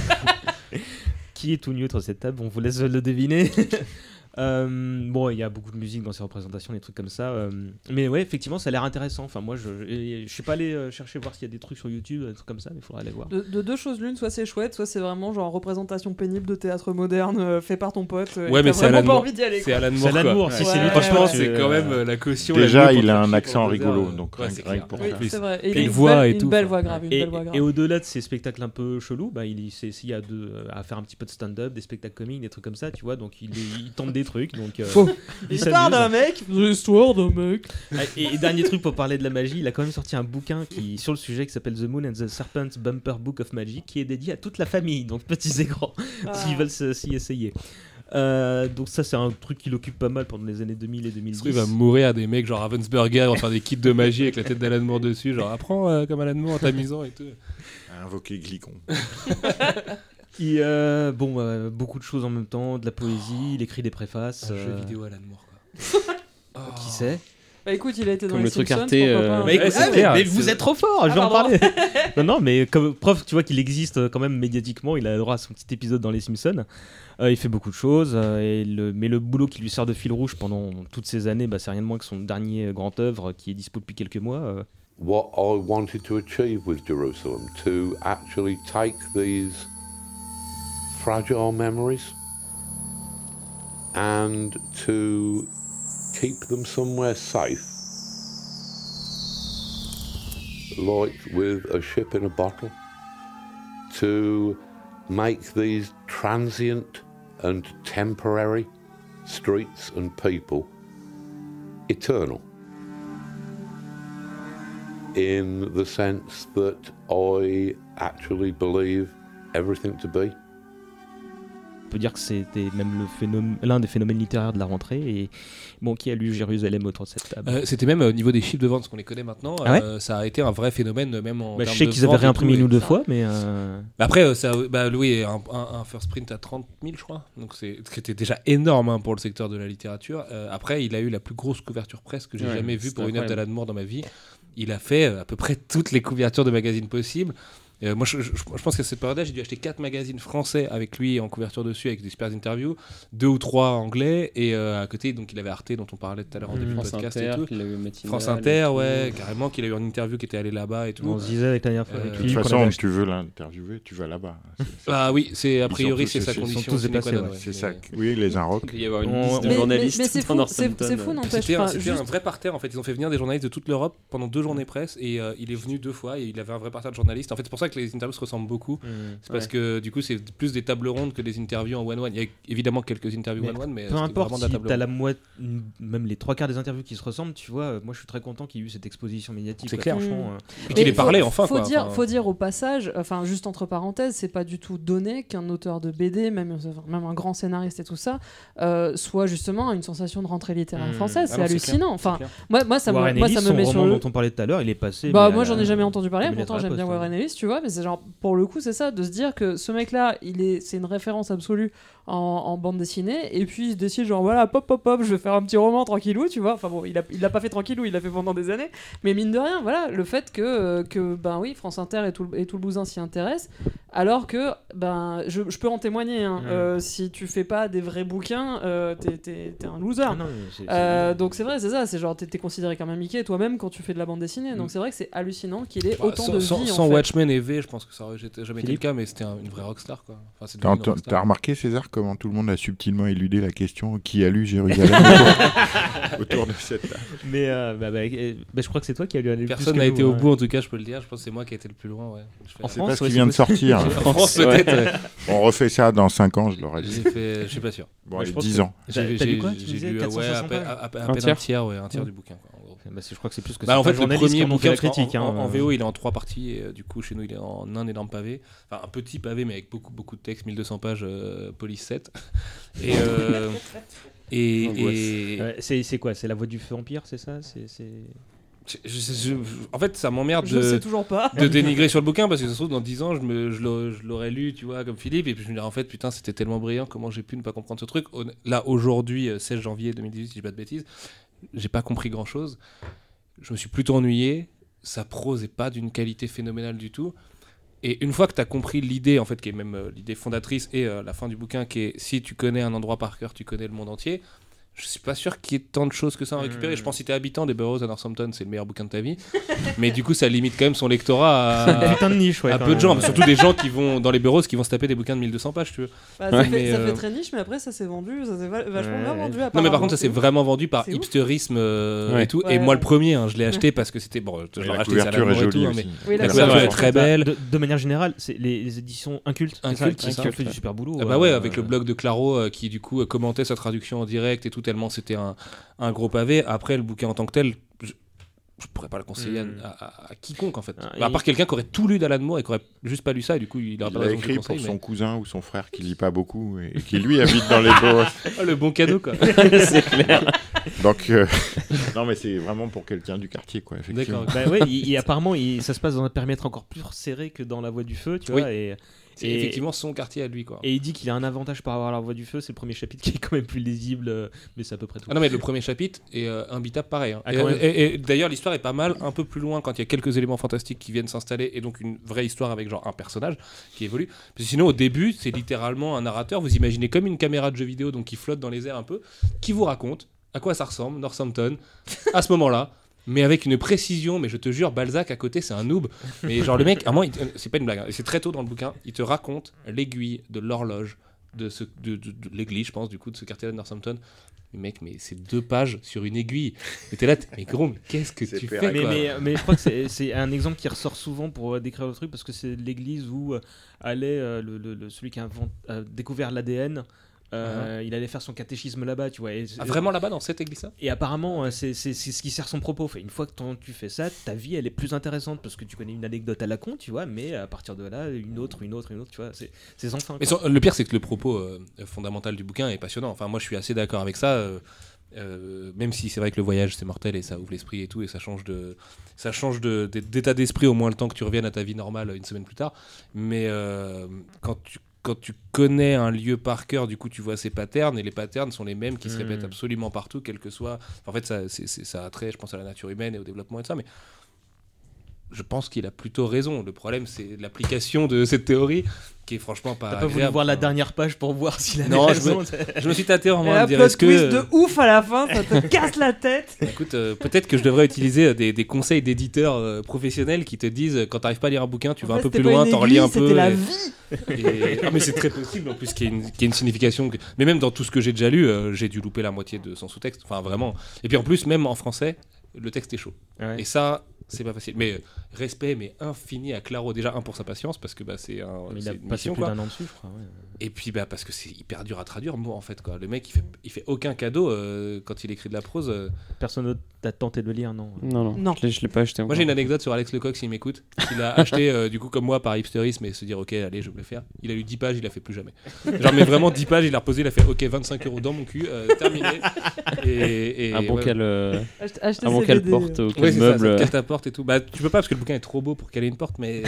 Qui est tout nu autour de cette table? On vous laisse le deviner. Euh, bon, il y a beaucoup de musique dans ces représentations, des trucs comme ça. euh, mais ouais, effectivement, ça a l'air intéressant. Enfin, moi, je, je, je suis pas allé euh, chercher voir s'il y a des trucs sur YouTube, des trucs comme ça, mais il faudrait aller voir. De, de deux choses l'une, soit c'est chouette, soit c'est vraiment genre représentation pénible de théâtre moderne euh, fait par ton pote. euh, Ouais, et mais t'as c'est vraiment Alan pas Moore. envie d'y aller. C'est quoi. Alan C'est Moore, Alan quoi. Moore, si Ouais, c'est lui. ouais, Franchement, ouais. c'est quand même euh, la caution. Déjà, la mieux il a pour un chercher accent pendant des rigolo, heures, euh, donc ouais, rien- c'est rien clair. que pour Oui, ça. plus. c'est vrai. Et, Et il a une une voix belle- et une tout, belle enfin, voix grave, une Et, belle voix grave. et au-delà de ces spectacles un peu chelous, bah, il s'est essayé à, de, à faire un petit peu de stand-up, des spectacles comiques, des trucs comme ça, tu vois. Donc il, est- il tente des trucs. Donc, euh, Faux. il L'histoire s'amuse. d'un mec, l'histoire d'un mec. Ah, Et, et dernier truc pour parler de la magie, il a quand même sorti un bouquin qui, sur le sujet qui s'appelle The Moon and the Serpent Bumper Book of Magic, qui est dédié à toute la famille, donc petits et grands, s'ils veulent se- s'y essayer. Euh, donc ça c'est un truc qui l'occupe pas mal pendant les années deux mille et deux mille dix. Il va mourir des mecs genre Ravensburger, vont faire des kits de magie avec la tête d'Alan Moore dessus, genre apprends euh, comme Alan Moore en t'amusant et tout. À invoquer Glicon. Et, euh, bon, euh, beaucoup de choses en même temps, de la poésie, il écrit des préfaces. Un jeu euh, vidéo Alan Moore, quoi. Qui sait? Bah écoute, il a été dans Comme les le truc Simpsons, Arte, pourquoi euh, pas, hein. Mais, écoute, c'est ah, mais- clair, mais c'est- vous êtes trop fort, je vais Ah, en pardon. parler. non, non, mais comme preuve, tu vois qu'il existe euh, quand même médiatiquement, il a droit à son petit épisode dans Les Simpsons. Euh, il fait beaucoup de choses, euh, et le, mais le boulot qui lui sert de fil rouge pendant toutes ces années, bah, c'est rien de moins que son dernier grand œuvre qui est dispo depuis quelques mois. euh. What I wanted to achieve with Jerusalem, to actually take these fragile memories and to keep them somewhere safe, like with a ship in a bottle, to make these transient and temporary streets and people eternal. in the sense that I actually believe everything to be. On peut dire que c'était même le phénomène, l'un des phénomènes littéraires de la rentrée. Et bon, qui a lu Jérusalem autour de cette table? euh, C'était même au niveau des chiffres de vente, ce qu'on les connaît maintenant. Ah ouais euh, ça a été un vrai phénomène, même en. Bah, je termes sais de qu'ils avaient vente et réimprimé tout, une ou et- deux fois, mais. Euh... Après, euh, ça, bah, Louis, un, un, un first print à trente mille, je crois. Donc, c'est, ce qui était déjà énorme hein, pour le secteur de la littérature. Euh, après, il a eu la plus grosse couverture presse que j'ai Ouais, jamais vue c'est pour une œuvre incroyable. d'Alan Moore dans ma vie. Il a fait euh, à peu près toutes les couvertures de magazines possibles. Euh, moi, je, je, je pense qu'à cette période-là, j'ai dû acheter quatre magazines français avec lui en couverture dessus, avec des super interviews, deux ou trois anglais, et euh, à côté, donc il avait Arte dont on parlait tout à l'heure en Mmh. début de France podcast Inter, et tout. qu'il a eu matinal France et Inter, tout. ouais, carrément, qu'il a eu une interview qui était allé là-bas et tout. On se disait avec la dernière fois Euh, avec De lui toute qu'on façon, avait si tu veux l'interviewer, tu vas là-bas. C'est- c'est- Ah oui, c'est a Ils priori sont tous- c'est sa ils sont condition tous sine déplacés, qua non, ouais. ouais. C'est Mais- ça. que- Oui, les Inrocks. Il va y avoir une On- liste de Mais- mais- journalistes mais c'est dans fou, c'est- Northampton. c'est fou, n'empêche. C'était, un, Enfin, c'était juste- un vrai parterre en fait. Ils ont fait venir des journalistes de toute l'Europe pendant deux journées presse et euh, il est venu deux fois et il avait un vrai parterre de journalistes. En fait, c'est pour ça que les interviews se ressemblent beaucoup. C'est parce que du coup, c'est plus des tables rondes que des interviews en one-one. Il y a évidemment quelques interviews Mais one-one, mais peu c'était importe vraiment de si la table t'as ronde. la moitié, même les trois quarts des interviews qui se ressemblent, tu vois. euh, Moi, je suis très content qu'il y ait eu cette exposition médiatique. C'est quoi. clair. Franchement, Mm. euh, Et qu'il Mais ait parlé faut- enfin. Faut quoi. dire, Enfin, faut dire au passage, enfin juste entre parenthèses, c'est pas du tout donné qu'un auteur de B D, même, même un grand scénariste et tout ça, euh, soit justement une sensation de rentrée littéraire Mmh. française. Ah c'est non, c'est hallucinant. clair, Enfin, c'est clair. moi, moi ça me, Warren moi Ellis, ça me son met sur roman le. dont on parlait tout à l'heure, il est passé. Bah mais moi à j'en la- ai jamais entendu parler, comme il est pourtant à la j'aime bien poste, hein. Warren Ellis, tu vois, mais c'est genre pour le coup c'est ça, de se dire que ce mec-là, il est, c'est une référence absolue en, en bande dessinée, et puis il se décide genre voilà pop pop pop, je vais faire un petit roman tranquillou, tu vois. Enfin bon, il a, il l'a pas fait tranquillou, il l'a fait pendant des années, mais mine de rien, voilà, le fait que euh, que ben oui, France Inter et tout le, et tout le bousin s'y intéressent, alors que ben je, je peux en témoigner, hein, Mm. euh, si tu fais pas des vrais bouquins, euh, t'es, t'es, t'es un loser. Ah non, mais c'est- c'est- Euh, donc c'est vrai, c'est ça, c'est genre t'es, t'es considéré comme un Mickey toi-même quand tu fais de la bande dessinée, donc Mm. c'est vrai que c'est hallucinant qu'il ait bah, autant sans, de sans- vie sans en fait. Watchmen et V, je pense que ça aurait jamais été le Philippe cas, mais c'était un- une vraie rockstar quoi. Enfin, c'est T'as, devenu une t'as- rockstar. t'as remarqué, César, comment tout le monde a subtilement éludé la question qui a lu Jérusalem autour, autour de cette table. Mais euh, bah, bah, euh, bah, je crois que c'est toi qui as lu aller Personne plus n'a que été nous, au hein. bout en tout cas, je peux le dire. Je pense que c'est moi qui ai été le plus loin. Ouais. Je fais- En C'est France, pas ce ouais, qui c'est vient de possible. sortir. En France peut-être. ouais. On refait ça dans cinq ans, je l'aurais dit. J'ai fait, je suis pas sûr. Bon, Ouais, allez, je pense dix que- ans. T'as- J'ai, t'as lu j'ai- quoi, tu j'ai disais lu euh, ouais, à, 460 peine- pages à- à- à Un peine un tiers. tiers, ouais, un tiers du bouquin. Quoi, en gros. Bah, c'est- je crois que c'est plus que Bah, en certains fait, le journalistes premier qui en ont fait bouquin, la parce qu'en- critique. en, hein, en euh. V O, il est en trois parties. Et, euh, du coup, chez nous, il est en un énorme pavé. Enfin, un petit pavé, mais avec beaucoup, beaucoup de texte, mille deux cents pages, euh, police sept. Et, euh, et, et- Ouais, c'est, c'est quoi? C'est La Voix du Feu Empire, c'est ça? c'est, c'est... je- je- je- en fait, ça m'emmerde Je sais de, toujours pas. de dénigrer sur le bouquin parce que ça se trouve, dans dix ans, je, me, je, l'aurais, je l'aurais lu, tu vois, comme Philippe. Et puis je me dirais, en fait, putain, c'était tellement brillant. Comment j'ai pu ne pas comprendre ce truc? Hon- Là, aujourd'hui, euh, seize janvier deux mille dix-huit, si je dis pas de bêtises, j'ai pas compris grand chose. Je me suis plutôt ennuyé. Sa prose est pas d'une qualité phénoménale du tout. Et une fois que tu as compris l'idée, en fait, qui est même euh, l'idée fondatrice et euh, la fin du bouquin, qui est si tu connais un endroit par cœur, tu connais le monde entier. Je suis pas sûr qu'il y ait tant de choses que ça à récupérer. Mmh. Je pense que si t'es habitant des Burroughs à Northampton, c'est le meilleur bouquin de ta vie. Mais du coup, ça limite quand même son lectorat à, Putain de niche, ouais. à quand peu de même. gens. Surtout des gens qui vont dans les Burroughs qui vont se taper des bouquins de mille deux cents pages, tu veux. Bah, ça Ouais. fait, Mais, ça euh, fait très niche, mais après ça s'est vendu, ça s'est va- vachement Ouais. bien vendu. Non, mais par apparemment, contre, ça s'est ouf. vraiment vendu par C'est ouf. hipsterisme euh, Ouais. et tout. Ouais. Et moi, le premier, hein, je l'ai acheté parce que c'était. Bon, je Et l'ai la acheté, ça couverture est et tout, jolie hein, aussi. mais Oui, la la couverture couverture est très belle. De, de manière générale, c'est les, les éditions Inculte, c'est Inculte, ça, c'est qui, ça. qui a fait du super boulot. Ah bah ouais, euh, avec le blog de Claro euh, qui du coup euh, commentait sa traduction en direct et tout, tellement c'était un, un gros pavé. Après, le bouquin en tant que tel, je, je pourrais pas le conseiller à- Mm. à, à- à quiconque en fait. Ah, Bah, à et- part quelqu'un qui aurait tout lu d'Alan Moore et qui aurait juste pas lu ça, et du coup il aurait Il pas l'a raison de écrit le pour conseiller. son mais- cousin ou son frère qui lit pas beaucoup et qui lui habite dans les Burroughs. Ah, le bon cadeau quoi. C'est clair. Donc, euh, non, mais c'est vraiment pour quelqu'un du quartier, quoi, effectivement. D'accord. Bah ouais, il, il- apparemment, il- ça se passe dans un périmètre encore plus serré que dans La Voix du Feu, tu Oui. vois. Et, C'est et- effectivement son quartier à lui quoi. Et il dit qu'il a un avantage par rapport à La Voix du Feu, c'est le premier chapitre qui est quand même plus lisible, euh, mais c'est à peu près tout. Ah non mais le premier chapitre est euh, imbitable pareil. hein. Ah, et, quand même. et- et d'ailleurs l'histoire est pas mal, un peu plus loin quand il y a quelques éléments fantastiques qui viennent s'installer et donc une vraie histoire avec genre un personnage qui évolue. Parce que sinon au début c'est littéralement un narrateur, vous imaginez comme une caméra de jeu vidéo donc qui flotte dans les airs un peu, qui vous raconte à quoi ça ressemble Northampton à ce moment-là. Mais avec une précision, mais je te jure, Balzac à côté, c'est un noob. Mais genre, le mec, à un moment, il te- c'est pas une blague, hein, et c'est très tôt dans le bouquin, il te raconte l'aiguille de l'horloge de, ce, de, de- de l'église, je pense, du coup, de ce quartier-là de Northampton. Mais mec, mais c'est deux pages sur une aiguille. Et t'es là, t'es- mais gros, mais qu'est-ce que C'est tu père. fais mais, quoi mais, mais je crois que c'est, c'est un exemple qui ressort souvent pour euh, décrire le truc parce que c'est l'église où euh, allait euh, le, le- le- celui qui a, invent- a découvert l'A D N Euh, uh-huh. Il allait faire son catéchisme là-bas, tu vois. Et, ah, vraiment là-bas, dans cette église-là ? Et apparemment, c'est, c'est, c'est ce qui sert son propos. Fait, une fois que tu fais ça, ta vie, elle est plus intéressante parce que tu connais une anecdote à la con, tu vois, mais à partir de là, une autre, une autre, une autre, tu vois, c'est, c'est sans fin. Mais son, le pire, c'est que le propos euh, fondamental du bouquin est passionnant. Enfin, moi, je suis assez d'accord avec ça. Euh, euh, même si c'est vrai que le voyage, c'est mortel et ça ouvre l'esprit et tout, et ça change, de, ça change de, d'état d'esprit au moins le temps que tu reviennes à ta vie normale une semaine plus tard. Mais euh, quand tu quand tu connais un lieu par cœur, du coup, tu vois ses patterns, et les patterns sont les mêmes qui se répètent absolument partout, quel que soit... En fait, ça, c'est, c'est, ça a trait, je pense, à la nature humaine et au développement et tout ça, mais je pense qu'il a plutôt raison. Le problème, c'est l'application de cette théorie, qui est franchement pas T'as agréable. pas voulu voir la dernière page pour voir s'il avait non, raison. Non, je, je me suis tâté en train de dire, est-ce que... twist de ouf à la fin, ça te casse la tête. Écoute, euh, peut-être que je devrais utiliser des, des conseils d'éditeurs euh, professionnels qui te disent, euh, quand t'arrives pas à lire un bouquin, tu vas en fait, un peu plus loin, t'en relis un peu. C'était la et... vie. Et... Ah, mais c'est très possible, en plus, qu'il y ait une, qu'il y ait une signification. Que... Mais même dans tout ce que j'ai déjà lu, euh, j'ai dû louper la moitié de son sous-texte. Enfin, vraiment. Et puis en plus, même en français, le texte est chaud. Ouais. Et ça... c'est pas facile, mais euh, respect mais infini à Claro, déjà un pour sa patience parce que bah c'est un mais c'est il a une passé mission, plus quoi. d'un an dessus, je crois. Ouais. Et puis bah parce que c'est hyper dur à traduire moi en fait quoi. Le mec il fait il fait aucun cadeau euh, quand il écrit de la prose. Euh... Personne d'autre t'a tenté de le lire, non? Non non. non. Je, l'ai, je l'ai pas acheté. Moi j'ai une anecdote sur Alex Lecoq s'il m'écoute. Il a acheté euh, du coup comme moi par hipsterisme et se dire ok allez je vais le faire. Il a lu dix pages, il a fait plus jamais. Genre mais vraiment dix pages, il a reposé, il a fait ok vingt-cinq euros dans mon cul, euh, terminé. Et, et un bon ouais, qu'elle euh, un bon qu'elle porte ou quel ouais, meuble. Qu'elle t'apporte et tout. Bah tu peux pas parce que le bouquin est trop beau pour caler une porte, mais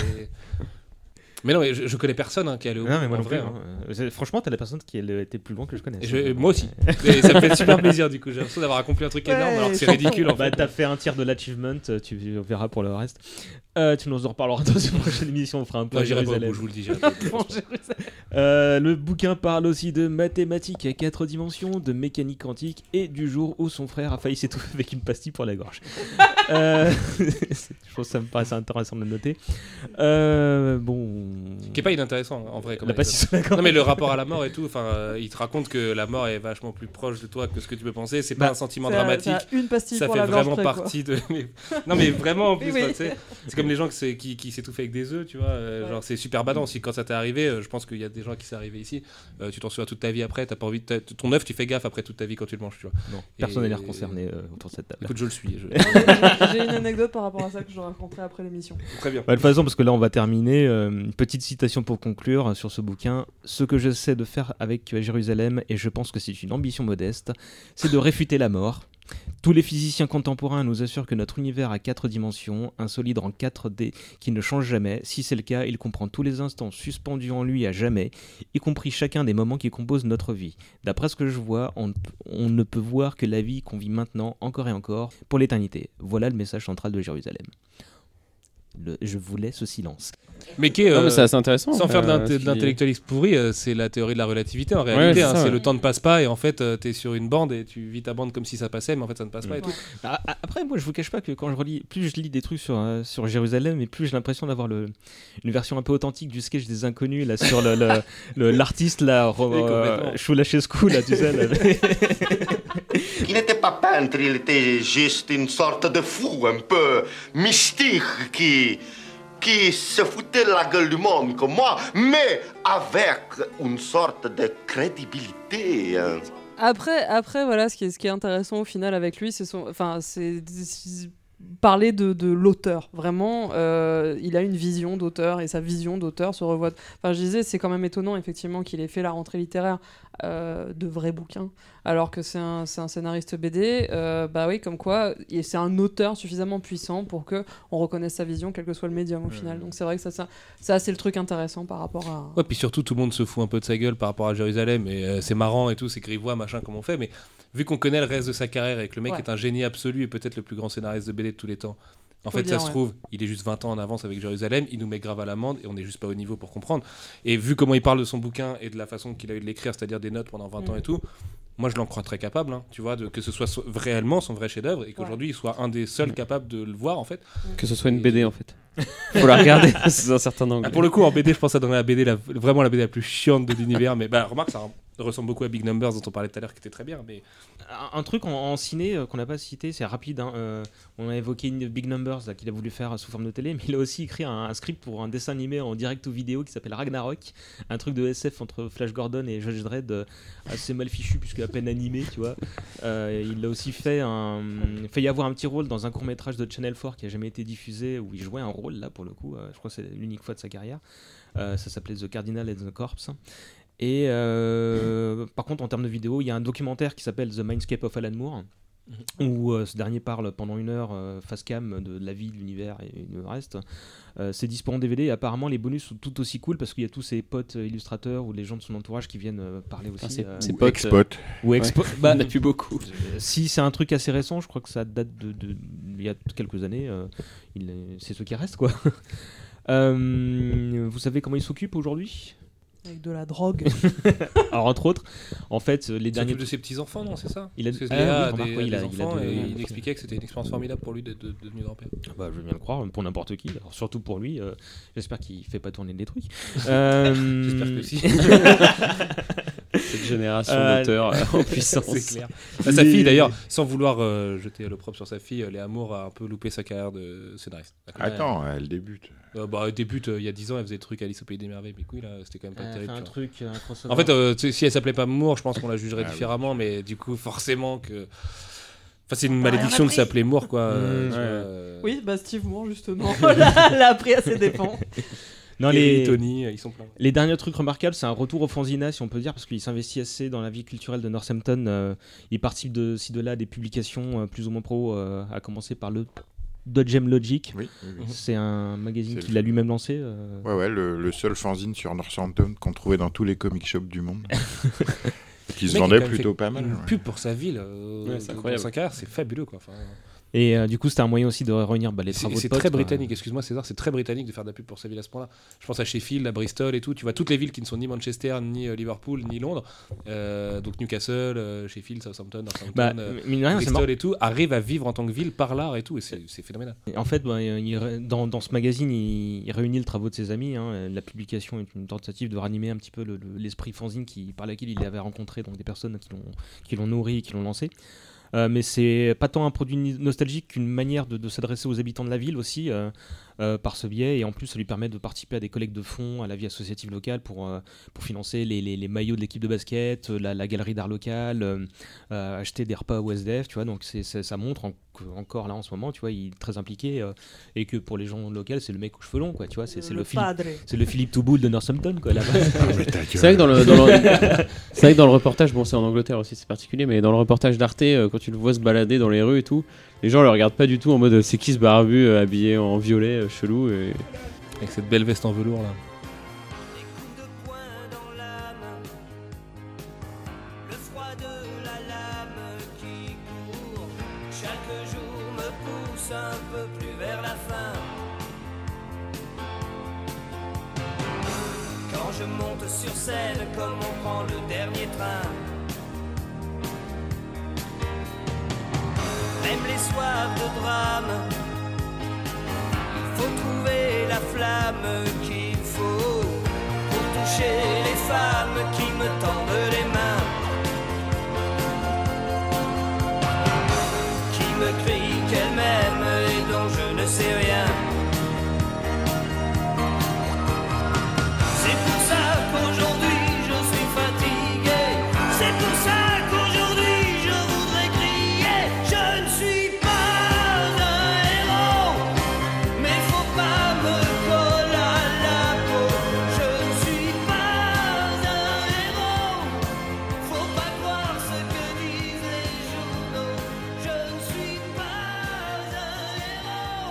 mais non, mais je, je connais personne hein, qui est allé au bout. Non, mais moi en non vrai. Plus, hein. Hein. Franchement, t'es la personne qui a été plus loin que je connais. Je, moi aussi. Et ça me fait super plaisir du coup. J'ai l'impression d'avoir accompli un truc énorme ouais, alors que c'est ridicule. En bah, fait. T'as fait un tiers de l'achievement. Tu verras pour le reste. Euh, tu nous en reparleras dans une prochaine émission. On fera un peu. Ouais, j'irai pas au bout, je vous le dis. J'irai pas au bout. euh, le bouquin parle aussi de mathématiques à quatre dimensions, de mécanique quantique et du jour où son frère a failli s'étouffer avec une pastille pour la gorge. euh, je pense que ça me paraissait intéressant de le noter. Euh, bon. Qui est pas inintéressant en vrai. Comme la pastille sur la gorge. Non mais le rapport à la mort et tout. Enfin, euh, il te raconte que la mort est vachement plus proche de toi que ce que tu peux penser. C'est bah, pas un sentiment dramatique. Une pastille ça pour fait la vraiment gorge partie de. Non mais vraiment en plus, oui, oui. tu sais. C'est comme les gens qui, qui, qui s'étouffent avec des œufs, tu vois. Euh, ouais. Genre c'est super badant. Si quand ça t'est arrivé, euh, je pense qu'il y a des gens qui s'est arrivé ici. Euh, tu t'en souviens toute ta vie après. T'as pas envie de ton œuf, tu fais gaffe après toute ta vie quand tu le manges, tu vois. Non. Personne n'a l'air concerné euh, autour de cette table. Écoute, je le suis. Je... J'ai une anecdote par rapport à ça que je raconterai après l'émission. Très bien. Bah, de toute façon, parce que là, on va terminer. Euh, une petite citation pour conclure sur ce bouquin. Ce que j'essaie de faire avec Jérusalem, et je pense que c'est une ambition modeste, c'est de réfuter la mort. Tous les physiciens contemporains nous assurent que notre univers a quatre dimensions, un solide en quatre D qui ne change jamais. Si c'est le cas, il comprend tous les instants suspendus en lui à jamais, y compris chacun des moments qui composent notre vie. D'après ce que je vois, on, on ne peut voir que la vie qu'on vit maintenant, encore et encore, pour l'éternité. Voilà le message central de Jérusalem. Le, je vous laisse au silence. Mais qui est, euh, non, mais c'est assez intéressant. Sans euh, faire de, l'int- euh, de l'intellectualisme pourri, euh, c'est la théorie de la relativité en réalité. Ouais, c'est, hein, ça, c'est ouais. Le temps ne passe pas et en fait euh, t'es sur une bande et tu vis ta bande comme si ça passait, mais en fait ça ne passe mmh. pas et tout. Ah, après, moi je vous cache pas que quand je relis, plus je lis des trucs sur, euh, sur Jérusalem, et plus j'ai l'impression d'avoir le, une version un peu authentique du sketch des Inconnus là, sur le, le, le, l'artiste là, euh, Choulachescu là, tu sais. Là. Il n'était pas peintre, il était juste une sorte de fou un peu mystique qui. qui se foutait de la gueule du monde comme moi, mais avec une sorte de crédibilité. Hein. Après, après, voilà, ce qui est, ce qui est intéressant au final avec lui, c'est son, enfin, c'est, c'est parler de, de l'auteur. Vraiment, euh, il a une vision d'auteur et sa vision d'auteur se revoit. Enfin, je disais, c'est quand même étonnant effectivement qu'il ait fait la rentrée littéraire euh, de vrais bouquins, alors que c'est un, c'est un scénariste B D. Euh, bah oui, comme quoi, et c'est un auteur suffisamment puissant pour que on reconnaisse sa vision, quel que soit le médium au mmh. final. Donc c'est vrai que ça, ça, ça, c'est le truc intéressant par rapport à. Ouais, puis surtout tout le monde se fout un peu de sa gueule par rapport à Jérusalem et euh, c'est marrant et tout, c'est grivois, machin, comme on fait, mais vu qu'on connaît le reste de sa carrière et que le mec ouais. est un génie absolu et peut-être le plus grand scénariste de B D de tous les temps. En Faut fait, dire, ça ouais. se trouve, il est juste vingt ans en avance avec Jérusalem, il nous met grave à l'amende et on n'est juste pas au niveau pour comprendre. Et vu comment il parle de son bouquin et de la façon qu'il a eu de l'écrire, c'est-à-dire des notes pendant vingt mmh. ans et tout, moi je l'en crois très capable, hein, tu vois, de, que ce soit so- réellement son vrai chef-d'œuvre et qu'aujourd'hui ouais. il soit un des seuls mmh. capables de le voir en fait. Que ce soit une B D en fait. Faut la regarder sous un certain angle. Ah, pour le coup, en B D, je pense que ça donnerait la B D, la, vraiment la B D la plus chiante de l'univers, mais bah remarque, ça. ressemble beaucoup à Big Numbers dont on parlait tout à l'heure, qui était très bien. Mais un, un truc en, en ciné euh, qu'on n'a pas cité, c'est rapide. Hein, euh, on a évoqué une Big Numbers là, qu'il a voulu faire sous forme de télé, mais il a aussi écrit un, un script pour un dessin animé en direct ou vidéo qui s'appelle Ragnarok, un truc de S F entre Flash Gordon et Judge Dredd, euh, assez mal fichu puisque à peine animé, tu vois. Euh, il a aussi fait un, fait y avoir un petit rôle dans un court métrage de Channel four qui a jamais été diffusé où il jouait un rôle là pour le coup. Euh, je crois que c'est l'unique fois de sa carrière. Euh, ça s'appelait The Cardinal and the Corpse. Et euh, par contre, en termes de vidéo, il y a un documentaire qui s'appelle The Mindscape of Alan Moore, mmh. où euh, ce dernier parle pendant une heure euh, face cam de, de la vie, de l'univers et, et le reste. Euh, c'est dispo en D V D et apparemment les bonus sont tout aussi cool parce qu'il y a tous ses potes euh, illustrateurs ou les gens de son entourage qui viennent euh, parler aussi. Ah, c'est, euh, c'est ou potes, Expot. Ou Expo. Ouais. Bah, on n'a plus beaucoup. Euh, si c'est un truc assez récent, je crois que ça date de, de, de il y a quelques années. Euh, il est, c'est ce qui reste quoi. euh, vous savez comment il s'occupe aujourd'hui ? Avec de la drogue. Alors entre autres, en fait, les il derniers s'occupe de ses petits enfants, non, c'est ça? Il a Parce que ah, Léa oui, a remarque, des, oui, il a, des il a enfants deux- et il expliquait que c'était une expérience formidable pour lui d'être de, de devenu grand-père. Bah, je veux bien le croire, pour n'importe qui. Alors, surtout pour lui. Euh, j'espère qu'il fait pas tourner des trucs. Euh... J'espère que si. Cette génération Euh, d'auteurs euh, en puissance. C'est clair. Ah, sa fille d'ailleurs, sans vouloir euh, jeter l'opprobre sur sa fille, euh, Léa Moore a un peu loupé sa carrière de scénariste. Attends, elle débute. Euh, bah, elle débute euh, il y a dix ans, elle faisait des trucs Alice au Pays des Merveilles, mais oui, là, c'était quand même pas Elle a terrible. fait un tu vois. truc, un crossover. En fait, euh, tu sais, si elle s'appelait pas Moore, je pense qu'on la jugerait Ah, différemment, mais du coup, forcément que. Enfin, c'est une malédiction de s'appeler Moore, quoi. euh, Mmh, tu ouais. vois, euh, Oui, bah Steve Moore, justement, l'a, l'a appris à ses dépens. Non, et les... Tony, euh, ils sont pleins. les derniers trucs remarquables, c'est un retour au fanzina, si on peut dire, parce qu'il s'investit assez dans la vie culturelle de Northampton. Euh, il participe de ci de là à des publications euh, plus ou moins pro, euh, à commencer par le Dodgem Logic. Oui, oui, oui. C'est un magazine C'est qu'il le- a lui-même lancé. euh. Ouais, ouais, le, le seul fanzine sur Northampton qu'on trouvait dans tous les comic shops du monde. Qui Le se mec, il a vendait quand même plutôt fait pas mal. Une ouais. pub pour sa ville, euh, Ouais, c'est dans incroyable. sa carrière, c'est fabuleux, quoi. Enfin, Et euh, du coup, c'était un moyen aussi de réunir bah, les c'est, travaux c'est de potes, très quoi. britannique, excuse-moi César, c'est très britannique de faire de la pub pour sa ville à ce point-là. Je pense à Sheffield, à Bristol et tout. Tu vois, toutes les villes qui ne sont ni Manchester, ni euh, Liverpool, ni Londres, euh, donc Newcastle, euh, Sheffield, Southampton, Northampton, Bah, euh, mine de rien, c'est marrant. Bristol et tout, arrivent à vivre en tant que ville par l'art et tout, et c'est, c'est phénoménal. Et en fait, bah, il ré- dans, dans ce magazine, il, il réunit le travaux de ses amis. Hein. La publication est une tentative de ranimer un petit peu le- le- l'esprit fanzine qui, par laquelle il avait rencontré donc, des personnes qui l'ont, qui l'ont nourri et qui l'ont lancé. Euh, mais c'est pas tant un produit ni- nostalgique qu'une manière de, de s'adresser aux habitants de la ville aussi, euh, euh, par ce biais. Et en plus, ça lui permet de participer à des collectes de fonds, à la vie associative locale pour, euh, pour financer les, les, les maillots de l'équipe de basket, euh, la, la galerie d'art locale, euh, euh, acheter des repas au S D F, tu vois. Donc c'est, c'est- ça montre en- que encore là en ce moment, tu vois, il est très impliqué euh, et que pour les gens locaux, c'est le mec aux cheveux longs, quoi, tu vois. C'est, c'est le, Philippe, padre. c'est le Philippe Touboul de Northampton, quoi, là-bas. C'est vrai que dans le, dans le- c'est vrai que dans le reportage, bon c'est en Angleterre aussi c'est particulier, mais dans le reportage d'Arte, euh, quand tu le vois se balader dans les rues et tout, les gens le regardent pas du tout en mode euh, c'est qui ce barbu euh, habillé en violet euh, chelou et... Avec cette belle veste en velours là. Des coups de poing dans l'âme, le froid de la lame qui court, chaque jour me pousse un peu plus vers la fin. Quand je monte sur scène comme on prend le dernier train, même les soirs de drame, il faut trouver la flamme qu'il faut pour toucher les femmes qui me tendent les mains, qui me crient qu'elles m'aiment et dont je ne sais rien. C'est pour ça qu'aujourd'hui je suis fatigué, c'est pour ça qu'aujourd'hui je voudrais crier. Je ne suis pas un héros, mais faut pas me coller à la peau. Je ne suis pas un héros, faut pas croire ce que disent les journaux. Je ne suis pas un héros,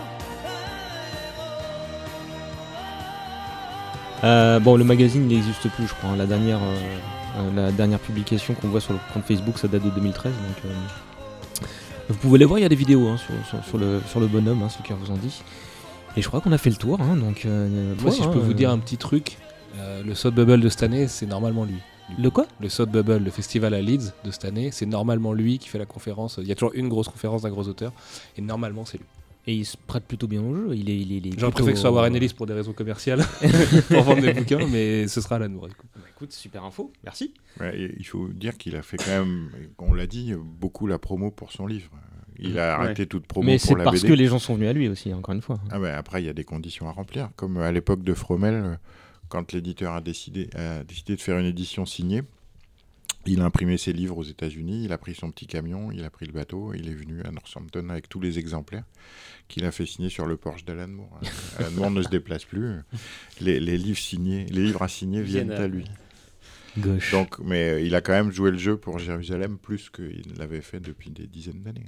Euh, bon, le magazine, il n'existe plus, je crois. hein. La dernière, euh, euh, la dernière publication qu'on voit sur le compte Facebook, ça date de deux mille treize. Donc, euh, vous pouvez les voir, il y a des vidéos hein, sur, sur, sur le, sur le bonhomme, hein, ce qui vous en dit. Et je crois qu'on a fait le tour. Hein, donc, euh, Moi, toi, si je hein, peux vous euh, dire un petit truc, euh, le Soft Bubble de cette année, c'est normalement lui. Le quoi ? Le Soft Bubble, le festival à Leeds de cette année, c'est normalement lui qui fait la conférence. Il y a toujours une grosse conférence d'un gros auteur, et normalement c'est lui. Et il se prête plutôt bien au jeu. Il est, il est, il est J'aurais plutôt... préféré que ce soit Warren Ellis pour des raisons commerciales, pour vendre mes bouquins, mais ce sera Alan Moore. Du coup. Bah, écoute, super info, merci. Ouais, il faut dire qu'il a fait quand même, on l'a dit, beaucoup la promo pour son livre. Il a arrêté ouais. toute promo mais pour la B D. Mais c'est parce que les gens sont venus à lui aussi, encore une fois. Ah ben après, il y a des conditions à remplir. Comme à l'époque de Fromel, quand l'éditeur a décidé, a décidé de faire une édition signée, il a imprimé ses livres aux États-Unis, il a pris son petit camion, il a pris le bateau, il est venu à Northampton avec tous les exemplaires qu'il a fait signer sur le Porsche d'Alan Moore. Alan Moore ne se déplace plus. Les, les livres signés, les livres à signer viennent à lui. Gauche. Donc, mais il a quand même joué le jeu pour Jérusalem plus qu'il l'avait fait depuis des dizaines d'années.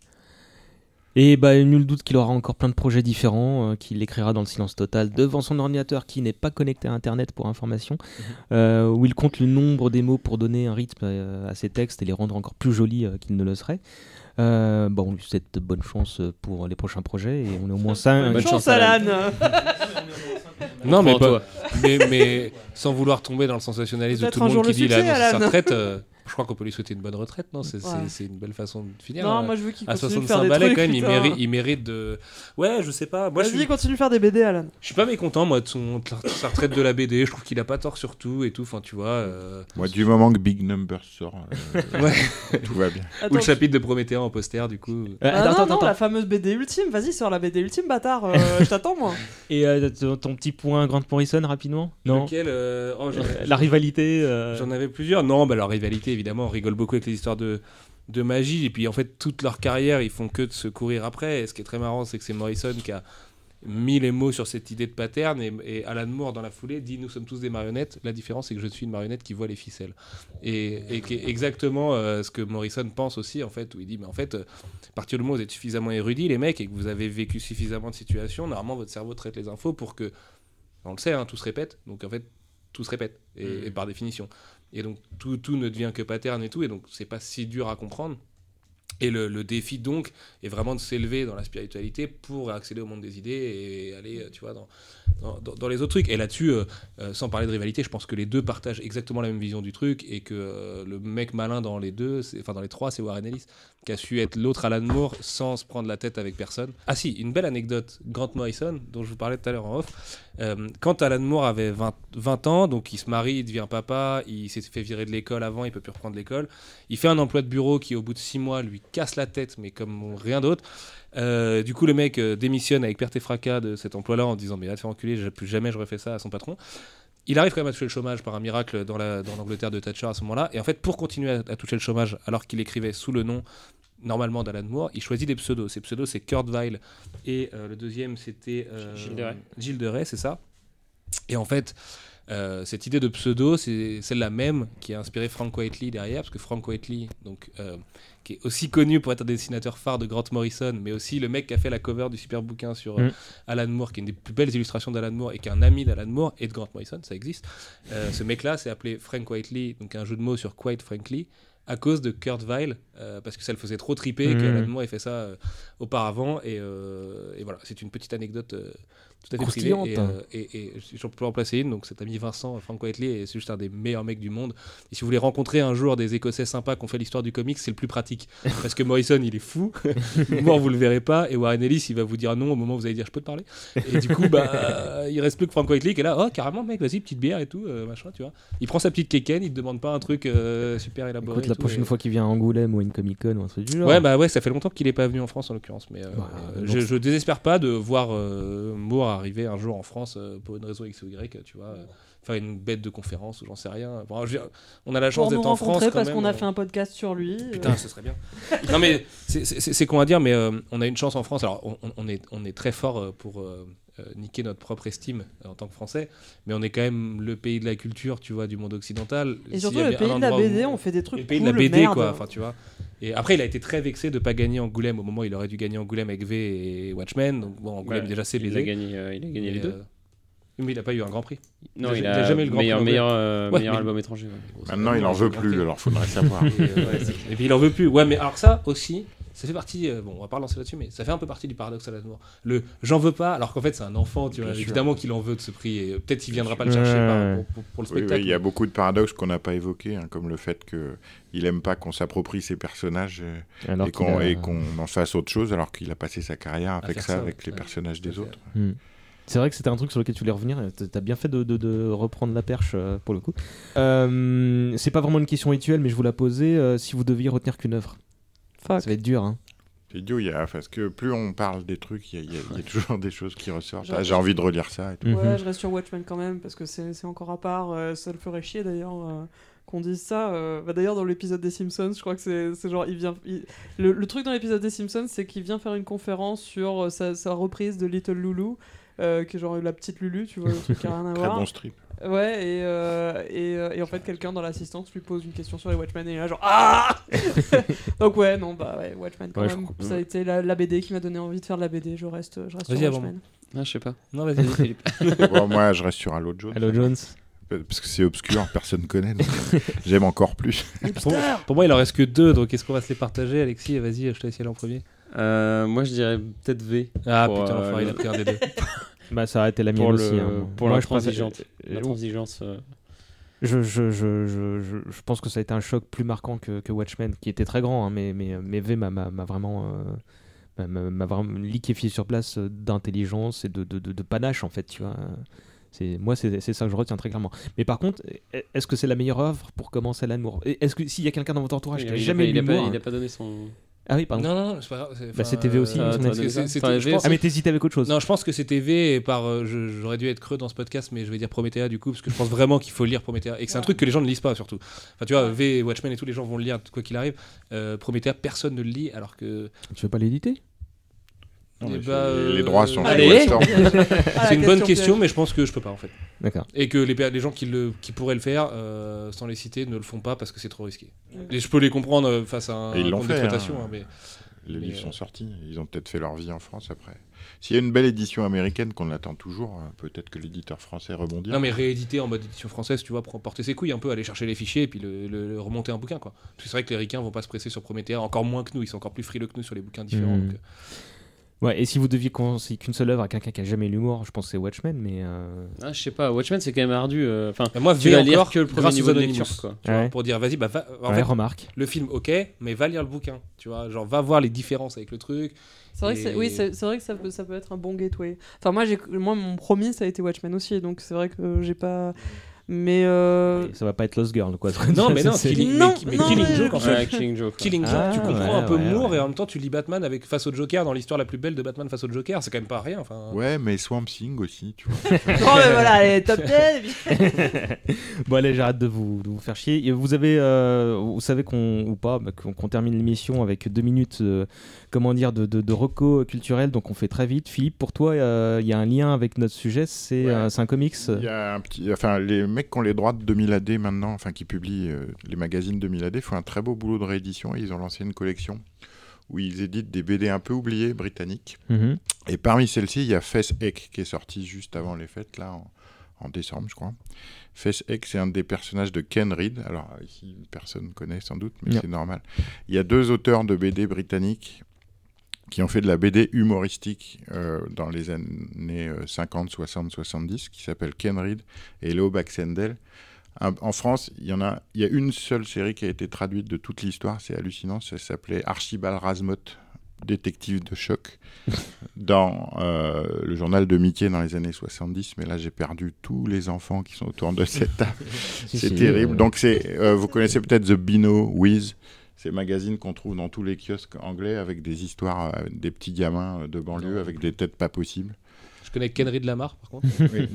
Et bah, nul doute qu'il aura encore plein de projets différents, euh, qu'il écrira dans le silence total devant son ordinateur qui n'est pas connecté à Internet pour information, mmh. euh, où il compte le nombre des mots pour donner un rythme euh, à ses textes et les rendre encore plus jolis euh, qu'il ne le serait. Euh, bon, on lui souhaite de bonne chance pour les prochains projets et on est au moins cinq. Bonne chance, Alan. Non, mais, pas, mais, mais sans vouloir tomber dans le sensationnalisme de tout le monde qui dit il a annoncé sa retraite. Euh, je crois qu'on peut lui souhaiter une bonne retraite, non c'est, ouais. c'est, c'est une belle façon de finir. Non, moi je veux qu'il à continue de faire des trucs. À soixante-cinq balais, quand même, il mérite, putain. il mérite de. Ouais, je sais pas. Moi, Vas-y, je suis... continue de faire des B D, Alan. Je suis pas mécontent, moi, de, son, de sa retraite de la B D. Je trouve qu'il a pas tort sur tout et tout. Enfin, tu vois. Euh... Moi, du moment que Big Number sort, euh, ouais. tout va bien. Attends, ou le chapitre de Prométhée en poster, du coup. Euh, ah, attends, non, attends, non, attends. La fameuse B D ultime. Vas-y, sors la B D ultime, bâtard. Euh, je t'attends, moi. Et euh, ton petit point Grant Morrison, rapidement. Non. Lequel euh... oh, j'en avais... La rivalité. Euh... J'en avais plusieurs. Non, bah la rivalité, évidemment, on rigole beaucoup avec les histoires de. de magie, et puis en fait toute leur carrière ils font que de se courir après, et ce qui est très marrant c'est que c'est Morrison qui a mis les mots sur cette idée de pattern, et, et Alan Moore dans la foulée dit nous sommes tous des marionnettes, la différence c'est que je suis une marionnette qui voit les ficelles, et, et qui est exactement euh, ce que Morrison pense aussi en fait, où il dit mais en fait euh, à partir du moment où vous êtes suffisamment érudits les mecs et que vous avez vécu suffisamment de situations, normalement votre cerveau traite les infos pour que, on le sait hein, tout se répète, donc en fait tout se répète, et, mmh. et par définition. Et donc tout, tout ne devient que pattern et tout, et donc c'est pas si dur à comprendre. Et le, le défi donc est vraiment de s'élever dans la spiritualité pour accéder au monde des idées et aller, tu vois, dans, dans, dans les autres trucs. Et là-dessus, euh, euh, sans parler de rivalité, je pense que les deux partagent exactement la même vision du truc, et que euh, le mec malin dans les deux, c'est, enfin dans les trois, c'est Warren Ellis, qui a su être l'autre Alan Moore sans se prendre la tête avec personne. Ah si, une belle anecdote, Grant Morrison, dont je vous parlais tout à l'heure en off. Euh, quand Alan Moore avait vingt, vingt ans, donc il se marie, il devient papa, il s'est fait virer de l'école avant, il peut plus reprendre l'école. Il fait un emploi de bureau qui, au bout de six mois, lui casse la tête, mais comme rien d'autre. Euh, du coup, le mec euh, démissionne avec perte et fracas de cet emploi-là en disant « mais va te faire enculer, plus jamais je refais ça à son patron ». Il arrive quand même à toucher le chômage par un miracle dans, la, dans l'Angleterre de Thatcher à ce moment-là. Et en fait, pour continuer à, à toucher le chômage, alors qu'il écrivait sous le nom normalement d'Alan Moore, il choisit des pseudos. Ses pseudos, c'est Kurt Weill, et euh, le deuxième, c'était euh, Gilles de Rais. Gilles de Rais, c'est ça. Et en fait, euh, cette idée de pseudo, c'est celle-là même qui a inspiré Frank Whiteley derrière, parce que Frank Whiteley, donc, euh, qui est aussi connu pour être un dessinateur phare de Grant Morrison, mais aussi le mec qui a fait la cover du super bouquin sur euh, mm. Alan Moore, qui est une des plus belles illustrations d'Alan Moore, et qui est un ami d'Alan Moore et de Grant Morrison, ça existe. Euh, ce mec-là s'est appelé Frank Whiteley, donc un jeu de mots sur Quite Frankly, à cause de Kurt Weill, euh, parce que ça le faisait trop triper, mmh. qu'Alan Moore ait fait ça euh, auparavant, et, euh, et voilà, c'est une petite anecdote euh, tout à fait privée, et, euh, et, et je peux en placer une, donc cet ami Vincent, Frank Whiteley, c'est juste un des meilleurs mecs du monde, et si vous voulez rencontrer un jour des Écossais sympas qui ont fait l'histoire du comics, c'est le plus pratique, parce que Morrison il est fou, Moore vous le verrez pas, et Warren Ellis il va vous dire non au moment où vous allez dire je peux te parler, et du coup bah, euh, il reste plus que Frank Whiteley qui est là, oh carrément mec, vas-y, petite bière et tout, euh, machin, tu vois, il prend sa petite kéken, il te demande pas un truc euh, super élaboré. Écoute, la prochaine et... fois qu'il vient à Angoulême ou à une Comic Con ou un truc du genre. Ouais, bah ouais, ça fait longtemps qu'il est pas venu en France en l'occurrence, mais euh, bah, euh, je, je désespère pas de voir euh, Moore arriver un jour en France euh, pour une raison X ou Y, tu vois, euh, faire une bête de conférence ou j'en sais rien. Bon, je, on a la chance d'être en France quand parce même, qu'on a euh... fait un podcast sur lui. Putain, euh... ce serait bien. Non mais c'est, c'est, c'est con à dire, mais euh, on a une chance en France. Alors on, on est on est très fort pour euh, Euh, niquer notre propre estime en tant que Français, mais on est quand même le pays de la culture, tu vois, du monde occidental. Et surtout le pays de la B D, où... on fait des trucs le pays cool, de la B D, merde. quoi. Enfin, tu vois. Et après, il a été très vexé de pas gagner Angoulême au moment où il aurait dû gagner Angoulême avec V et Watchmen. Donc bon, Angoulême ouais, déjà c'est baisé. Il a gagné, euh, il a gagné et les deux. Euh... Mais il a pas eu un Grand Prix. Non, il il a, a, il a jamais eu le Grand meilleur, Prix. Meilleur, euh, ouais, meilleur mais... album étranger. Ouais. Maintenant, il en veut plus, alors faudrait savoir. et, euh, ouais, et puis il en veut plus. Ouais, mais alors ça aussi. ça fait partie, euh, bon, on va pas relancer là-dessus, mais ça fait un peu partie du paradoxe Alan Moore. Le j'en veux pas, alors qu'en fait c'est un enfant, tu vois, Bien évidemment sûr. qu'il en veut de ce prix, et peut-être qu'il viendra pas le chercher Ouais. par- pour, pour- pour le Oui, oui, spectacle. il y a beaucoup de paradoxes qu'on n'a pas évoqués, hein, comme le fait qu'il n'aime pas qu'on s'approprie ses personnages euh, Alors et qu'on qu'il a- et qu'on en fasse autre chose, alors qu'il a passé sa carrière avec faire ça, ça, avec les ouais. personnages des Tout à fait. autres. Hmm. C'est vrai que c'était un truc sur lequel tu voulais revenir. et T'as bien fait de, de- de reprendre la perche euh, pour le coup. Euh, c'est pas vraiment une question rituelle, mais je vous la posais. euh, si vous deviez retenir qu'une œuvre, Fuck. ça va être dur. Hein. C'est idiot, il y a, parce que plus on parle des trucs, il y a, il y a- il y a toujours des choses qui ressortent. Genre- Ah, j'ai envie de relire ça et tout. Mhm. Ouais, je reste sur Watchmen quand même, parce que c'est c'est encore à part. euh, ça le ferait chier d'ailleurs euh, qu'on dise ça. euh. Bah, d'ailleurs, dans l'épisode des Simpsons, je crois que c'est c'est genre. Il vient, il- Le, le truc dans l'épisode des Simpsons, c'est qu'il vient faire une conférence sur euh, sa, sa reprise de Little Lulu. Euh, qui est genre la petite Lulu, tu vois, le truc qui a rien à Très voir. bon strip. Ouais, et, euh, et, euh, et en fait, quelqu'un dans l'assistance lui pose une question sur les Watchmen et il est là, genre Ah Donc, ouais, non, bah ouais, Watchmen quand Ouais, je même. crois- Ça a été la, la B D qui m'a donné envie de faire de la B D. Je reste, je reste Vas-y, sur avant. Watchmen. Ah, je sais pas. Non, vas-y, vas-y, Philippe. Bon, moi, je reste sur Halo Jones. Hello Jones. Parce que c'est obscur, personne connaît. donc, euh, J'aime encore plus. pour, pour moi, il en reste que deux, donc est-ce qu'on va se les partager, Alexis? Vas-y, je te laisse y aller en premier. Euh, moi, je dirais peut-être V. Ah Pour, putain, euh, l'enfoiré, il a pris un des deux. Bah, ça a été la mienne Pour, le, aussi. hein. pour Moi, la je préfère- transigeante. La transigence. euh, Je, je, je, je, je, je pense que ça a été un choc plus marquant que, que Watchmen, qui était très grand, hein, mais, mais, mais V m'a, m'a, m'a vraiment, euh, m'a, m'a vraiment liquéfié sur place euh, d'intelligence et de, de, de, de panache, en fait, tu vois. C'est, moi, c'est, c'est ça que je retiens très clairement. Mais par contre, est-ce que c'est la meilleure œuvre pour commencer Alan Moore? Et est-ce que s'il y a quelqu'un dans votre entourage qui il, n'a il a jamais pas- lu il a pas, Moore... il a pas donné son. Ah oui, pardon. Non, non, non, c'est pas grave. c'est- Bah, enfin, c'était V aussi, euh, il me semble. c'est- c'est- c'était- Enfin, je V, pense- Ah, mais t'hésitais avec autre chose. Non, je pense que c'était V et par. euh, je- j'aurais dû être creux dans ce podcast, mais je vais dire Promethea du coup, parce que je pense vraiment qu'il faut lire Promethea et que c'est un truc que les gens ne lisent pas surtout. Enfin, tu vois, V, Watchmen et tous les gens vont le lire quoi qu'il arrive. Euh, Promethea, personne ne le lit alors que. Tu veux pas l'éditer? Non, mais Eh bah, c'est- les euh, droits sont allez. chez Webster. C'est une bonne question, mais je pense que je peux pas en fait. D'accord. Et que les, per- les gens qui, le, qui pourraient le faire, euh, sans les citer, ne le font pas parce que c'est trop risqué. Et je peux les comprendre euh, face à un Et ils l'ont compte fait, d'exploitation, hein. hein, mais. Les Mais, livres euh, sont sortis. Ils ont peut-être fait leur vie en France après. S'il y a une belle édition américaine qu'on attend toujours, euh, peut-être que l'éditeur français rebondira. Non mais rééditer en mode édition française, tu vois, pour porter ses couilles un peu, aller chercher les fichiers et puis le, le- le remonter un bouquin quoi. Parce que c'est vrai que les ricains vont pas se presser sur Promethea, encore moins que nous, ils sont encore plus frileux que nous sur les bouquins différents. Mmh. donc, euh, Ouais, et si vous deviez conseiller qu'une seule œuvre à quelqu'un qui a jamais lu Moore, je pense que c'est Watchmen, mais. euh, Ah, je sais pas. Watchmen, c'est quand même ardu. euh, Enfin, Et moi, tu V vas lire encore, que le premier grâce niveau aux de Anonymous, lecture, quoi. tu vois, Ouais. pour dire vas-y, bah va. En ouais, fait, remarque. le film, ok, mais va lire le bouquin, tu vois, genre va voir les différences avec le truc. C'est vrai que, c'est- Et- oui, c'est c'est vrai que ça peut, ça peut être un bon gateway. Enfin, moi, j'ai, moi, mon premier, ça a été Watchmen aussi, donc c'est vrai que j'ai pas. Mais. euh, Ça va pas être Lost Girl, quoi. Non mais non, C'est- Killing, Non, mais, mais non, Killing mais- Joke en fait. Ouais, Killing Joke. ouais. Killing Joke, Ah, tu comprends ouais, un peu ouais, Moore ouais. et en même temps tu lis Batman avec face au Joker dans l'histoire la plus belle de Batman face au Joker, c'est quand même pas rien. Enfin. Ouais, mais Swamp Thing aussi, tu vois. Oh, mais voilà, allez, top dix. et puis- Bon allez, j'arrête de vous, de vous faire chier. Et vous avez, euh, vous savez qu'on ou pas, bah, qu'on, qu'on termine l'émission avec deux minutes, euh, comment dire, de, de, de reco culturel. Donc on fait très vite. Philippe, pour toi, il y a un lien avec notre sujet. C'est, Ouais. euh, c'est un comics. Il y a un petit, enfin, les mecs qui ont les droits de deux mille A D maintenant, enfin qui publient euh, les magazines deux mille A D, font un très beau boulot de réédition. Et ils ont lancé une collection où ils éditent des B D un peu oubliés britanniques. Mhm. Et parmi celles-ci, il y a Fess Eck qui est sorti juste avant les fêtes, là, en, en décembre, je crois. Fess Eck, c'est un des personnages de Ken Reed. Alors, ici, personne connaît sans doute, mais Non. c'est normal. Il y a deux auteurs de B D britanniques qui ont fait de la B D humoristique euh, dans les années euh, cinquante, soixante, soixante-dix, qui s'appellent Ken Reed et Leo Baxendale. Un- En France, il y en a, il y a une seule série qui a été traduite de toute l'histoire, c'est hallucinant, ça s'appelait Archibald Razmott, détective de choc, dans euh, le journal de Mickey dans les années soixante-dix, mais là j'ai perdu tous les enfants qui sont autour de cette table. Si, C'est si, terrible. euh, Donc c'est, euh, vous connaissez peut-être The Beano, Wiz, ces magazines qu'on trouve dans tous les kiosques anglais avec des histoires, euh, des petits gamins euh, de banlieue Non. avec des têtes pas possibles. Je connais Ken Reed Lamar par contre. Oui.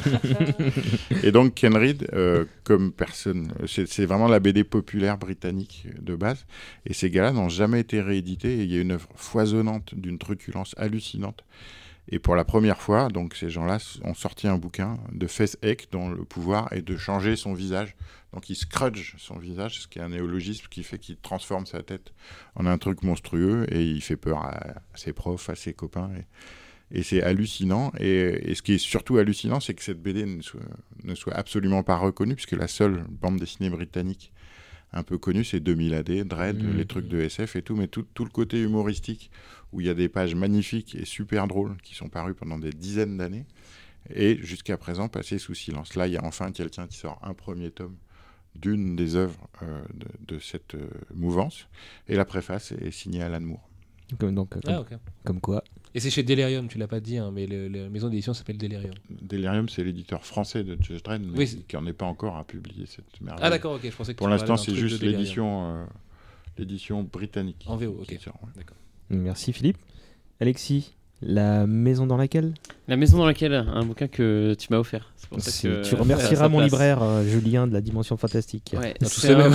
Et donc Ken Reed, euh, comme personne, c'est, c'est vraiment la B D populaire britannique de base. Et ces gars-là n'ont jamais été réédités. Et il y a une œuvre foisonnante d'une truculence hallucinante. Et pour la première fois, donc ces gens-là ont sorti un bouquin de Fess Eck dont le pouvoir est de changer son visage. Donc il scrudge son visage, ce qui est un néologisme qui fait qu'il transforme sa tête en un truc monstrueux et il fait peur à, à ses profs, à ses copains. Et, et c'est hallucinant. Et, et ce qui est surtout hallucinant, c'est que cette B D ne soit, ne soit absolument pas reconnue, puisque la seule bande dessinée britannique un peu connu, c'est deux mille A D, Dread, mmh. les trucs de S F et tout, mais tout, tout le côté humoristique, où il y a des pages magnifiques et super drôles qui sont parues pendant des dizaines d'années, et jusqu'à présent passé sous silence. Là, il y a enfin quelqu'un qui sort un premier tome d'une des œuvres euh, de, de cette euh, mouvance, et la préface est signée Alan Moore. Comme, donc, comme, ah, okay. comme quoi. Et c'est chez Delirium, tu l'as pas dit, hein, mais le, le, la maison d'édition s'appelle Delirium. Delirium, c'est l'éditeur français de Judge Dredd, mais oui, qui n'en est pas encore à publier cette merveille. Ah d'accord, ok, je pensais que pour l'instant, c'est juste de l'édition, euh, l'édition britannique. En V O, ok. Sort, ouais. D'accord. Merci Philippe. Alexis, La maison dans laquelle La maison dans laquelle, un bouquin que tu m'as offert. C'est pour ça que, tu remercieras mon libraire euh, Julien de la Dimension Fantastique. Ouais, c'est, un...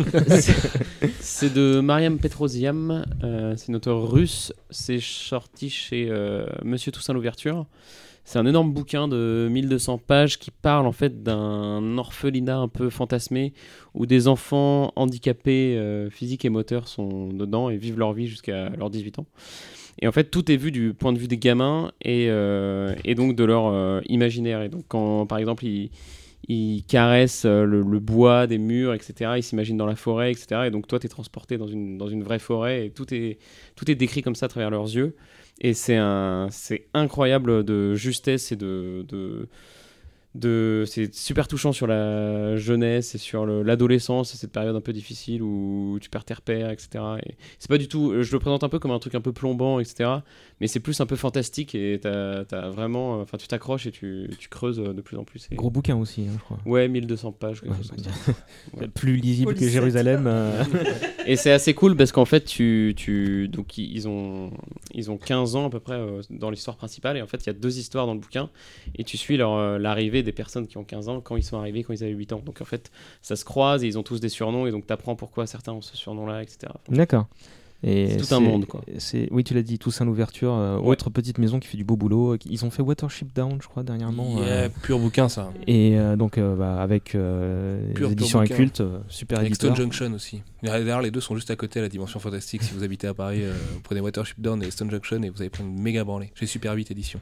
c'est, c'est de Mariam Petrosian, euh, c'est une auteure russe. C'est sorti chez euh, Monsieur Toussaint l'Ouverture. C'est un énorme bouquin de mille deux cents pages qui parle en fait d'un orphelinat un peu fantasmé où des enfants handicapés euh, physiques et moteurs sont dedans et vivent leur vie jusqu'à leurs dix-huit ans. Et en fait, tout est vu du point de vue des gamins et, euh, et donc de leur euh, imaginaire. Et donc, quand, par exemple, ils, ils caressent le, le bois des murs, et cetera, ils s'imaginent dans la forêt, et cetera. Et donc, toi, tu es transporté dans une, dans une vraie forêt et tout est, tout est décrit comme ça à travers leurs yeux. Et c'est, un, c'est incroyable de justesse et de... de De, c'est super touchant sur la jeunesse et sur le, l'adolescence et cette période un peu difficile où tu perds tes repères, et cetera. Et c'est pas du tout, je le présente un peu comme un truc un peu plombant, et cetera. Mais c'est plus un peu fantastique et t'as, t'as vraiment, enfin tu t'accroches et tu, tu creuses de plus en plus. Et... Gros bouquin aussi, hein, je crois. Ouais, mille deux cents pages. Ouais, ouais. Plus lisible Polycette. Que Jérusalem. Euh... Et c'est assez cool parce qu'en fait, tu, tu, donc ils ont, ils ont quinze ans à peu près euh, dans l'histoire principale et en fait il y a deux histoires dans le bouquin et tu suis leur, euh, l'arrivée des personnes qui ont quinze ans quand ils sont arrivés, quand ils avaient huit ans. Donc en fait, ça se croise et ils ont tous des surnoms et donc t'apprends pourquoi certains ont ce surnom-là, et cetera. Enfin, D'accord. Et c'est tout c'est, un monde, quoi. C'est, oui, tu l'as dit, Toussaint l'Ouverture, euh, ouais. Autre petite maison qui fait du beau boulot. Ils ont fait Watership Down, je crois, dernièrement. Yeah, euh, pur bouquin, ça. Et euh, donc, euh, bah, avec euh, pur, les éditions Incultes, euh, super avec éditeur. Stone Junction aussi. D'ailleurs, les deux sont juste à côté à la Dimension Fantastique. Si vous habitez à Paris, euh, vous prenez Watership Down et Stone Junction et vous allez prendre une méga branlée. J'ai Super huit éditions.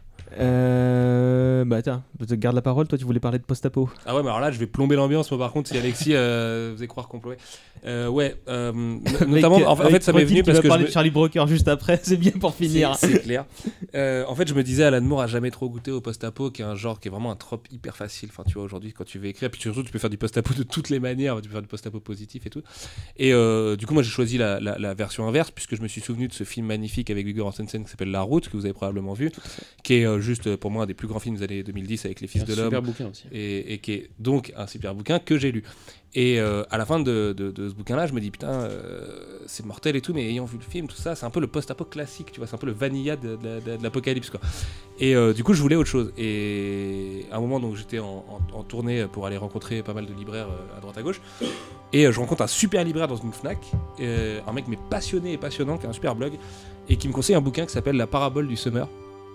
Euh, bah attends, garde la parole, toi tu voulais parler de post-apo. Ah ouais, mais alors là je vais plomber l'ambiance, moi par contre, si Alexis euh, faisait croire qu'on plombait. Euh, ouais, euh, notamment, en, en fait ça m'est venu parce que. Tu vas parler me... de Charlie Brooker juste après, c'est bien pour finir. C'est, c'est clair. Euh, en fait, je me disais, Alan Moore a jamais trop goûté au post-apo, qui est un genre qui est vraiment un trope hyper facile. Enfin, tu vois, aujourd'hui, quand tu veux écrire, puis surtout, tu peux faire du post-apo de toutes les manières, tu peux faire du post-apo positif et tout. Et euh, du coup, moi j'ai choisi la, la, la version inverse, puisque je me suis souvenu de ce film magnifique avec Viggo Mortensen qui s'appelle La Route, que vous avez probablement vu, qui est euh, juste pour moi un des plus grands films des années deux mille dix avec Les Fils de l'Homme. Super bouquin aussi. Et, et qui est donc un super bouquin que j'ai lu. Et euh, à la fin de, de, de ce bouquin-là, je me dis putain, euh, c'est mortel et tout, mais ayant vu le film, tout ça, c'est un peu le post-apo classique, tu vois, c'est un peu le vanilla de, de, de, de l'apocalypse, quoi. Et euh, du coup, je voulais autre chose. Et à un moment, donc, j'étais en, en, en tournée pour aller rencontrer pas mal de libraires euh, à droite à gauche. Et euh, je rencontre un super libraire dans une Fnac, euh, un mec mais passionné et passionnant, qui a un super blog, et qui me conseille un bouquin qui s'appelle La Parabole du Summer.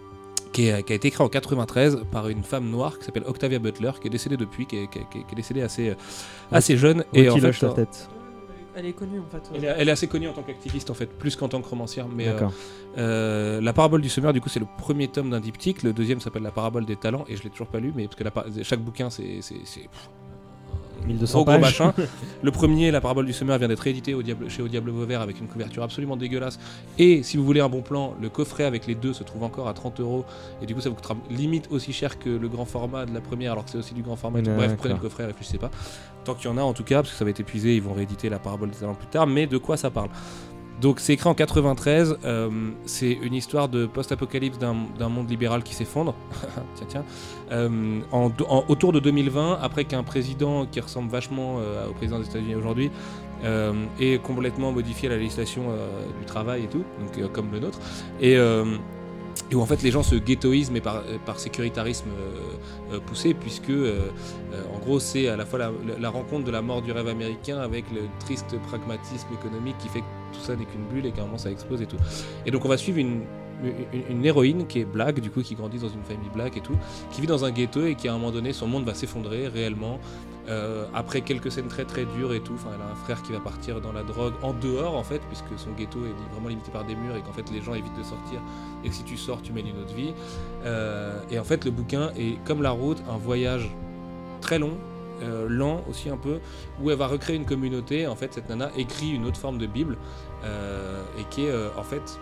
Qui, est, qui a été écrit en quatre-vingt-treize par une femme noire qui s'appelle Octavia Butler, qui est décédée depuis, qui est, qui est, qui est décédée assez, assez jeune. Ouais, et en fait, la tête. Elle est connue en fait. Elle est, elle est assez connue en tant qu'activiste en fait, plus qu'en tant que romancière. Mais D'accord. Euh, euh, La Parabole du Summer, du coup, c'est le premier tome d'un diptyque. Le deuxième s'appelle La Parabole des talents, et je l'ai toujours pas lu, mais parce que la, chaque bouquin, c'est, c'est, c'est pff, mille deux cents gros, gros pages. machin. Le premier, La Parabole du Summer, vient d'être réédité au Diable, chez Au Diable Vauvert avec une couverture absolument dégueulasse. Et si vous voulez un bon plan, le coffret avec les deux se trouve encore à trente euros. Et du coup, ça vous coûtera limite aussi cher que le grand format de la première, alors que c'est aussi du grand format. D'accord. Bref, prenez le coffret, réfléchissez pas. Tant qu'il y en a en tout cas, parce que ça va être épuisé, ils vont rééditer La Parabole des talents plus tard. Mais de quoi ça parle ? Donc c'est écrit en quatre-vingt-treize, euh, c'est une histoire de post-apocalypse d'un, d'un monde libéral qui s'effondre, tiens tiens, euh, en, en, autour de deux mille vingt, après qu'un président qui ressemble vachement euh, au président des États-Unis aujourd'hui euh, ait complètement modifié la législation euh, du travail et tout, donc euh, comme le nôtre, et, euh, et où en fait les gens se ghettoisent mais par, par sécuritarisme euh, euh, poussé, puisque euh, euh, en gros c'est à la fois la, la rencontre de la mort du rêve américain avec le triste pragmatisme économique qui fait que tout ça n'est qu'une bulle et qu'à un moment ça explose et tout. Et donc on va suivre une, une, une héroïne qui est black, du coup qui grandit dans une famille black et tout, qui vit dans un ghetto et qui à un moment donné son monde va s'effondrer réellement. Euh, après quelques scènes très très dures et tout, enfin elle a un frère qui va partir dans la drogue en dehors en fait, puisque son ghetto est vraiment limité par des murs et qu'en fait les gens évitent de sortir et que si tu sors tu mènes une autre vie. Euh, et en fait le bouquin est comme La Route, un voyage très long euh, lent aussi un peu, où elle va recréer une communauté. En fait, cette nana écrit une autre forme de Bible euh, et qui est euh, en fait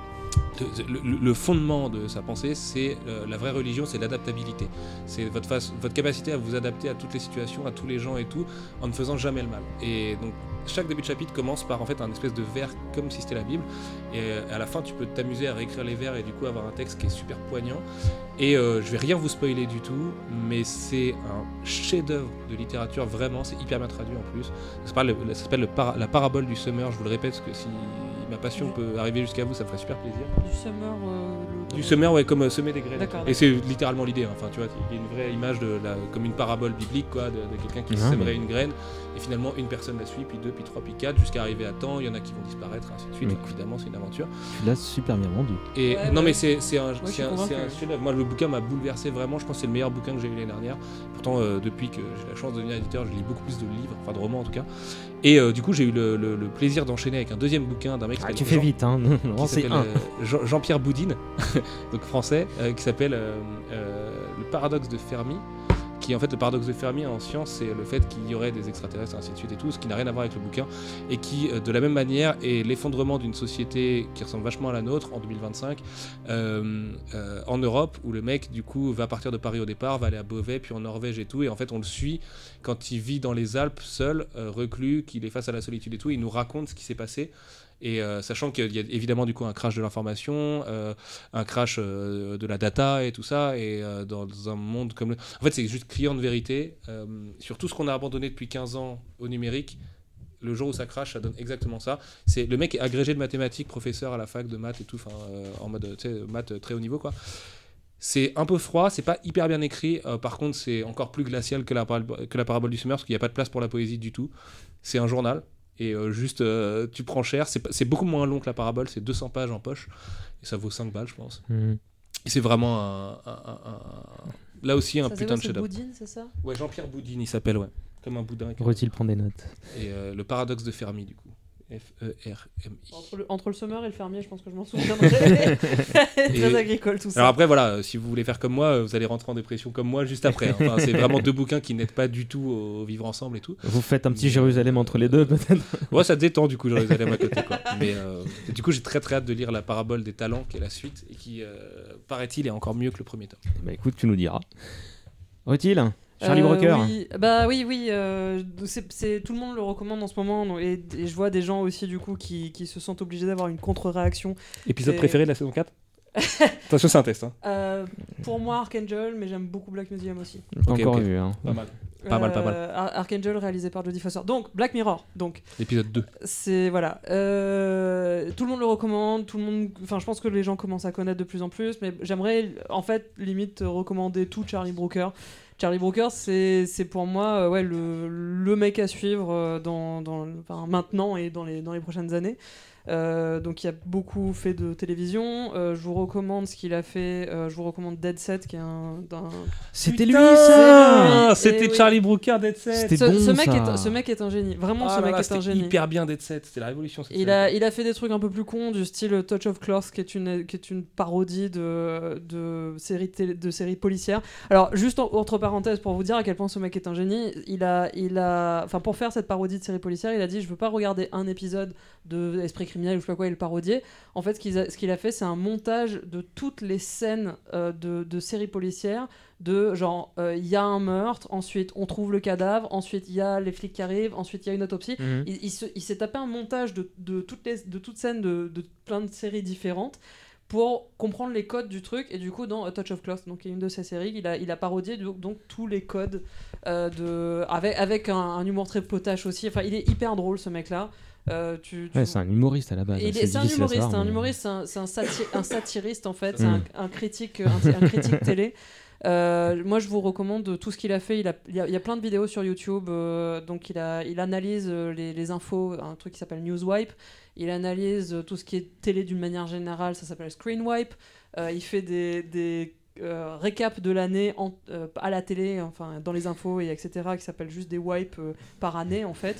le, le, le fondement de sa pensée, c'est euh, la vraie religion, c'est l'adaptabilité. C'est votre, face, votre capacité à vous adapter à toutes les situations, à tous les gens et tout, en ne faisant jamais le mal. Et donc chaque début de chapitre commence par en fait un espèce de vers comme si c'était la Bible, et à la fin tu peux t'amuser à réécrire les vers et du coup avoir un texte qui est super poignant. Et euh, je vais rien vous spoiler du tout, mais c'est un chef-d'œuvre de littérature, vraiment, c'est hyper bien traduit en plus. Ça s'appelle, le, ça s'appelle le para, la parabole du semeur, je vous le répète, parce que si ma passion peut arriver jusqu'à vous, ça me ferait super plaisir. Du semeur euh, le... Du semeur, ouais, comme euh, semer des graines. D'accord, et c'est littéralement l'idée, hein. Enfin, tu vois, il y a une vraie image de la, comme une parabole biblique, quoi, de, de quelqu'un qui ah, sèmerait mais... une graine, et finalement une personne la suit, puis deux, puis trois, puis quatre, jusqu'à arriver à temps. Il y en a qui vont disparaître, ainsi de suite. Enfin, évidemment, c'est une aventure. Tu l'as super bien vendu. Et ouais, non, ouais. mais c'est, c'est un, Moi, c'est un, c'est un chef-d'œuvre. Moi, le bouquin m'a bouleversé vraiment. Je pense que c'est le meilleur bouquin que j'ai lu l'année dernière. Pourtant, euh, depuis que j'ai la chance de devenir éditeur, je lis beaucoup plus de livres, enfin de romans en tout cas. Et euh, du coup, j'ai eu le, le, le plaisir d'enchaîner avec un deuxième bouquin d'un mec qui ah, s'appelle tu Jean, fais vite, hein. qui s'appelle euh, Jean, Jean-Pierre Boudine, donc français, euh, qui s'appelle euh, euh, Le paradoxe de Fermi. Qui en fait, le paradoxe de Fermi en science, c'est le fait qu'il y aurait des extraterrestres, ainsi de suite et tout, ce qui n'a rien à voir avec le bouquin, et qui, euh, de la même manière, est l'effondrement d'une société qui ressemble vachement à la nôtre en deux mille vingt-cinq, euh, euh, en Europe, où le mec, du coup, va partir de Paris au départ, va aller à Beauvais, puis en Norvège et tout, et en fait, on le suit quand il vit dans les Alpes, seul, euh, reclus, qu'il est face à la solitude et tout, il nous raconte ce qui s'est passé. Et euh, sachant qu'il y a évidemment du coup un crash de l'information, euh, un crash euh, de la data et tout ça, et euh, dans un monde comme le... En fait, c'est juste criant de vérité. Euh, sur tout ce qu'on a abandonné depuis quinze ans au numérique, le jour où ça crash, ça donne exactement ça. C'est, le mec est agrégé de mathématiques, professeur à la fac de maths et tout, euh, en mode tu sais, maths très haut niveau, quoi. C'est un peu froid, c'est pas hyper bien écrit. Euh, par contre, c'est encore plus glacial que la, que la parabole du semeur, parce qu'il n'y a pas de place pour la poésie du tout. C'est un journal. Et euh, juste, euh, tu prends cher. C'est, c'est beaucoup moins long que la parabole, c'est deux cents pages en poche. Et ça vaut cinq balles, je pense. Mmh. Et c'est vraiment un, un, un, un... Là aussi, un ça putain de chef-d'œuvre. Boudine, c'est ça ? Ouais, Jean-Pierre Boudine, il s'appelle, ouais. Comme un boudin. Aurait-il prendre des notes ? Et euh, le paradoxe de Fermi, du coup. F E R M I. Entre le, entre le semeur et le fermier, je pense que je m'en souviendrai. Très et... agricole tout ça. Alors après, voilà, si vous voulez faire comme moi, vous allez rentrer en dépression comme moi juste après. Hein. Enfin, c'est vraiment deux bouquins qui n'aident pas du tout au vivre ensemble et tout. Vous faites un petit Mais... Jérusalem entre les deux, peut-être. Ouais, ça détend du coup, Jérusalem à côté, quoi. Mais euh, du coup, j'ai très très hâte de lire la parabole des talents, qui est la suite, et qui, euh, paraît-il, est encore mieux que le premier tome. Bah écoute, tu nous diras. Aurait-il Charlie euh, Brooker. Oui. Bah oui, oui. Euh, c'est, c'est, tout le monde le recommande en ce moment. Donc, et, et je vois des gens aussi du coup qui, qui se sentent obligés d'avoir une contre-réaction. Épisode et... préféré de la saison quatre. Attention, c'est un test. Hein. Euh, pour moi, Archangel, mais j'aime beaucoup Black Museum aussi. Pas okay, encore okay. vu. Hein. Pas mal. Euh, pas mal, pas mal. Archangel réalisé par Jodie Foster. Donc, Black Mirror. Donc, l'épisode deux. C'est, voilà. Euh, tout le monde le recommande. Tout le monde... Enfin, je pense que les gens commencent à connaître de plus en plus. Mais j'aimerais, en fait, limite, recommander tout Charlie Brooker. Charlie Brooker, c'est, c'est pour moi euh, ouais, le, le mec à suivre euh, dans, dans, enfin, maintenant et dans les, dans les prochaines années. Euh, donc il a beaucoup fait de télévision. Euh, je vous recommande ce qu'il a fait. Euh, je vous recommande Dead Set, qui est un. un... C'était lui ça. C'était Charlie Brooker, Dead Set. C'était ce, bon, ce mec ça. Est, ce mec est un génie. Vraiment, ah ce mec là, est un génie. Hyper bien Dead Set. C'était la révolution. Il a, il a fait des trucs un peu plus cons, du style Touch of Claws, qui est une, qui est une parodie de, de séries télé, de séries policières. Alors juste en, entre parenthèses pour vous dire à quel point ce mec est un génie. Il a, il a, enfin pour faire cette parodie de série policière, il a dit je veux pas regarder un épisode de Esprit criminel ou je sais pas quoi et le parodier. En fait, ce qu'il a, ce qu'il a fait, c'est un montage de toutes les scènes euh, de, de séries policières, de genre, il euh, y a un meurtre, ensuite on trouve le cadavre, ensuite il y a les flics qui arrivent, ensuite il y a une autopsie. Mmh. Il, il, se, il s'est tapé un montage de, de, toutes, les, de toutes scènes de, de plein de séries différentes pour comprendre les codes du truc. Et du coup, dans A Touch of Claws, donc une de ses séries, il a, il a parodié donc, donc tous les codes euh, de, avec, avec un, un humour très potache aussi. Enfin, il est hyper drôle, ce mec-là. Euh, tu, tu... Ouais, c'est un humoriste à la base. Il est, c'est, c'est un humoriste, savoir, un mais... humoriste, c'est un, c'est un, sati- un satiriste en fait, mm. c'est un, un critique, un, un critique télé. Euh, moi, je vous recommande tout ce qu'il a fait. Il, a, il, y, a, il y a plein de vidéos sur YouTube. Euh, donc, il, a, il analyse les, les infos, un truc qui s'appelle Newswipe. Il analyse tout ce qui est télé d'une manière générale, ça s'appelle Screenwipe. Euh, il fait des, des euh, récaps de l'année en, euh, à la télé, enfin dans les infos et etc. qui s'appellent juste des wipes euh, par année en fait.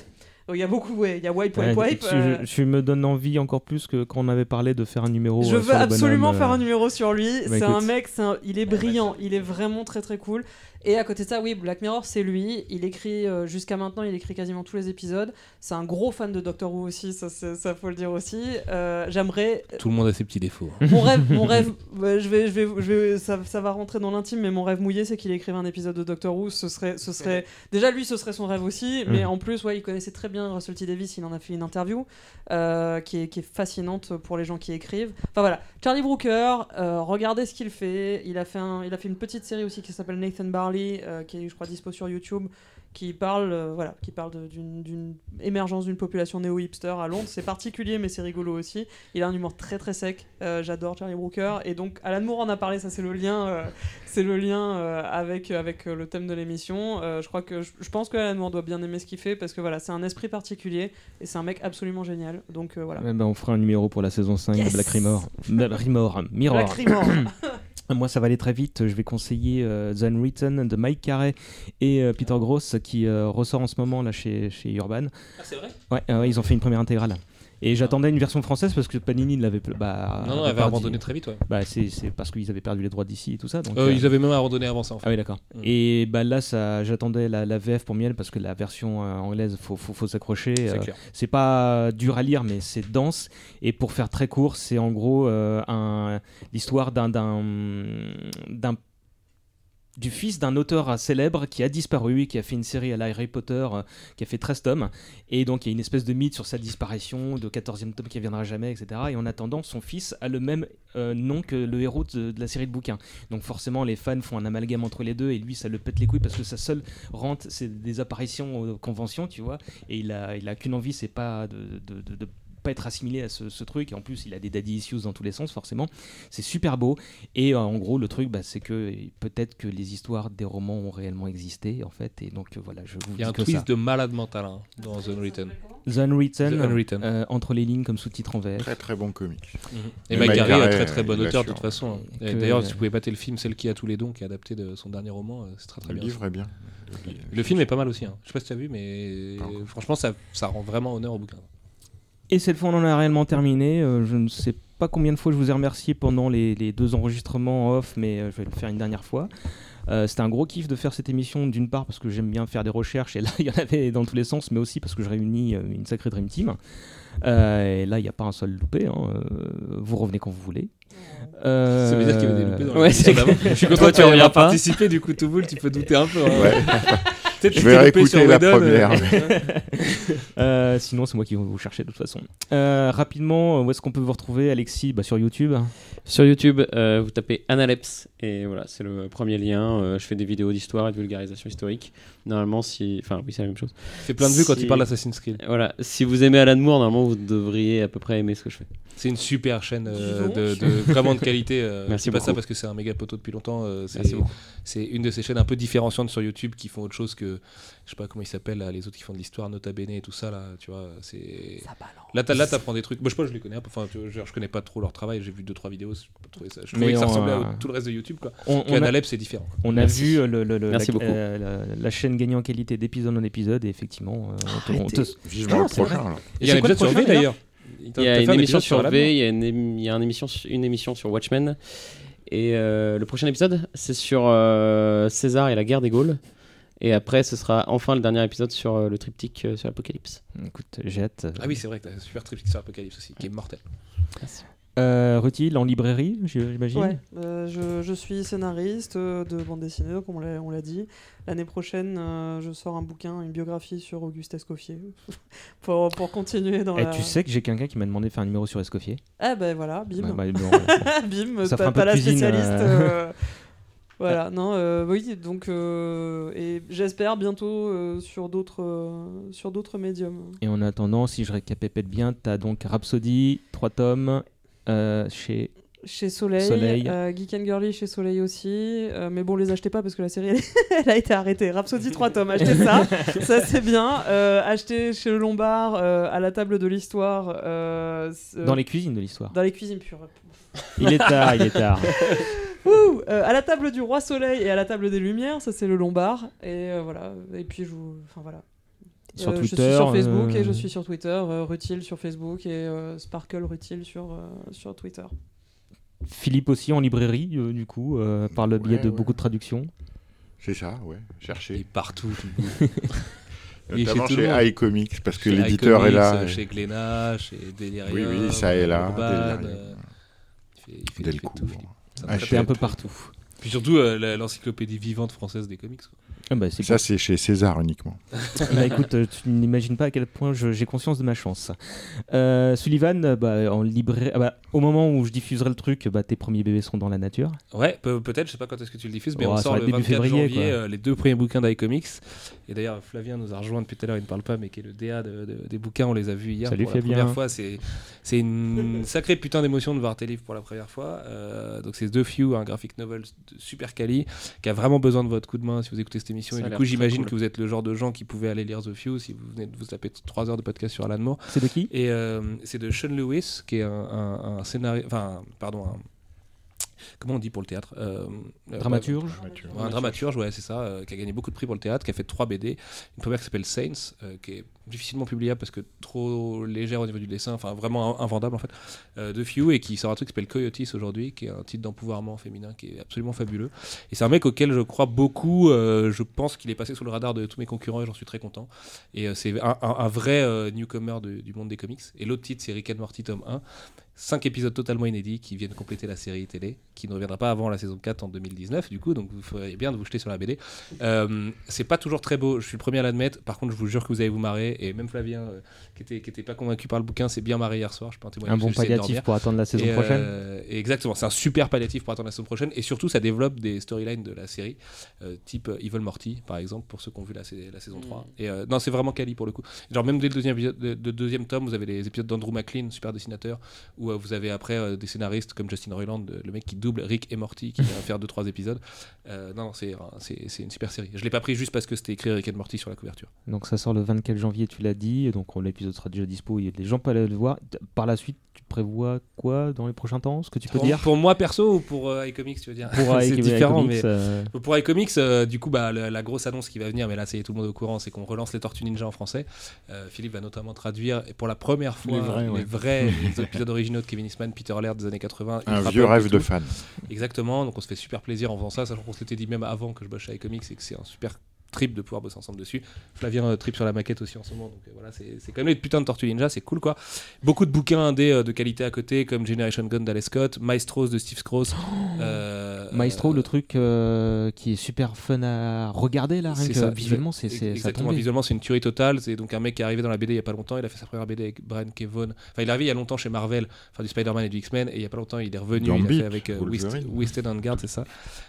Donc il y a beaucoup, ouais, il y a wipe, Ouais, wipe, wipe. tu, euh, je, je me donne envie encore plus que quand on avait parlé de faire un numéro. Je euh, veux sur le absolument bonhomme, faire euh, un numéro sur lui. bah, c'est écoute. un mec, c'est un- il est brillant, il est vraiment très très cool. Et à côté de ça, oui, Black Mirror, c'est lui. Il écrit, euh, jusqu'à maintenant, il écrit quasiment tous les épisodes. C'est un gros fan de Doctor Who aussi, ça, c'est- ça faut le dire aussi. Euh, J'aimerais. Tout le monde a ses petits défauts. Mon rêve, mon rêve ouais, je vais, je vais, je vais, ça, ça va rentrer dans l'intime, mais mon rêve mouillé, c'est qu'il écrive un épisode de Doctor Who. Ce serait, ce serait... Déjà, lui, ce serait son rêve aussi, mais Mhm. en plus, ouais, il connaissait très bien Russell T Davies, il en a fait une interview euh, qui, est, qui est fascinante pour les gens qui écrivent. Enfin voilà, Charlie Brooker, euh, regardez ce qu'il fait. Il a fait, un, il a fait une petite série aussi qui s'appelle Nathan Barley, euh, qui est, je crois, dispo sur YouTube, qui parle, euh, voilà, qui parle de- d'une d'une émergence d'une population néo-hipster à Londres. C'est particulier, mais c'est rigolo aussi. Il a un humour très très sec. Euh, J'adore Charlie Brooker. Et donc, Alan Moore en a parlé. Ça, c'est le lien, euh, c'est le lien euh, avec avec euh, le thème de l'émission. Euh, je crois que je, je pense que Alan Moore doit bien aimer ce qu'il fait parce que voilà, c'est un esprit particulier et c'est un mec absolument génial. Donc euh, voilà. Ouais, bah, on fera un numéro pour la saison cinq Yes. de Black Mirror. Black Mirror. Mirror. Black Mirror. Moi, ça va aller très vite. Je vais conseiller euh, The Unwritten de Mike Carey et euh, Peter Gross qui euh, ressort en ce moment là chez, chez Urban. Ah, c'est vrai Ouais, euh, ouais, ils ont fait une première intégrale. Et j'attendais une version française parce que Panini ne l'avait bah, Non, non, avait elle avait perdu- abandonné très vite, ouais. Bah, c'est c'est parce qu'ils avaient perdu les droits d'ici et tout ça. Donc, Euh, euh, Ils avaient même abandonné avant ça, en fait. Ah oui, d'accord. Mm. Et bah là, ça, j'attendais la, la V F pour Miel parce que la version euh, anglaise, faut, faut, faut s'accrocher. C'est euh, clair. c'est pas dur à lire, mais c'est dense. Et pour faire très court, c'est en gros euh, un, l'histoire d'un, d'un, d'un du fils d'un auteur célèbre qui a disparu, qui a fait une série à la Harry Potter, euh, qui a fait treize tomes, et donc il y a une espèce de mythe sur sa disparition, de quatorzième tome qui ne viendra jamais, et cetera. Et en attendant, son fils a le même euh, nom que le héros de, de la série de bouquins. Donc forcément, les fans font un amalgame entre les deux, et lui, ça le pète les couilles parce que sa seule rente, c'est des apparitions aux conventions, tu vois, et il a, il a qu'une envie, c'est pas de, de, de, de pas être assimilé à ce, ce truc, et en plus il a des daddy issues dans tous les sens forcément. C'est super beau, et euh, en gros le truc bah, c'est que euh, peut-être que les histoires des romans ont réellement existé en fait, et donc euh, voilà, je vous Il y a dis un que twist ça. de malade mental hein, dans The Unwritten. The Unwritten, The Unwritten. euh, entre les lignes comme sous-titre en V F. Très très bon comic. Mhm. Et Et Mike Mike Carey, Carey, un très très bon il auteur de assure. toute façon. Et Que- D'ailleurs, si vous pouvez mater le film Celle qui a tous les dons, qui est adapté de son dernier roman, euh, c'est très très Le bien. livre est bien. Le film est pas mal aussi. Hein. Je sais pas si tu as vu, mais Pas encore. franchement, ça, ça rend vraiment honneur au bouquin. Et cette fois on en a réellement terminé. Euh, je ne sais pas combien de fois je vous ai remercié pendant les, les deux enregistrements en off, mais euh, je vais le faire une dernière fois. Euh, c'était un gros kiff de faire cette émission, d'une part parce que j'aime bien faire des recherches, et là il y en avait dans tous les sens, mais aussi parce que je réunis euh, une sacrée Dream Team. Euh, et là il n'y a pas un seul loupé, hein. Euh, vous revenez quand vous voulez. Euh, Ça veut dire qu'il y avait des loupés dans la ouais, émission c'est d'avant. clair. Je suis Toi, content tu que tu reviens aies pas. participé, du coup, tout boule, tu peux douter un peu. Hein. Ouais. Peut-être que Je vais t'es loupé sur réécouter la Whedon, euh, première. Euh, sinon, c'est moi qui vais vous chercher de toute façon. Euh, rapidement, où est-ce qu'on peut vous retrouver, Alexis? Bah, sur YouTube. Sur YouTube, euh, vous tapez Analepse et voilà, c'est le premier lien. Euh, je fais des vidéos d'histoire et de vulgarisation historique. Normalement, si. Enfin, oui, c'est la même chose. fait plein de vues quand Si- il parle d'Assassin's Creed. Voilà, si vous aimez Alan Moore, normalement, vous devriez à peu près aimer ce que je fais. C'est une super chaîne euh, Dis donc. de, de- vraiment de qualité. Euh, Merci je dis pas ça beaucoup. parce que c'est un méga poteau depuis longtemps. euh, c'est, Merci beaucoup. c'est une de ces chaînes un peu différenciantes sur YouTube qui font autre chose que je sais pas comment ils s'appellent là, les autres qui font de l'histoire, Nota Bene et tout ça là. Tu vois, c'est Ça balance. là, t'as, là t'apprends des trucs. Moi je sais pas, je les connais un peu. Enfin, tu vois, genre, je connais pas trop leur travail. J'ai vu deux trois vidéos. Je, trouvais ça, je trouvais Mais que ça on, ressemblait euh, à tout le reste de YouTube quoi. On, Que on a, Analep c'est différent. quoi. on a Merci. vu euh, le, le- le- Merci la, beaucoup. euh, la, la chaîne gagnant en qualité d'épisode en épisode, et effectivement, euh, on te- on te- Vivement le prochain. là. Il y a un c'est quoi le épisode sur prochain, V d'ailleurs. Il y a une émission sur V, il y a une, ém- il y a une émission, su- une émission sur Watchmen. Et euh, le prochain épisode, c'est sur euh, César et la guerre des Gaules. Et après, ce sera enfin le dernier épisode sur euh, le triptyque euh, sur l'Apocalypse. Écoute, j'ai hâte. Ah oui, c'est vrai que t'as un super triptyque sur Apocalypse aussi, qui est mortel. Euh, Rutil, en librairie, j'imagine. Ouais, euh, je, je suis scénariste euh, de bande dessinée, comme on l'a, on l'a dit. L'année prochaine, euh, je sors un bouquin, une biographie sur Auguste Escoffier, pour, pour continuer dans Et la... tu sais que j'ai quelqu'un qui m'a demandé de faire un numéro sur Escoffier. Ah ben voilà, bim. Bah, bah, bon, voilà. Bim, Ça fera t'as, un peu t'as de la cuisine, spécialiste. euh. euh, Voilà, non, euh, oui, donc, euh, et j'espère bientôt euh, sur, d'autres, euh, sur d'autres médiums. Et en attendant, si je récapépète bien, t'as donc Rhapsody, trois tomes, euh, chez... Chez Soleil, Soleil. euh, Geek and Girly chez Soleil aussi, euh, mais bon, les achetez pas parce que la série elle, elle a été arrêtée. Rhapsody trois tomes, achetez ça, ça c'est bien. Euh, achetez chez le Lombard, euh, à la table de l'histoire. Euh, euh, Dans les cuisines de l'histoire. Dans les cuisines pures. Il est tard, il est tard. Ouh, euh, à la table du Roi Soleil et à la table des Lumières, ça c'est le Lombard. Et euh, voilà, et puis je vous. Enfin voilà. Sur Euh, Twitter, je suis sur Facebook euh, et je suis sur Twitter, euh, Rutil sur Facebook et euh, Sparkle Rutil sur, euh, sur Twitter. Philippe aussi en librairie, euh, du coup, euh, par le biais Ouais, de ouais. beaucoup de traductions. C'est ça, ouais. Et Cherchez. partout. du coup. Et Notamment chez tout le chez monde. iComics, parce que Chez l'éditeur est iComics, là. euh, Chez Glénat, chez Delirium. Oui, oui, ça est là, Urban, Delirium. euh, il fait, il fait, il fait Delcourt. tout, Philippe. C'est un Ah, très C'est un Hachette. peu partout. Puis surtout euh, la- l'encyclopédie vivante française des comics. Quoi. Ah bah, c'est Ça, c'est chez César uniquement. Bah, écoute, euh, tu n'imagines pas à quel point je- j'ai conscience de ma chance. Euh, Sullivan, euh, bah, en librairie, ah bah, au moment où je diffuserai le truc, bah, tes premiers bébés seront dans la nature. Ouais, pe- peut-être, je sais pas quand est-ce que tu le diffuses, mais Oh, on ça sort va le être début vingt-quatre février, janvier quoi. euh, les deux premiers bouquins d'iComics. Et d'ailleurs, Flavien nous a rejoint depuis tout à l'heure, il ne parle pas, mais qui est le D A de- de- des bouquins, on les a vus hier Salut, pour la Fabien. première fois. C'est c'est une sacrée putain d'émotion de voir tes livres pour la première fois. Euh, donc c'est The Few, un graphic novel super quali, qui a vraiment besoin de votre coup de main si vous écoutez cette émission. Ça Et a du l'air coup, très j'imagine cool. que vous êtes le genre de gens qui pouvaient aller lire The Few si vous venez de vous taper trois heures de podcast sur Alan Moore. C'est de qui? Et euh, c'est de Sean Lewis, qui est un, un, un scénario, enfin, pardon, un, comment on dit pour le théâtre euh, euh, Dramaturge. Ouais, un dramaturge, ouais, c'est ça, euh, qui a gagné beaucoup de prix pour le théâtre, qui a fait trois B D. Une première qui s'appelle Saints, euh, qui est difficilement publiable parce que trop légère au niveau du dessin, enfin vraiment invendable en fait, euh, de Few, et qui sort un truc qui s'appelle Coyotes aujourd'hui, qui est un titre d'empouvoirment féminin qui est absolument fabuleux. Et c'est un mec auquel je crois beaucoup, euh, je pense qu'il est passé sous le radar de tous mes concurrents et j'en suis très content. Et euh, c'est un, un- un vrai euh, newcomer de- du monde des comics. Et l'autre titre, c'est Rick and Morty tome un. Cinq épisodes totalement inédits qui viennent compléter la série télé, qui ne reviendra pas avant la saison quatre en deux mille dix-neuf, du coup, donc vous feriez bien de vous jeter sur la B D. Euh, c'est pas toujours très beau, je suis le premier à l'admettre, par contre, je vous jure que vous allez vous marrer, et même Flavien, euh, qui, était, qui était pas convaincu par le bouquin, s'est bien marré hier soir, je peux en témoigner. Un parce bon que j'essayais de palliatif dormir. pour attendre la saison Et, prochaine. euh, et exactement, c'est un super palliatif pour attendre la saison prochaine, et surtout, ça développe des storylines de la série, euh, type euh, Evil Morty, par exemple, pour ceux qui ont vu la, sa- la saison trois. Et euh, non, c'est vraiment quali pour le coup. Genre, même dès le deuxième, épisode, de, de deuxième tome, vous avez les épisodes d'Andrew McLean, super dessinateur, où euh, vous avez après euh, des scénaristes comme Justin Roiland, le le mec qui double Rick et Morty, qui vient faire deux trois épisodes. Euh, non, c'est c'est c'est une super série. Je l'ai pas pris juste parce que c'était écrit Rick et Morty sur la couverture. Donc ça sort le vingt-quatre janvier, tu l'as dit, et donc on- l'épisode sera déjà dispo, et les gens peuvent aller le voir. Par la suite, tu prévois quoi dans les prochains temps, ce que tu peux Pour, dire pour moi perso ou pour euh, iComics, tu veux dire pour c'est iComics, différent, mais euh, pour iComics, euh, du coup, bah, la, la grosse annonce qui va venir, mais là, c'est tout le monde au courant, c'est qu'on relance les Tortues Ninja en français. Euh, Philippe va notamment traduire, et pour la première fois, Les vrais, les ouais. vrais épisodes originaux de Kevin Eastman, Peter Laird des années quatre-vingts. Un Ultra vieux Pulp et rêve de tout. fan. Exactement, donc on se fait super plaisir en faisant ça, sachant qu'on s'était dit même avant que je bosse chez iComics et que c'est un super trip de pouvoir bosser ensemble dessus. Flavien euh, trip sur la maquette aussi en ce moment, donc euh, voilà, c'est c'est quand même les putains de Tortues Ninja, c'est cool quoi. Beaucoup de bouquins indés euh, de qualité à côté, comme Generation Gun d'Alex Scott, Maestros de Steve Scrooge. euh, Maestro, euh, le truc euh, qui est super fun à regarder là, rien C'est que ça. visuellement, c'est c'est- ça Exactement, tombe. visuellement c'est une tuerie totale. C'est donc un mec qui est arrivé dans la B D il y a pas longtemps. Il a fait sa première B D avec Brian Kevon. Enfin, il est arrivé il y a longtemps chez Marvel, enfin du Spider-Man et du X-Men, et il y a pas longtemps il est revenu. Gambit, il a fait avec euh, Wist- Wolverine. Wisted and Guard, c'est ça.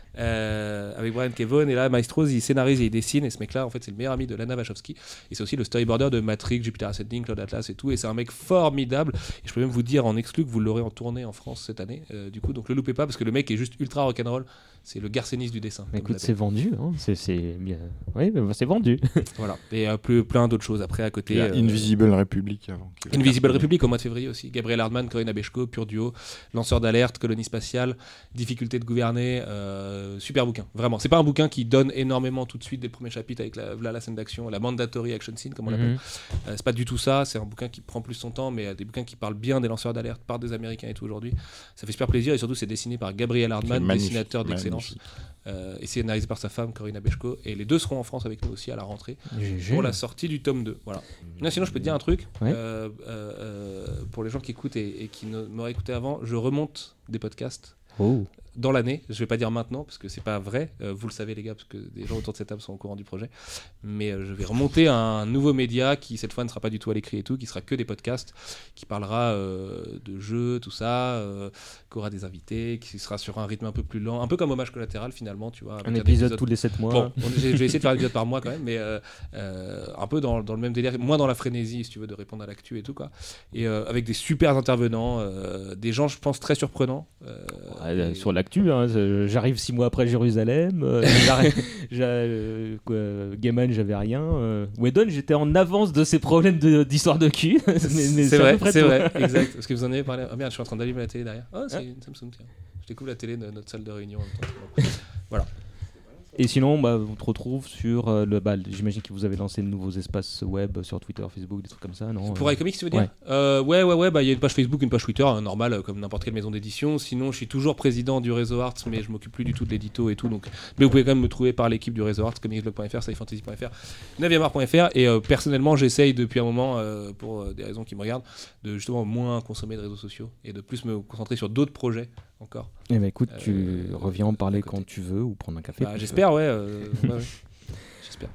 Euh, avec Brian Kevon, et là Maestros il scénarise et il dessine, et ce mec là en fait c'est le meilleur ami de Lana Wachowski, et c'est aussi le storyboarder de Matrix, Jupiter Ascending, Cloud Atlas et tout, et c'est un mec formidable, et je peux même vous dire en exclu que vous l'aurez en tournée en France cette année, euh, du coup donc le loupez pas parce que le mec est juste ultra rock'n'roll, c'est le Garcenis du dessin. comme Écoute, on c'est l'appelle. vendu, hein. c'est c'est bien. Oui, mais c'est vendu. Voilà, et euh, plus, plein d'autres choses après à côté. Il y a euh, Invisible Republic avant. qui va Invisible cartonner. Republic au mois de février aussi. Gabriel Hardman, Corinne Abeshko, Pur Duo, Lanceur d'alerte, Colonie spatiale, Difficulté de gouverner, euh, super bouquin. Vraiment, c'est pas un bouquin qui donne énormément tout de suite dès le premier chapitre avec la, la, la scène d'action, la mandatory action scene comme on l'appelle. Mhm. Euh, c'est pas du tout ça. C'est un bouquin qui prend plus son temps, mais euh, des bouquins qui parlent bien des lanceurs d'alerte par des Américains et tout aujourd'hui. Ça fait super plaisir, et surtout c'est dessiné par Gabriel C'est Hardman, magnifique, dessinateur d'excellence, magnifique. euh, et scénarisé par sa femme Corinne Abeshko. Et les deux seront en France avec nous aussi à la rentrée G G. pour la sortie du tome deux. Voilà. Non, sinon, je peux te dire un truc. Ouais. Euh, euh, euh, pour les gens qui écoutent et, et qui ne m'auraient écouté avant, je remonte des podcasts Oh. dans l'année. Je vais pas dire maintenant parce que c'est pas vrai. Euh, vous le savez les gars, parce que des gens autour de cette table sont au courant du projet. Mais euh, je vais remonter à un nouveau média qui cette fois ne sera pas du tout à l'écrit et tout, qui sera que des podcasts, qui parlera euh, de jeux, tout ça, euh, qui aura des invités, qui sera sur un rythme un peu plus lent, un peu comme Hommage collatéral finalement, tu vois. avec Un épisode tous les sept mois. Bon, on- j'ai- je vais essayer de faire un épisode par mois quand même, mais euh, euh, un peu dans, dans le même délire, moins dans la frénésie, si tu veux, de répondre à l'actu et tout, quoi. Et euh, avec des super intervenants, euh, des gens, je pense, très surprenants. euh, Ouais, et- sur l'actu, hein, c'est- j'arrive six mois après Jérusalem. euh, j'arrive- j'ai, euh, quoi, Gaiman, j'avais rien. Euh, Whedon, j'étais en avance de ses problèmes de- d'histoire de, cul. mais, mais c'est à vrai, peu près c'est tout. vrai, exact. Parce que vous en avez parlé. Ah merde, je suis en train d'allumer la télé derrière. Oh, c'est une Samsung, tiens. Je découvre la télé de notre salle de réunion en même temps. Voilà. Et sinon, bah, on te retrouve sur euh, le. Bah, j'imagine que vous avez lancé de nouveaux espaces web sur Twitter, Facebook, des trucs comme ça, non? Pour euh... iComics, tu veux dire? Ouais, euh, ouais, ouais, ouais. Bah, il y a une page Facebook, une page Twitter, hein, normale, euh, comme n'importe quelle maison d'édition. Sinon, je suis toujours président du réseau Arts, mais je m'occupe plus du tout de l'édito et tout. Donc, mais vous pouvez quand même me trouver par l'équipe du réseau Arts, comicsblog point f r, scifantasy point f r, neuvième art point f r. Et euh, personnellement, j'essaye depuis un moment, euh, pour euh, des raisons qui me regardent, de justement moins consommer de réseaux sociaux et de plus me concentrer sur d'autres projets encore. Eh ben écoute, tu Euh, reviens en parler à côté. quand tu veux ou prendre un café. Bah, quand tu j'espère, ouais, euh, ouais, ouais. J'espère.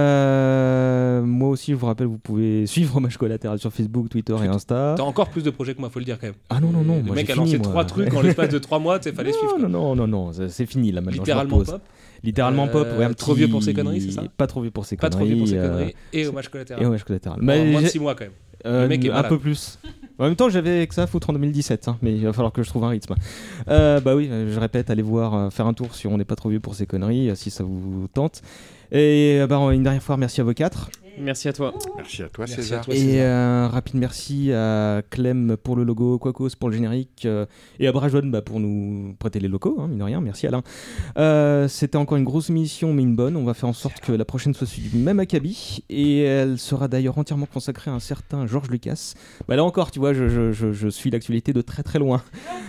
Euh, moi aussi, je vous rappelle, vous pouvez suivre Hommage Collatéral sur Facebook, Twitter et Insta. T'as encore plus de projets que moi, faut le dire quand même. Ah non, non, non, Le moi, mec j'ai a fini, lancé moi. trois trucs en l'espace de trois mois, tu sais, fallait non, suivre. Non, non, non, non, ça- c'est fini là maintenant. je Littéralement repose. pop. Littéralement Euh, pop, ouais, un trop petit- vieux pour ses conneries, c'est ça? Pas trop vieux pour ses Pas conneries. trop vieux pour ses euh, conneries. Et Hommage Collatéral. Et Hommage Collatéral. En Mais moins de j'ai- six mois quand même. Euh, Le mec est un malade. peu plus. En même temps, j'avais que ça à foutre en deux mille dix-sept, hein, mais il va falloir que je trouve un rythme. Euh, bah oui, je répète, allez voir, euh, faire un tour sur On n'est pas trop vieux pour ces conneries, euh, si ça vous tente. Et euh, bah, une dernière fois, merci à vous quatre. Merci à toi. Merci à toi, Merci César. à toi. Et un rapide merci à Clem pour le logo, Quacos pour le générique, euh, et à Brajone bah, pour nous prêter les locaux, hein, mine de rien. Merci Alain. Euh, C'était encore une grosse mission, mais une bonne. On va faire en sorte que la prochaine soit du même acabit, et elle sera d'ailleurs entièrement consacrée à un certain George Lucas. Bah, là encore, tu vois, je, je, je, je suis l'actualité de très très loin.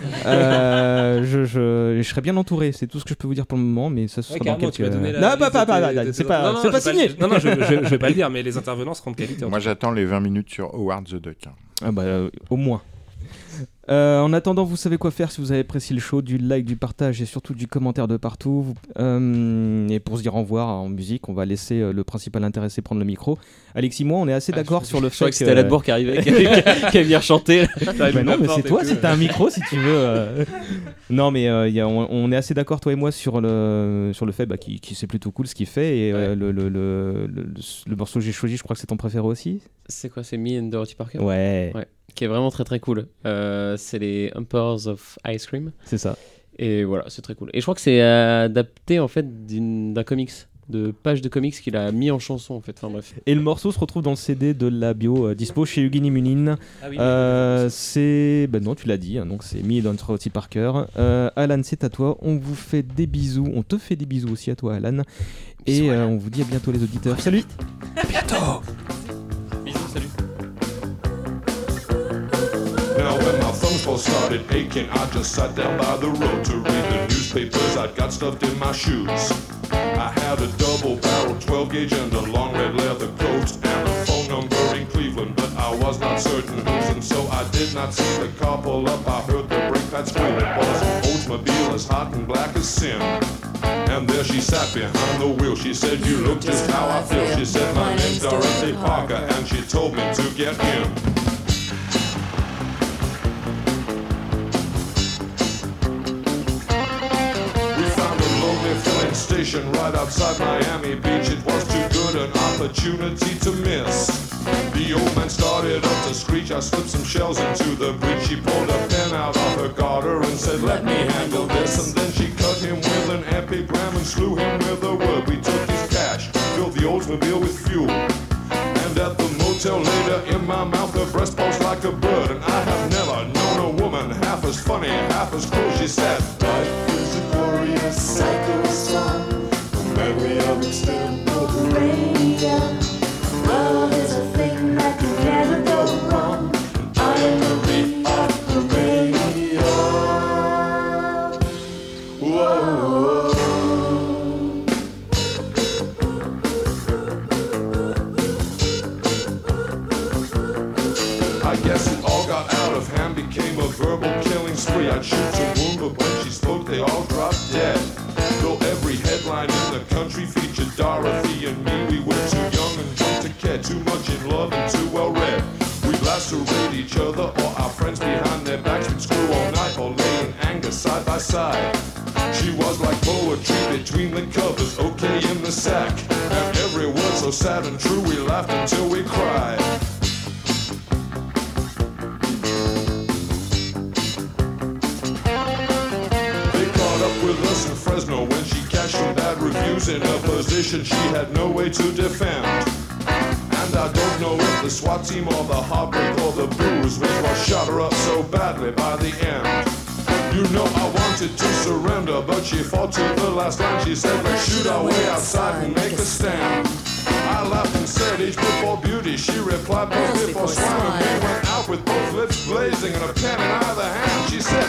euh, je, je, je serai bien entouré, c'est tout ce que je peux vous dire pour le moment, mais ça ce Ouais, sera dans carrément, tu quelques... vas donner la Non, liste pas, pas, de pas, tes- pas, de c'est tes- pas, non, non, c'est je pas vais signé. le- Non, non, je, je, je vais pas le dire, mais les intervenants seront de qualité. Moi, j'attends les vingt minutes sur Howard the Duck. hein. Ah bah, euh, au moins. Euh, en attendant, vous savez quoi faire si vous avez apprécié le show, du like, du partage et surtout du commentaire de partout. Vous- euh, et pour se dire au revoir en musique, on va laisser euh, le principal intéressé prendre le micro. Alexis, moi, on est assez Ah, d'accord je- sur le je crois fait que c'était Aladbourg qui arrivait, qui allait- qui allait venir chanter. Bah non, mais c'est toi, si t'as un micro, si tu veux. euh. Non, mais euh, y a, on, on est assez d'accord, toi et moi, sur le, sur le fait bah, qu'il, qu'il- c'est plutôt cool ce qu'il fait. Et euh, le, le, le, le, le morceau que j'ai choisi, je crois que c'est ton préféré aussi. C'est quoi, c'est Me and Dorothy Parker? Ouais, Ouais, qui est vraiment très très cool. Euh, c'est les Empires of Ice Cream. c'est ça. Et voilà, c'est très cool. Et je crois que c'est euh, adapté en fait d'une- d'un comics, de pages de comics qu'il a mis en chanson en fait. Enfin bref. Et le morceau se retrouve dans le C D de la bio euh, dispo chez Eugénie Munin. Ah oui, Euh, c'est. Ben non, tu l'as dit, hein, donc c'est Me et Dorothy Parker. Euh, Alan, c'est à toi. On vous fait des bisous. On te fait des bisous aussi à toi, Alan. Et euh, on vous dit à bientôt, les auditeurs. Salut! Bisous, salut. Now when my thumbs both started aching, I just sat down by the road to read the newspapers I'd got stuffed in my shoes. I had a double barrel twelve gauge and a long red leather coat and a phone number in Cleveland, but I was not certain whose, and so I did not see the car pull up. I heard the brake pads squeal. It was an Oldsmobile as hot and black as sin. And there she sat behind the wheel. She said, "You look just how I feel." She said, "My name's Dorothy Parker," and she told me to get in. Filling station right outside Miami Beach. It was too good an opportunity to miss. The old man started up to screech. I slipped some shells into the breech. She pulled a pen out of her garter and said, "Let me handle this." And then she cut him with an epigram and slew him with a word. We took his cash, filled the Oldsmobile with fuel, and at the motel later, in my mouth her breast pulsed like a bird. And I have never known a woman half as funny, half as cruel. She said, "Life is a glorious cycle song, a memory of extemporaneous. Love is a thing that can never go wrong. I am Marie of Romania." Whoa. I guess it all got out of hand, became a verbal killing spree. I'd shoot to wound, but when she spoke, they all dropped dead. Though every headline in the country featured Dorothy and me, we were too young and drunk to care, too much in love and too well read. We'd lacerate each other or our friends behind their backs. We'd screw all night or lay in anger side by side. She was like poetry between the covers, okay in the sack. And every word so sad and true, we laughed until we cried. With us in Fresno when she cashed in bad reviews in a position she had no way to defend. And I don't know if the SWAT team or the heartbreak or the booze was what shot her up so badly by the end. You know I wanted to surrender, but she fought to the last line. She said, let's shoot our way outside and make a stand. I laughed and said, each before beauty. She replied, both before swine. And we went out with both lips blazing and a pen in either hand. She said,